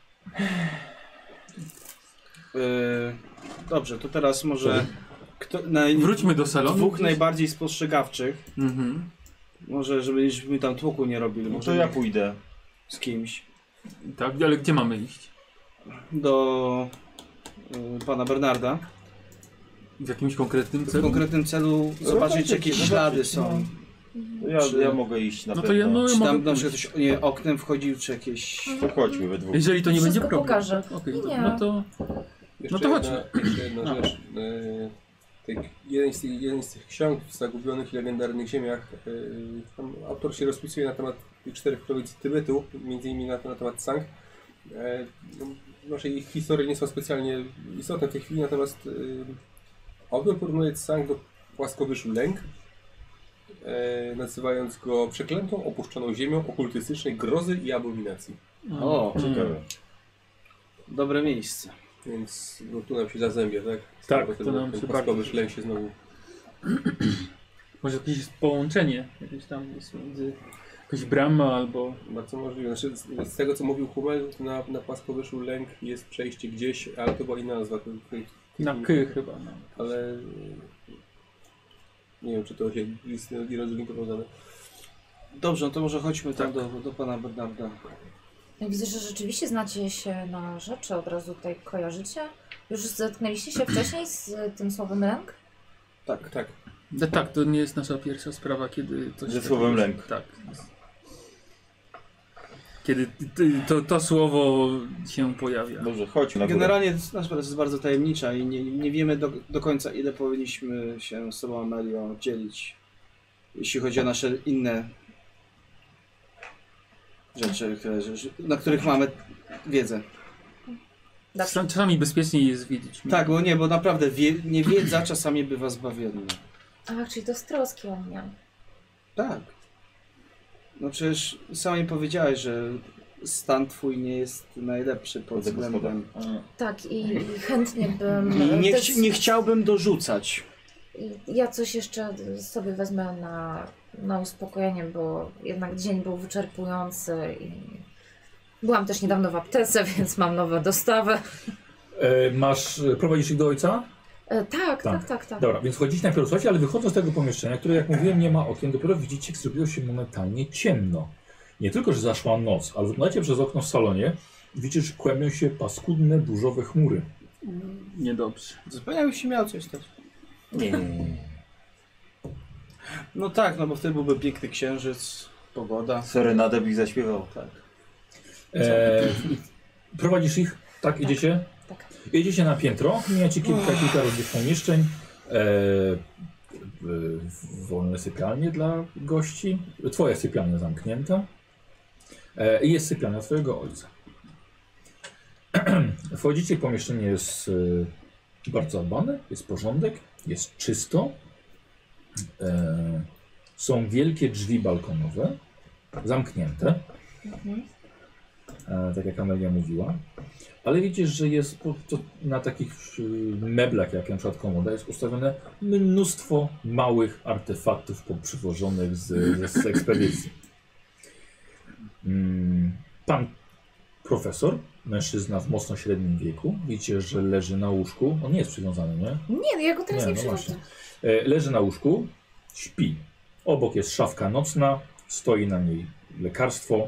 Dobrze, to teraz może... Wróćmy do salonu. 2 najbardziej spostrzegawczych. Może, żebyśmy tam tłoku nie robili. No to ja pójdę. Z kimś. Tak, ale gdzie mamy iść? Do pana Bernarda. W jakimś konkretnym W celu? konkretnym celu zobaczyć, czy jakieś ślady są. Ja mogę iść na No to pewno. ja, no, Czy mogę tam na przykład pójść. ktoś oknem wchodził, czy jakieś... To chodźmy we dwóch. Jeżeli to nie będzie Wszystko problem. pokażę. Okej, Nie. no to... Jeszcze to chodźmy. Jeszcze jedna rzecz. Jeden z tych ksiąg w zagubionych i legendarnych ziemiach, tam autor się rozpisuje na temat 4 prowincji Tybetu, między innymi na temat Tsang. Może ich historie nie są specjalnie istotne w tej chwili, natomiast autor porównuje Tsang do płaskowyszu Lęk, nazywając go przeklętą, opuszczoną ziemią okultystycznej grozy i abominacji. O, ciekawe. Dobre miejsce. Więc no, tu nam się zazębia, tak? Tak, to nam się płaskowyż Lęk się znowu... Może jakieś połączenie jakieś tam jest między... Jakaś brama albo... Bardzo możliwe. Znaczy, z tego co mówił Hummel, na płaskowyszu Lęk jest przejście gdzieś, ale to była inna nazwa. Na K chyba. No. Ale nie wiem, czy to się jest z drugim powiązane. Dobrze, no to może chodźmy tam do pana Bernarda. Ja widzę, że rzeczywiście znacie się na rzeczy, od razu tutaj kojarzycie. Już zetknęliście się wcześniej z tym słowem lęk? Tak, tak. No tak, to nie jest nasza pierwsza sprawa, kiedy coś... Ze słowem lęk. Tak. Kiedy to słowo się pojawia. Dobrze, chodźmy na górę. Generalnie nasza sprawa jest bardzo tajemnicza i nie wiemy do końca, ile powinniśmy się z sobą, Amelio, dzielić, jeśli chodzi o nasze inne rzeczy, na których mamy wiedzę. Czasami bezpieczniej jest wiedzieć. Tak, bo naprawdę niewiedza czasami bywa zbawienna. Tak, czyli to z troski o mnie. Tak. No przecież sami powiedziałeś, że stan twój nie jest najlepszy pod względem... Tak, i chętnie bym... Nie chciałbym dorzucać. Ja coś jeszcze sobie wezmę na uspokojenie, bo jednak dzień był wyczerpujący i byłam też niedawno w aptece, więc mam nowe dostawy. Prowadzisz ich do ojca? Tak. Dobra, więc wchodzicie najpierw, słuchajcie, ale wychodząc z tego pomieszczenia, które jak mówiłem nie ma okien, dopiero widzicie, jak zrobiło się momentalnie ciemno. Nie tylko, że zaszła noc, ale wyglądacie przez okno w salonie i widzicie, że kłębią się paskudne, burzowe chmury. Niedobrze. Zupełnie jakby się miało coś stać. Nie. No tak, no bo wtedy byłby piękny księżyc, pogoda. Serenadę byś zaśpiewał. Tak. Prowadzisz ich? Tak, idziecie? Tak. Jedziecie na piętro, mijacie kilka różnych pomieszczeń. Wolne sypialnie dla gości. Twoja sypialnia zamknięta. I jest sypialnia twojego ojca. Wchodzicie, pomieszczenie jest bardzo zadbane, jest porządek, jest czysto. Są wielkie drzwi balkonowe, zamknięte, tak jak Amelia mówiła, ale widzisz, że jest na takich meblach, jak na przykład komoda, jest ustawione mnóstwo małych artefaktów przywożonych z ekspedycji. Pan profesor, mężczyzna w mocno średnim wieku, widzicie, że leży na łóżku. On nie jest przywiązany, nie? Nie, no ja go teraz nie przywożę. Leży na łóżku, śpi. Obok jest szafka nocna, stoi na niej lekarstwo.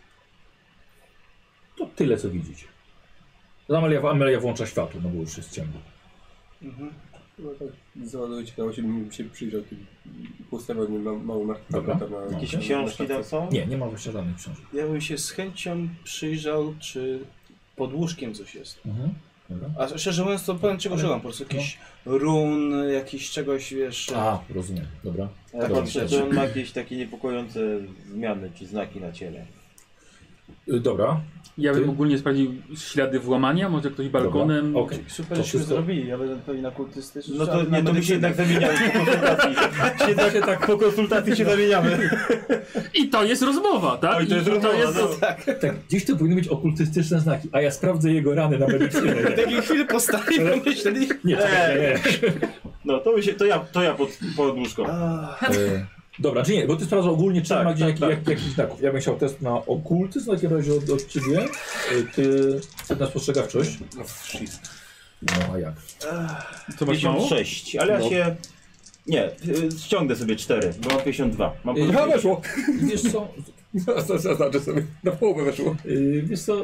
To tyle, co widzicie. Amelia włącza światło, no bo już jest ciemno. No tak, załaduję ciekawość, bym się przyjrzał tym postawionym małym artefaktom. Jakieś książki tam są? Nie ma właśnie żadnych książek. Ja bym się z chęcią przyjrzał, czy pod łóżkiem coś jest. A szczerze mówiąc, to powiem, czego szukam, po prostu jakiś run, jakiś czegoś, wiesz... Rozumiem, dobra. Ja patrzę, czy on ma jakieś takie niepokojące zmiany, czy znaki na ciele. Dobra. Ja bym ogólnie sprawdził ślady włamania, może ktoś balkonem. Okay. Super, żeśmy zrobili, ja będę pewnie na kultystyczny. No to nie, to my się jednak zamieniamy po konsultacji. Po konsultacji się zamieniamy. I to jest rozmowa, tak? I to jest rozmowa, tak. Gdzieś to powinny być okultystyczne znaki, a ja sprawdzę jego rany na medycynie. Takiej chwili postawię, myślę, nie. No to ja pod łóżko. Dobra, czy nie, bo ty sprawdzasz ogólnie, czy ma gdzie jakichś znaków. Ja bym chciał test na okultyzm, w takim razie od ciebie. Ty na spostrzegawczość. No a jak? To masz 56, ale ja się... Nie, ściągnę sobie 4, bo mam 52. Weszło! Wiesz co? Zaznaczę sobie, na połowę weszło. Wiesz co?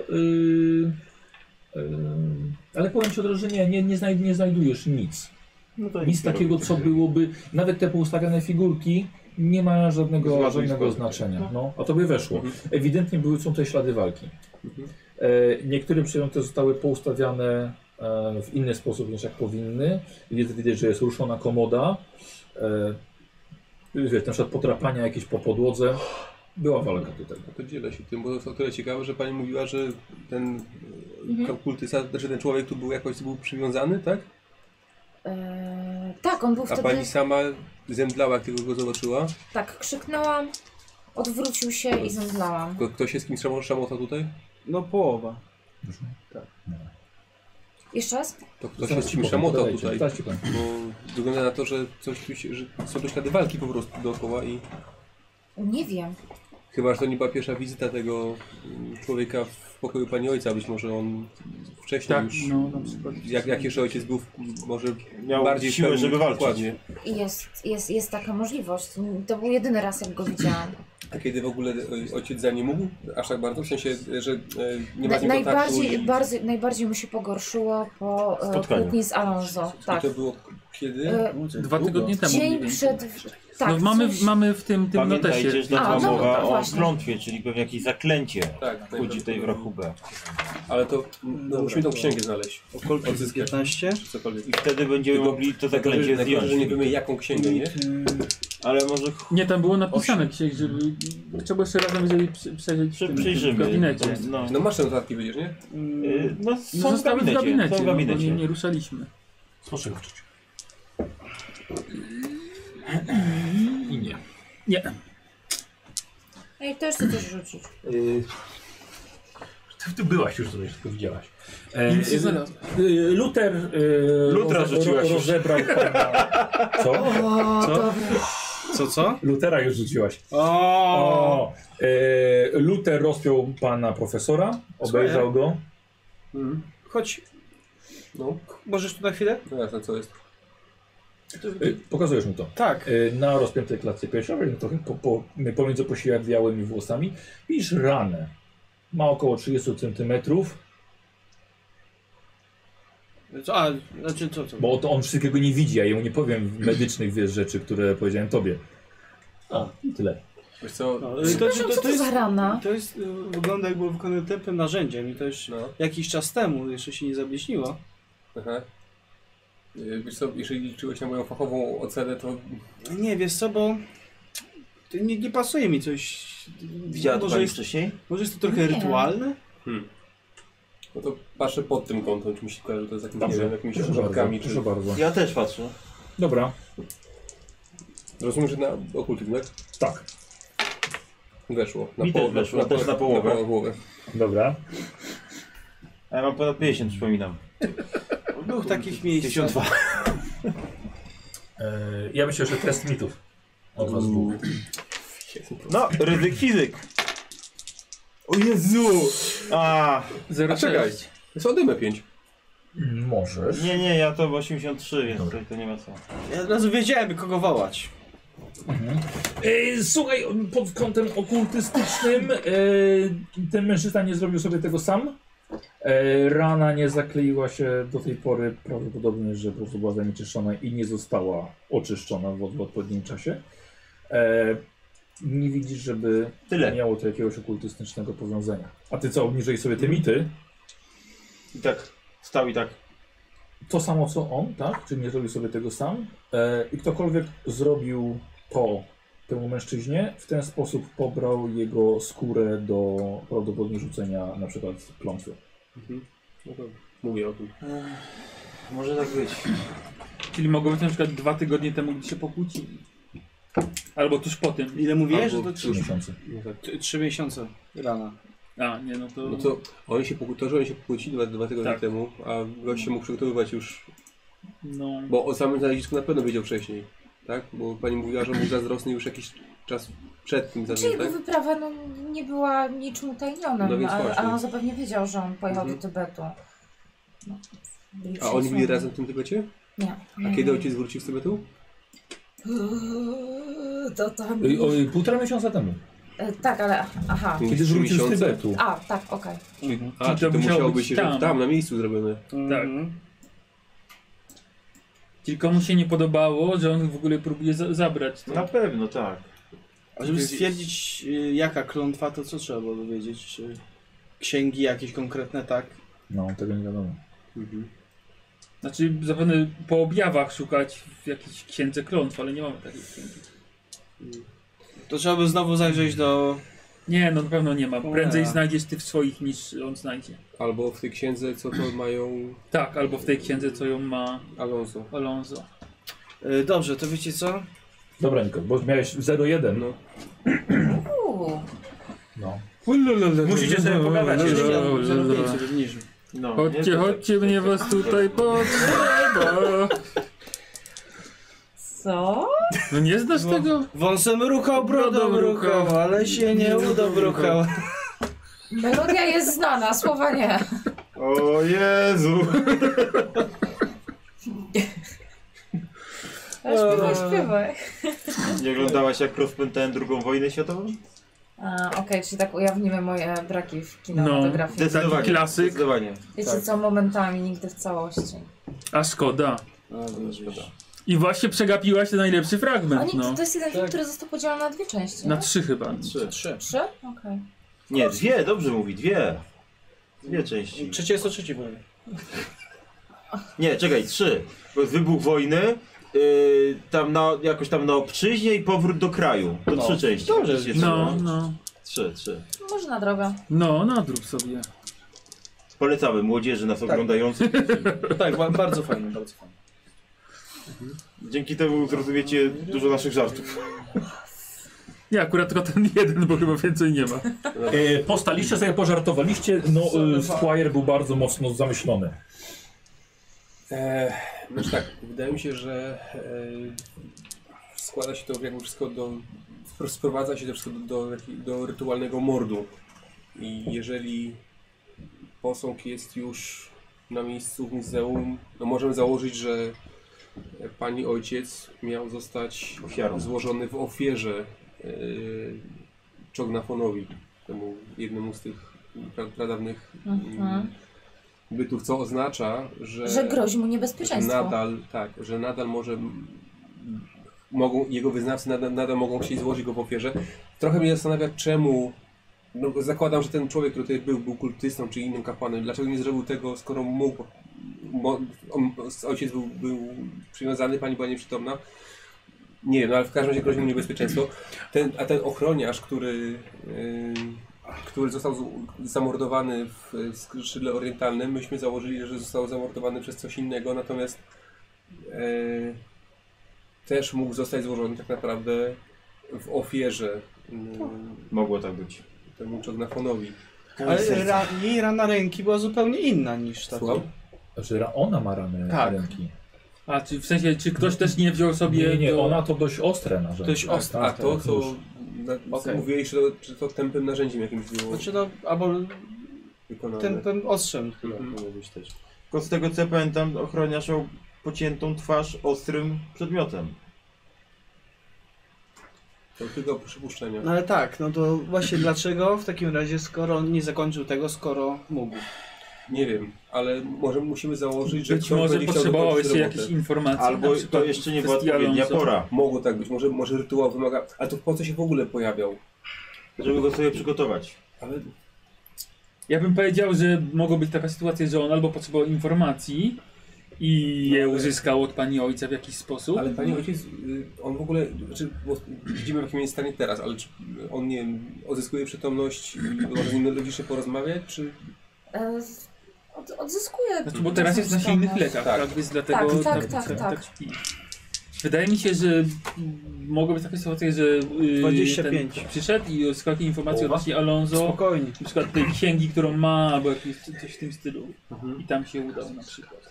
Ale powiem ci od razu, że nie znajdujesz nic. No to nic takiego, co byłoby... Nawet te poustawiane figurki nie mają żadnego znaczenia. No, a to by weszło. Ewidentnie są tutaj ślady walki. Niektóre przedmioty zostały poustawiane w inny sposób niż jak powinny. Widać, że jest ruszona komoda. Wiesz, na przykład potrapania jakieś po podłodze. Była walka tutaj. To dzielę się tym, bo to jest o tyle ciekawe, że pani mówiła, że ten okultysta, że ten człowiek tu był jakoś przywiązany, tak? Tak, on był wtedy... A pani sama zemdlała, jak tylko go zobaczyła? Tak, krzyknęłam, odwrócił się i zemdlałam. Ktoś się z kimś szamotał tutaj? No połowa. Tak. Jeszcze raz? To ktoś się z kimś szamotał tutaj, bo wygląda na to, że że są to ślady walki po prostu dookoła i... Nie wiem. Chyba, że to nie była pierwsza wizyta tego człowieka w pokoju pani ojca, być może on wcześniej już, jak jeszcze ojciec był, może miał bardziej siłę, żeby walczyć. Dokładnie. Jest taka możliwość. To był jedyny raz, jak go widziałam. A kiedy w ogóle ojciec za nie mógł? Aż tak bardzo? W sensie, że nie ma z nim Najbardziej mu się pogorszyło po kłótni z Alonso. Tak. I to było kiedy? 2 tygodnie temu. Dzień przed... Tak, no mamy w tym notesie. Pamiętajcie, że była mowa o klątwie, czyli pewnie jakieś zaklęcie wchodzi tutaj w rachubę. Ale to musimy tą księgę znaleźć. Okolt 15? Cokolwiek. I wtedy będziemy mogli to zaklęcie zdjąć. Że nie wiemy jaką księgę, nie? Ale może... Nie, tam było napisane żeby... Trzeba jeszcze razem przejrzeć w gabinecie. No masz te notatki, widzisz, nie? No są w gabinecie. Nie ruszaliśmy. Proszę go. I nie. Nie. Ej, też chcę coś rzucić. Ty byłaś już, sobie wszystko widziałaś. Lutera rzuciłaś rozebrał pana... Co? Co? Lutera już rzuciłaś. Luther rozpiął pana profesora, obejrzał go. Chodź. No. Możesz tu na chwilę? No jasne, co jest? Pokazujesz mu to. Tak. Na rozpiętej klatce piersiowej, trochę pomiędzy posiadliałymi włosami, widzisz ranę. Ma około 30 cm. Co? Bo to on wszystkiego nie widzi, ja jemu nie powiem medycznych rzeczy, które powiedziałem tobie. I tyle. Wiesz co? Co to za rana? To jest, wygląda jak było wykonane tępym narzędziem i to już jakiś czas temu, jeszcze się nie zabliźniło. Aha. Wiesz co, jeżeli liczyłeś na moją fachową ocenę, to... Nie, wiesz co, bo... Nie pasuje mi coś... Widziała to pani wcześniej? Może jest to trochę rytualne? No to patrzę pod tym kątem, czy mi się kojarzy, że to jest jakimś, Dobrze, nie wiem, jakimiś urządkami, proszę bardzo. Ja też patrzę. Dobra. Rozumiem, że na okultyzm, tak? Tak. Weszło. Mi też weszło, też na połowę. Dobra. A ja mam ponad 50, przypominam. W dwóch takich miejscach. 52. Ja myślę, że test mitów. Od was dwóch. No, ryzyk fizyk. O Jezu! A czekaj, jest odymę 5. Możesz. Nie, ja to 83, więc tutaj to nie ma co. Ja od razu wiedziałem, kogo wołać. Słuchaj, pod kątem okultystycznym ten mężczyzna nie zrobił sobie tego sam. Rana nie zakleiła się do tej pory, prawdopodobnie, że po prostu była zanieczyszczona i nie została oczyszczona w odpowiednim czasie. Nie widzisz, żeby miało to jakiegoś okultystycznego powiązania. A ty co, obniżyłeś sobie te mity? I tak, stał i tak. To samo co on, tak? Czy nie zrobił sobie tego sam? I ktokolwiek zrobił to temu mężczyźnie, w ten sposób pobrał jego skórę do prawdopodobnie rzucenia na przykład klątwy. No to mówię o tym. Może tak być. Czyli mogło być na przykład 2 tygodnie temu, gdy się pokłócili. Albo tuż po tym. Ile mówiłeś, że to 3 miesiące. 3 miesiące rana. A, nie, no to... No to oni się pokłócili 2 tygodnie temu, a gość się mógł przygotowywać już... No. Bo o samym znalezisku na pewno wiedział wcześniej, tak? Bo pani mówiła, że był zazdrosny już jakiś czas przed tym Czy zabiegiem, jego tak? wyprawa nie była niczym utajnioną, No więc a właśnie. on zapewnie wiedział, że on pojechał do Tybetu. No, byli A oni byli przyjaciółmi. razem w tym Tybecie? Nie. A kiedy ojciec wrócił z Tybetu? To tam... 1,5 miesiąca temu. Tak, ale... Aha. Kiedy wrócił z Tybetu. A, tak, okej. A, czyli to musiało być tam, na miejscu zrobione. Tak. Tylko mu się nie podobało, że on w ogóle próbuje zabrać to. Na pewno, tak. A żeby stwierdzić jaka klątwa, to co trzeba było wiedzieć? Czy księgi jakieś konkretne, tak? No, tego nie wiadomo. Znaczy zapewne po objawach szukać w jakiejś księdze klątw, ale nie mamy takiej księgi. To trzeba by znowu zajrzeć do... Nie, no na pewno nie ma. Prędzej Cholera. znajdziesz ty w swoich niż on znajdzie. Albo w tej księdze, co to mają... Tak, albo w tej księdze, co ją ma Alonso. Dobrze, to wiecie co? Dobra, Niko, bo miałeś 0,1. No. No. Musicie sobie pogadać jeszcze. No, chodźcie, mnie was tutaj potrzeba. Co? No nie znasz tego? Wąsem ruchał, brodą ruchał, ale się nie udobruchał. Melodia jest znana, słowa nie. O Jezu! Śpiewaj. Nie oglądałaś, jak rozpętałem II wojnę światową? Okej, czyli tak ujawnimy moje braki w kinematografii. Zdecydowanie. Klasyk. Zdecydowanie. Wiecie co, momentami, nigdy w całości. A szkoda. I właśnie przegapiłaś ten najlepszy fragment, To no. jest jeden film, który został podzielony na 2 części, Na nie? 3 chyba. 3. 3? Okej. Nie, 2, dobrze mówi, 2. 2 części. Trzecie jest o trzeciej wojnie. Nie, czekaj, 3. Bo jest wybuch wojny, jakoś tam na obczyźnie i powrót do kraju. To 3 części. Dobrze, No. 3. Może na drogę. No, nadrób sobie. Polecamy młodzieży nas oglądających. Tak, bardzo fajne, bardzo fajne. Dzięki temu zrozumiecie dużo naszych żartów. Nie, akurat tylko ten jeden, bo chyba więcej nie ma. Postaliście sobie, pożartowaliście, no Squire był bardzo mocno zamyślony. Znaczy tak, wydaje mi się, że składa się to jakby wszystko sprowadza się to wszystko do rytualnego mordu. I jeżeli posąg jest już na miejscu w muzeum, no możemy założyć, że pani ojciec miał zostać złożony w ofierze Czognafonowi, temu jednemu z tych pradawnych bytów, co oznacza, że grozi mu niebezpieczeństwo. Że nadal może jego wyznawcy nadal mogą chcieć złożyć go w ofierze. Trochę mnie zastanawia, czemu. No, zakładam, że ten człowiek, który tutaj był kultystą czy innym kapłanem, dlaczego nie zrobił tego, skoro mógł. Ojciec był przywiązany, pani była nieprzytomna. Nie wiem, no, ale w każdym razie grozi mu niebezpieczeństwo. A ten ochroniarz, który został zamordowany w skrzydle orientalnym, myśmy założyli, że został zamordowany przez coś innego, natomiast też mógł zostać złożony tak naprawdę w ofierze Mogło tak być. temu Czognafonowi. Ale jej rana ręki była zupełnie inna niż ta. Znaczy ona ma ranę ręki. A czy w sensie, czy ktoś też nie wziął sobie... Nie, ona to dość ostre narzędzie. Dość ostre. A to, co mówiłeś, że to tępym narzędziem jakimś było Znaczy albo wykonane. tępym ostrzem chyba mogło być też. Tylko z tego co ja pamiętam, ochroniarz miał pociętą twarz ostrym przedmiotem. To tylko przypuszczenia. No ale tak, no to właśnie dlaczego w takim razie, skoro nie zakończył tego, skoro mógł? Nie wiem, ale może musimy założyć, że Być ktoś może będzie chciał potrzebował dokończyć jeszcze robotę. jakichś informacji. Albo to jeszcze nie była odpowiednia pora. Mogło tak być, może rytuał wymaga... A to po co się w ogóle pojawiał? Żeby go sobie przygotować. Ale... Ja bym powiedział, że mogła być taka sytuacja, że on albo potrzebował informacji i je uzyskał od pani ojca w jakiś sposób. Ale pani ojciec, on w ogóle, znaczy, bo widzimy w jakim jest stanie teraz, ale czy on nie odzyskuje przytomność i może z nim logicznie porozmawiać, czy... Odzyskuje. Znaczy, bo teraz jest na silnych lekach, tak, więc dlatego... Tak. Wydaje mi się, że mogła być taka sytuacja, że 25. ten przyszedł i uzyskał jakieś informacje odnośnie Alonso. Spokojnie. Na przykład tej księgi, którą ma, albo jakieś coś w tym stylu. I tam się udał na przykład.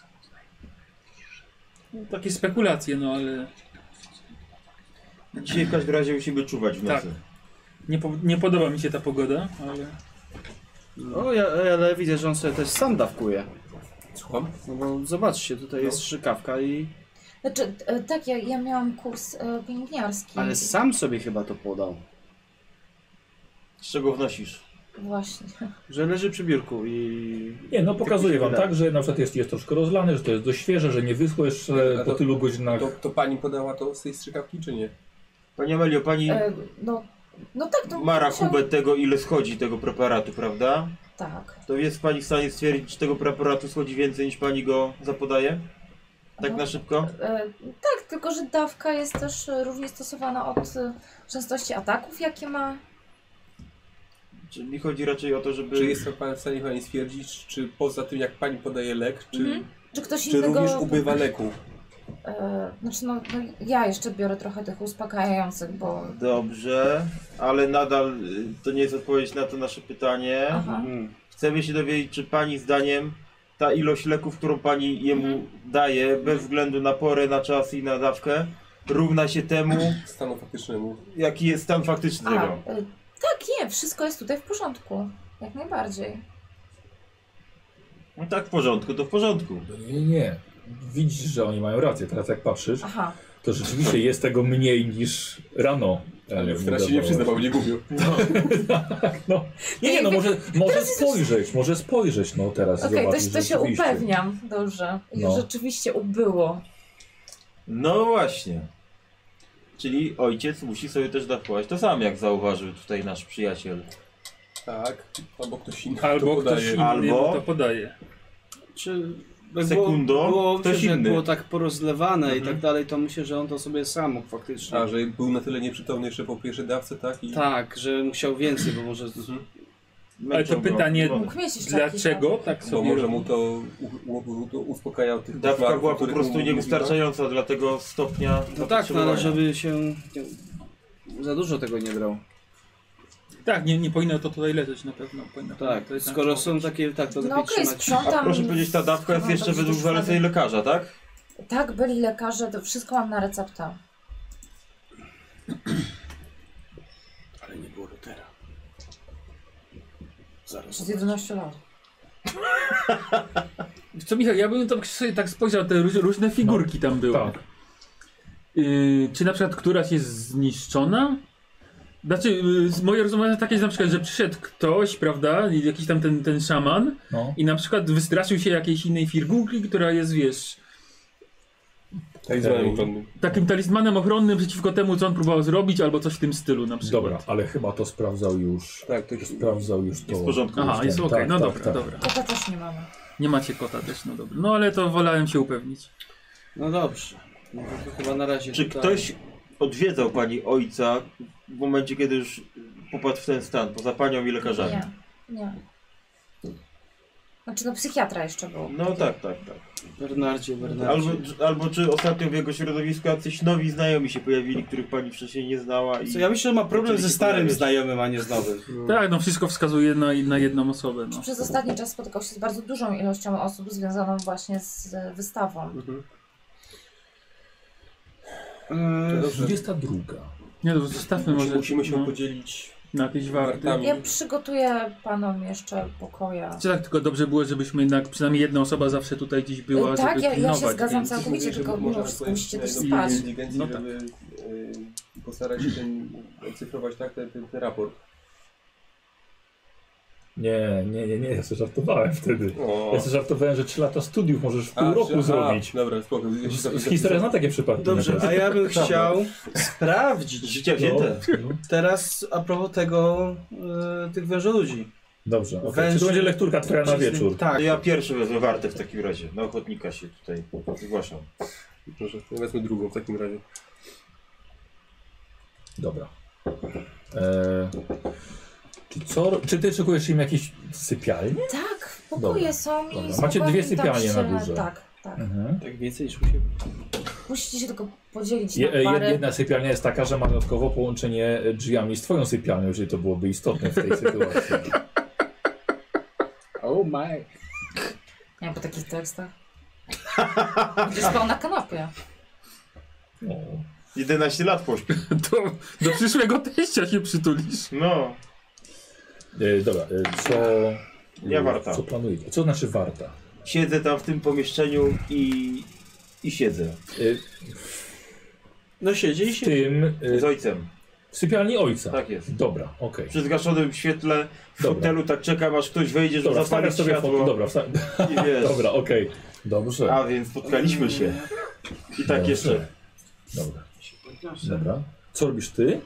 No, takie spekulacje, no ale... Dzisiaj w każdym razie musimy czuwać w nocy. Nie podoba mi się ta pogoda, ale... No ale widzę, że on sobie też sam dawkuje. Słucham? No bo zobaczcie, tutaj jest strzykawka i... Znaczy, tak, ja miałam kurs pielęgniarski. Ale sam sobie chyba to podał. Z czego wnosisz? Właśnie. Że leży przy biurku i... Nie, no pokazuję wam tak, że na przykład jest troszkę rozlane, że to jest dość świeże, że nie wyschło jeszcze po tylu godzinach. To pani podała to z tej strzykawki, czy nie? Pani Amelio, pani No tak, to ma rachubę tego, ile schodzi tego preparatu, prawda? Tak. To jest pani w stanie stwierdzić, czy tego preparatu schodzi więcej, niż pani go zapodaje? Tak na szybko? Tak, tylko że dawka jest też różnie stosowana od częstości ataków, jakie ma. Czyli chodzi raczej o to, żeby... Czy jest pan w stanie pani stwierdzić, czy poza tym jak pani podaje lek, Czy ktoś czy innego... również ubywa leku? Znaczy no ja jeszcze biorę trochę tych uspokajających, bo... Dobrze, ale nadal to nie jest odpowiedź na to nasze pytanie. Chcemy się dowiedzieć, czy pani zdaniem ta ilość leków, którą pani jemu daje, bez względu na porę, na czas i na dawkę, równa się temu stanu faktycznemu. Jaki jest stan faktyczny tego? Tak, nie, wszystko jest tutaj w porządku. Jak najbardziej. No tak, w porządku, to w porządku. Nie. Widzisz, że oni mają rację. Teraz jak patrzysz, to rzeczywiście jest tego mniej niż rano. Ale teraz się nie przyzna, bo mnie gubił. No. Nie, no może spojrzeć, no teraz zobaczyć, to się upewniam, dobrze, że rzeczywiście ubyło. No właśnie. Czyli ojciec musi sobie też dawkować to samo, jak zauważył tutaj nasz przyjaciel. Tak, albo ktoś inny albo to podaje. Ktoś inny to podaje. Czy Sekundo, ktoś myślę, inny. było tak porozlewane i tak dalej, to myślę, że on to sobie sam mógł faktycznie. A, że był na tyle nieprzytomny jeszcze po pierwszej dawce, tak? Tak, że musiał więcej, bo może... Ale to pytanie, dlaczego tak Bo sobie może mu to uspokajał tych dawka była po prostu niewystarczająca dla tego stopnia. No tak, no ale żeby się za dużo tego nie brał. Tak, nie powinno to tutaj leżeć na pewno. Tak, skoro są takie, tak, to lepiej trzymać. A proszę powiedzieć, ta dawka jest jeszcze według zaleceń lekarza, tak? Tak, byli lekarze, to wszystko mam na receptę. Ale nie było Lutera. Zaraz. Przez 11 lat. Co Michał, ja bym sobie tak spojrzał, te różne figurki tam były. Tak. Czy na przykład któraś jest zniszczona? Znaczy, moje rozumienie jest takie, że na przykład, że przyszedł ktoś, prawda, jakiś tam ten szaman i na przykład wystraszył się jakiejś innej figurki, która jest, wiesz... Talizmanem ochronnym. Takim talizmanem ochronnym przeciwko temu, co on próbował zrobić, albo coś w tym stylu na przykład. Dobra, ale chyba to sprawdzał już. Tak, to sprawdzał już to. Jest w porządku. Aha, jest okej, tak, no tak, dobra, tak. dobra. Kota też nie mamy. Nie macie kota też, no dobra. No ale to wolałem się upewnić. No dobrze. No to chyba na razie Czy tutaj... ktoś odwiedzał pani ojca w momencie, kiedy już popadł w ten stan, poza panią i lekarzami? Nie. Znaczy, no psychiatra jeszcze był. No tak. Bernardzie. Albo czy ostatnio w jego środowisku jacyś nowi znajomi się pojawili, których pani wcześniej nie znała i... Co, ja myślę, że ma problem ze starym znajomym, a nie z nowym. Tak, no wszystko wskazuje na jedną osobę. No. Przez ostatni czas spotykał się z bardzo dużą ilością osób związaną właśnie z wystawą. 22. Nie, to zostawmy może. Musimy się podzielić na jakieś warty. Ja przygotuję panom jeszcze pokoje. Tak, tylko dobrze było, żebyśmy jednak przynajmniej jedna osoba zawsze tutaj gdzieś była, tak, żeby ja się zgadzam więc... całkowicie, tylko mimo wszystko musicie też spać. No tak. Żeby postarać się odcyfrować ten raport. Nie, ja sobie żartowałem wtedy. Ja sobie żartowałem, że 3 lata studiów możesz w pół roku zrobić. Dobra, spoko. Historia zna takie przypadki. Dobrze, a ja bym chciał sprawdzić życie wzięte. Teraz a propos tego, tych wężoludzi. Dobrze, czy to będzie lekturka twoja na wieczór? Tak. Ja pierwszy wezmę wartę w takim razie. Na ochotnika się tutaj zgłaszam. Proszę, wezmę drugą w takim razie. Dobra. Czy ty szykujesz im jakieś sypialnie? Tak, pokoje są i dobra. Macie 2 sypialnie na górze. Tak. Tak więcej niż u siebie. Musicie się tylko podzielić na pary. Jedna sypialnia jest taka, że ma dodatkowo połączenie drzwiami z twoją sypialnią, jeżeli to byłoby istotne w tej sytuacji. Oh my. Nie, po takich tekstach. Będziesz spał na kanapie. 11 lat pośpi. Do przyszłego teścia się przytulisz. No. Dobra, Ja warta. Co planujecie? Co znaczy warta? Siedzę tam w tym pomieszczeniu i siedzę. No siedzi i w tym z ojcem. W sypialni ojca? Tak jest. Dobra, okej. Przy zgaszonym świetle w fotelu tak czekam, aż ktoś wejdzie, żeby zapalić sobie światło. Dobra, I wiesz. dobra, okej. Dobrze. A więc spotkaliśmy się. I tak Dobrze. jeszcze. Dobra. Co robisz ty?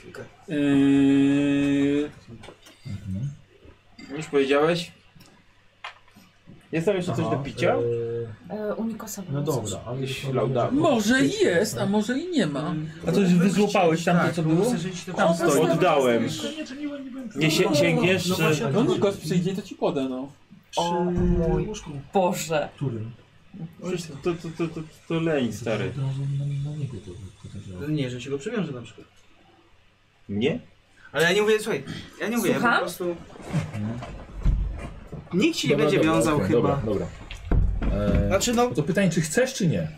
Już powiedziałeś? Jest tam jeszcze coś do picia? U Nikosa było No dobra, coś. ale Może i jest, a może i nie ma. A to już wyzłopałeś tam to, co było? Tam stoi. Oddałem. Nie sięgniesz? Czy... No Nikos przyjdzie, to ci poda, no. O mój Boże. Którym? To leń, stary. Nie, że się go przywiąże na przykład. Mnie? Ale ja nie mówię, słuchaj, ja nie mówię, ja po prostu... Nikt ci nie będzie wiązał okej, chyba. Dobra. Znaczy no... To pytanie, czy chcesz, czy nie?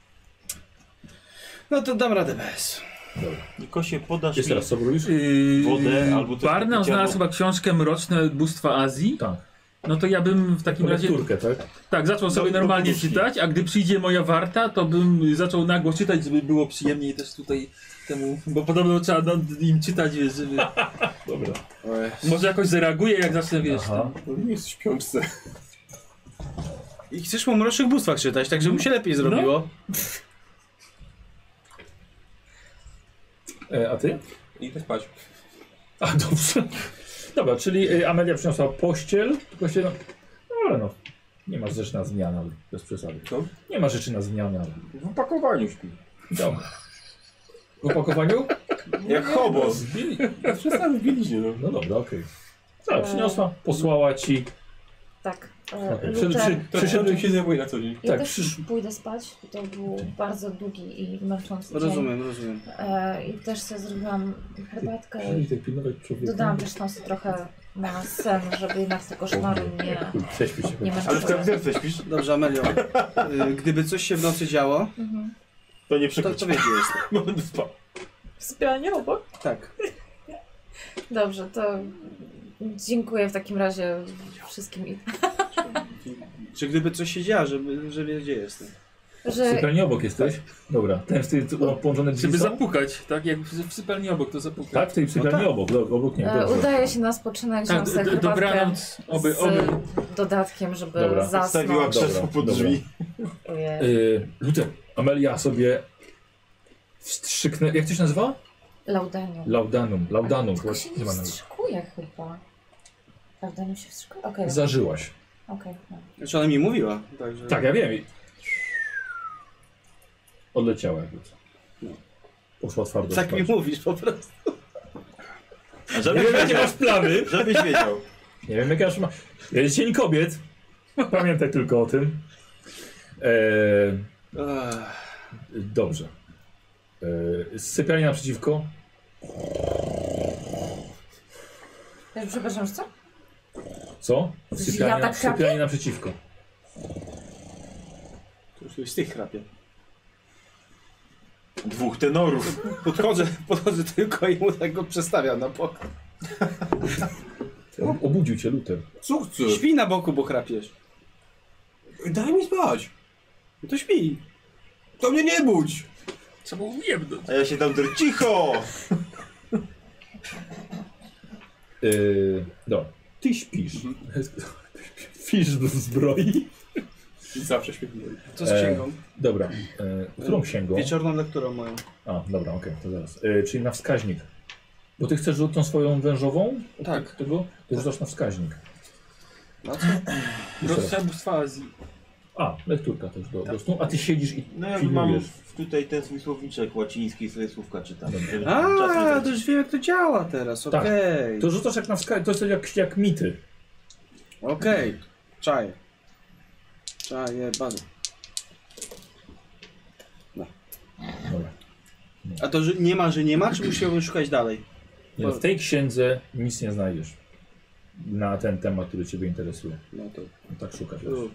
No to dam radę bez. Dobra. Nikosie, podasz Jeszcze mi raz, co robisz? wodę albo coś Barnum do picia, znalazł bo- chyba książkę Mroczne Bóstwa Azji. Tak. No to ja bym w takim razie... Lekturkę, tak? Tak, zaczął sobie normalnie czytać, a gdy przyjdzie moja warta, to bym zaczął nagło czytać, żeby było przyjemniej też tutaj temu... Bo podobno trzeba im czytać, wiesz, żeby... Dobra. Może jakoś zareaguje, jak zacznę, wiesz... Aha. Nie jesteś w piątce. I chcesz mu o mrocznych bóstwach czytać, tak żeby mu się lepiej zrobiło. A ty? Idę spać. A, dobrze. Dobra, czyli Amelia przyniosła pościel, tylko się, no ale no, nie masz rzeczy na zmianę, bez przesady. Co? Nie ma rzeczy na zmianę, ale... W opakowaniu śpi. Dobra. W opakowaniu? Jak hobos. Przestań w bieliźnie, no. No dobra, okej. Dobra, przyniosła, posłała ci. Tak. Okej. Luther, się zajmuje na co dzień. ja tak, też pójdę spać. To był bardzo długi i męczący dzień. Rozumiem. I też sobie zrobiłam herbatkę Czyli i tak pilnować człowieka. dodałam też tam sobie trochę na sen, żeby jednak tego koszmaru Prześpi się. nie Ale w męczyło. kamizelce śpisz? Dobrze, Amelio. Gdyby coś się w nocy działo, Mhm. To nie to przychodź. wiesz, gdzie jestem. No będę spał. W sypialni obok? Tak. Dobrze, to dziękuję w takim razie wszystkim. Czy gdyby coś się działo, że wie, gdzie jestem. W sypialni obok jesteś? Dobra, ten z tym połączone drzwi Żeby są? zapukać, tak? Jak w sypialni obok to zapukać. Tak, w tej sypialni obok nie. Dobrze. Udaje się na spoczynek, Tak, wziąłem sobie herbatkę dobranoc, oby. z dodatkiem, żeby Dobra. Stawiła zasnąć. krzesło pod drzwi. Ojej. Luther, Amelia sobie wstrzyknę, jak to się nazywa? Laudanum. Laudanum. Tylko się nie wstrzykuje chyba. Laudanum się wstrzykuje? Okej. Zażyłaś. Okej. No. Znaczy ona mi mówiła. Także... Tak, ja wiem. Odleciała jakby co. Poszła twardo Tak spać. mi mówisz po prostu. A żebyś Nie wiem, jakie wiedział. masz plany. Żebyś wiedział. Nie wiem, jakie masz... Jest Dzień Kobiet. Pamiętaj tylko o tym. Dobrze. Sypialnia naprzeciwko. Przepraszam, co? Co? Ja Sypialnia naprzeciwko. To już z tych chrapie. 2 tenorów. Podchodzę tylko i mu tego przestawiam na bok. Obudził cię Luther. Co chcesz? Śpi na boku, bo chrapiesz. Daj mi spać. No to śpi. To mnie nie budź. Trzeba ujebnąć. A ja się tam cicho! No, ty śpisz. Fisz do zbroi. Zawsze śpiewam. Co z księgą? Dobra. Którą księgą? Wieczorną lekturą moją. A, dobra, okej, to zaraz. Czyli na wskaźnik. Bo ty chcesz rzut tą swoją wężową? Tak. Tego? To rzucasz na wskaźnik. Na co? Rozsądstwa Azji. A, lekturka też do snu. A ty siedzisz i No ja mam filmujesz. tutaj ten swój słowniczek łaciński, sobie słówka czytam. A, to już wiem jak to działa teraz, Tak. okej. To rzucasz jak na wskaźnik, to jest jak mity. Okej, czaję. Czaję, bardzo. No. Dobra. A to, że nie ma, czy musiałbym szukać dalej? Nie, w tej księdze nic nie znajdziesz na ten temat, który ciebie interesuje. No to... No tak szukasz.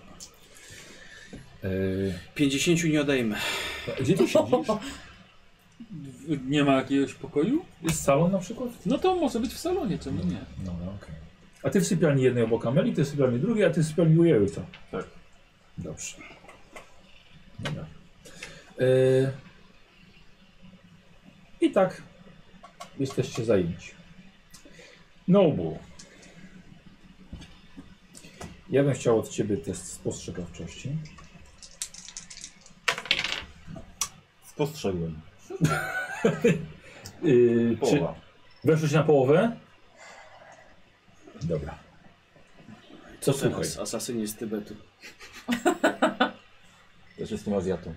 50 nie odejmę. Gdzie ty siedzisz? Nie ma jakiegoś pokoju? Jest salon na przykład? No to może być w salonie, czemu nie? No, okej. A ty w sypialni jednej obok Ameli, ty w sypialni drugiej, a ty w sypialni Ujejca. Tak. Dobrze. Dobra. I tak jesteście zajęci. Noble. Ja bym chciał od ciebie test spostrzegawczości. Spostrzegłem. Czy weszłeś na połowę? Dobra. Co słuchaj? Asasynie z Tybetu. Też jestem Azjatą.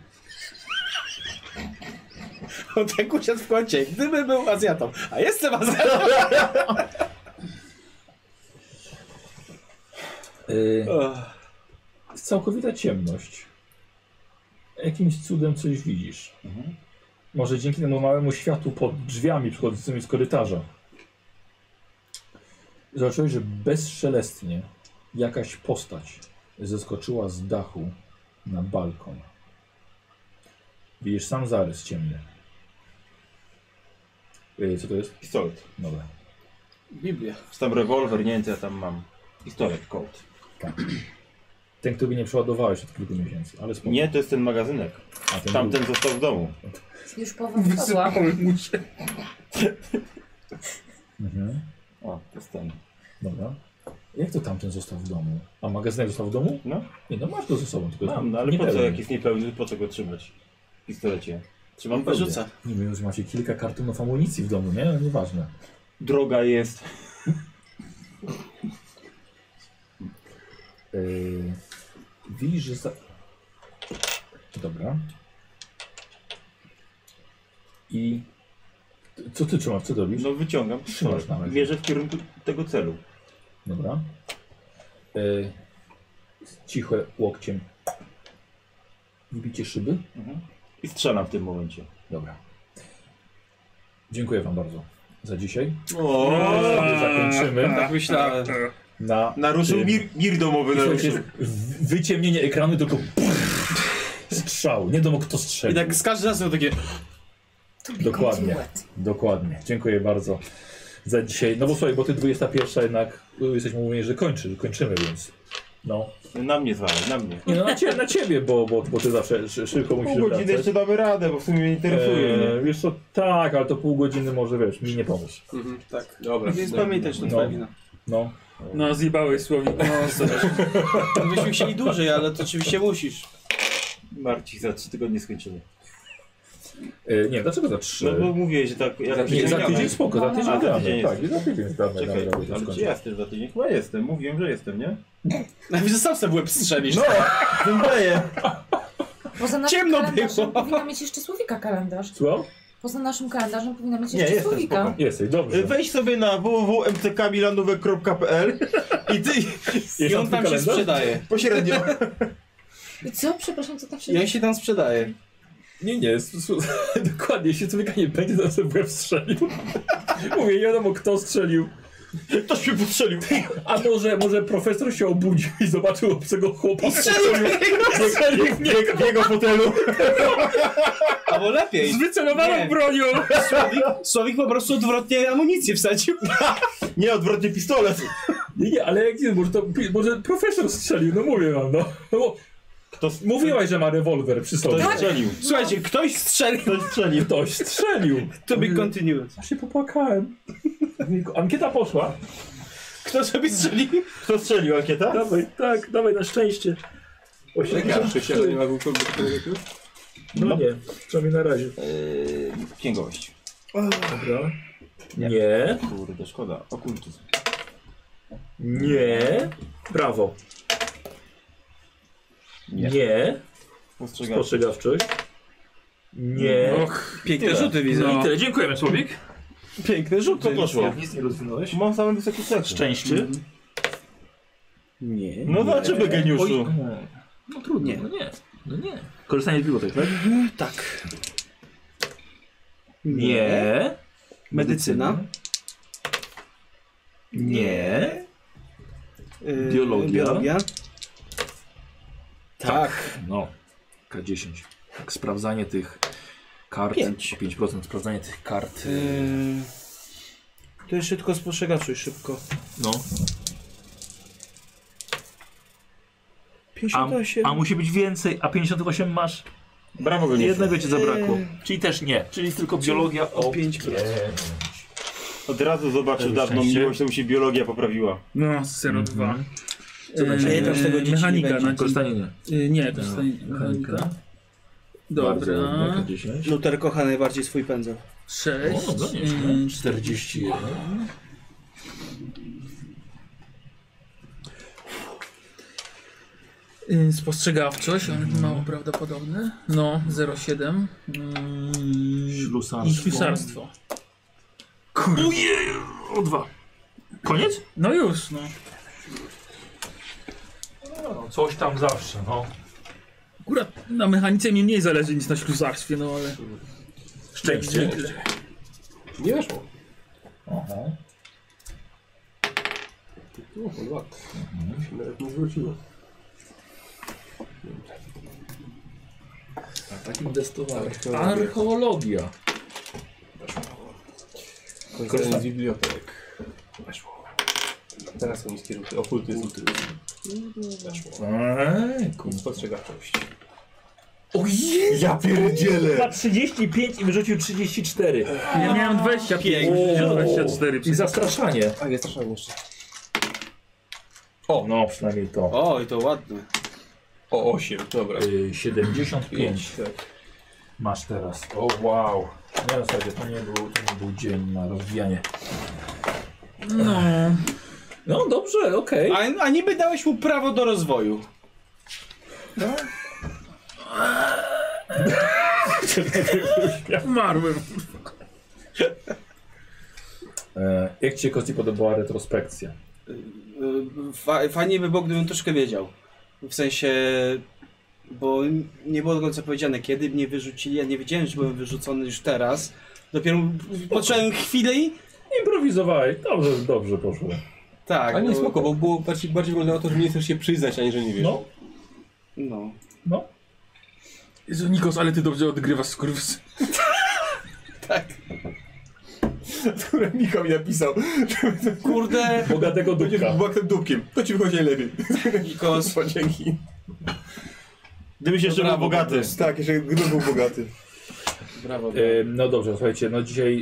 On tak usiadł w kącie, gdyby był Azjatą. A jestem Azjatą! Jest całkowita ciemność. Jakimś cudem coś widzisz. Może dzięki temu małemu światłu pod drzwiami przychodzącymi z korytarza. Zobaczyłeś, że bezszelestnie jakaś postać zeskoczyła z dachu na balkon. Widzisz sam zarys ciemny. Co to jest? Pistolet. Dobra. Biblia. Tam rewolwer, nie wiem co ja tam mam. Pistolet, Colt. Tak. Ten, który nie przeładowałeś od kilku miesięcy, ale spoko. Nie, to jest ten magazynek. A ten tamten został w domu. Już powątpadła. mu się. O, to jest ten. Dobra. Jak to tamten został w domu? A magazynek został w domu? No. Nie, no masz go ze sobą, tylko Mam, no ale po co, jak jest niepełny, po co go trzymać? W pistolecie. Trzymam pełny. Wyrzuca. Nie wiem, że macie kilka kartonów amunicji w domu, nie? No, nieważne. Droga jest. Widzisz, że Dobra. I co ty trzymasz? Co ty robisz? No wyciągam Trzymasz na razie. Mierzę w kierunku tego celu. Dobra. Ciche łokciem. Wybicie szyby? I strzelam w tym momencie. Dobra. Dziękuję wam bardzo za dzisiaj. O, zakończymy. Tak myślałem. Naruszył mir domowy. Wyciemnienie ekranu, tylko strzał. Nie wiadomo kto I strzelił. tak z każdym razem takie... Dokładnie. Dokładnie. Dziękuję bardzo za dzisiaj. No bo słuchaj, bo ty 21 jednak jesteśmy umówieni, że kończymy, więc no. Na mnie zwalaj, na mnie. Nie, no na ciebie, bo ty zawsze szybko musisz Pół godziny jeszcze damy radę, bo w sumie mnie interesuje. Wiesz co, tak, ale to pół godziny może, wiesz, mi nie pomóc. Tak, dobra. Więc pamiętaj, że to twoja wina. No. No, zjebałeś słowik. No, byśmy chcieli dłużej, ale to oczywiście musisz. Marci, za 3 tygodnie skończymy. Nie, dlaczego za 3? No bo mówiłeś, że tak... Za tydzień spoko, za tydzień gramy. Tak, za tydzień gramy. Czekaj, ale czy jestem za tydzień? Chyba jestem, mówiłem, że jestem, nie? Nawet sam sobie w łeb strzelisz. No, wydaje. Poza naszym Ciemno kalendarzem było. powinna mieć jeszcze słowika kalendarz. Słucham? Poza naszym kalendarzem powinna mieć Nie, jeszcze jestem, słowika. spoko. Jesteś, dobrze. Wejdź sobie na www.mckmilanówek.pl i on tam się sprzedaje. Pośrednio. I co? Przepraszam, co tam się I on się tam sprzedaje. Nie, dokładnie, jeśli człowieka nie będzie, to sobie w łeb strzelił. Mówię, nie wiadomo kto strzelił. Ktoś mnie postrzelił. A może profesor się obudził i zobaczył obcego chłopa. I strzelił w jego fotelu. Albo lepiej. Z wycelowaną bronią. Słowik po prostu odwrotnie amunicję wsadził. Nie, odwrotnie pistolet. Nie, ale jak nie, może profesor strzelił, no mówię wam, no. Mówiłaś, że ma rewolwer przy sobie. Ktoś strzelił. Słuchajcie, ktoś strzelił. Ktoś strzelił. To be continued. Aż się popłakałem. Ankieta poszła. Kto sobie strzelił? Kto strzelił, ankieta? Dawaj na szczęście. 83, nie ma tu? No nie, przynajmniej na razie. Księgowość. Dobra. Nie. Kurde, szkoda. Okultyzm. Nie. Brawo. Nie. Spostrzegawczość. Nie. Och, piękne rzuty widzę. No. I tyle. Dziękujemy, Słowik. Piękne rzuty. Co poszło? Nic nie rozwinąłeś. Mam same wysokie cechy. Szczęście. Nie. No zobaczymy, geniuszu. No trudno. No nie. Korzystanie z bibliotek, tak? Tak. Nie. Medycyna. Nie. Biologia. Tak. No. K10. Tak, sprawdzanie tych kart. 5% sprawdzanie tych kart. To jeszcze tylko spostrzegawczość szybko. No. 58. A musi być więcej, a 58 masz. Brawo, geniuszu. Jednego ci zabrakło. Czyli też nie. Czyli tylko biologia o 5%. Od razu zobaczył dawną miłość, to mu się biologia poprawiła. No, 0,2. Co tam się z tego dzieci mechanika. nie będzie. Korzystanie nie. Nie, korzystanie mechanika. Dobra. K10. Luther kocha najbardziej swój pędzel. 6. O, no nieźle. 41. Spostrzegawczość, ale mało prawdopodobne. No, 0,7. Ślusarstwo. I ślusarstwo. Ojej, o 2. Koniec? No już, no. No, coś tam zawsze, no. Akurat na mechanice mi mniej zależy niż na ślusarstwie, no ale... Szczęście. Nie weszło. Aha. Tu, chyba. Się nawet nie zwróciło. A tak inwestowałem. Archeologia. Korzystanie z bibliotek. Weszło. Teraz są niskie rzuty. Okultyzm. Weszło. Spostrzegawczość. Ojej! Ja pierdzielę! Ma 35 i wyrzucił 34. Ja miałem 25, O, 24. I zastraszanie. A, jest strasznie jeszcze. O, no przynajmniej to. O, i to ładne. O, 8, dobra. 75. Tak. Masz teraz. O wow. Nie, w zasadzie to nie był dzień na rozwijanie. No. No dobrze, okej. A niby dałeś mu prawo do rozwoju. Umarłem. Jak ci się, Kosti, podobała retrospekcja? Fajnie by było, gdybym troszkę wiedział. W sensie, bo nie było do końca powiedziane, kiedy mnie wyrzucili. Ja nie wiedziałem, że byłem wyrzucony już teraz. Dopiero potrzebowałem chwilę i... Improwizowałeś. Dobrze poszło. Tak. Ale nie spoko, bo było bardziej wyglądało to, że nie chcesz się przyznać, ani że nie wiesz. No. Jezu, Nikos, ale ty dobrze odgrywasz skurwys. Tak. Które Michał mi napisał. Kurde. Bogatego dupka. Bogatym dupkiem. To ci wychodzi najlepiej. Nikos. Dzięki. Gdybyś jeszcze był bogaty. Tak, jeszcze gdyby był bogaty. Brawo. No dobrze, słuchajcie, no dzisiaj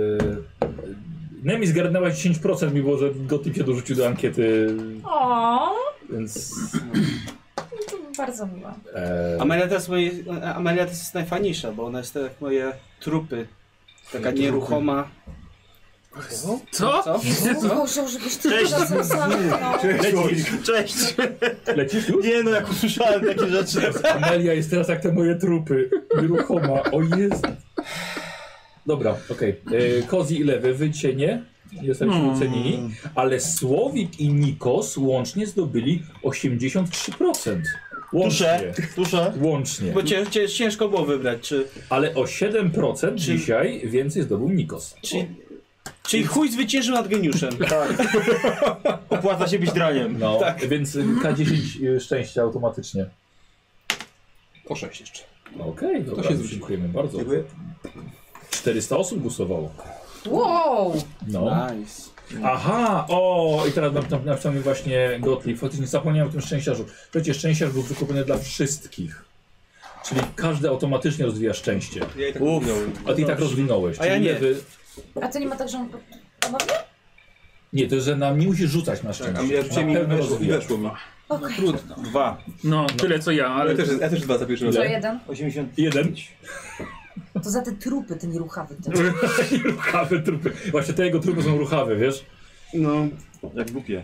Nemi zgarnęła 10%, mimo że Gotyp się dorzucił do ankiety, O, więc... to bardzo miło. Amelia to jest najfajniejsza, bo ona jest tak jak moje trupy. Taka nieruchoma. Co? Boże, żebyś ty Cześć. razem zamknął. Cześć! Lecisz już? Nie no, jak usłyszałem takie rzeczy. Amelia jest teraz jak te moje trupy, nieruchoma, o jest. Dobra, okej. Kozi i Lewy, wy dzisiaj nie jesteście ocenieni, ale Słowik i Nikos łącznie zdobyli 83%. Łącznie. Tusze. Łącznie. Bo ciężko było wybrać, czy... Ale o 7% dzisiaj więcej zdobył Nikos. Czyli chuj zwyciężył nad geniuszem. Tak. Opłaca się być draniem. No, tak. Więc K10 szczęścia automatycznie. O 6 jeszcze. Okej, dobra, dziękujemy bardzo. Dziękuję. 400 osób głosowało. Wow! No. Nice. Aha, i teraz napisał mi właśnie Gottlieb, faktycznie zapomniałem o tym szczęściarzu. Przecież szczęściarz był wykupiony dla wszystkich. Czyli każdy automatycznie rozwija szczęście. Ja i tak rozwinąłem. A ty i tak rozwinąłeś. A ja nie. A to nie ma tak, że on ponownie? Nie, to jest, że nam nie musisz rzucać na szczęście. A ja weszło mi. Okej. Trudno. 2. No, tyle co ja, ale... Ja też 2 za pierwszym Co razem. 1? 81. To za te trupy, ten nieruchawy. Ruchawe trupy. Właśnie te jego trupy są ruchawe, wiesz? No. Jak głupie.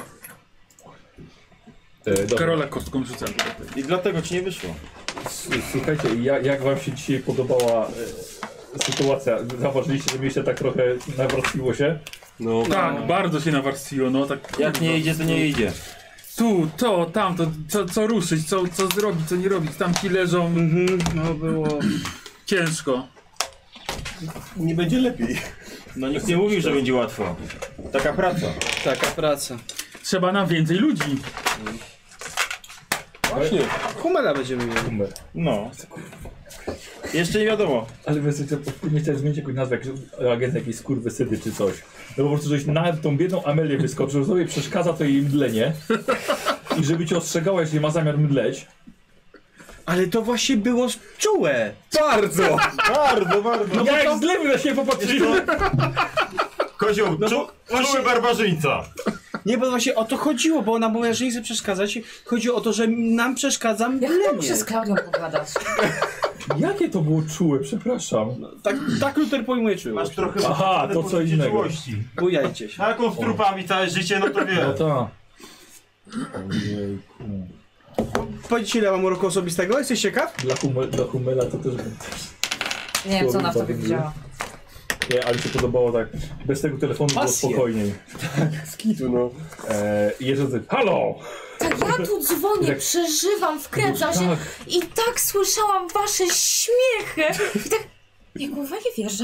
Karola kostką rzucam. I dlatego ci nie wyszło. Słuchajcie, jak wam się dzisiaj podobała sytuacja? Zauważyliście, że mieliście tak trochę nawarstwiło się? No. Tak, bardzo się nawarstwiło, no tak. Jak nie idzie, to nie idzie. Tu, to, tamto, co ruszyć, co zrobić, co nie robić. Tam ci leżą, No było... ciężko. Nie będzie lepiej. No nikt nie mówił, że będzie łatwo. Taka praca. Taka praca. Trzeba nam więcej ludzi. Właśnie. Humela będziemy mieli. Numer. No. Jeszcze nie wiadomo. Ale wiesz, nie chciałem zmienić jakąś nazwę, jak agent jakiejś skurwysydy czy coś. No po prostu, żeś na tą biedną Amelię wyskoczył, że sobie przeszkadza to jej mdlenie. I żeby cię ostrzegała, jeśli ma zamiar mdleć. Ale to właśnie było czułe. Bardzo! Bardzo. No jak z lewy na siebie popatrzyłem. Kozioł, czuły barbarzyńca. Nie, bo właśnie o to chodziło, bo ona mówiła, że nie chce przeszkadzać. Chodziło o to, że nam przeszkadza mdlenie. Ja muszę z Klaudią pogadać. Jakie to było czułe, przepraszam. Tak Luther pojmuje czułość. Masz trochę... Aha, to co innego. Czułości. Bujajcie się. A jaką z trupami całe życie, no to No wie. tak. Ojejku. Powiedzcie, ile mam uroku osobistego? Jesteś ciekaw? Dla Humela to też... Nie wiem, co ona w tobie widziała. Nie, ale się podobało tak. Bez tego telefonu było Pasję. spokojniej. Z kitu, no. I jeszcze tak, halo! Tak, ja tu dzwonię, Tak. przeżywam, wkręcam się Tak. i tak słyszałam wasze śmiechy. I tak, ja kurwa nie wierzę.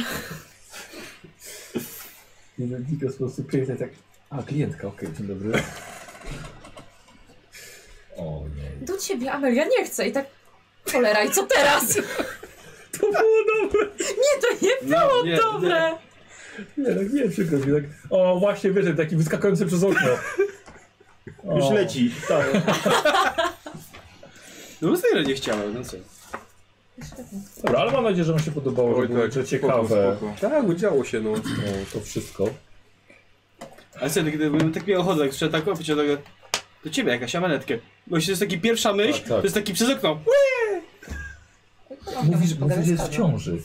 Nikos po prostu pięknie tak... A, klientka, okej, dzień dobry. O nie. Do ciebie, Amelia, nie chcę. I tak, cholera, i co teraz? To było dobre! Nie, to nie było nie, dobre. Nie, tak nie, przykro mi, tak... O, właśnie wyszedł, taki wyskakujący przez okno. O, Już leci. tak. No bo tyle nie chciałem, no co? Dobra, ale mam nadzieję, że wam się podobało, że Oj, było tak, że ciekawe. Spoko. Tak, działo się, no. To wszystko. Ale sobie, gdybym tak miał ochotę, jak słyszę tak opić, do ciebie jakaś amanetkę. Bo to jest taka pierwsza myśl, Tak, tak. to jest taki przez okno. Mówi, że jest w ciąży.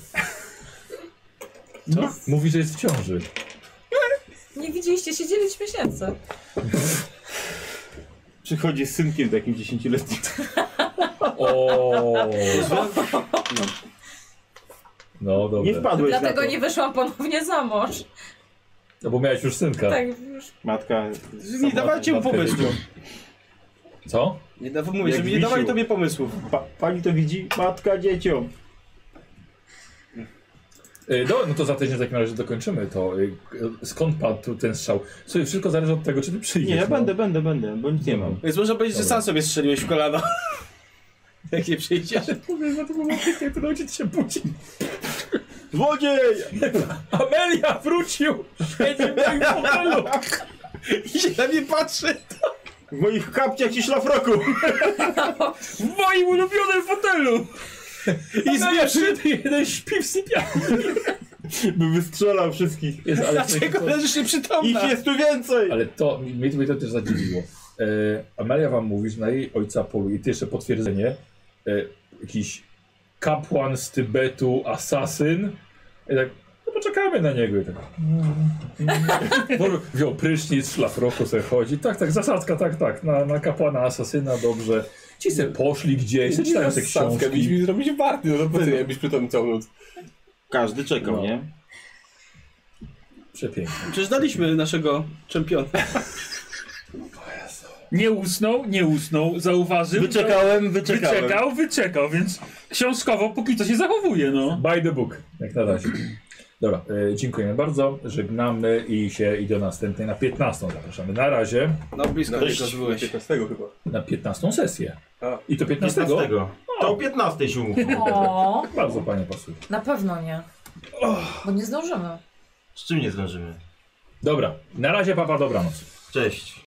Co? Mówi, że jest w ciąży. Nie widzieliście się 9 miesięcy. Przychodzi z synkiem takim 10-letnim. O. No dobra. Nie wpadłeś Dlatego na to. nie wyszłam ponownie za mąż. No bo miałeś już synka. Tak, już. Matka... Nie dawajcie mu Matka pomysłów. wiedział. Co? Nie mówię, Jak żeby nie wisił. dawali tobie pomysłów. Pani to widzi? Matka dzieciom. No to za tydzień w takim razie dokończymy to. Skąd padł ten strzał? Słuchaj, wszystko zależy od tego, czy ty przyjdziesz. Nie, ja no. będę, bo nic nie mam. Więc można powiedzieć, że Dobra. sam sobie strzeliłeś w kolano. Jak nie przyjdziesz. Kurwa, to było pięknie, to nauczyć się budzić. Złodziej! Amelia wrócił! Siedzi w moim fotelu! I się na mnie patrzy. W moich kapciach i szlafroku! W moim ulubionym fotelu! I zmierzy jeden śpi w sypialni. By wystrzelał wszystkich. Jest, ale Dlaczego leżysz nieprzytomna? Ich jest tu więcej! Ale to, mnie to też zadziwiło. Amelia wam mówi, że na jej ojca poluje, i to jeszcze potwierdzenie, jakiś kapłan z Tybetu, asasyn. I tak, no poczekamy na niego. I tak. Wziął prysznic, w szlafroku sobie chodzi. Tak, zasadzka, tak. Na kapłana, asasyna, dobrze. Ci se poszli gdzieś, czytają te książki. Mieliśmy zrobić warty, no to po co nie być przy tym całą noc? Każdy czekał, nie? Przepięknie. Przecież daliśmy naszego czempiona. Nie usnął, zauważył. Wyczekał, więc książkowo póki co się zachowuje, no. By the book, jak na razie. Dobra, dziękujemy bardzo, żegnamy i do następnej, na 15 zapraszamy. Na razie. No blisko tego byłeś. 15 chyba. Na 15 sesję. A. I to 15? 15. To o 15 się umówmy. O, Bardzo panie pasuje. na pewno nie. Bo nie zdążymy. Z czym nie zdążymy? Dobra, na razie papa, dobranoc. Cześć.